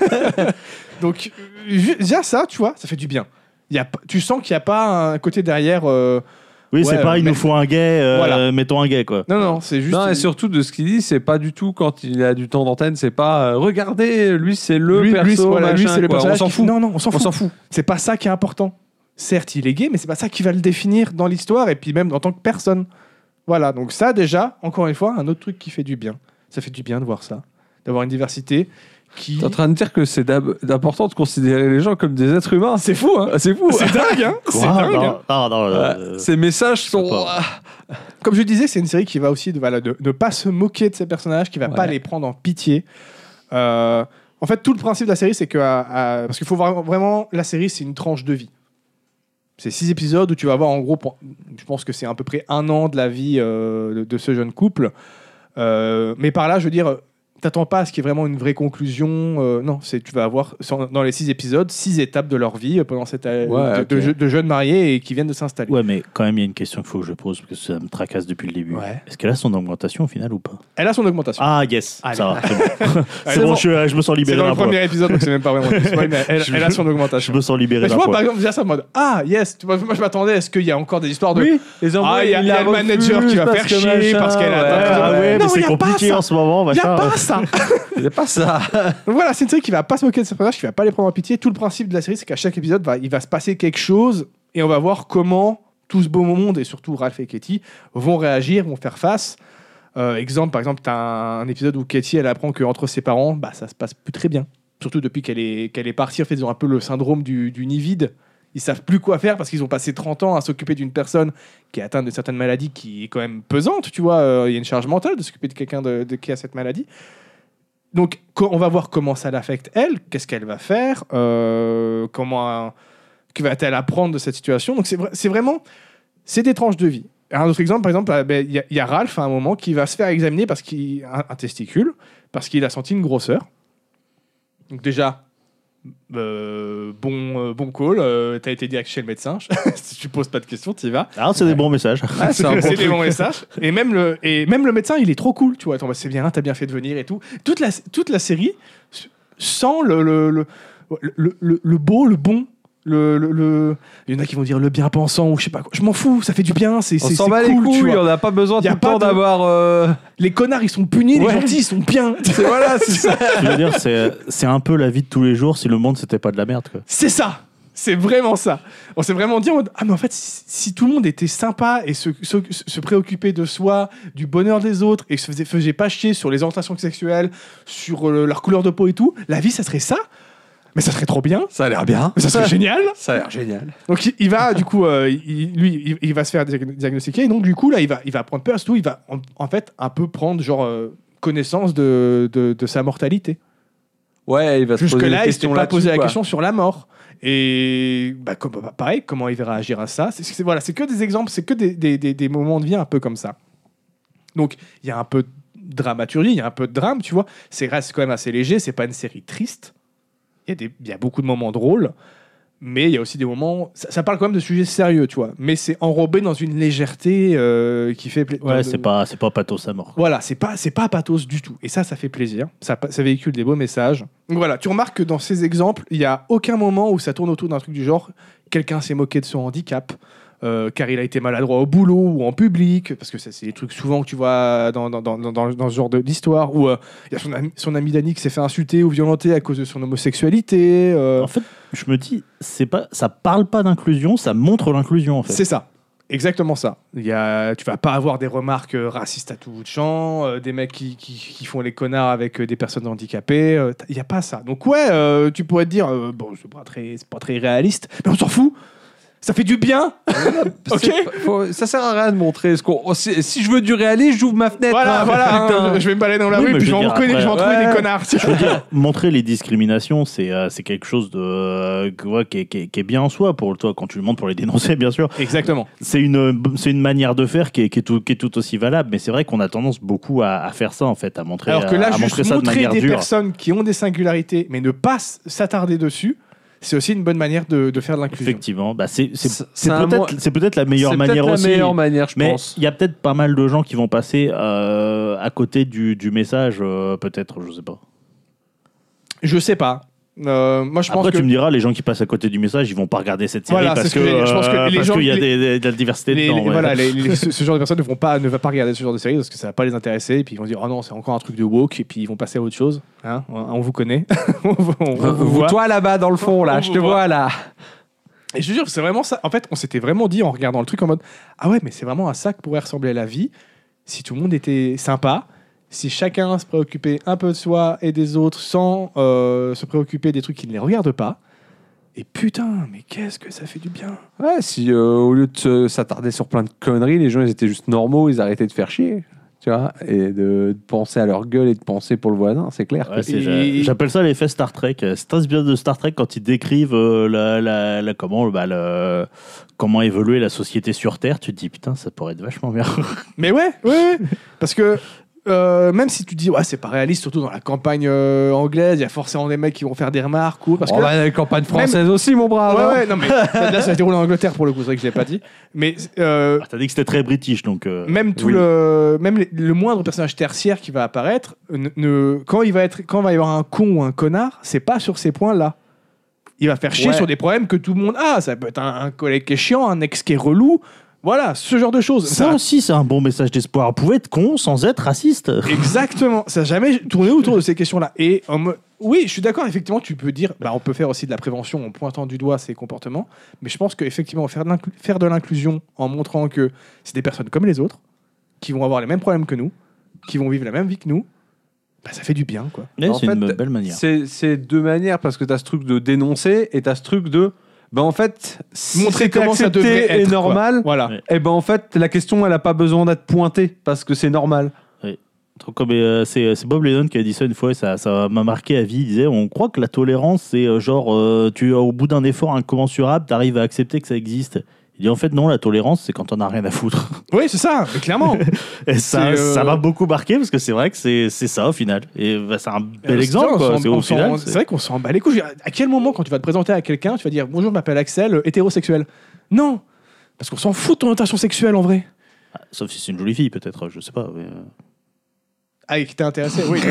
[SPEAKER 1] Donc, euh, ju- déjà ça, tu vois, ça fait du bien. Il y a, p- tu sens qu'il n'y a pas un côté derrière. euh,
[SPEAKER 3] Oui,
[SPEAKER 1] Ouais,
[SPEAKER 3] c'est pas il
[SPEAKER 1] mais-
[SPEAKER 3] nous faut un gay, euh,
[SPEAKER 1] Voilà.
[SPEAKER 3] mettons un gay, quoi.
[SPEAKER 1] Non, non, c'est juste.
[SPEAKER 2] Non, et surtout de ce qu'il dit, c'est pas du tout quand il a du temps d'antenne, c'est pas euh, regardez, lui c'est le
[SPEAKER 1] lui,
[SPEAKER 2] perso,
[SPEAKER 1] lui, c'est- voilà, lui,
[SPEAKER 2] machin,
[SPEAKER 1] c'est le
[SPEAKER 2] quoi.
[SPEAKER 1] personnage.
[SPEAKER 2] On s'en
[SPEAKER 1] qui-
[SPEAKER 2] fout.
[SPEAKER 1] Non, non, on s'en
[SPEAKER 2] On
[SPEAKER 1] fout.
[SPEAKER 2] s'en fout.
[SPEAKER 1] C'est pas ça qui est important. Certes, il est gay, mais c'est pas ça qui va le définir dans l'histoire et puis même en tant que personne. Voilà, donc ça déjà, encore une fois, un autre truc qui fait du bien. Ça fait du bien de voir ça, d'avoir une diversité qui.
[SPEAKER 2] T'es en train de dire que c'est d'ab- d'important de considérer les gens comme des êtres humains.
[SPEAKER 1] C'est fou, hein.
[SPEAKER 2] Ah, c'est fou.
[SPEAKER 1] C'est dingue, hein. C'est
[SPEAKER 3] Quoi
[SPEAKER 1] dingue. hein.
[SPEAKER 3] Non, non, non,
[SPEAKER 2] Ouais,
[SPEAKER 3] euh,
[SPEAKER 2] Ces messages sont.
[SPEAKER 3] pas.
[SPEAKER 1] Comme je disais, c'est une série qui va aussi de voilà, de ne pas se moquer de ses personnages, qui va
[SPEAKER 2] Ouais.
[SPEAKER 1] pas les prendre en pitié. Euh, en fait, tout le principe de la série, c'est que à- à- parce qu'il faut voir vraiment la série, c'est une tranche de vie. C'est six épisodes où tu vas voir en gros, pour- je pense que c'est à peu près un an de la vie euh, de, de ce jeune couple. Euh, mais par là, je veux dire, t'attends pas à ce qu'il y ait vraiment une vraie conclusion. euh, non, c'est tu vas avoir sur- dans les six épisodes six étapes de leur vie euh, pendant cette euh,
[SPEAKER 2] Ouais,
[SPEAKER 1] de,
[SPEAKER 2] ok.
[SPEAKER 1] de je- de jeunes mariés et qui viennent de s'installer.
[SPEAKER 3] Ouais, mais quand même, il y a une question qu'il faut que je pose parce que ça me tracasse depuis le début.
[SPEAKER 1] Ouais.
[SPEAKER 3] Est-ce qu'elle a son augmentation au final ou pas?
[SPEAKER 1] Elle a son augmentation.
[SPEAKER 3] Ah, yes,
[SPEAKER 1] Allez.
[SPEAKER 3] ça va, c'est bon. c'est
[SPEAKER 1] C'est
[SPEAKER 3] bon,
[SPEAKER 1] bon.
[SPEAKER 3] je, je me sens
[SPEAKER 1] C'est
[SPEAKER 3] libéré
[SPEAKER 1] dans le
[SPEAKER 3] d'un poids.
[SPEAKER 1] premier épisode, donc c'est même pas vraiment une spoil, mais elle,
[SPEAKER 3] Je-
[SPEAKER 1] elle a son
[SPEAKER 3] Je
[SPEAKER 1] augmentation.
[SPEAKER 3] me sens libéré
[SPEAKER 1] Mais tu
[SPEAKER 3] d'un
[SPEAKER 1] vois,
[SPEAKER 3] poids.
[SPEAKER 1] par exemple, déjà ça en mode ah yes, tu vois, moi je m'attendais à ce qu'il y a encore des histoires de
[SPEAKER 2] Oui, les enfants,
[SPEAKER 1] ah il y a, il y a le manager qui va faire chier parce qu'elle a
[SPEAKER 3] Ouais, ah ouais,
[SPEAKER 1] Non,
[SPEAKER 3] mais c'est
[SPEAKER 1] y a pas
[SPEAKER 3] compliqué
[SPEAKER 1] ça.
[SPEAKER 3] en ce moment,
[SPEAKER 1] Il y a
[SPEAKER 3] machin.
[SPEAKER 1] pas ça.
[SPEAKER 2] C'est pas ça.
[SPEAKER 1] Donc voilà, c'est une série qui va pas se moquer de ses personnages, qui va pas les prendre en pitié. Tout le principe de la série, c'est qu'à chaque épisode, va, il va se passer quelque chose et on va voir comment tout ce beau monde et surtout Ralph et Katie vont réagir, vont faire face. Euh, exemple, par exemple, tu as un, un épisode où Katie, elle apprend qu'entre ses parents, bah, ça se passe plus très bien. Surtout depuis qu'elle est, qu'elle est partie, en fait, ils ont un peu le syndrome du, du nid vide. Ils savent plus quoi faire parce qu'ils ont passé trente ans à s'occuper d'une personne qui est atteinte de certaines maladies qui est quand même pesante, tu vois. Euh, Il y a une charge mentale de s'occuper de quelqu'un de, de- qui a cette maladie. Donc, co- on va voir comment ça l'affecte elle, qu'est-ce qu'elle va faire, euh, comment, euh, que va-t-elle apprendre de cette situation. Donc, c'est, vra- c'est vraiment, c'est des tranches de vie. Un autre exemple, par exemple, euh, ben, il y, a- il y a Ralph à un moment qui va se faire examiner parce qu'il a un, un testicule, parce qu'il a senti une grosseur. Donc déjà, euh, bon, euh, bon call, euh, t'as été direct chez le médecin. Si tu poses pas de questions, t'y vas.
[SPEAKER 3] Ah, c'est des bons messages.
[SPEAKER 2] Ah, c'est un bon
[SPEAKER 1] C'est des
[SPEAKER 2] truc.
[SPEAKER 1] bons messages. Et même, le, et même le médecin, il est trop cool. Tu vois, attends, bah, c'est bien, t'as bien fait de venir et tout. Toute la, toute la série s- sent le, le, le, le, le- le beau, le bon. Le, le, le- Il y en a qui vont dire le bien pensant ou je sais pas quoi. Je m'en fous, ça fait du bien. C'est,
[SPEAKER 2] On
[SPEAKER 1] c'est,
[SPEAKER 2] s'en
[SPEAKER 1] c'est
[SPEAKER 2] bat
[SPEAKER 1] cool,
[SPEAKER 2] les
[SPEAKER 1] tu
[SPEAKER 2] couilles,
[SPEAKER 1] vois.
[SPEAKER 2] on n'a pas besoin
[SPEAKER 1] Y
[SPEAKER 2] tout
[SPEAKER 1] a
[SPEAKER 2] le
[SPEAKER 1] pas
[SPEAKER 2] temps
[SPEAKER 1] de-
[SPEAKER 2] d'avoir. euh,
[SPEAKER 1] Les connards, ils sont punis, les
[SPEAKER 2] Ouais.
[SPEAKER 1] gentils, ils sont bien. C'est- voilà, c'est ça.
[SPEAKER 3] Je veux dire, c'est, c'est un peu la vie de tous les jours si le monde c'était pas de la merde, quoi.
[SPEAKER 1] C'est ça. C'est vraiment ça. On s'est vraiment dit en mode, ah mais en fait si, si tout le monde était sympa et se, se, se préoccupait de soi, du bonheur des autres et se faisait, faisait pas chier sur les orientations sexuelles, sur euh, leur couleur de peau et tout, la vie ça serait ça. Mais ça serait trop bien.
[SPEAKER 2] Ça a l'air bien.
[SPEAKER 1] Mais ça serait génial.
[SPEAKER 2] Ça a l'air génial.
[SPEAKER 1] Donc il, il va du coup, euh, il- lui, il, il va se faire diag- diagnostiquer et donc du coup là il va, il va prendre peur, surtout il va en, en fait un peu prendre genre euh, connaissance de, de, de sa mortalité.
[SPEAKER 2] Ouais, il va se poser
[SPEAKER 1] Jusque
[SPEAKER 2] des
[SPEAKER 1] là il s'était
[SPEAKER 2] questions
[SPEAKER 1] pas
[SPEAKER 2] là-dessus,
[SPEAKER 1] posé la
[SPEAKER 2] quoi.
[SPEAKER 1] question sur la mort. Et bah, comme, bah, pareil, comment il va réagir à ça c'est, c'est, voilà, c'est que des exemples, c'est que des, des, des, des moments de vie un peu comme ça. Donc il y a un peu dramaturgie, il y a un peu de drame, tu vois. C'est reste quand même assez léger, c'est pas une série triste. Il y a des, il y a beaucoup de moments drôles, mais il y a aussi des moments, ça, ça parle quand même de sujets sérieux, tu vois. Mais c'est enrobé dans une légèreté euh, qui fait plaisir.
[SPEAKER 3] Ouais, c'est pas, c'est pas pathos à mort.
[SPEAKER 1] Voilà, c'est pas, c'est pas pathos du tout. Et ça, ça fait plaisir. Ça, ça véhicule des beaux messages. Donc voilà, tu remarques que dans ces exemples, il y a aucun moment où ça tourne autour d'un truc du genre quelqu'un s'est moqué de son handicap. Euh, car il a été maladroit au boulot ou en public, parce que ça, c'est des trucs souvent que tu vois dans, dans, dans, dans, dans ce genre de, d'histoire, où il euh, y a son ami, son ami Danny qui s'est fait insulter ou violenter à cause de son homosexualité. Euh...
[SPEAKER 3] En fait, je me dis, c'est pas, ça parle pas d'inclusion, ça montre l'inclusion, en fait.
[SPEAKER 1] C'est ça. Exactement ça. Il y a, tu vas pas avoir des remarques euh, racistes à tout bout de champ, euh, des mecs qui, qui, qui font les connards avec euh, des personnes handicapées. Euh, il y a pas ça. Donc ouais, euh, tu pourrais te dire, euh, bon, c'est pas très, c'est pas très réaliste, mais on s'en fout. Ça fait du bien. Ok.
[SPEAKER 2] Faut- ça sert à rien de montrer ce qu'on. Si, si je veux du réalisme, j'ouvre ma fenêtre.
[SPEAKER 1] Voilà,
[SPEAKER 2] hein,
[SPEAKER 1] voilà.
[SPEAKER 2] putain.
[SPEAKER 1] hein, je vais me balader dans la
[SPEAKER 3] Oui,
[SPEAKER 1] rue,
[SPEAKER 3] mais
[SPEAKER 1] puis
[SPEAKER 3] je
[SPEAKER 1] je vais
[SPEAKER 3] veux
[SPEAKER 1] en,
[SPEAKER 3] dire,
[SPEAKER 1] reconnaître- je vais en
[SPEAKER 3] après,
[SPEAKER 1] trouver
[SPEAKER 2] ouais.
[SPEAKER 1] des connards.
[SPEAKER 3] Je veux dire, montrer les discriminations, c'est, euh, c'est quelque chose de, euh, que, ouais, qui, est, qui est- qui est bien en soi pour toi, quand tu le montres pour les dénoncer, bien sûr.
[SPEAKER 1] Exactement.
[SPEAKER 3] C'est une, c'est une manière de faire qui est, qui est, tout, qui est tout aussi valable, mais c'est vrai qu'on a tendance beaucoup à, à faire ça, en fait, à montrer,
[SPEAKER 1] Alors que là,
[SPEAKER 3] à, à
[SPEAKER 1] juste
[SPEAKER 3] montrer ça de
[SPEAKER 1] montrer
[SPEAKER 3] manière
[SPEAKER 1] des
[SPEAKER 3] dure.
[SPEAKER 1] personnes qui ont des singularités, mais ne pas s- s'attarder dessus, c'est aussi une bonne manière de, de faire de l'inclusion.
[SPEAKER 3] Effectivement, bah c'est, c'est,
[SPEAKER 2] C'est-
[SPEAKER 3] c'est
[SPEAKER 2] c'est un
[SPEAKER 3] peut-être,
[SPEAKER 2] mo-
[SPEAKER 3] c'est peut-être la meilleure
[SPEAKER 2] C'est
[SPEAKER 3] manière
[SPEAKER 2] peut-être
[SPEAKER 3] aussi.
[SPEAKER 2] la meilleure manière, je
[SPEAKER 3] Mais
[SPEAKER 2] pense.
[SPEAKER 3] il y a peut-être pas mal de gens qui vont passer euh, à côté du, du message, euh, peut-être, je sais pas.
[SPEAKER 1] Je sais pas. Euh, moi, je pense
[SPEAKER 3] Après,
[SPEAKER 1] que
[SPEAKER 3] tu me diras, les gens qui passent à côté du message, ils vont pas regarder cette série
[SPEAKER 1] Voilà,
[SPEAKER 3] parce
[SPEAKER 1] c'est ce
[SPEAKER 3] que,
[SPEAKER 1] que j'allais dire. Je pense que
[SPEAKER 3] euh,
[SPEAKER 1] les
[SPEAKER 3] parce
[SPEAKER 1] gens-
[SPEAKER 3] qu'il y a
[SPEAKER 1] les-
[SPEAKER 3] des, des- de la diversité
[SPEAKER 1] les-
[SPEAKER 3] dedans.
[SPEAKER 1] les-
[SPEAKER 3] ouais.
[SPEAKER 1] voilà, les- les- ce, ce genre de personnes ne vont pas, ne va pas regarder ce genre de série parce que ça va pas les intéresser et puis ils vont se dire oh non c'est encore un truc de woke et puis ils vont passer à autre chose. Hein on, on vous connaît. on, vous- on vous
[SPEAKER 2] Vous,
[SPEAKER 1] voit.
[SPEAKER 2] toi là-bas dans le fond, là,
[SPEAKER 1] On
[SPEAKER 2] je
[SPEAKER 1] vous
[SPEAKER 2] te
[SPEAKER 1] voit.
[SPEAKER 2] vois là.
[SPEAKER 1] Et je te jure, c'est vraiment ça. En fait, on s'était vraiment dit en regardant le truc en mode ah ouais, mais c'est vraiment à ça que pourrait ressembler la vie si tout le monde était sympa, si chacun se préoccupait un peu de soi et des autres sans euh, se préoccuper des trucs qui ne les regardent pas. Et putain, mais qu'est-ce que ça fait du bien.
[SPEAKER 2] Ouais, si euh, au lieu de se- s'attarder sur plein de conneries, les gens ils étaient juste normaux, ils arrêtaient de faire chier. Tu vois, et de, de penser à leur gueule et de penser pour le voisin, c'est clair.
[SPEAKER 3] Ouais, c'est-
[SPEAKER 1] Et-
[SPEAKER 3] j'a- J'appelle ça l'effet Star Trek. C'est un épisode de Star Trek quand ils décrivent euh, la, la, la- comment, bah, le- comment évoluer la société sur Terre. Tu te dis, putain, ça pourrait être vachement bien.
[SPEAKER 1] Mais ouais, ouais, ouais. Parce que euh, même si tu dis, ouais, c'est pas réaliste, surtout dans la campagne euh, anglaise, il y a forcément des mecs qui vont faire des remarques. Ou, parce
[SPEAKER 2] Oh,
[SPEAKER 1] que
[SPEAKER 2] bah, la campagne française aussi, mon brave.
[SPEAKER 1] ouais,
[SPEAKER 2] hein.
[SPEAKER 1] ouais, non, mais là, ça se déroule en Angleterre pour le coup, c'est vrai que je l'ai pas dit. Mais euh,
[SPEAKER 3] Ah, T'as dit que c'était très british, donc. euh,
[SPEAKER 1] même tout
[SPEAKER 3] oui.
[SPEAKER 1] le, même les- le moindre personnage tertiaire qui va apparaître, ne, ne- quand il va être, quand il va y avoir un con ou un connard, c'est pas sur ces points-là. Il va faire chier
[SPEAKER 2] Ouais.
[SPEAKER 1] sur des problèmes que tout le monde a. Ça peut être un, un collègue qui est chiant, un ex qui est relou. Voilà, ce genre de choses.
[SPEAKER 3] Ça aussi, c'est un bon message d'espoir. On pouvait être con sans être raciste.
[SPEAKER 1] Exactement. Ça n'a jamais tourné autour de ces questions-là. Et en me- oui, je suis d'accord. Effectivement, tu peux dire, bah, on peut faire aussi de la prévention en pointant du doigt ces comportements. Mais je pense qu'effectivement, faire de l'inclu- faire de l'inclusion en montrant que c'est des personnes comme les autres, qui vont avoir les mêmes problèmes que nous, qui vont vivre la même vie que nous, bah, ça fait du bien, quoi.
[SPEAKER 3] Ouais,
[SPEAKER 2] En
[SPEAKER 3] c'est
[SPEAKER 2] fait,
[SPEAKER 3] une belle manière.
[SPEAKER 2] C'est c'est deux manières parce que tu as ce truc de dénoncer et tu as ce truc de. Ben en fait, si
[SPEAKER 1] Montrer
[SPEAKER 2] c'était
[SPEAKER 1] comment ça
[SPEAKER 2] accepté
[SPEAKER 1] devrait être
[SPEAKER 2] et
[SPEAKER 1] quoi.
[SPEAKER 2] normal,
[SPEAKER 1] Voilà.
[SPEAKER 3] Ouais.
[SPEAKER 2] et ben en fait, la question elle a pas besoin d'être pointée parce que c'est normal.
[SPEAKER 3] Trop comme, euh, c'est, c'est Bob Lennon qui a dit ça une fois et ça, ça m'a marqué à vie. Il disait on croit que la tolérance, c'est euh, genre, euh, tu, au bout d'un effort incommensurable, tu arrives à accepter que ça existe. Il dit en fait, non, la tolérance, c'est quand on n'a rien à foutre.
[SPEAKER 1] Oui, c'est ça. Mais clairement.
[SPEAKER 3] Et ça,
[SPEAKER 1] C'est, euh,
[SPEAKER 3] ça m'a beaucoup marqué parce que c'est vrai que c'est, c'est ça au final. Et bah, c'est un bel
[SPEAKER 1] Euh,
[SPEAKER 3] exemple.
[SPEAKER 1] on
[SPEAKER 3] quoi.
[SPEAKER 1] s'en-
[SPEAKER 3] C'est, au
[SPEAKER 1] on s'en-
[SPEAKER 3] final,
[SPEAKER 1] c'est vrai qu'on s'en bat les couilles. Je veux dire, À quel moment, quand tu vas te présenter à quelqu'un, tu vas dire bonjour, je m'appelle Axel, euh, hétérosexuel. Non, parce qu'on s'en fout de ton orientation sexuelle en vrai.
[SPEAKER 3] Ah, sauf si c'est une jolie fille, peut-être, je sais pas. Mais, euh.
[SPEAKER 1] Ah, et qui t'est intéressé, oui.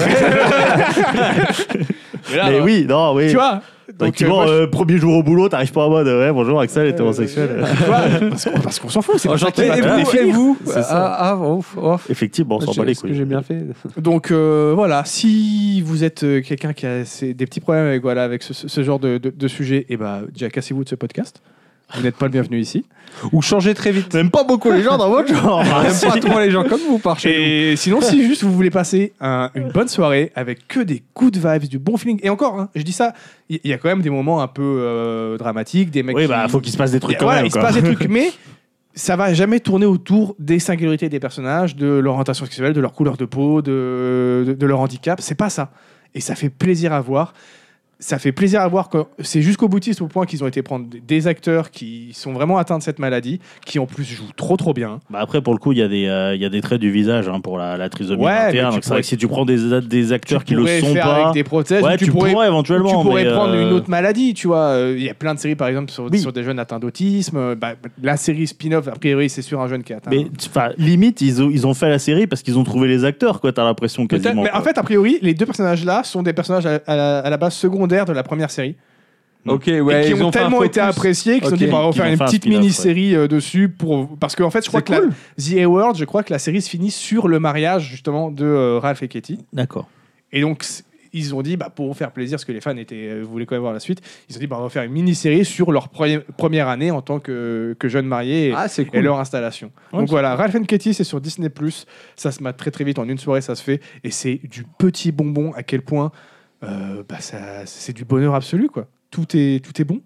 [SPEAKER 1] Mais là,
[SPEAKER 3] Mais
[SPEAKER 1] euh,
[SPEAKER 3] oui, non, oui.
[SPEAKER 1] Tu vois. Donc,
[SPEAKER 3] Effectivement,
[SPEAKER 1] euh, moi,
[SPEAKER 3] euh, premier jour au boulot, t'arrives pas en mode ouais, bonjour Axel,
[SPEAKER 1] je-
[SPEAKER 3] hétérosexuel.
[SPEAKER 1] euh, tu vois, parce qu'on parce qu'on s'en fout. C'est pas ça qui
[SPEAKER 2] Et
[SPEAKER 1] va
[SPEAKER 2] vous,
[SPEAKER 1] tout
[SPEAKER 2] et
[SPEAKER 1] définir.
[SPEAKER 2] vous
[SPEAKER 3] C'est ça.
[SPEAKER 2] Ah, ah, ouf, ouf.
[SPEAKER 3] Effectivement, on s'en bat les
[SPEAKER 2] Est-ce que
[SPEAKER 3] couilles.
[SPEAKER 2] j'ai bien fait.
[SPEAKER 1] Donc euh, voilà, si vous êtes euh, quelqu'un qui a ces- des petits problèmes avec, voilà, avec ce, ce- ce genre de, de, de sujet, et bah, déjà cassez-vous de ce podcast. Vous n'êtes pas le bienvenu ici.
[SPEAKER 2] Ou changer très vite.
[SPEAKER 3] Même pas beaucoup les gens dans votre genre.
[SPEAKER 2] Même pas trop les gens comme vous par chez
[SPEAKER 1] Et sinon, si juste vous voulez passer un- une bonne soirée avec que des good vibes, du bon feeling, et encore, hein, je dis ça, il y, y a quand même des moments un peu euh, dramatiques, des mecs
[SPEAKER 3] Oui,
[SPEAKER 1] qui-
[SPEAKER 3] bah, faut qu'il se passe des trucs
[SPEAKER 1] Y a-
[SPEAKER 3] quand
[SPEAKER 1] voilà,
[SPEAKER 3] même.
[SPEAKER 1] il se
[SPEAKER 3] quoi.
[SPEAKER 1] passe des trucs, mais ça va jamais tourner autour des singularités des personnages, de leur orientation sexuelle, de leur couleur de peau, de, de, de leur handicap. C'est pas ça. Et ça fait plaisir à voir. ça fait plaisir à voir que c'est jusqu'au boutiste au point qu'ils ont été prendre des acteurs qui sont vraiment atteints de cette maladie, qui en plus jouent trop trop bien.
[SPEAKER 3] Bah après, pour le coup, il y, euh, y a des traits du visage hein, pour la, la trisomie
[SPEAKER 1] Ouais,
[SPEAKER 3] vingt et un.
[SPEAKER 1] mais tu
[SPEAKER 3] Donc c'est
[SPEAKER 1] pourrais-
[SPEAKER 3] vrai que si tu prends des, des acteurs qui le
[SPEAKER 1] pourrais
[SPEAKER 3] sont
[SPEAKER 1] faire
[SPEAKER 3] pas,
[SPEAKER 1] avec des prothèses,
[SPEAKER 3] ouais,
[SPEAKER 1] ou tu,
[SPEAKER 3] tu
[SPEAKER 1] pourrais,
[SPEAKER 3] pourrais
[SPEAKER 1] ou
[SPEAKER 3] éventuellement.
[SPEAKER 1] tu pourrais
[SPEAKER 3] mais,
[SPEAKER 1] prendre
[SPEAKER 3] euh,
[SPEAKER 1] une autre maladie, tu vois. Euh, Il y a plein de séries, par exemple, sur,
[SPEAKER 3] Oui.
[SPEAKER 1] sur des jeunes atteints d'autisme. Euh, Bah, la série spin-off, a priori, c'est sur un jeune qui est atteint.
[SPEAKER 3] Mais enfin, limite, ils ont, ils ont fait la série parce qu'ils ont trouvé les acteurs, quoi. T'as l'impression
[SPEAKER 1] Peut-être,
[SPEAKER 3] quasiment.
[SPEAKER 1] mais
[SPEAKER 3] quoi.
[SPEAKER 1] en fait, a priori, les deux personnages-là sont des personnages à, à la, à la base secondaires de la première série.
[SPEAKER 2] Ok,
[SPEAKER 1] et
[SPEAKER 2] ouais,
[SPEAKER 1] qui
[SPEAKER 2] ils
[SPEAKER 1] ont,
[SPEAKER 2] ont fait un
[SPEAKER 1] tellement été
[SPEAKER 2] focus.
[SPEAKER 1] appréciés qu'ils
[SPEAKER 2] Ok.
[SPEAKER 1] ont dit bah, on va
[SPEAKER 3] Qu'ils
[SPEAKER 1] faire
[SPEAKER 3] ont
[SPEAKER 1] une
[SPEAKER 3] fait un
[SPEAKER 1] petite
[SPEAKER 3] spin-off,
[SPEAKER 1] mini-série euh, dessus pour parce qu'en fait je crois
[SPEAKER 2] C'est
[SPEAKER 1] que
[SPEAKER 2] cool.
[SPEAKER 1] la, The A-Word, je crois que la série se finit sur le mariage justement de euh, Ralph et Katie,
[SPEAKER 3] D'accord.
[SPEAKER 1] et donc c- ils ont dit bah, pour faire plaisir parce que les fans étaient euh, voulaient quand même voir la suite, ils ont dit bah, on va faire une mini-série sur leur pre- première année en tant que, que jeunes mariés et,
[SPEAKER 2] Ah, c'est
[SPEAKER 1] et
[SPEAKER 2] cool.
[SPEAKER 1] leur installation.
[SPEAKER 3] Ouais,
[SPEAKER 1] Donc
[SPEAKER 3] c'est
[SPEAKER 1] voilà, Ralph and Katie, c'est sur Disney plus, ça se mate très très vite, en une soirée ça se fait, et c'est du petit bonbon à quel point euh, bah, ça, c'est du bonheur absolu quoi. Tout est, tout est bon.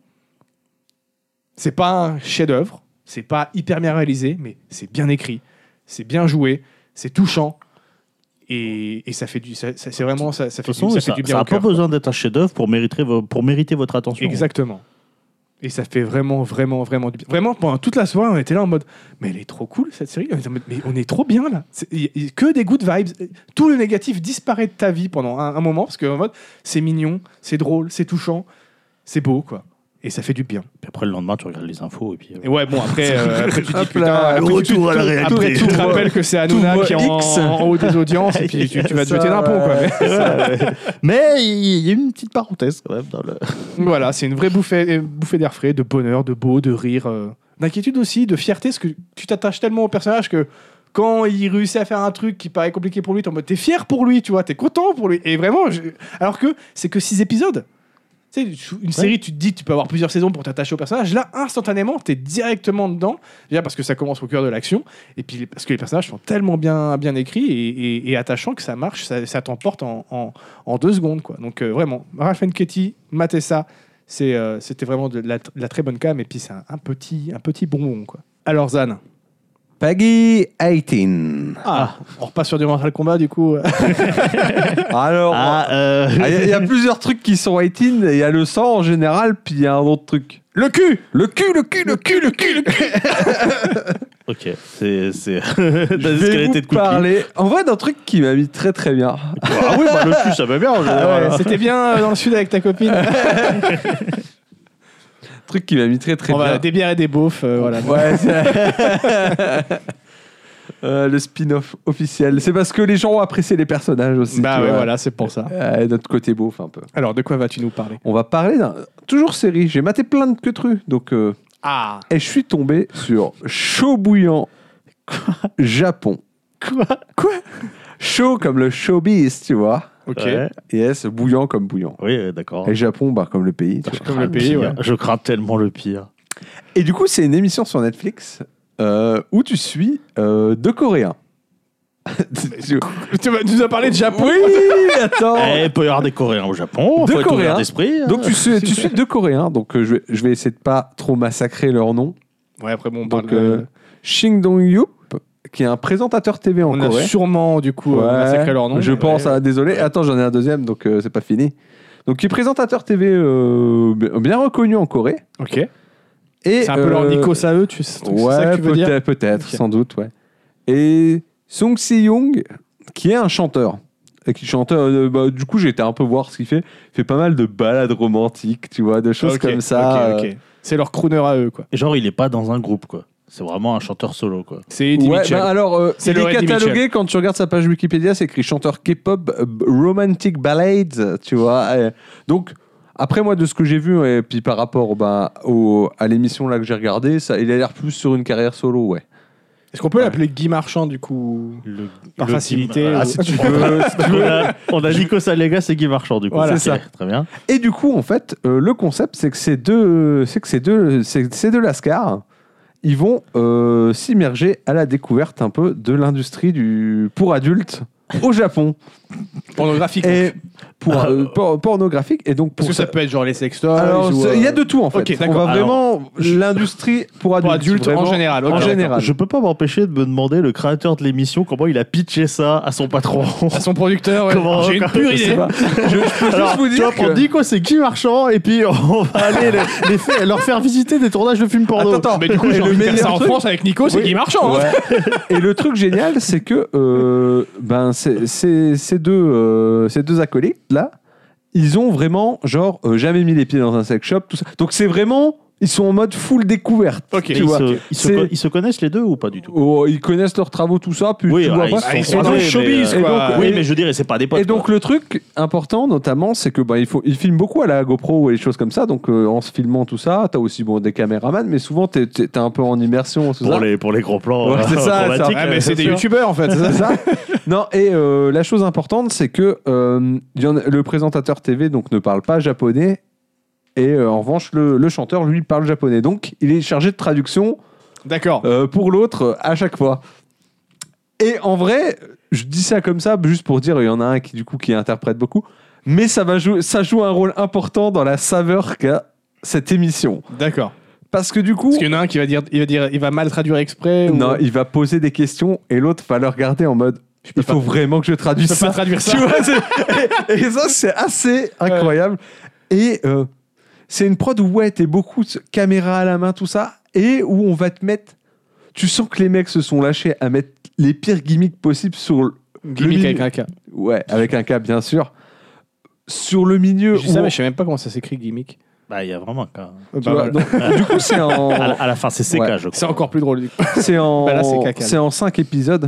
[SPEAKER 1] C'est pas un chef-d'œuvre, c'est pas hyper bien réalisé, mais c'est bien écrit, c'est bien joué, c'est touchant. Et, et ça fait du, ça, ça- c'est vraiment ça, ça
[SPEAKER 3] De
[SPEAKER 1] fait,
[SPEAKER 3] toute façon,
[SPEAKER 1] du, ça
[SPEAKER 3] ça
[SPEAKER 1] fait du
[SPEAKER 3] n'a
[SPEAKER 1] bien au
[SPEAKER 3] pas
[SPEAKER 1] cœur.
[SPEAKER 3] besoin d'être un chef-d'œuvre pour mériter, vo- pour mériter votre attention.
[SPEAKER 1] Exactement. Et ça fait vraiment, vraiment, vraiment du bien. Vraiment, pendant toute la soirée, on était là en mode, mais elle est trop cool cette série. On était en mode, mais on est trop bien là. C'est- y- y- que des good vibes. Tout le négatif disparaît de ta vie pendant un, un moment parce que en mode, c'est mignon, c'est drôle, c'est touchant, c'est beau quoi. Et ça fait du bien.
[SPEAKER 3] Puis après, le lendemain, tu regardes les infos et puis. euh,
[SPEAKER 1] Et ouais, bon, après, euh, après tu te dis,
[SPEAKER 2] Hop
[SPEAKER 1] putain,
[SPEAKER 2] là,
[SPEAKER 1] après,
[SPEAKER 3] retour
[SPEAKER 1] tu,
[SPEAKER 3] à la
[SPEAKER 1] tu-
[SPEAKER 3] réalité.
[SPEAKER 1] après, tu te rappelles que c'est Hanouna
[SPEAKER 2] Tout
[SPEAKER 1] qui est en,
[SPEAKER 2] X.
[SPEAKER 1] en haut des audiences et puis tu, tu vas te
[SPEAKER 2] Ça,
[SPEAKER 1] jeter d'un pont quoi.
[SPEAKER 2] ouais.
[SPEAKER 1] Mais-
[SPEAKER 3] Mais il y a une petite parenthèse quand même dans le.
[SPEAKER 1] Voilà, c'est une vraie bouffée, bouffée d'air frais, de bonheur, de beau, de rire, euh, d'inquiétude aussi, de fierté, parce que tu t'attaches tellement au personnage que quand il réussit à faire un truc qui paraît compliqué pour lui, t'es en mode, t'es fier pour lui, tu vois, t'es content pour lui. Et vraiment, je- alors que c'est que six épisodes. Tu sais, une série, tu te dis, tu peux avoir plusieurs saisons pour t'attacher au personnage. Là, instantanément, t'es directement dedans. Déjà parce que ça commence au cœur de l'action, et puis les- parce que les personnages sont tellement bien, bien écrits et, et- et attachants que ça marche, ça, ça t'emporte en, en, en deux secondes. Quoi. Donc euh, vraiment, Ralph and Katie, matez ça. C'est, euh, c'était vraiment de la, de la très bonne cam, et puis c'est un, un petit, un petit bonbon. Quoi. Alors Zan,
[SPEAKER 2] Peggy dix-huit.
[SPEAKER 1] ah, on repasse sur du Mortal Kombat du coup.
[SPEAKER 2] Alors,
[SPEAKER 3] Ah, euh...
[SPEAKER 2] il y, a- il y a plusieurs trucs qui sont dix-huit. Il y a le sang en général, puis il y a un autre truc.
[SPEAKER 1] Le cul.
[SPEAKER 2] Le cul, le cul, le cul, le cul, le cul.
[SPEAKER 3] ok, c'est. c'est...
[SPEAKER 2] Je
[SPEAKER 3] la
[SPEAKER 2] vais
[SPEAKER 3] squeletté de
[SPEAKER 2] vous
[SPEAKER 3] cookies.
[SPEAKER 2] parler, en vrai, d'un truc qui m'a mis très très bien.
[SPEAKER 3] Ah oui, bah, le cul, ça va bien en
[SPEAKER 1] Ah
[SPEAKER 3] général.
[SPEAKER 1] ouais, c'était bien euh, dans le sud avec ta copine.
[SPEAKER 2] truc qui m'a mis très très
[SPEAKER 1] On
[SPEAKER 2] bien.
[SPEAKER 1] va des bières et des beaufs, euh, voilà.
[SPEAKER 2] Ouais, c'est- Euh, le spin-off officiel. C'est parce que les gens ont apprécié les personnages aussi.
[SPEAKER 1] Bah
[SPEAKER 2] tu
[SPEAKER 1] ouais,
[SPEAKER 2] vois.
[SPEAKER 1] voilà, c'est pour ça.
[SPEAKER 2] Euh, notre côté beauf un peu.
[SPEAKER 1] Alors, de quoi vas-tu nous parler?
[SPEAKER 2] On va parler d'un. Toujours série. J'ai maté plein de queutrues. Donc, euh,
[SPEAKER 1] Ah.
[SPEAKER 2] et je suis tombé sur Chaud Bouillant Japon.
[SPEAKER 1] Quoi? Quoi?
[SPEAKER 2] Chaud comme le showbiz, tu vois.
[SPEAKER 1] Ok.
[SPEAKER 3] Ouais.
[SPEAKER 2] Yes, bouillant comme bouillant.
[SPEAKER 3] Oui, euh, d'accord.
[SPEAKER 2] Et Japon, bah, comme le pays. tu vois.
[SPEAKER 1] Comme le pays, ouais.
[SPEAKER 3] Je crains tellement le pire.
[SPEAKER 2] Et du coup, c'est une émission sur Netflix euh, où tu suis euh, deux Coréens. Tu-
[SPEAKER 1] Tu vas- tu nous as parlé de Japon?
[SPEAKER 2] oui, attends.
[SPEAKER 3] Eh, il peut y avoir des Coréens au Japon.
[SPEAKER 2] Deux
[SPEAKER 3] Faut être ouvert
[SPEAKER 2] Coréens.
[SPEAKER 3] d'esprit. hein.
[SPEAKER 2] Donc tu suis, tu suis deux Coréens, donc euh, je, vais, je vais essayer de pas trop massacrer leur nom.
[SPEAKER 1] Ouais, après, bon, on
[SPEAKER 2] Donc
[SPEAKER 1] parle de-
[SPEAKER 2] euh, Shin Dong-yup, qui est un présentateur T V en
[SPEAKER 1] On a
[SPEAKER 2] Corée.
[SPEAKER 1] sûrement, du coup, euh,
[SPEAKER 2] Ouais,
[SPEAKER 1] massacré leur nom.
[SPEAKER 2] Je
[SPEAKER 1] mais
[SPEAKER 2] pense,
[SPEAKER 1] ouais.
[SPEAKER 2] à, désolé. Attends, j'en ai un deuxième, donc euh, c'est pas fini. Donc qui est présentateur T V euh, bien bien reconnu en Corée.
[SPEAKER 1] Ok.
[SPEAKER 2] Et,
[SPEAKER 1] C'est un peu leur
[SPEAKER 2] euh,
[SPEAKER 1] Nikos à eux, tu sais, c'est
[SPEAKER 2] Ouais,
[SPEAKER 1] ça que tu veux dire?
[SPEAKER 2] peut-être, peut-être,
[SPEAKER 1] Ok.
[SPEAKER 2] sans doute, ouais. Et Sung Si-young, qui est un chanteur. Et qui chante, euh, bah, du coup, j'ai été un peu voir ce qu'il fait. Il fait pas mal de balades romantiques, tu vois, de choses
[SPEAKER 1] Ok,
[SPEAKER 2] comme ça.
[SPEAKER 1] ok, ok. C'est leur crooner à eux, quoi.
[SPEAKER 3] Et genre, il est pas dans un groupe, quoi. C'est vraiment un chanteur solo, quoi.
[SPEAKER 1] C'est Eddie
[SPEAKER 2] Ouais,
[SPEAKER 1] Mitchell.
[SPEAKER 2] bah alors, euh,
[SPEAKER 1] C'est
[SPEAKER 2] il
[SPEAKER 1] le
[SPEAKER 2] est
[SPEAKER 1] Eddie
[SPEAKER 2] catalogué
[SPEAKER 1] Mitchell.
[SPEAKER 2] quand tu regardes sa page Wikipédia, c'est écrit chanteur K-pop, euh, romantic ballades, tu vois. euh, donc, après moi, de ce que j'ai vu, et puis par rapport bah, au, à l'émission là que j'ai regardé, ça, il a l'air plus sur une carrière solo, ouais.
[SPEAKER 1] Est-ce qu'on peut l'appeler Guy Marchand, du coup?
[SPEAKER 3] Le,
[SPEAKER 1] Par
[SPEAKER 3] le
[SPEAKER 1] facilité,
[SPEAKER 3] Guy- Ah,
[SPEAKER 1] ou-
[SPEAKER 3] si tu veux. si tu veux. On a, on a Nikos Allegas et Guy Marchand, du coup.
[SPEAKER 1] Voilà,
[SPEAKER 3] Ok,
[SPEAKER 2] c'est ça.
[SPEAKER 3] Très bien.
[SPEAKER 2] Et du coup, en fait, euh, le concept, c'est que ces deux, c'est que ces deux, ces, ces deux lascars, ils vont euh, s'immerger à la découverte un peu de l'industrie du pour adultes au Japon.
[SPEAKER 1] Pornographique.
[SPEAKER 2] Et pour, euh, por- pornographique. Et donc
[SPEAKER 1] Parce
[SPEAKER 2] pour
[SPEAKER 1] que ça peut être genre les sextoys.
[SPEAKER 2] Alors,
[SPEAKER 1] ou,
[SPEAKER 2] c'est-
[SPEAKER 1] euh,
[SPEAKER 2] il y a de tout en fait.
[SPEAKER 1] Ok,
[SPEAKER 2] On
[SPEAKER 1] d'accord.
[SPEAKER 2] va vraiment l'industrie pour adultes,
[SPEAKER 1] Pour adultes
[SPEAKER 2] vraiment,
[SPEAKER 1] en général. ok,
[SPEAKER 2] en
[SPEAKER 1] d'accord.
[SPEAKER 2] général.
[SPEAKER 3] Je peux pas m'empêcher de me demander, le créateur de l'émission, comment il a pitché ça à son patron.
[SPEAKER 1] À son producteur, ouais.
[SPEAKER 3] Comment-
[SPEAKER 1] J'ai une pure
[SPEAKER 3] je sais
[SPEAKER 1] idée.
[SPEAKER 3] pas.
[SPEAKER 2] Je, je peux
[SPEAKER 3] Alors,
[SPEAKER 2] juste vous
[SPEAKER 3] tu
[SPEAKER 2] dire
[SPEAKER 3] vois,
[SPEAKER 2] que...
[SPEAKER 3] on dit quoi, c'est Guy Marchand, et puis on va aller les, les faire- leur faire visiter des tournages de films porno.
[SPEAKER 2] Attends, attends.
[SPEAKER 1] Mais du coup,
[SPEAKER 2] Et
[SPEAKER 1] j'ai
[SPEAKER 2] le
[SPEAKER 1] envie de faire
[SPEAKER 2] meilleur
[SPEAKER 1] ça en
[SPEAKER 2] truc-
[SPEAKER 1] France avec Nico, c'est
[SPEAKER 2] Oui.
[SPEAKER 1] Guy Marchand. hein.
[SPEAKER 2] Ouais. Et le truc génial, c'est que euh, ben, c'est- c'est- ces deux, euh, ces deux acolytes là, ils ont vraiment genre euh, jamais mis les pieds dans un sex shop, tout ça. Donc c'est vraiment, ils sont en mode full découverte.
[SPEAKER 1] Ok.
[SPEAKER 3] Et
[SPEAKER 2] tu
[SPEAKER 3] ils,
[SPEAKER 2] vois.
[SPEAKER 3] se, ils, se,
[SPEAKER 2] c'est-
[SPEAKER 3] co- ils se connaissent les deux ou pas du tout?
[SPEAKER 2] Oh, ils connaissent leurs travaux, tout ça. Puis
[SPEAKER 3] Oui,
[SPEAKER 2] tu
[SPEAKER 3] ah,
[SPEAKER 2] vois
[SPEAKER 3] ils
[SPEAKER 2] pas.
[SPEAKER 3] sont
[SPEAKER 1] Ah, ils sont
[SPEAKER 3] croisés,
[SPEAKER 1] dans le
[SPEAKER 3] mais,
[SPEAKER 1] showbiz,
[SPEAKER 3] euh,
[SPEAKER 1] quoi.
[SPEAKER 2] donc,
[SPEAKER 3] Oui,
[SPEAKER 2] Et-
[SPEAKER 3] mais je dirais, c'est pas des potes.
[SPEAKER 2] Et donc
[SPEAKER 3] quoi.
[SPEAKER 2] le truc important notamment, c'est que bah, il faut, ils filment beaucoup à la GoPro et des choses comme ça. Donc euh, en se filmant tout ça, t'as aussi bon des caméramans, mais souvent t'es, t'es, t'es un peu en immersion. Tout
[SPEAKER 3] pour
[SPEAKER 2] ça.
[SPEAKER 3] les, pour les gros plans
[SPEAKER 2] Ouais,
[SPEAKER 3] euh,
[SPEAKER 2] c'est ça,
[SPEAKER 3] acrobatiques,
[SPEAKER 2] ça.
[SPEAKER 1] Ouais, mais
[SPEAKER 3] euh,
[SPEAKER 1] c'est des
[SPEAKER 2] sûr.
[SPEAKER 1] youtubeurs en fait. c'est ça
[SPEAKER 2] C'est ça. Non, et euh, la chose importante, c'est que euh, il y en a- le présentateur T V donc ne parle pas japonais, et euh, en revanche le, le chanteur lui parle japonais. Donc il est chargé de traduction
[SPEAKER 1] D'accord.
[SPEAKER 2] euh, pour l'autre euh, à chaque fois. Et en vrai, je dis ça comme ça juste pour dire, il y en a un qui du coup qui interprète beaucoup, mais ça va jouer, ça joue un rôle important dans la saveur qu'a cette émission.
[SPEAKER 1] D'accord.
[SPEAKER 2] Parce que du coup,
[SPEAKER 1] Parce qu'il y en a un qui va dire, il va dire, il va mal traduire exprès. ou-
[SPEAKER 2] non, il va poser des questions et l'autre va le regarder en mode. Il faut vraiment que je
[SPEAKER 1] Je
[SPEAKER 2] traduise
[SPEAKER 1] peux
[SPEAKER 2] ça.
[SPEAKER 1] pas traduire ça.
[SPEAKER 2] Tu vois, c'est- et, et ça, c'est assez incroyable. Et euh, c'est une prod où, ouais, t'es beaucoup de caméra à la main, tout ça, et où on va te mettre. Tu sens que les mecs se sont lâchés à mettre les pires gimmicks possibles sur le.
[SPEAKER 1] Gimmick
[SPEAKER 2] le
[SPEAKER 1] avec
[SPEAKER 2] milieu-
[SPEAKER 1] un K.
[SPEAKER 2] Ouais, avec un cas, bien sûr. Sur le milieu.
[SPEAKER 1] Je dis
[SPEAKER 2] où
[SPEAKER 1] ça,
[SPEAKER 2] on-
[SPEAKER 1] mais je sais même pas comment ça s'écrit gimmick.
[SPEAKER 3] Bah, il y a vraiment un cas.
[SPEAKER 1] Euh,
[SPEAKER 2] tu
[SPEAKER 1] bah,
[SPEAKER 2] vois,
[SPEAKER 1] voilà.
[SPEAKER 2] donc, du coup, c'est
[SPEAKER 3] À, la,
[SPEAKER 2] en.
[SPEAKER 3] à la fin, c'est C K,
[SPEAKER 2] Ouais.
[SPEAKER 3] je crois.
[SPEAKER 1] C'est encore plus drôle. du coup.
[SPEAKER 2] C'est en.
[SPEAKER 1] Bah là, c'est caca.
[SPEAKER 2] c'est en cinq épisodes.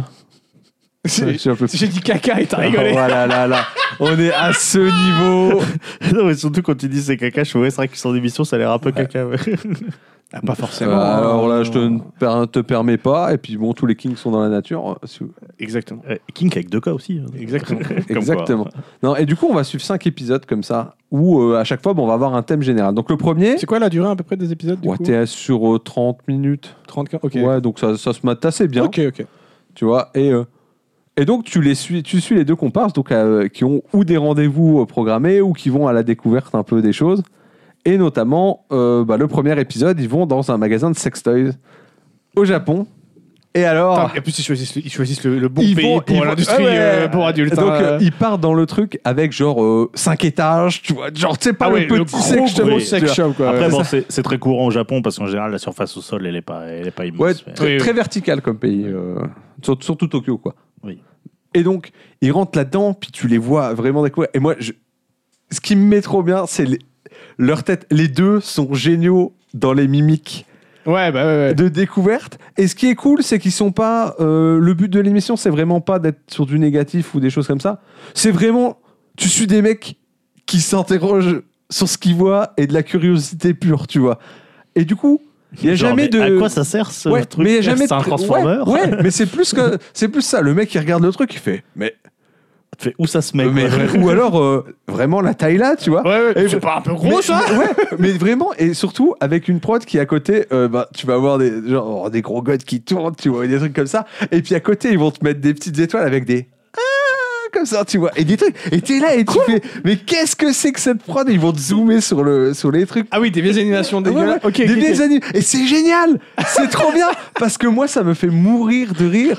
[SPEAKER 1] J'ai
[SPEAKER 2] J'ai un peu-
[SPEAKER 1] j'ai dit caca et t'as rigolé.
[SPEAKER 2] Voilà, là, là. On est à ce niveau.
[SPEAKER 3] Non, mais surtout quand tu dis c'est caca, je trouvais c'est vrai que son émission, ça a l'air un peu caca. ouais.
[SPEAKER 1] Ah, pas forcément.
[SPEAKER 2] Euh, alors là, je te, ne per- te permets pas. Et puis bon, tous les kings sont dans la nature. euh, si vous-
[SPEAKER 1] Exactement.
[SPEAKER 3] Euh, King avec deux K aussi. hein.
[SPEAKER 1] Exactement.
[SPEAKER 3] Comme quoi.
[SPEAKER 2] Exactement. Non, et du coup, on va suivre cinq épisodes comme ça, où euh, à chaque fois, bon, on va avoir un thème général. Donc le premier,
[SPEAKER 1] C'est quoi la durée à peu près des épisodes du
[SPEAKER 2] ouais,
[SPEAKER 1] coup
[SPEAKER 2] t'es sur euh, trente minutes.
[SPEAKER 1] trente, ok.
[SPEAKER 2] Ouais, donc ça, ça se mate assez bien.
[SPEAKER 1] Ok, ok.
[SPEAKER 2] Tu vois. Et, euh, et donc, tu, les suis, tu suis les deux comparses donc, euh, qui ont ou des rendez-vous euh, programmés ou qui vont à la découverte un peu des choses. Et notamment, euh, bah, le premier épisode, ils vont dans un magasin de sex toys au Japon. Et alors.
[SPEAKER 1] Attends, et en plus, ils choisissent le, ils choisissent le, le bon
[SPEAKER 2] Ils
[SPEAKER 1] pays
[SPEAKER 2] vont- ils
[SPEAKER 1] pour
[SPEAKER 2] vont-
[SPEAKER 1] l'industrie
[SPEAKER 2] Ah ouais.
[SPEAKER 1] euh, pour adultes.
[SPEAKER 2] Donc,
[SPEAKER 1] hein.
[SPEAKER 2] euh, ils partent dans le truc avec genre cinq étages, tu vois. Genre, tu sais, pas
[SPEAKER 1] Ah
[SPEAKER 2] le
[SPEAKER 1] ouais,
[SPEAKER 2] petit
[SPEAKER 1] le gros,
[SPEAKER 2] sex shop,
[SPEAKER 1] gros
[SPEAKER 2] tu
[SPEAKER 1] sex
[SPEAKER 2] vois.
[SPEAKER 1] shop, quoi.
[SPEAKER 3] Après,
[SPEAKER 1] Ouais.
[SPEAKER 3] bon, c'est c'est très courant au Japon parce qu'en général, la surface au sol, elle est pas, elle est pas immense.
[SPEAKER 2] Ouais,
[SPEAKER 3] mais-
[SPEAKER 2] très,
[SPEAKER 1] Oui, oui.
[SPEAKER 2] très vertical comme pays. euh, sur- surtout Tokyo, quoi.
[SPEAKER 3] Oui.
[SPEAKER 2] Et donc, ils rentrent là-dedans, puis tu les vois vraiment découvrir. Et moi, je- ce qui me met trop bien, c'est les- leur tête. Les deux sont géniaux dans les mimiques
[SPEAKER 1] Ouais, bah ouais, ouais.
[SPEAKER 2] de découverte. Et ce qui est cool, c'est qu'ils sont pas. euh, le but de l'émission, c'est vraiment pas d'être sur du négatif ou des choses comme ça. C'est vraiment. Tu suis des mecs qui s'interrogent sur ce qu'ils voient et de la curiosité pure, tu vois. Et du coup, il y a
[SPEAKER 3] Genre,
[SPEAKER 2] jamais
[SPEAKER 3] mais
[SPEAKER 2] de.
[SPEAKER 3] À quoi ça sert ce
[SPEAKER 2] Ouais,
[SPEAKER 3] truc
[SPEAKER 2] mais il y a jamais
[SPEAKER 3] C'est un
[SPEAKER 2] de-
[SPEAKER 3] transformer.
[SPEAKER 2] Ouais, ouais, mais c'est plus que c'est plus ça. Le mec qui regarde le truc, il fait. Mais.
[SPEAKER 3] Tu fais, où ça se met
[SPEAKER 2] mais
[SPEAKER 3] quoi
[SPEAKER 2] ou alors euh, vraiment la taille là, tu vois.
[SPEAKER 1] Ouais, ouais.
[SPEAKER 2] Et-
[SPEAKER 1] C'est pas un peu
[SPEAKER 2] Mais-
[SPEAKER 1] gros ça
[SPEAKER 2] Ouais, mais vraiment, et surtout avec une prod qui à côté, euh, bah, tu vas avoir des, genre, des gros godes qui tournent, tu vois, des trucs comme ça. Et puis à côté, ils vont te mettre des petites étoiles avec des. Ah, comme ça, tu vois. Et des trucs. Et t'es là et tu fais. Mais qu'est-ce que c'est que cette prod? Et ils vont te zoomer sur, le, sur les trucs.
[SPEAKER 1] Ah oui, des vieilles animations
[SPEAKER 2] Ouais,
[SPEAKER 1] dégueulasses.
[SPEAKER 2] ouais,
[SPEAKER 1] Ok,
[SPEAKER 2] des
[SPEAKER 1] ok, ok.
[SPEAKER 2] vieilles anim- Et c'est génial! C'est trop bien! Parce que moi, ça me fait mourir de rire.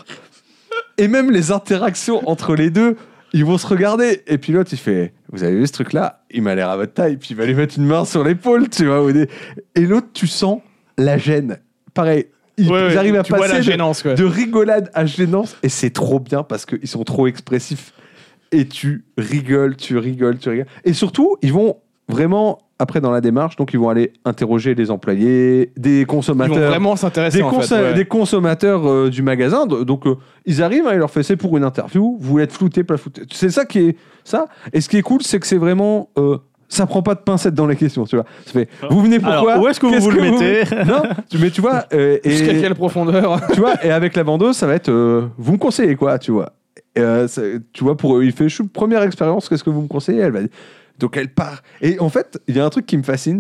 [SPEAKER 2] Et même les interactions entre les deux, ils vont se regarder. Et puis l'autre, il fait: Vous avez vu ce truc-là? Il m'a l'air à votre taille. Puis il va lui mettre une main sur l'épaule, tu vois. ou des- Et l'autre, tu sens la gêne. Pareil. Ils,
[SPEAKER 1] Ouais,
[SPEAKER 2] ils
[SPEAKER 1] ouais,
[SPEAKER 2] arrivent à
[SPEAKER 1] tu vois la
[SPEAKER 2] passer de,
[SPEAKER 1] gênance, quoi.
[SPEAKER 2] de rigolade à gênance. Et c'est trop bien parce qu'ils sont trop expressifs. Et tu rigoles, tu rigoles, tu rigoles. Et surtout, ils vont vraiment, après dans la démarche, donc ils vont aller interroger les employés, des
[SPEAKER 1] Ils
[SPEAKER 2] consommateurs.
[SPEAKER 1] vont vraiment s'intéresser
[SPEAKER 2] Des,
[SPEAKER 1] en
[SPEAKER 2] conso-
[SPEAKER 1] fait. ouais.
[SPEAKER 2] des consommateurs euh, du magasin. D- Donc, euh, ils arrivent, hein, ils leur font c'est pour une interview. Vous voulez être flouté, pas flouté. C'est ça qui est ça. Et ce qui est cool, c'est que c'est vraiment. Euh, ça prend pas de pincettes dans les questions, tu vois. Ça fait, vous venez pourquoi
[SPEAKER 3] Alors, où est-ce que vous
[SPEAKER 2] Qu'est-ce
[SPEAKER 3] vous le mettez
[SPEAKER 2] Non, tu- mais tu vois, euh,
[SPEAKER 1] Jusqu'à
[SPEAKER 2] et,
[SPEAKER 1] quelle profondeur
[SPEAKER 2] tu vois, et avec la vendeuse, ça va être, euh, vous me conseillez quoi, tu vois. Et, euh, ça- tu vois, pour il fait, je suis première expérience, qu'est-ce que vous me conseillez? Elle va, donc elle part. Et en fait, il y a un truc qui me fascine,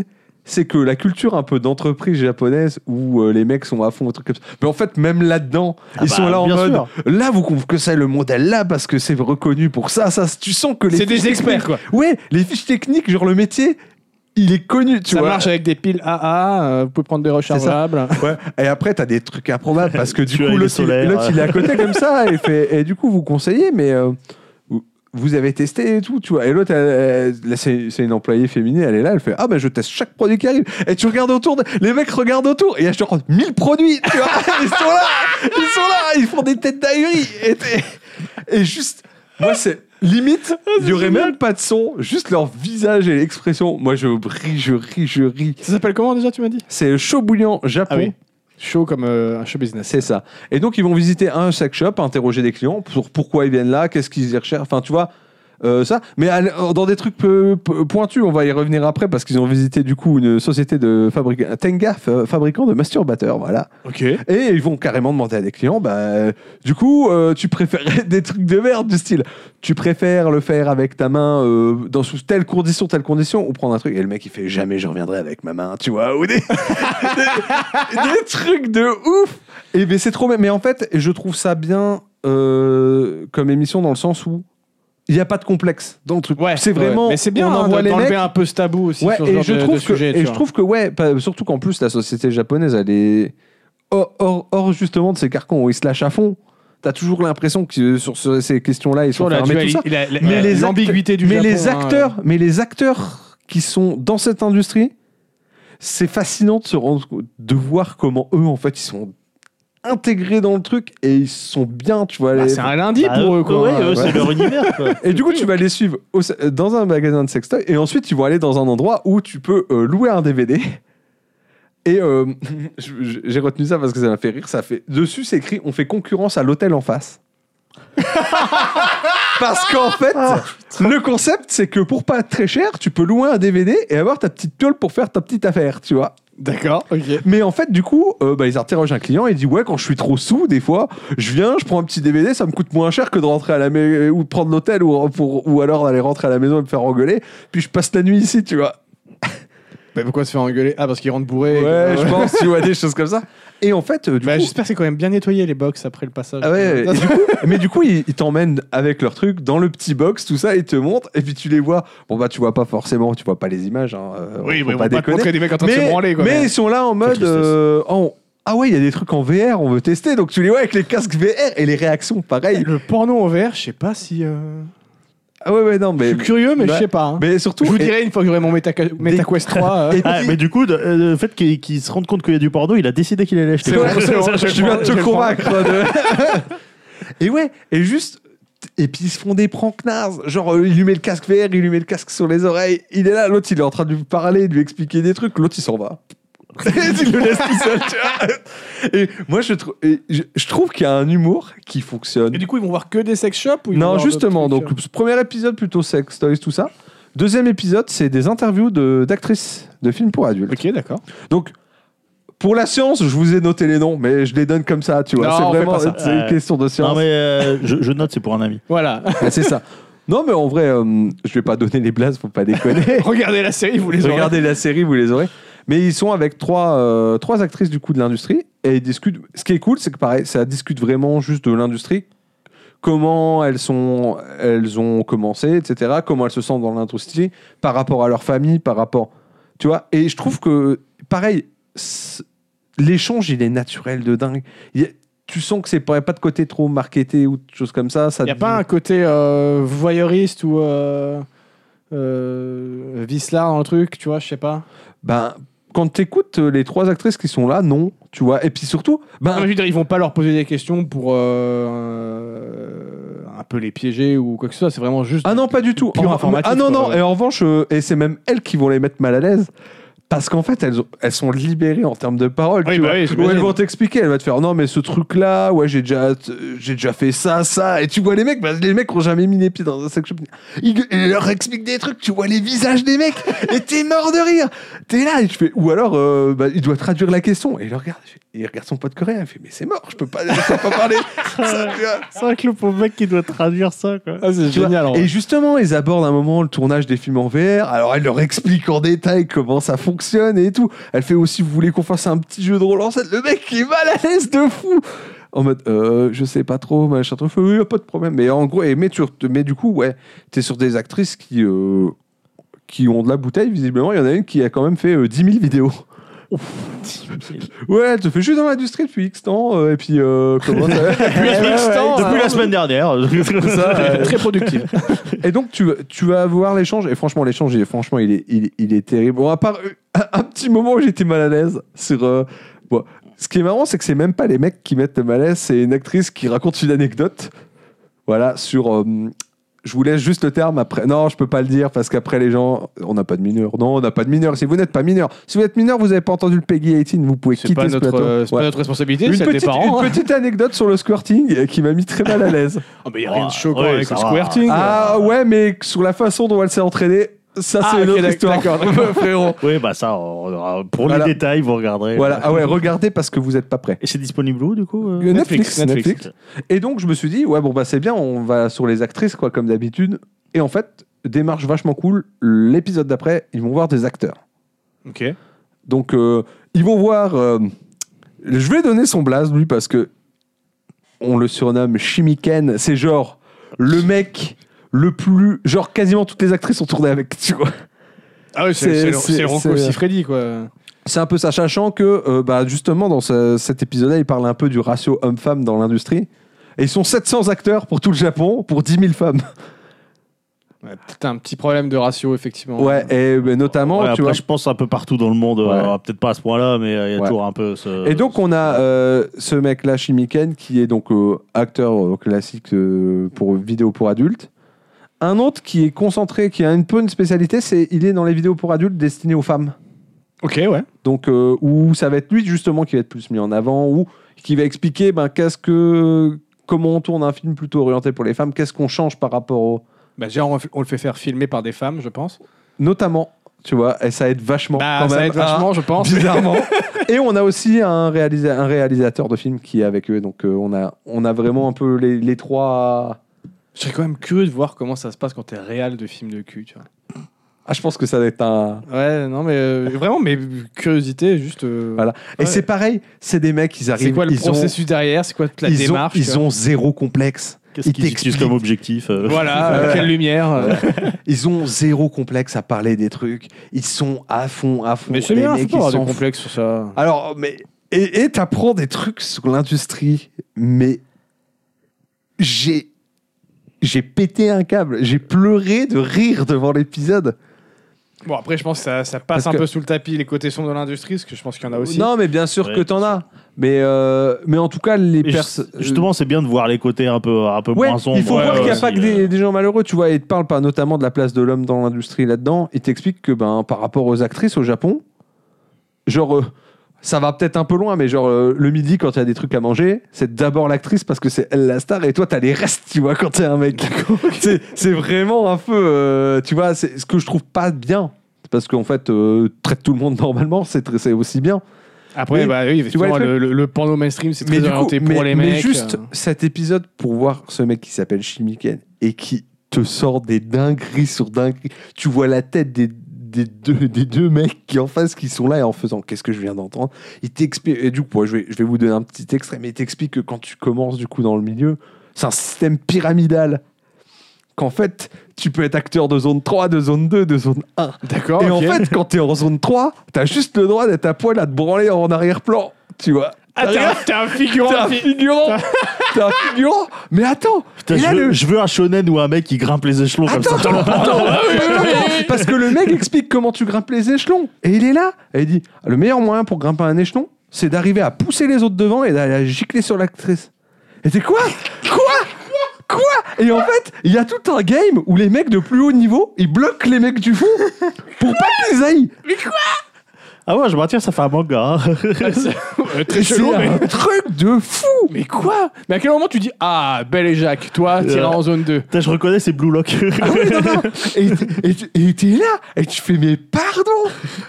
[SPEAKER 2] c'est que la culture un peu d'entreprise japonaise où euh, les mecs sont à fond, un truc comme ça. Mais en fait, même là-dedans,
[SPEAKER 3] Ah
[SPEAKER 2] ils
[SPEAKER 3] bah,
[SPEAKER 2] sont là en
[SPEAKER 3] bien
[SPEAKER 2] mode
[SPEAKER 3] sûr.
[SPEAKER 2] là, vous comprenez que c'est le modèle là parce que c'est reconnu pour ça. ça tu sens que les
[SPEAKER 1] C'est
[SPEAKER 2] fiches
[SPEAKER 1] des experts,
[SPEAKER 2] techniques-
[SPEAKER 1] quoi.
[SPEAKER 2] Ouais, les fiches techniques, genre le métier, il est connu. Tu
[SPEAKER 1] Ça
[SPEAKER 2] vois.
[SPEAKER 1] marche avec des piles A A, euh, vous pouvez prendre des rechargeables.
[SPEAKER 2] Ouais. Et après, t'as des trucs improbables parce que du
[SPEAKER 3] Tu as
[SPEAKER 2] coup,
[SPEAKER 3] les
[SPEAKER 2] l'autre, il,
[SPEAKER 3] solaires.
[SPEAKER 2] l'autre, il est à côté comme ça et, fait, et du coup, vous conseillez, mais euh, vous- vous avez testé et tout, tu vois. Et l'autre, elle- elle- là, c'est, c'est une employée féminine, elle est là, elle fait ah ben je teste chaque produit qui arrive. Et tu regardes autour, de- les mecs regardent autour et il y a genre mille produits, tu vois. Ils sont là, ils sont là, ils font des têtes d'ahurie. Et, t'es- et juste, moi, c'est limite, il y aurait même pas de son, juste leur visage et l'expression. Moi, je ris, je ris, je ris.
[SPEAKER 1] Ça s'appelle comment déjà, tu m'as dit?
[SPEAKER 2] C'est Chaud Bouillant Japon.
[SPEAKER 1] Ah oui. Show comme euh, un show business.
[SPEAKER 2] C'est ça. Et donc, ils vont visiter un sex shop, interroger des clients sur pourquoi ils viennent là, qu'est-ce qu'ils y recherchent. Enfin, tu vois, euh, ça. Mais à- dans des trucs peu, peu pointus, on va y revenir après parce qu'ils ont visité du coup une société de fabricants, Tenga, fa- fabricant de masturbateurs, voilà.
[SPEAKER 1] Ok.
[SPEAKER 2] Et ils vont carrément demander à des clients, bah, euh, du coup, euh, tu préférais des trucs de merde du style, tu préfères le faire avec ta main euh, dans sous telle condition, telle condition, ou prendre un truc. Et le mec, il fait jamais je reviendrai avec ma main, tu vois, ou des, des, des trucs de ouf. Et ben, c'est trop bien. Mais en fait, je trouve ça bien euh, comme émission dans le sens où il n'y a pas de complexe dans le truc.
[SPEAKER 1] Ouais,
[SPEAKER 2] c'est
[SPEAKER 1] ouais,
[SPEAKER 2] vraiment.
[SPEAKER 1] ouais. Mais c'est bien
[SPEAKER 2] on
[SPEAKER 1] hein,
[SPEAKER 2] envoie les
[SPEAKER 1] d'enlever
[SPEAKER 2] mecs.
[SPEAKER 1] un peu ce tabou aussi
[SPEAKER 2] Ouais,
[SPEAKER 1] sur ce
[SPEAKER 2] et
[SPEAKER 1] genre
[SPEAKER 2] je
[SPEAKER 1] de,
[SPEAKER 2] trouve
[SPEAKER 1] de
[SPEAKER 2] que,
[SPEAKER 1] sujet. tu
[SPEAKER 2] et je
[SPEAKER 1] vois.
[SPEAKER 2] trouve que ouais, pas- surtout qu'en plus la société japonaise, elle est hors, hors, hors justement de ces carcans où ils se lâchent à fond. T'as toujours l'impression que sur ce- ces questions-là, ils sont
[SPEAKER 1] Sur la
[SPEAKER 2] fermés tout ça.
[SPEAKER 1] duali- la- la-
[SPEAKER 2] Mais
[SPEAKER 1] la-
[SPEAKER 2] les
[SPEAKER 1] l'ambiguïté du
[SPEAKER 2] mais
[SPEAKER 1] Japon.
[SPEAKER 2] les
[SPEAKER 1] hein,
[SPEAKER 2] acteurs, mais les acteurs qui sont dans cette industrie, c'est fascinant de se rendre compte- de voir comment eux en fait ils sont intégrés dans le truc et ils sont bien, tu vois.
[SPEAKER 1] bah,
[SPEAKER 2] les-
[SPEAKER 1] c'est un lundi
[SPEAKER 3] Bah,
[SPEAKER 1] pour eux, quoi.
[SPEAKER 3] ouais,
[SPEAKER 1] hein.
[SPEAKER 3] eux, c'est
[SPEAKER 2] Ouais.
[SPEAKER 3] leur univers, quoi.
[SPEAKER 2] Et du coup, tu vas les suivre au- dans un magasin de sextoy et ensuite, ils vont aller dans un endroit où tu peux euh, louer un D V D. Et euh, je- je- j'ai retenu ça parce que ça m'a fait rire. Ça fait dessus, c'est écrit on fait concurrence à l'hôtel en face. Parce qu'en fait, le concept, c'est que pour pas être très cher, tu peux louer un D V D et avoir ta petite piole pour faire ta petite affaire, tu vois.
[SPEAKER 1] D'accord, ok.
[SPEAKER 2] Mais en fait, du coup, euh, bah, ils interrogent un client et il dit ouais, quand je suis trop sous, des fois, je viens, je prends un petit D V D, ça me coûte moins cher que de rentrer à la maison ou de prendre l'hôtel ou, pour, ou alors d'aller rentrer à la maison et me faire engueuler. Puis je passe la nuit ici, tu vois.
[SPEAKER 1] Bah, pourquoi se faire engueuler? Ah, parce qu'ils rentrent bourrés. et
[SPEAKER 2] Ouais,
[SPEAKER 1] que-
[SPEAKER 2] je pense, tu vois, des choses comme ça. Et en fait, euh, du
[SPEAKER 1] Bah,
[SPEAKER 2] coup.
[SPEAKER 1] j'espère que c'est quand même bien nettoyé les box après le passage.
[SPEAKER 2] Ah ouais, et du coup, mais du coup, ils, ils t'emmènent avec leur truc dans le petit box, tout ça, ils te montrent, et puis tu les vois. Bon, bah, tu vois pas forcément, tu vois pas les images. Hein, euh,
[SPEAKER 1] Oui,
[SPEAKER 2] faut
[SPEAKER 1] mais on va pas te
[SPEAKER 2] déconner.
[SPEAKER 1] montrer des mecs en train de
[SPEAKER 2] mais,
[SPEAKER 1] se branler, quoi.
[SPEAKER 2] mais
[SPEAKER 1] mais-
[SPEAKER 2] ils sont là en mode.
[SPEAKER 3] tristesse.
[SPEAKER 2] euh, en- ah ouais, il y a des trucs en V R, on veut tester. Donc tu les vois avec les casques V R et les réactions, pareil.
[SPEAKER 1] Le porno en V R, je sais pas si. euh,
[SPEAKER 2] Ah ouais, ouais, non,
[SPEAKER 1] Je
[SPEAKER 2] mais.
[SPEAKER 1] suis curieux, mais je
[SPEAKER 2] Ouais.
[SPEAKER 1] sais pas. hein.
[SPEAKER 2] Mais surtout.
[SPEAKER 1] Je vous
[SPEAKER 2] et-
[SPEAKER 1] dirai une fois que j'aurai mon Meta- MetaQuest trois. euh,
[SPEAKER 2] et
[SPEAKER 3] Ah,
[SPEAKER 2] puis-
[SPEAKER 3] mais du coup, de- euh, le fait qu'il qu'il se rende compte qu'il y a du porno, il a décidé qu'il allait acheter.
[SPEAKER 1] C'est vrai, c'est vrai,
[SPEAKER 2] je
[SPEAKER 1] je
[SPEAKER 2] viens
[SPEAKER 1] vais
[SPEAKER 2] de
[SPEAKER 1] le
[SPEAKER 2] te
[SPEAKER 1] prendre,
[SPEAKER 2] convaincre. de- et ouais, et juste. Et puis ils se font des pranks nazes. Genre, euh, il lui met le casque V R, il lui met le casque sur les oreilles. Il est là, l'autre il est en train de lui parler, de lui expliquer des trucs. L'autre il s'en va. il le laisse tout seul, tu vois. Et moi je, trou- et je, je trouve qu'il y a un humour qui fonctionne.
[SPEAKER 1] Et du coup, ils vont voir que des sex shops ou ils vont
[SPEAKER 2] Non,
[SPEAKER 1] voir
[SPEAKER 2] justement.
[SPEAKER 1] d'autres
[SPEAKER 2] Donc,
[SPEAKER 1] trucs,
[SPEAKER 2] ce premier épisode plutôt sex toys, tout ça. Deuxième épisode, c'est des interviews de- d'actrices de films pour adultes.
[SPEAKER 1] euh. Ok, d'accord.
[SPEAKER 2] Donc, pour la science, je vous ai noté les noms, mais je les donne comme ça, tu vois.
[SPEAKER 1] Non,
[SPEAKER 2] C'est
[SPEAKER 1] on fait
[SPEAKER 2] vraiment
[SPEAKER 1] pas ça.
[SPEAKER 2] c'est une
[SPEAKER 3] Ouais.
[SPEAKER 2] question de science.
[SPEAKER 3] Non, mais euh, je, je note, c'est pour un ami.
[SPEAKER 1] Voilà.
[SPEAKER 2] Ouais, c'est ça. Non, mais en vrai, euh, je vais pas donner les blases, faut pas déconner.
[SPEAKER 1] Regardez la série, vous les aurez.
[SPEAKER 2] Regardez la série, vous les aurez. Mais ils sont avec trois, euh, trois actrices du coup de l'industrie et ils discutent. Ce qui est cool, c'est que pareil, ça discute vraiment juste de l'industrie, comment elles sont, elles ont commencé, et cetera. Comment elles se sentent dans l'industrie par rapport à leur famille, par rapport, tu vois. Et je trouve que pareil, c'est- l'échange il est naturel de dingue. Il y a- tu sens que c'est pas, pas de côté trop marketé ou de choses comme ça. Ça
[SPEAKER 1] Il n'y a pas un côté euh, voyeuriste ou euh, euh, vicelard dans le truc, tu vois, je sais pas.
[SPEAKER 2] Ben, quand tu écoutes les trois actrices qui sont là, non, tu vois. Et puis surtout, ben,
[SPEAKER 1] Non, mais je veux dire, ils vont pas leur poser des questions pour euh, euh, un peu les piéger ou quoi que ce soit. C'est vraiment juste.
[SPEAKER 2] ah non, pas du tout.
[SPEAKER 1] Pur
[SPEAKER 2] En-
[SPEAKER 1] informatif,
[SPEAKER 2] ah non,
[SPEAKER 1] quoi,
[SPEAKER 2] non.
[SPEAKER 1] ouais.
[SPEAKER 2] Et en revanche, euh, et c'est même elles qui vont les mettre mal à l'aise. Parce qu'en fait, elles, ont- elles sont libérées en termes de paroles.
[SPEAKER 1] Oui,
[SPEAKER 2] tu
[SPEAKER 1] bah
[SPEAKER 2] vois.
[SPEAKER 1] oui,
[SPEAKER 2] Où
[SPEAKER 1] j'imagine.
[SPEAKER 2] elles vont t'expliquer. Elles vont te faire non, mais ce truc-là, ouais, j'ai déjà, j'ai déjà fait ça, ça. Et tu vois les mecs, bah, les mecs ont jamais mis les pieds dans un sex shop. Ils, ils leur expliquent des trucs. Tu vois les visages des mecs. Et t'es mort de rire. T'es là. Et tu fais, ou alors, euh, bah, il doit traduire la question. Et il le regarde. il fait- Il regarde son pote coréen. Il fait, mais c'est mort. Je peux pas, je peux pas parler. Ça, tu vois.
[SPEAKER 3] C'est vrai que le pauvre mec qui doit traduire ça, quoi.
[SPEAKER 1] Ah, c'est
[SPEAKER 2] Tu vois.
[SPEAKER 1] génial. en vrai.
[SPEAKER 2] Et justement, ils abordent un moment le tournage des films en V R. Alors, elle leur explique en détail comment ça fonctionne. fonctionne et tout. Elle fait aussi, vous voulez qu'on fasse un petit jeu de rôle en scène? Le mec qui est mal à l'aise de fou. En mode, euh, je sais pas trop, machin, trop. Oui, y a pas de problème. Mais en gros, et, mais, tu, mais du coup, ouais, t'es sur des actrices qui, euh, qui ont de la bouteille, visiblement. Il y en a une qui a quand même fait euh, dix mille vidéos. Ouais, elle te fait juste dans l'industrie depuis X temps, euh, et puis euh, comment ça...
[SPEAKER 3] Depuis X temps, depuis la semaine dernière.
[SPEAKER 2] ça, euh,
[SPEAKER 1] Très productive.
[SPEAKER 2] Et donc tu, tu vas voir l'échange, et franchement l'échange, il est, franchement il est, il, il est terrible. Bon, à part un, un petit moment où j'étais mal à l'aise sur... Euh, bon, ce qui est marrant, c'est que c'est même pas les mecs qui mettent le malaise, c'est une actrice qui raconte une anecdote, voilà, sur... Euh, je vous laisse juste le terme après. Non, je peux pas le dire parce qu'après les gens, on n'a pas de mineur. Non, on n'a pas de mineur. Si vous n'êtes pas mineur, si vous êtes mineur, vous n'avez pas entendu le Peggy dix-huit, vous pouvez
[SPEAKER 1] C'est
[SPEAKER 2] quitter
[SPEAKER 1] pas
[SPEAKER 2] ce
[SPEAKER 1] notre,
[SPEAKER 2] plateau.
[SPEAKER 1] euh, c'est
[SPEAKER 2] Ouais.
[SPEAKER 1] pas notre responsabilité,
[SPEAKER 2] Une
[SPEAKER 1] c'est
[SPEAKER 2] petite,
[SPEAKER 1] des parents.
[SPEAKER 2] une
[SPEAKER 1] hein.
[SPEAKER 2] petite anecdote sur le squirting qui m'a mis très mal à l'aise.
[SPEAKER 1] Oh, mais il n'y a rien de
[SPEAKER 3] Ah,
[SPEAKER 1] choquant
[SPEAKER 3] ouais,
[SPEAKER 1] avec
[SPEAKER 3] ça
[SPEAKER 1] le
[SPEAKER 3] va.
[SPEAKER 1] squirting.
[SPEAKER 2] Ah ouais, mais sur la façon dont elle s'est entraînée, ça
[SPEAKER 1] Ah,
[SPEAKER 2] c'est une
[SPEAKER 1] ok,
[SPEAKER 2] autre histoire.
[SPEAKER 1] d'accord,
[SPEAKER 2] Frérot.
[SPEAKER 3] Oui, bah ça, on aura- pour
[SPEAKER 2] Voilà.
[SPEAKER 3] les détails, vous regarderez.
[SPEAKER 2] Voilà, ah ouais, regardez parce que vous n'êtes pas prêts.
[SPEAKER 3] Et c'est disponible où, du coup euh
[SPEAKER 2] Netflix,
[SPEAKER 1] Netflix,
[SPEAKER 2] Netflix. Et donc je me suis dit, ouais, bon bah c'est bien, on va sur les actrices, quoi, comme d'habitude. Et en fait, démarche vachement cool. L'épisode d'après, ils vont voir des acteurs.
[SPEAKER 1] Ok.
[SPEAKER 2] Donc, euh, ils vont voir. euh, je vais donner son blaze, lui, parce que on le surnomme Chimiken. C'est genre le mec le plus. Genre, quasiment toutes les actrices ont tourné avec, tu vois.
[SPEAKER 1] Ah oui,
[SPEAKER 2] C'est-
[SPEAKER 1] c'est c'est le-
[SPEAKER 2] c'est-
[SPEAKER 1] c'est le Rocco
[SPEAKER 2] c'est-
[SPEAKER 1] Siffredi, quoi.
[SPEAKER 2] C'est un peu ça, sachant que, euh, bah, justement, dans ce- cet épisode-là, il parle un peu du ratio homme-femme dans l'industrie. Et ils sont sept cents acteurs pour tout le Japon, pour dix mille femmes.
[SPEAKER 1] Ouais, peut-être un petit problème de ratio, effectivement.
[SPEAKER 2] Ouais, et bah, notamment,
[SPEAKER 3] Ouais,
[SPEAKER 2] tu
[SPEAKER 3] après,
[SPEAKER 2] vois.
[SPEAKER 3] je pense un peu partout dans le monde,
[SPEAKER 2] Ouais.
[SPEAKER 3] euh, peut-être pas à ce point-là, mais euh, il y a
[SPEAKER 2] Ouais.
[SPEAKER 3] toujours un peu ce...
[SPEAKER 2] Et donc on a euh, ce mec-là, Chimiken, qui est donc euh, acteur euh, classique euh, pour vidéo pour adultes. Un autre qui est concentré, qui a un peu une spécialité, c'est il est dans les vidéos pour adultes destinées aux femmes.
[SPEAKER 1] Ok, ouais.
[SPEAKER 2] Donc euh, où ça va être lui justement qui va être plus mis en avant, ou qui va expliquer ben, qu'est-ce que, comment on tourne un film plutôt orienté pour les femmes, qu'est-ce qu'on change par rapport au...
[SPEAKER 1] Bah, déjà, on, on le fait faire filmer par des femmes, je pense.
[SPEAKER 2] Notamment, tu vois, et ça aide vachement
[SPEAKER 1] Bah,
[SPEAKER 2] quand
[SPEAKER 1] ça
[SPEAKER 2] même.
[SPEAKER 1] aide vachement,
[SPEAKER 2] Ah,
[SPEAKER 1] je pense.
[SPEAKER 2] bizarrement. Et on a aussi un, réalisa- un réalisateur de film qui est avec eux. Donc euh, on, a, on a vraiment un peu les, les trois.
[SPEAKER 1] Je serais quand même curieux de voir comment ça se passe quand t'es réal de film de cul, tu vois.
[SPEAKER 2] Ah, je pense que ça va être un.
[SPEAKER 1] Ouais, non, mais euh, vraiment, mais curiosité, juste. euh,
[SPEAKER 2] Voilà. Et
[SPEAKER 1] ouais.
[SPEAKER 2] c'est pareil, c'est des mecs, ils arrivent.
[SPEAKER 1] C'est quoi le
[SPEAKER 2] ils
[SPEAKER 1] processus derrière? C'est quoi toute la
[SPEAKER 2] ont, ils
[SPEAKER 1] démarche?
[SPEAKER 2] ont,
[SPEAKER 1] tu
[SPEAKER 2] ils
[SPEAKER 1] vois
[SPEAKER 2] ont zéro complexe.
[SPEAKER 3] Qu'est-ce
[SPEAKER 2] Ils
[SPEAKER 3] qu'ils utilisent
[SPEAKER 2] t'expliquent.
[SPEAKER 3] comme objectif euh
[SPEAKER 1] Voilà, euh,
[SPEAKER 2] Ouais.
[SPEAKER 1] quelle lumière. euh.
[SPEAKER 2] Ils ont zéro complexe à parler des trucs. Ils sont à fond, à fond.
[SPEAKER 1] Mais c'est
[SPEAKER 2] Les
[SPEAKER 1] bien, faut
[SPEAKER 2] mecs,
[SPEAKER 1] pas
[SPEAKER 2] ils
[SPEAKER 1] avoir de
[SPEAKER 2] s'en
[SPEAKER 1] complexe sur ça.
[SPEAKER 2] Alors, mais. Et et t'apprends des trucs sur l'industrie, mais. J'ai. J'ai pété un câble. J'ai pleuré de rire devant l'épisode.
[SPEAKER 1] Bon, après, je pense que ça, ça passe
[SPEAKER 2] Parce
[SPEAKER 1] un
[SPEAKER 2] que-
[SPEAKER 1] peu sous le tapis les côtés sombres de l'industrie, parce que je pense qu'il y en a aussi.
[SPEAKER 2] Non, mais bien sûr
[SPEAKER 3] Ouais,
[SPEAKER 2] que t'en as. Mais, euh, mais en tout cas, les
[SPEAKER 3] Mais
[SPEAKER 2] personnes.
[SPEAKER 3] ju- Justement, c'est bien de voir les côtés un peu, un peu
[SPEAKER 2] Ouais,
[SPEAKER 3] moins sombres.
[SPEAKER 2] il faut
[SPEAKER 1] ouais,
[SPEAKER 2] voir qu'il n'y a
[SPEAKER 3] aussi,
[SPEAKER 2] pas que
[SPEAKER 3] euh.
[SPEAKER 2] des, des gens malheureux, tu vois. Il te parle pas notamment de la place de l'homme dans l'industrie là-dedans. Il t'explique que ben, par rapport aux actrices au Japon, genre, euh, ça va peut-être un peu loin, mais genre, euh, le midi, quand il y a des trucs à manger, c'est d'abord l'actrice parce que c'est elle la star et toi, t'as les restes, tu vois, quand t'es un mec. c'est, c'est vraiment un peu, euh, tu vois, c'est ce que je trouve pas bien. Parce qu'en fait, euh, traite tout le monde normalement, c'est, très- c'est aussi bien.
[SPEAKER 1] Après,
[SPEAKER 2] Oui,
[SPEAKER 1] bah oui,
[SPEAKER 2] tu vois
[SPEAKER 1] effectivement,
[SPEAKER 2] le
[SPEAKER 1] le, le, le porno mainstream, c'est très
[SPEAKER 2] du coup,
[SPEAKER 1] orienté pour
[SPEAKER 2] mais,
[SPEAKER 1] les
[SPEAKER 2] mais
[SPEAKER 1] mecs.
[SPEAKER 2] juste
[SPEAKER 1] euh.
[SPEAKER 2] cet épisode pour voir ce mec qui s'appelle Chimiken et qui te sort des dingueries sur dingueries. Tu vois la tête des, des, deux, des deux mecs qui en face qui sont là et en faisant qu'est-ce que je viens d'entendre. Il t'explique, et du coup, je vais, je vais vous donner un petit extrait, mais il t'explique que quand tu commences du coup dans le milieu, c'est un système pyramidal. Qu'en fait, tu peux être acteur de zone trois, de zone deux, de zone un.
[SPEAKER 1] D'accord.
[SPEAKER 2] Et
[SPEAKER 1] ok.
[SPEAKER 2] en fait, quand t'es en zone trois, t'as juste le droit d'être à poil à te branler en arrière-plan. Tu vois.
[SPEAKER 1] Ah, t'es un, t'es un figurant.
[SPEAKER 2] T'es un figurant. T'es un figurant. Mais attends.
[SPEAKER 3] Putain,
[SPEAKER 2] et
[SPEAKER 3] je,
[SPEAKER 2] là,
[SPEAKER 3] veux,
[SPEAKER 2] le-
[SPEAKER 3] je veux un shonen ou un mec qui grimpe les échelons comme
[SPEAKER 2] Attends,
[SPEAKER 3] ça.
[SPEAKER 2] attends, attends, attends, parce que le mec explique comment tu grimpes les échelons. Et il est là. Et il dit, le meilleur moyen pour grimper un échelon, c'est d'arriver à pousser les autres devant et d'aller gicler sur l'actrice. Et t'es quoi? Quoi? Quoi? Et en fait, il y a tout un game où les mecs de plus haut niveau, ils bloquent les mecs du fond pour pas qu'ils aillent.
[SPEAKER 3] Ah ouais, je maintiens, ça fait un manga. hein.
[SPEAKER 1] Euh, très
[SPEAKER 2] C'est
[SPEAKER 1] chelou, mais...
[SPEAKER 2] un truc de fou.
[SPEAKER 1] mais quoi? Mais à quel moment tu dis ah, Belle et Jacques, toi, t'iras
[SPEAKER 3] Euh.
[SPEAKER 1] en zone deux?
[SPEAKER 3] Putain, je reconnais, c'est Blue Lock.
[SPEAKER 2] Ah oui, non, non. Et, et, et t'es là, et tu fais, mais pardon.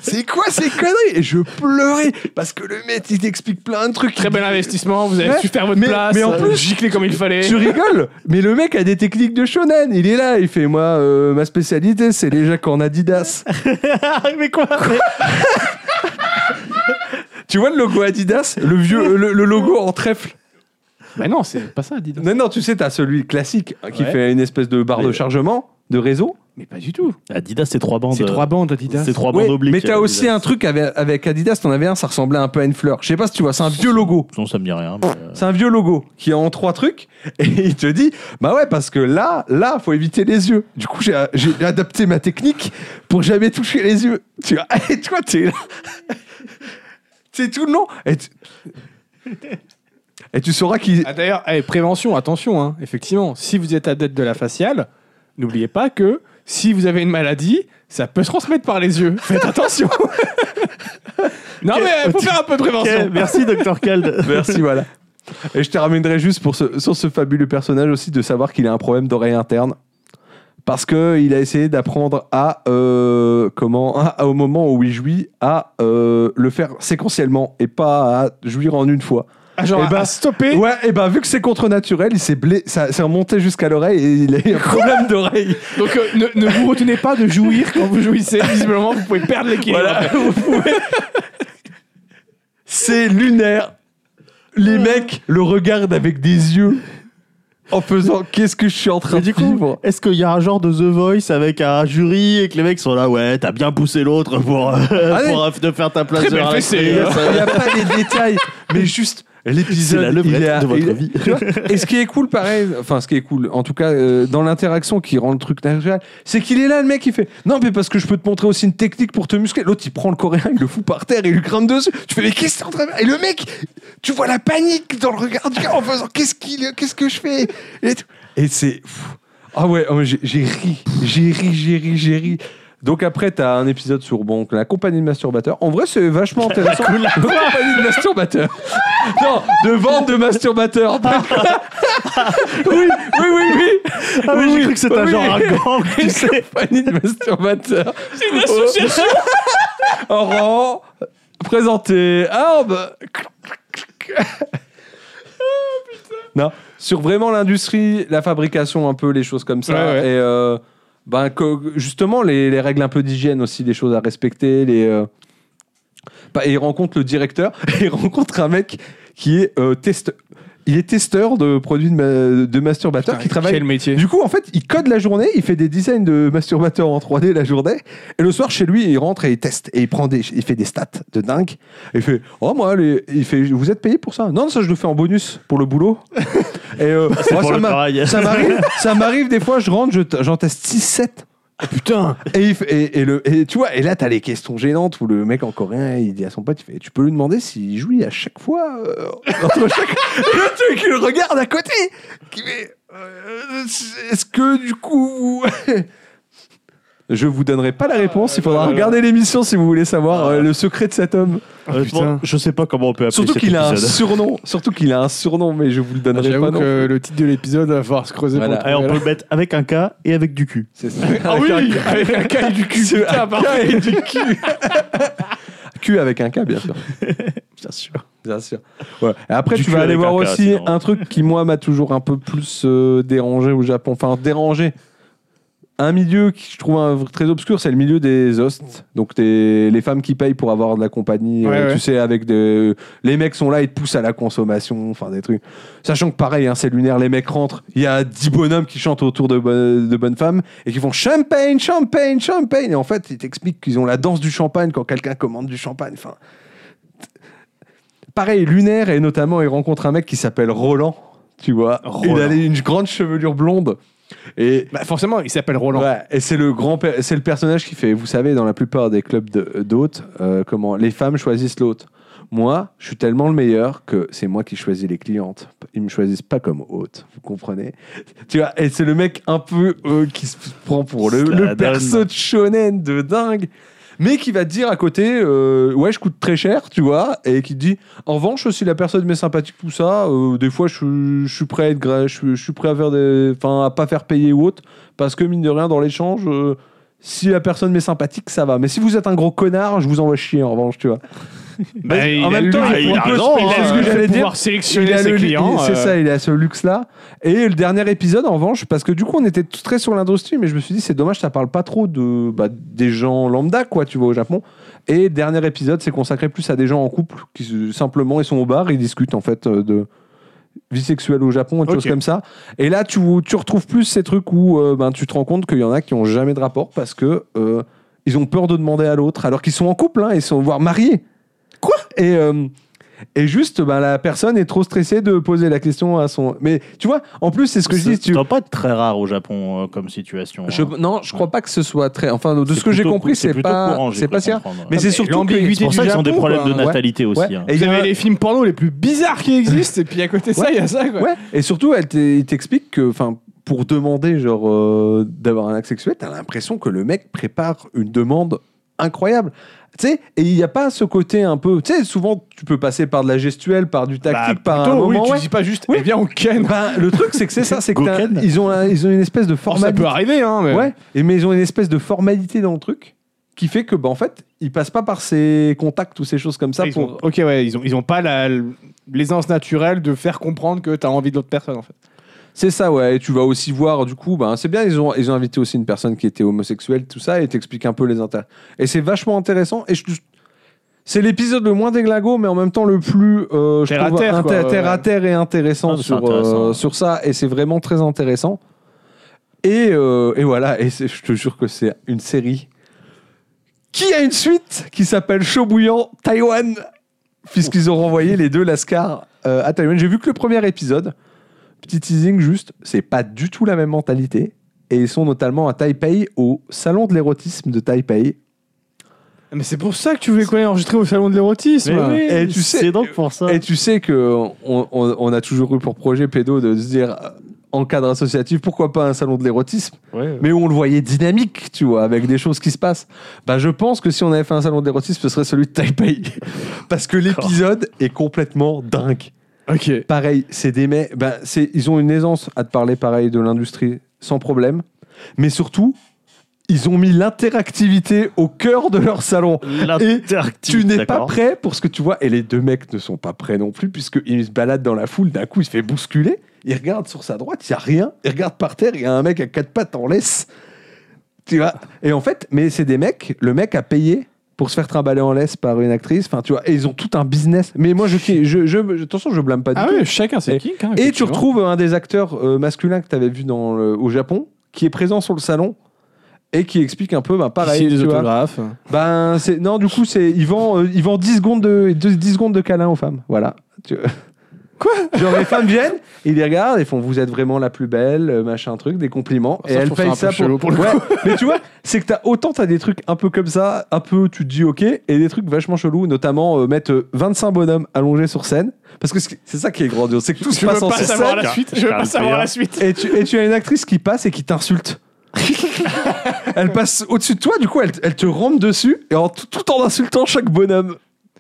[SPEAKER 2] c'est quoi ces conneries? Et je pleurais parce que le mec il t'explique plein de trucs.
[SPEAKER 1] Très bel investissement, vous avez
[SPEAKER 2] Ouais,
[SPEAKER 1] su faire votre
[SPEAKER 2] mais-
[SPEAKER 1] place,
[SPEAKER 2] mais en
[SPEAKER 1] euh,
[SPEAKER 2] plus,
[SPEAKER 1] gicler comme il fallait.
[SPEAKER 2] Tu rigoles, mais le mec a des techniques de shonen. Il est là, il fait moi, euh, ma spécialité, c'est les jacks en Adidas.
[SPEAKER 3] Mais quoi mais...
[SPEAKER 2] Tu vois le logo Adidas, le vieux, le, le logo en trèfle.
[SPEAKER 1] Bah non, c'est pas ça, Adidas.
[SPEAKER 2] Non, non, tu sais, t'as celui classique qui
[SPEAKER 1] Ouais.
[SPEAKER 2] fait une espèce de barre
[SPEAKER 3] Mais-
[SPEAKER 2] de chargement, de réseau.
[SPEAKER 1] Mais pas du tout.
[SPEAKER 3] Adidas, c'est trois bandes.
[SPEAKER 1] C'est trois bandes Adidas.
[SPEAKER 3] C'est trois
[SPEAKER 2] Ouais,
[SPEAKER 3] bandes obliques.
[SPEAKER 2] mais t'as
[SPEAKER 3] euh,
[SPEAKER 2] aussi
[SPEAKER 3] Adidas.
[SPEAKER 2] un truc avec, avec Adidas, t'en avais un, ça ressemblait un peu à une fleur. Je sais pas si tu vois, c'est un vieux logo.
[SPEAKER 3] Non, ça me dit rien. mais, euh,
[SPEAKER 2] C'est un vieux logo qui est en trois trucs et il te dit bah ouais parce que là là faut éviter les yeux. Du coup j'ai j'ai adapté ma technique pour jamais toucher les yeux. Tu vois et toi t'es là c'est tout le long et tu, et tu sauras qu'il
[SPEAKER 1] Ah, d'ailleurs, eh, prévention, attention, hein. Effectivement, si vous êtes adepte de la faciale, n'oubliez pas que si vous avez une maladie, ça peut se transmettre par les yeux. Faites attention. Non, mais il faut faire un peu de
[SPEAKER 3] Ok,
[SPEAKER 1] prévention.
[SPEAKER 3] merci, docteur Cald.
[SPEAKER 2] merci voilà. Et je terminerai juste pour ce, sur ce fabuleux personnage aussi de savoir qu'il a un problème d'oreille interne. Parce qu'il a essayé d'apprendre à, euh, comment, à, au moment où il jouit, à euh, le faire séquentiellement et pas à jouir en une fois.
[SPEAKER 1] Ah, genre,
[SPEAKER 2] Eh ben,
[SPEAKER 1] à stopper.
[SPEAKER 2] Ouais, et ben vu que c'est contre naturel, il s'est blé... ça s'est remonté jusqu'à l'oreille et il a eu un problème d'oreille.
[SPEAKER 1] Donc, euh, ne, ne vous retenez pas de jouir quand vous jouissez. Visiblement, vous pouvez perdre l'équilibre.
[SPEAKER 2] Voilà, vous pouvez- C'est lunaire. Les mecs le regardent avec des yeux en faisant qu'est-ce que je suis en train
[SPEAKER 3] Mais
[SPEAKER 2] de
[SPEAKER 3] du coup,
[SPEAKER 2] vivre.
[SPEAKER 3] est-ce qu'il y a un genre de The Voice avec un jury et que les mecs sont là, ouais, t'as bien poussé l'autre pour, euh,
[SPEAKER 2] Allez.
[SPEAKER 3] pour euh, te faire ta place
[SPEAKER 1] Très
[SPEAKER 3] de
[SPEAKER 1] belle fessée,
[SPEAKER 2] Il n'y a,
[SPEAKER 1] hein.
[SPEAKER 2] il y a pas les détails, mais juste l'épisode.
[SPEAKER 3] C'est la levrette
[SPEAKER 2] il est à-
[SPEAKER 3] de votre
[SPEAKER 2] il est-
[SPEAKER 3] vie.
[SPEAKER 2] tu vois. Et ce qui est cool, pareil, enfin, ce qui est cool, en tout cas, euh, dans l'interaction qui rend le truc naturel, c'est qu'il est là, le mec, il fait non, mais parce que je peux te montrer aussi une technique pour te muscler. L'autre, il prend le coréen, il le fout par terre et il lui grimpe dessus. Tu fais, mais qu'est-ce que t'es en train de faire? Et le mec, tu vois la panique dans le regard du gars en faisant qu'est-ce qu'il, qu'est-ce que je fais? Et, tout. Et c'est. pff. Ah ouais, oh, j'ai j'ai ri, j'ai ri, j'ai ri, j'ai ri. Donc après, t'as un épisode sur bon, la compagnie de masturbateurs. En vrai, c'est vachement intéressant. La compagnie de masturbateurs. Non, de vente de masturbateurs. oui, oui, oui, oui.
[SPEAKER 3] Ah, mais j'ai cru que c'était un
[SPEAKER 2] oui.
[SPEAKER 3] genre un gang, tu sais.
[SPEAKER 2] Compagnie de masturbateurs.
[SPEAKER 1] C'est une association.
[SPEAKER 2] En rang, présenté. Ah, bah. Non, sur vraiment l'industrie, la fabrication, un peu les choses comme ça.
[SPEAKER 1] Ouais, ouais.
[SPEAKER 2] Et euh, ben, que- justement, les, les règles un peu d'hygiène aussi, les choses à respecter. Les, euh, bah, et il rencontre le directeur, et il rencontre un mec qui est euh, test... Il est testeur de produits de, ma- de masturbateurs qui travaille.
[SPEAKER 1] Quel métier.
[SPEAKER 2] Du coup, en fait, il code la journée, il fait des designs de masturbateurs en trois D la journée, et le soir, chez lui, il rentre et il teste, et il prend des, il fait des stats de dingue. Et il fait, oh moi, les- il fait, vous êtes payé pour ça? Non, ça je le fais en bonus pour le boulot. Et euh, moi,
[SPEAKER 3] pour
[SPEAKER 2] ça
[SPEAKER 3] le
[SPEAKER 2] m'a-
[SPEAKER 3] travail.
[SPEAKER 2] ça m'arrive, ça m'arrive des fois, je rentre, je t- j'en teste six sept.
[SPEAKER 1] Putain.
[SPEAKER 2] Et, il fait- et, et le, et tu vois, et là, t'as les questions gênantes où le mec en coréen, il dit à son pote, il fait, tu peux lui demander s'il jouit à chaque fois euh, entre chaque... Et le truc, il le regarde à côté. Qui fait, euh, est-ce que du coup, vous... Je vous donnerai pas la réponse. Il faudra
[SPEAKER 1] voilà.
[SPEAKER 2] regarder l'émission si vous voulez savoir euh, le secret de cet homme.
[SPEAKER 3] Honnêtement,
[SPEAKER 1] putain.
[SPEAKER 3] je sais pas comment on peut appeler
[SPEAKER 2] Surtout
[SPEAKER 3] cet
[SPEAKER 2] qu'il a un
[SPEAKER 3] épisode.
[SPEAKER 2] surnom. Surtout qu'il a un surnom, mais je vous le donnerai pas
[SPEAKER 1] J'avoue
[SPEAKER 2] non.
[SPEAKER 1] que le titre de l'épisode va falloir se creuser
[SPEAKER 2] Voilà.
[SPEAKER 1] pour
[SPEAKER 3] Allez,
[SPEAKER 1] le
[SPEAKER 3] on
[SPEAKER 1] trouver,
[SPEAKER 3] peut le mettre avec un K et avec du cul.
[SPEAKER 2] C'est ça.
[SPEAKER 1] Ah oui, avec un K et du cul.
[SPEAKER 2] C'est
[SPEAKER 1] Putain,
[SPEAKER 2] un
[SPEAKER 1] parfait.
[SPEAKER 2] K et du cul. Q avec un K, bien sûr.
[SPEAKER 3] Bien sûr.
[SPEAKER 2] Bien sûr. Ouais. Et après,
[SPEAKER 3] Du
[SPEAKER 2] tu
[SPEAKER 3] cul
[SPEAKER 2] vas aller
[SPEAKER 3] avec
[SPEAKER 2] voir
[SPEAKER 3] un K,
[SPEAKER 2] aussi
[SPEAKER 3] sinon.
[SPEAKER 2] un truc qui, moi, m'a toujours un peu plus euh, dérangé au Japon. Enfin, dérangé. Un milieu qui je trouve un- très obscur, c'est le milieu des hosts. Donc, t'es- les femmes qui payent pour avoir de la compagnie.
[SPEAKER 1] Ouais,
[SPEAKER 2] euh,
[SPEAKER 1] ouais.
[SPEAKER 2] Tu sais, avec des. Les mecs sont là, ils te poussent à la consommation. Enfin, des trucs. Sachant que, pareil, hein, c'est lunaire, les mecs rentrent. Il y a dix bonhommes qui chantent autour de, bo- de bonnes femmes et qui font champagne, champagne, champagne. Et en fait, ils t'expliquent qu'ils ont la danse du champagne quand quelqu'un commande du champagne. Enfin. Pareil, lunaire, et notamment, il rencontre un mec qui s'appelle Roland, tu vois.
[SPEAKER 3] Roland.
[SPEAKER 2] Il a une grande chevelure blonde. Et,
[SPEAKER 1] Bah, forcément, il s'appelle Roland.
[SPEAKER 2] ouais, et c'est le grand, per- c'est le personnage qui fait, vous savez, dans la plupart des clubs de- d'hôtes, euh, comment les femmes choisissent l'hôte. Moi, je suis tellement le meilleur que c'est moi qui choisis les clientes. Ils me choisissent pas comme hôte, vous comprenez? Tu vois, et c'est le mec un peu euh, qui se prend pour le,
[SPEAKER 3] Se la
[SPEAKER 2] le
[SPEAKER 3] donne.
[SPEAKER 2] perso de shonen de dingue. Mais qui va te dire à côté, euh, ouais, je coûte très cher, tu vois, et qui te dit, en revanche, si la personne m'est sympathique, tout ça, euh, des fois, je, je suis prêt à être gra- je, suis- je suis prêt à faire des, enfin, à pas faire payer ou autre, parce que mine de rien, dans l'échange, euh, Si la personne m'est sympathique, ça va. Mais si vous êtes un gros connard, je vous envoie chier en revanche, tu vois.
[SPEAKER 1] Bah,
[SPEAKER 2] Mais
[SPEAKER 1] il
[SPEAKER 2] en
[SPEAKER 1] a
[SPEAKER 2] même
[SPEAKER 1] le
[SPEAKER 2] temps,
[SPEAKER 1] luxe,
[SPEAKER 2] il
[SPEAKER 3] il
[SPEAKER 2] peut
[SPEAKER 3] a
[SPEAKER 2] se
[SPEAKER 3] raison,
[SPEAKER 2] payer,
[SPEAKER 3] hein,
[SPEAKER 2] c'est ce que
[SPEAKER 3] il
[SPEAKER 2] j'allais dire.
[SPEAKER 1] pouvoir sélectionner
[SPEAKER 2] Il a
[SPEAKER 1] ses
[SPEAKER 2] le-
[SPEAKER 1] clients.
[SPEAKER 2] C'est
[SPEAKER 1] euh,
[SPEAKER 2] ça, il a ce luxe-là. Et le dernier épisode, en revanche, parce que du coup, on était tous très sur l'industrie, mais je me suis dit, c'est dommage, ça parle pas trop de, bah, des gens lambda, quoi, tu vois, au Japon. Et le dernier épisode, c'est consacré plus à des gens en couple qui se- simplement, ils sont au bar, ils discutent, en fait, euh, de vie sexuelle au Japon, et des
[SPEAKER 1] Ok.
[SPEAKER 2] choses comme ça. Et là, tu, tu retrouves plus ces trucs où euh, ben, tu te rends compte qu'il y en a qui ont jamais de rapport parce que euh, ils ont peur de demander à l'autre, alors qu'ils sont en couple, hein, ils sont voire mariés. Quoi Et euh, Et juste, ben, la personne est trop stressée de poser la question à son. Mais tu vois, en plus, c'est ce que je dis.
[SPEAKER 3] Ça
[SPEAKER 2] Tu...
[SPEAKER 3] doit pas être très rare au Japon euh, comme situation.
[SPEAKER 2] Je...
[SPEAKER 3] hein.
[SPEAKER 2] Non, je crois pas que ce soit très. Enfin, de
[SPEAKER 3] C'est
[SPEAKER 2] ce que j'ai
[SPEAKER 3] plutôt
[SPEAKER 2] compris,
[SPEAKER 3] cou-
[SPEAKER 2] c'est
[SPEAKER 3] plutôt
[SPEAKER 2] pas.
[SPEAKER 3] courant, j'ai
[SPEAKER 2] C'est
[SPEAKER 3] cru
[SPEAKER 2] pas si.
[SPEAKER 3] comprendre.
[SPEAKER 2] Mais c'est surtout que.
[SPEAKER 1] l'ambiguïté
[SPEAKER 3] C'est pour ça
[SPEAKER 1] du
[SPEAKER 3] qu'ils ont des
[SPEAKER 1] Japon,
[SPEAKER 3] problèmes
[SPEAKER 1] quoi.
[SPEAKER 3] de natalité aussi.
[SPEAKER 2] Ouais.
[SPEAKER 3] hein.
[SPEAKER 2] Et il
[SPEAKER 1] Vous
[SPEAKER 2] y a
[SPEAKER 1] avez
[SPEAKER 2] un-
[SPEAKER 1] les films porno les plus bizarres qui existent, et puis à côté de ça, il y a ça, quoi.
[SPEAKER 2] Ouais, et surtout, elle t'- il t'explique que, enfin, pour demander genre euh, d'avoir un acte sexuel, t'as l'impression que le mec prépare une demande incroyable. Tu sais, et il n'y a pas ce côté un peu. Tu sais, souvent, tu peux passer par de la gestuelle, par du tactique, par un
[SPEAKER 1] Plutôt, oui,
[SPEAKER 2] moment.
[SPEAKER 1] tu
[SPEAKER 2] ouais.
[SPEAKER 1] dis pas juste,
[SPEAKER 2] Oui.
[SPEAKER 1] eh bien, on ken.
[SPEAKER 2] Ben, le truc, c'est que c'est ça, c'est que t'as-
[SPEAKER 3] Goken.
[SPEAKER 2] ils ont, un- ils ont une espèce de
[SPEAKER 1] Or, ça
[SPEAKER 2] formalité.
[SPEAKER 1] peut arriver, hein, mais.
[SPEAKER 2] Ouais, et mais ils ont une espèce de formalité dans le truc qui fait que, bah, en fait, ils passent pas par ces contacts ou ces choses comme ça
[SPEAKER 1] Ils
[SPEAKER 2] pour.
[SPEAKER 1] ont- ok, ouais, ils ont, ils ont pas la- l'aisance naturelle de faire comprendre que t'as envie de l'autre personne, en fait.
[SPEAKER 2] C'est ça, ouais. Et tu vas aussi voir, du coup, ben, c'est bien, ils ont, ils ont invité aussi une personne qui était homosexuelle, tout ça, et t'expliquent un peu les intérêts. Et c'est vachement intéressant. Et je, c'est l'épisode le moins déglingo, mais en même temps le plus euh, je
[SPEAKER 1] Terre à
[SPEAKER 2] trouve,
[SPEAKER 1] terre,
[SPEAKER 2] inté-
[SPEAKER 1] quoi, ouais.
[SPEAKER 2] terre à terre et intéressant,
[SPEAKER 3] Ah, c'est
[SPEAKER 2] sur,
[SPEAKER 3] intéressant.
[SPEAKER 2] euh, sur ça. Et c'est vraiment très intéressant. Et, euh, et voilà, et c'est- je te jure que c'est une série qui a une suite qui s'appelle Chaud Bouillant Taïwan, puisqu'ils ont renvoyé les deux Lascar euh, à Taïwan. J'ai vu que le premier épisode. Petit teasing juste, c'est pas du tout la même mentalité. Et ils sont notamment à Taipei, au salon de l'érotisme de Taipei.
[SPEAKER 1] Mais c'est pour ça que tu voulais qu'on aille enregistrer au salon de l'érotisme.
[SPEAKER 3] Mais oui,
[SPEAKER 2] Et tu sais-
[SPEAKER 3] c'est donc pour ça.
[SPEAKER 2] Et tu sais que on, on- on a toujours eu pour projet pédo de se dire, euh, en cadre associatif, pourquoi pas un salon de l'érotisme,
[SPEAKER 3] Ouais.
[SPEAKER 2] mais où on le voyait dynamique, tu vois, avec des choses qui se passent. Bah, je pense que si on avait fait un salon de l'érotisme, ce serait celui de Taipei. Parce que l'épisode est complètement dingue.
[SPEAKER 1] Ok.
[SPEAKER 2] Pareil, c'est des mecs, ben, c'est, ils ont une aisance à te parler pareil de l'industrie sans problème, mais surtout, ils ont mis l'interactivité au cœur de leur salon. Et tu n'es pas
[SPEAKER 3] d'accord.
[SPEAKER 2] prêt pour ce que tu vois, et les deux mecs ne sont pas prêts non plus, puisqu'ils se baladent dans la foule, d'un coup il se fait bousculer, il regarde sur sa droite, il n'y a rien, il regarde par terre, il y a un mec à quatre pattes en laisse. Tu vois. Et en fait, mais c'est des mecs, le mec a payé pour se faire trimballer en laisse par une actrice, enfin tu vois, et ils ont tout un business. Mais moi, je, je, je, je- attention, je blâme pas du
[SPEAKER 1] Ah
[SPEAKER 2] tout.
[SPEAKER 1] oui, chacun ses
[SPEAKER 2] Et-
[SPEAKER 1] kinks. hein,
[SPEAKER 2] Et tu
[SPEAKER 1] effectivement.
[SPEAKER 2] retrouves un des acteurs euh, masculins que tu avais vu dans le- au Japon, qui est présent sur le salon et qui explique un peu, bah, pareil,
[SPEAKER 1] Ici, des
[SPEAKER 2] tu vois.
[SPEAKER 1] autographes.
[SPEAKER 2] Ben, c'est, non, du coup, c'est, il vend, euh, il vend dix secondes de, dix secondes de câlin aux femmes. Voilà. Tu-
[SPEAKER 1] Quoi
[SPEAKER 2] Genre, les femmes viennent, ils les regardent, ils font, vous êtes vraiment la plus belle, euh, machin truc, des compliments.
[SPEAKER 1] Ça,
[SPEAKER 2] et
[SPEAKER 1] je
[SPEAKER 2] elles
[SPEAKER 1] trouve ça
[SPEAKER 2] payent
[SPEAKER 1] un
[SPEAKER 2] ça
[SPEAKER 1] peu chelou pour le
[SPEAKER 2] Ouais,
[SPEAKER 1] coup.
[SPEAKER 2] mais tu vois, c'est que t'as, autant t'as des trucs un peu comme ça, un peu, tu te dis ok, et des trucs vachement chelous, notamment euh, mettre euh, vingt-cinq bonhommes allongés sur scène. Parce que c'est c'est ça qui est grandiose, c'est que tout se
[SPEAKER 1] Je veux
[SPEAKER 2] passe en
[SPEAKER 1] pas
[SPEAKER 2] sur
[SPEAKER 1] savoir
[SPEAKER 2] scène.
[SPEAKER 1] la suite. Je veux
[SPEAKER 3] Car-
[SPEAKER 1] pas savoir la suite.
[SPEAKER 2] Et tu, et tu as une actrice qui passe et qui t'insulte. Elle passe au-dessus de toi, du coup, elle, elle te rampe dessus, et en, tout, tout en insultant chaque bonhomme.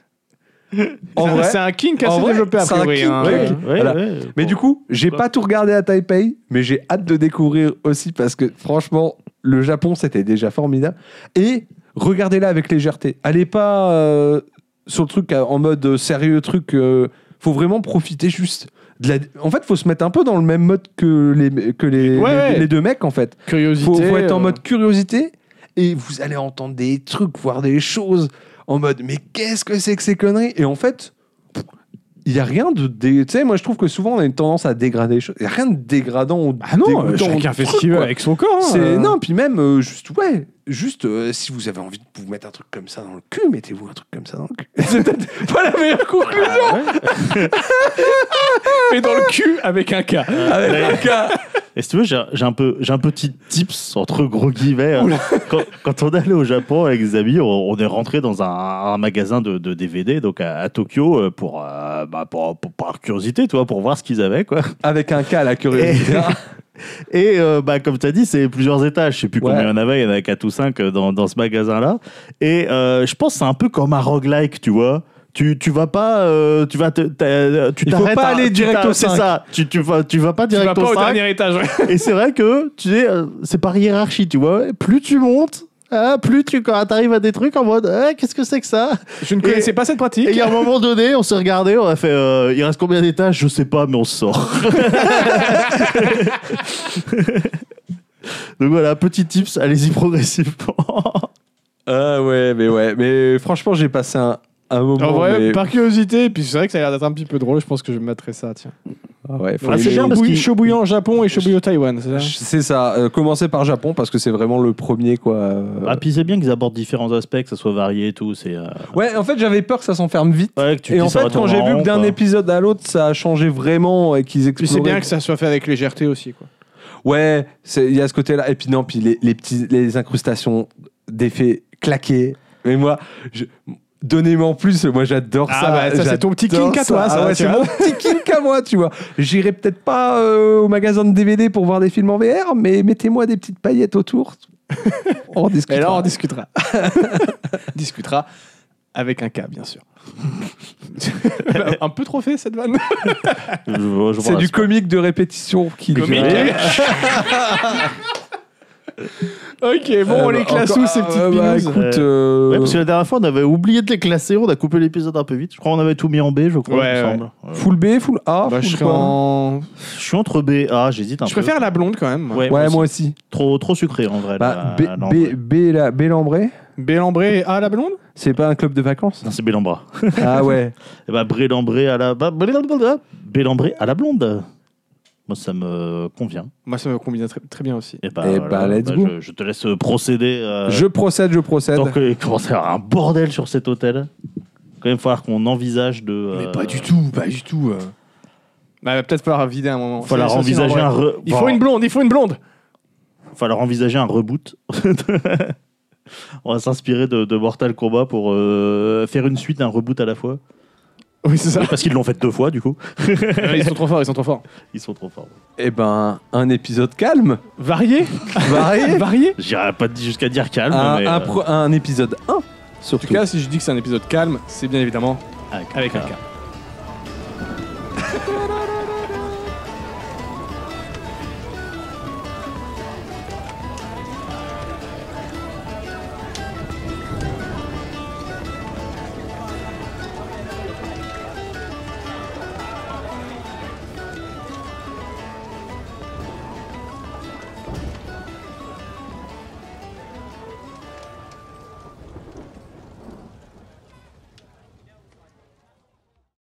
[SPEAKER 2] En
[SPEAKER 1] C'est un-
[SPEAKER 2] vrai,
[SPEAKER 1] c'est un kink
[SPEAKER 2] en
[SPEAKER 1] assez
[SPEAKER 2] vrai,
[SPEAKER 1] développé a
[SPEAKER 2] c'est un
[SPEAKER 1] priori.
[SPEAKER 2] kink,
[SPEAKER 1] hein.
[SPEAKER 2] ouais.
[SPEAKER 3] Ouais,
[SPEAKER 2] Voilà.
[SPEAKER 3] ouais,
[SPEAKER 2] mais
[SPEAKER 3] bon.
[SPEAKER 2] du coup, j'ai
[SPEAKER 3] Pourquoi
[SPEAKER 2] pas tout regardé à Taipei, mais j'ai hâte de découvrir aussi parce que franchement, le Japon, c'était déjà formidable. Et regardez-la avec légèreté. Allez pas euh, sur le truc euh, en mode euh, sérieux truc. euh, faut vraiment profiter juste. De la... En fait, faut se mettre un peu dans le même mode que les, que les,
[SPEAKER 1] Ouais,
[SPEAKER 2] les,
[SPEAKER 1] ouais.
[SPEAKER 2] les deux mecs, en fait.
[SPEAKER 1] Curiosité.
[SPEAKER 2] Faut, faut être en
[SPEAKER 1] euh,
[SPEAKER 2] mode curiosité et vous allez entendre des trucs, voir des choses en mode mais qu'est-ce que c'est que ces conneries? Et en fait, il n'y a rien de. dé- Tu sais, moi je trouve que souvent on a une tendance à dégrader les choses. Il n'y a rien de dégradant ou
[SPEAKER 1] Ah non, euh,
[SPEAKER 2] dégoûtant
[SPEAKER 1] chacun
[SPEAKER 2] au
[SPEAKER 1] fait ce
[SPEAKER 2] truc,
[SPEAKER 1] qu'il veut
[SPEAKER 2] quoi.
[SPEAKER 1] avec son corps. hein,
[SPEAKER 2] C'est-
[SPEAKER 1] euh.
[SPEAKER 2] Non, puis même, euh, juste, ouais, juste euh, si vous avez envie de vous mettre un truc comme ça dans le cul, mettez-vous un truc comme ça dans le cul. C'est peut-être pas la meilleure conclusion.
[SPEAKER 1] Mais dans le cul avec un K.
[SPEAKER 2] Avec
[SPEAKER 3] Ouais.
[SPEAKER 2] un cas.
[SPEAKER 3] Et si tu veux, j'ai j'ai un peu, j'ai un petit tips entre gros guillemets. hein. Quand, quand on est allé au Japon avec des amis, on, on est rentré dans un, un magasin de, de D V D, donc à, à Tokyo, euh, pour, euh, bah, pour, pour- par curiosité, tu vois, pour voir ce qu'ils avaient, quoi.
[SPEAKER 2] Avec un cas, la curiosité.
[SPEAKER 3] Et euh, bah, comme tu as dit, c'est plusieurs étages. Je sais plus
[SPEAKER 2] Ouais.
[SPEAKER 3] combien il y en avait, il y en avait quatre ou cinq euh, dans, dans ce magasin-là. Et euh, je pense que c'est un peu comme un roguelike, tu vois. Tu, tu vas pas, euh, tu vas te, t'as- tu
[SPEAKER 2] Il faut
[SPEAKER 3] t'arrêtes
[SPEAKER 2] pas
[SPEAKER 3] à-
[SPEAKER 2] aller
[SPEAKER 3] tu
[SPEAKER 2] direct
[SPEAKER 3] t'as-
[SPEAKER 2] au
[SPEAKER 3] c'est
[SPEAKER 2] cinq.
[SPEAKER 3] ça. Tu, tu vas, tu vas pas
[SPEAKER 1] Tu
[SPEAKER 3] direct
[SPEAKER 1] vas pas
[SPEAKER 3] au
[SPEAKER 1] au
[SPEAKER 3] cinq.
[SPEAKER 1] dernier étage. ouais.
[SPEAKER 3] Et c'est vrai que tu sais, euh, c'est par hiérarchie, tu vois. Plus tu montes, hein, plus tu quand t'arrives à des trucs en mode, eh, qu'est-ce que c'est que ça?
[SPEAKER 1] Je ne connaissais pas cette pratique.
[SPEAKER 3] Et il y a un moment donné, on s'est regardé, on a fait, euh, il reste combien d'étages? Je sais pas, mais on se sort. Donc voilà, petit tips, allez-y progressivement.
[SPEAKER 2] Ah ouais, mais ouais. Mais franchement, j'ai passé un, un moment.
[SPEAKER 1] En vrai,
[SPEAKER 2] mais...
[SPEAKER 1] par curiosité, et puis c'est vrai que ça a l'air d'être un petit peu drôle, je pense que je me mettrai ça, tiens.
[SPEAKER 2] Ah ouais, faut
[SPEAKER 3] Ah,
[SPEAKER 2] aimer-
[SPEAKER 3] c'est bien parce
[SPEAKER 1] Shobuy-
[SPEAKER 3] qu'il-
[SPEAKER 1] Shobuya au Japon et Shobuya au Taïwan, c'est ça?
[SPEAKER 2] C'est ça. Euh, commencer par Japon parce que c'est vraiment le premier, quoi. Euh,
[SPEAKER 3] Ah, puis c'est bien qu'ils abordent différents aspects, que ça soit varié et tout. C'est, euh,
[SPEAKER 2] Ouais, en fait, j'avais peur que ça s'enferme vite.
[SPEAKER 3] ouais, que tu te
[SPEAKER 2] Et en
[SPEAKER 3] dis, ça
[SPEAKER 2] fait,
[SPEAKER 3] va
[SPEAKER 2] quand
[SPEAKER 3] tourner
[SPEAKER 2] j'ai
[SPEAKER 3] en
[SPEAKER 2] vu
[SPEAKER 3] rond,
[SPEAKER 2] que d'un
[SPEAKER 3] quoi.
[SPEAKER 2] épisode à l'autre, ça a changé vraiment et qu'ils
[SPEAKER 1] Puis
[SPEAKER 2] exploraient.
[SPEAKER 1] c'est bien que ça soit fait avec légèreté aussi, quoi.
[SPEAKER 2] Ouais, c'est- il y a ce côté-là. Et puis non, puis les, les petits, les incrustations d'effets claqués. Mais moi, je... donnez-moi en plus. Moi, j'adore
[SPEAKER 1] Ah
[SPEAKER 2] ça.
[SPEAKER 1] bah, ça, c'est ton petit
[SPEAKER 2] J'adore
[SPEAKER 1] kink à
[SPEAKER 2] ça.
[SPEAKER 1] toi, ça,
[SPEAKER 2] Ah ouais,
[SPEAKER 1] tu
[SPEAKER 2] c'est
[SPEAKER 1] vois.
[SPEAKER 2] mon petit kink à moi, tu vois. J'irai peut-être pas euh, au magasin de D V D pour voir des films en V R, mais mettez-moi des petites paillettes autour. On en discutera.
[SPEAKER 1] Et là, on discutera. discutera avec un K, bien sûr. Un peu trop fait, cette vanne.
[SPEAKER 3] Je- je vois
[SPEAKER 2] C'est
[SPEAKER 3] la
[SPEAKER 2] du
[SPEAKER 3] suite.
[SPEAKER 2] comique de répétition qui
[SPEAKER 1] Comique.
[SPEAKER 3] Ouais.
[SPEAKER 1] Ok, bon, on les classe où, ces petites
[SPEAKER 2] bah,
[SPEAKER 1] pinous
[SPEAKER 2] écoute, euh,
[SPEAKER 3] Ouais, parce que la dernière fois, on avait oublié de les classer, on a coupé l'épisode un peu vite. Je crois qu'on avait tout mis en B, je crois,
[SPEAKER 1] Ouais,
[SPEAKER 3] il me
[SPEAKER 1] ouais.
[SPEAKER 3] semble. Ouais.
[SPEAKER 2] full B, full A,
[SPEAKER 1] Bah,
[SPEAKER 2] full
[SPEAKER 1] je serais
[SPEAKER 2] quoi
[SPEAKER 1] en...
[SPEAKER 3] Je suis entre B et A, j'hésite un
[SPEAKER 1] Je
[SPEAKER 3] peu.
[SPEAKER 1] préfère la blonde, quand même. moi.
[SPEAKER 3] Ouais,
[SPEAKER 2] Ouais,
[SPEAKER 3] moi
[SPEAKER 2] moi
[SPEAKER 3] aussi.
[SPEAKER 2] aussi.
[SPEAKER 3] Trop, trop sucré en vrai.
[SPEAKER 2] Bah,
[SPEAKER 3] la-
[SPEAKER 2] B,
[SPEAKER 3] la-
[SPEAKER 2] B, B, la, B Lambré,
[SPEAKER 1] Bélambré et A, la blonde?
[SPEAKER 2] c'est pas un club de vacances.
[SPEAKER 3] Non, c'est Bélambra.
[SPEAKER 2] Ah ouais.
[SPEAKER 3] Et bah, Brélambré à la. Bah, Brélambré Bélambré à la blonde. Moi, ça me convient.
[SPEAKER 1] Moi, ça me combine très, très bien aussi.
[SPEAKER 3] Et bah,
[SPEAKER 2] Eh
[SPEAKER 3] voilà,
[SPEAKER 2] bah, let's go.
[SPEAKER 3] Je, je te laisse procéder. euh,
[SPEAKER 2] Je procède, je procède.
[SPEAKER 3] Tant qu'il commence à y avoir un bordel sur cet hôtel. Quand même, il va falloir qu'on envisage de. euh,
[SPEAKER 1] Mais pas du tout, pas du tout. euh. Bah, il va peut-être falloir vider un moment.
[SPEAKER 3] Il va falloir
[SPEAKER 1] C'est- c'est aussi
[SPEAKER 3] envisager un.
[SPEAKER 1] normal.
[SPEAKER 3] re-
[SPEAKER 1] Il
[SPEAKER 3] Bon,
[SPEAKER 1] faut une blonde, il faut une blonde.
[SPEAKER 3] Il va falloir envisager un reboot. On va s'inspirer de, de Mortal Kombat pour euh, faire une suite, un reboot à la fois.
[SPEAKER 1] Oui, c'est ça.
[SPEAKER 3] Parce qu'ils l'ont fait deux fois, du coup.
[SPEAKER 1] Ils sont trop forts, ils sont trop forts.
[SPEAKER 3] Ils sont trop forts.
[SPEAKER 2] Eh ben, un épisode calme,
[SPEAKER 1] Varié.
[SPEAKER 2] varié.
[SPEAKER 1] Varié.
[SPEAKER 3] J'irai pas dire- jusqu'à dire calme,
[SPEAKER 2] un,
[SPEAKER 3] mais.
[SPEAKER 2] un
[SPEAKER 3] euh,
[SPEAKER 2] pro- un épisode un,
[SPEAKER 1] En
[SPEAKER 2] surtout.
[SPEAKER 1] tout cas, si je dis que c'est un épisode calme, c'est bien évidemment
[SPEAKER 3] avec,
[SPEAKER 1] avec un
[SPEAKER 3] euh,
[SPEAKER 1] K.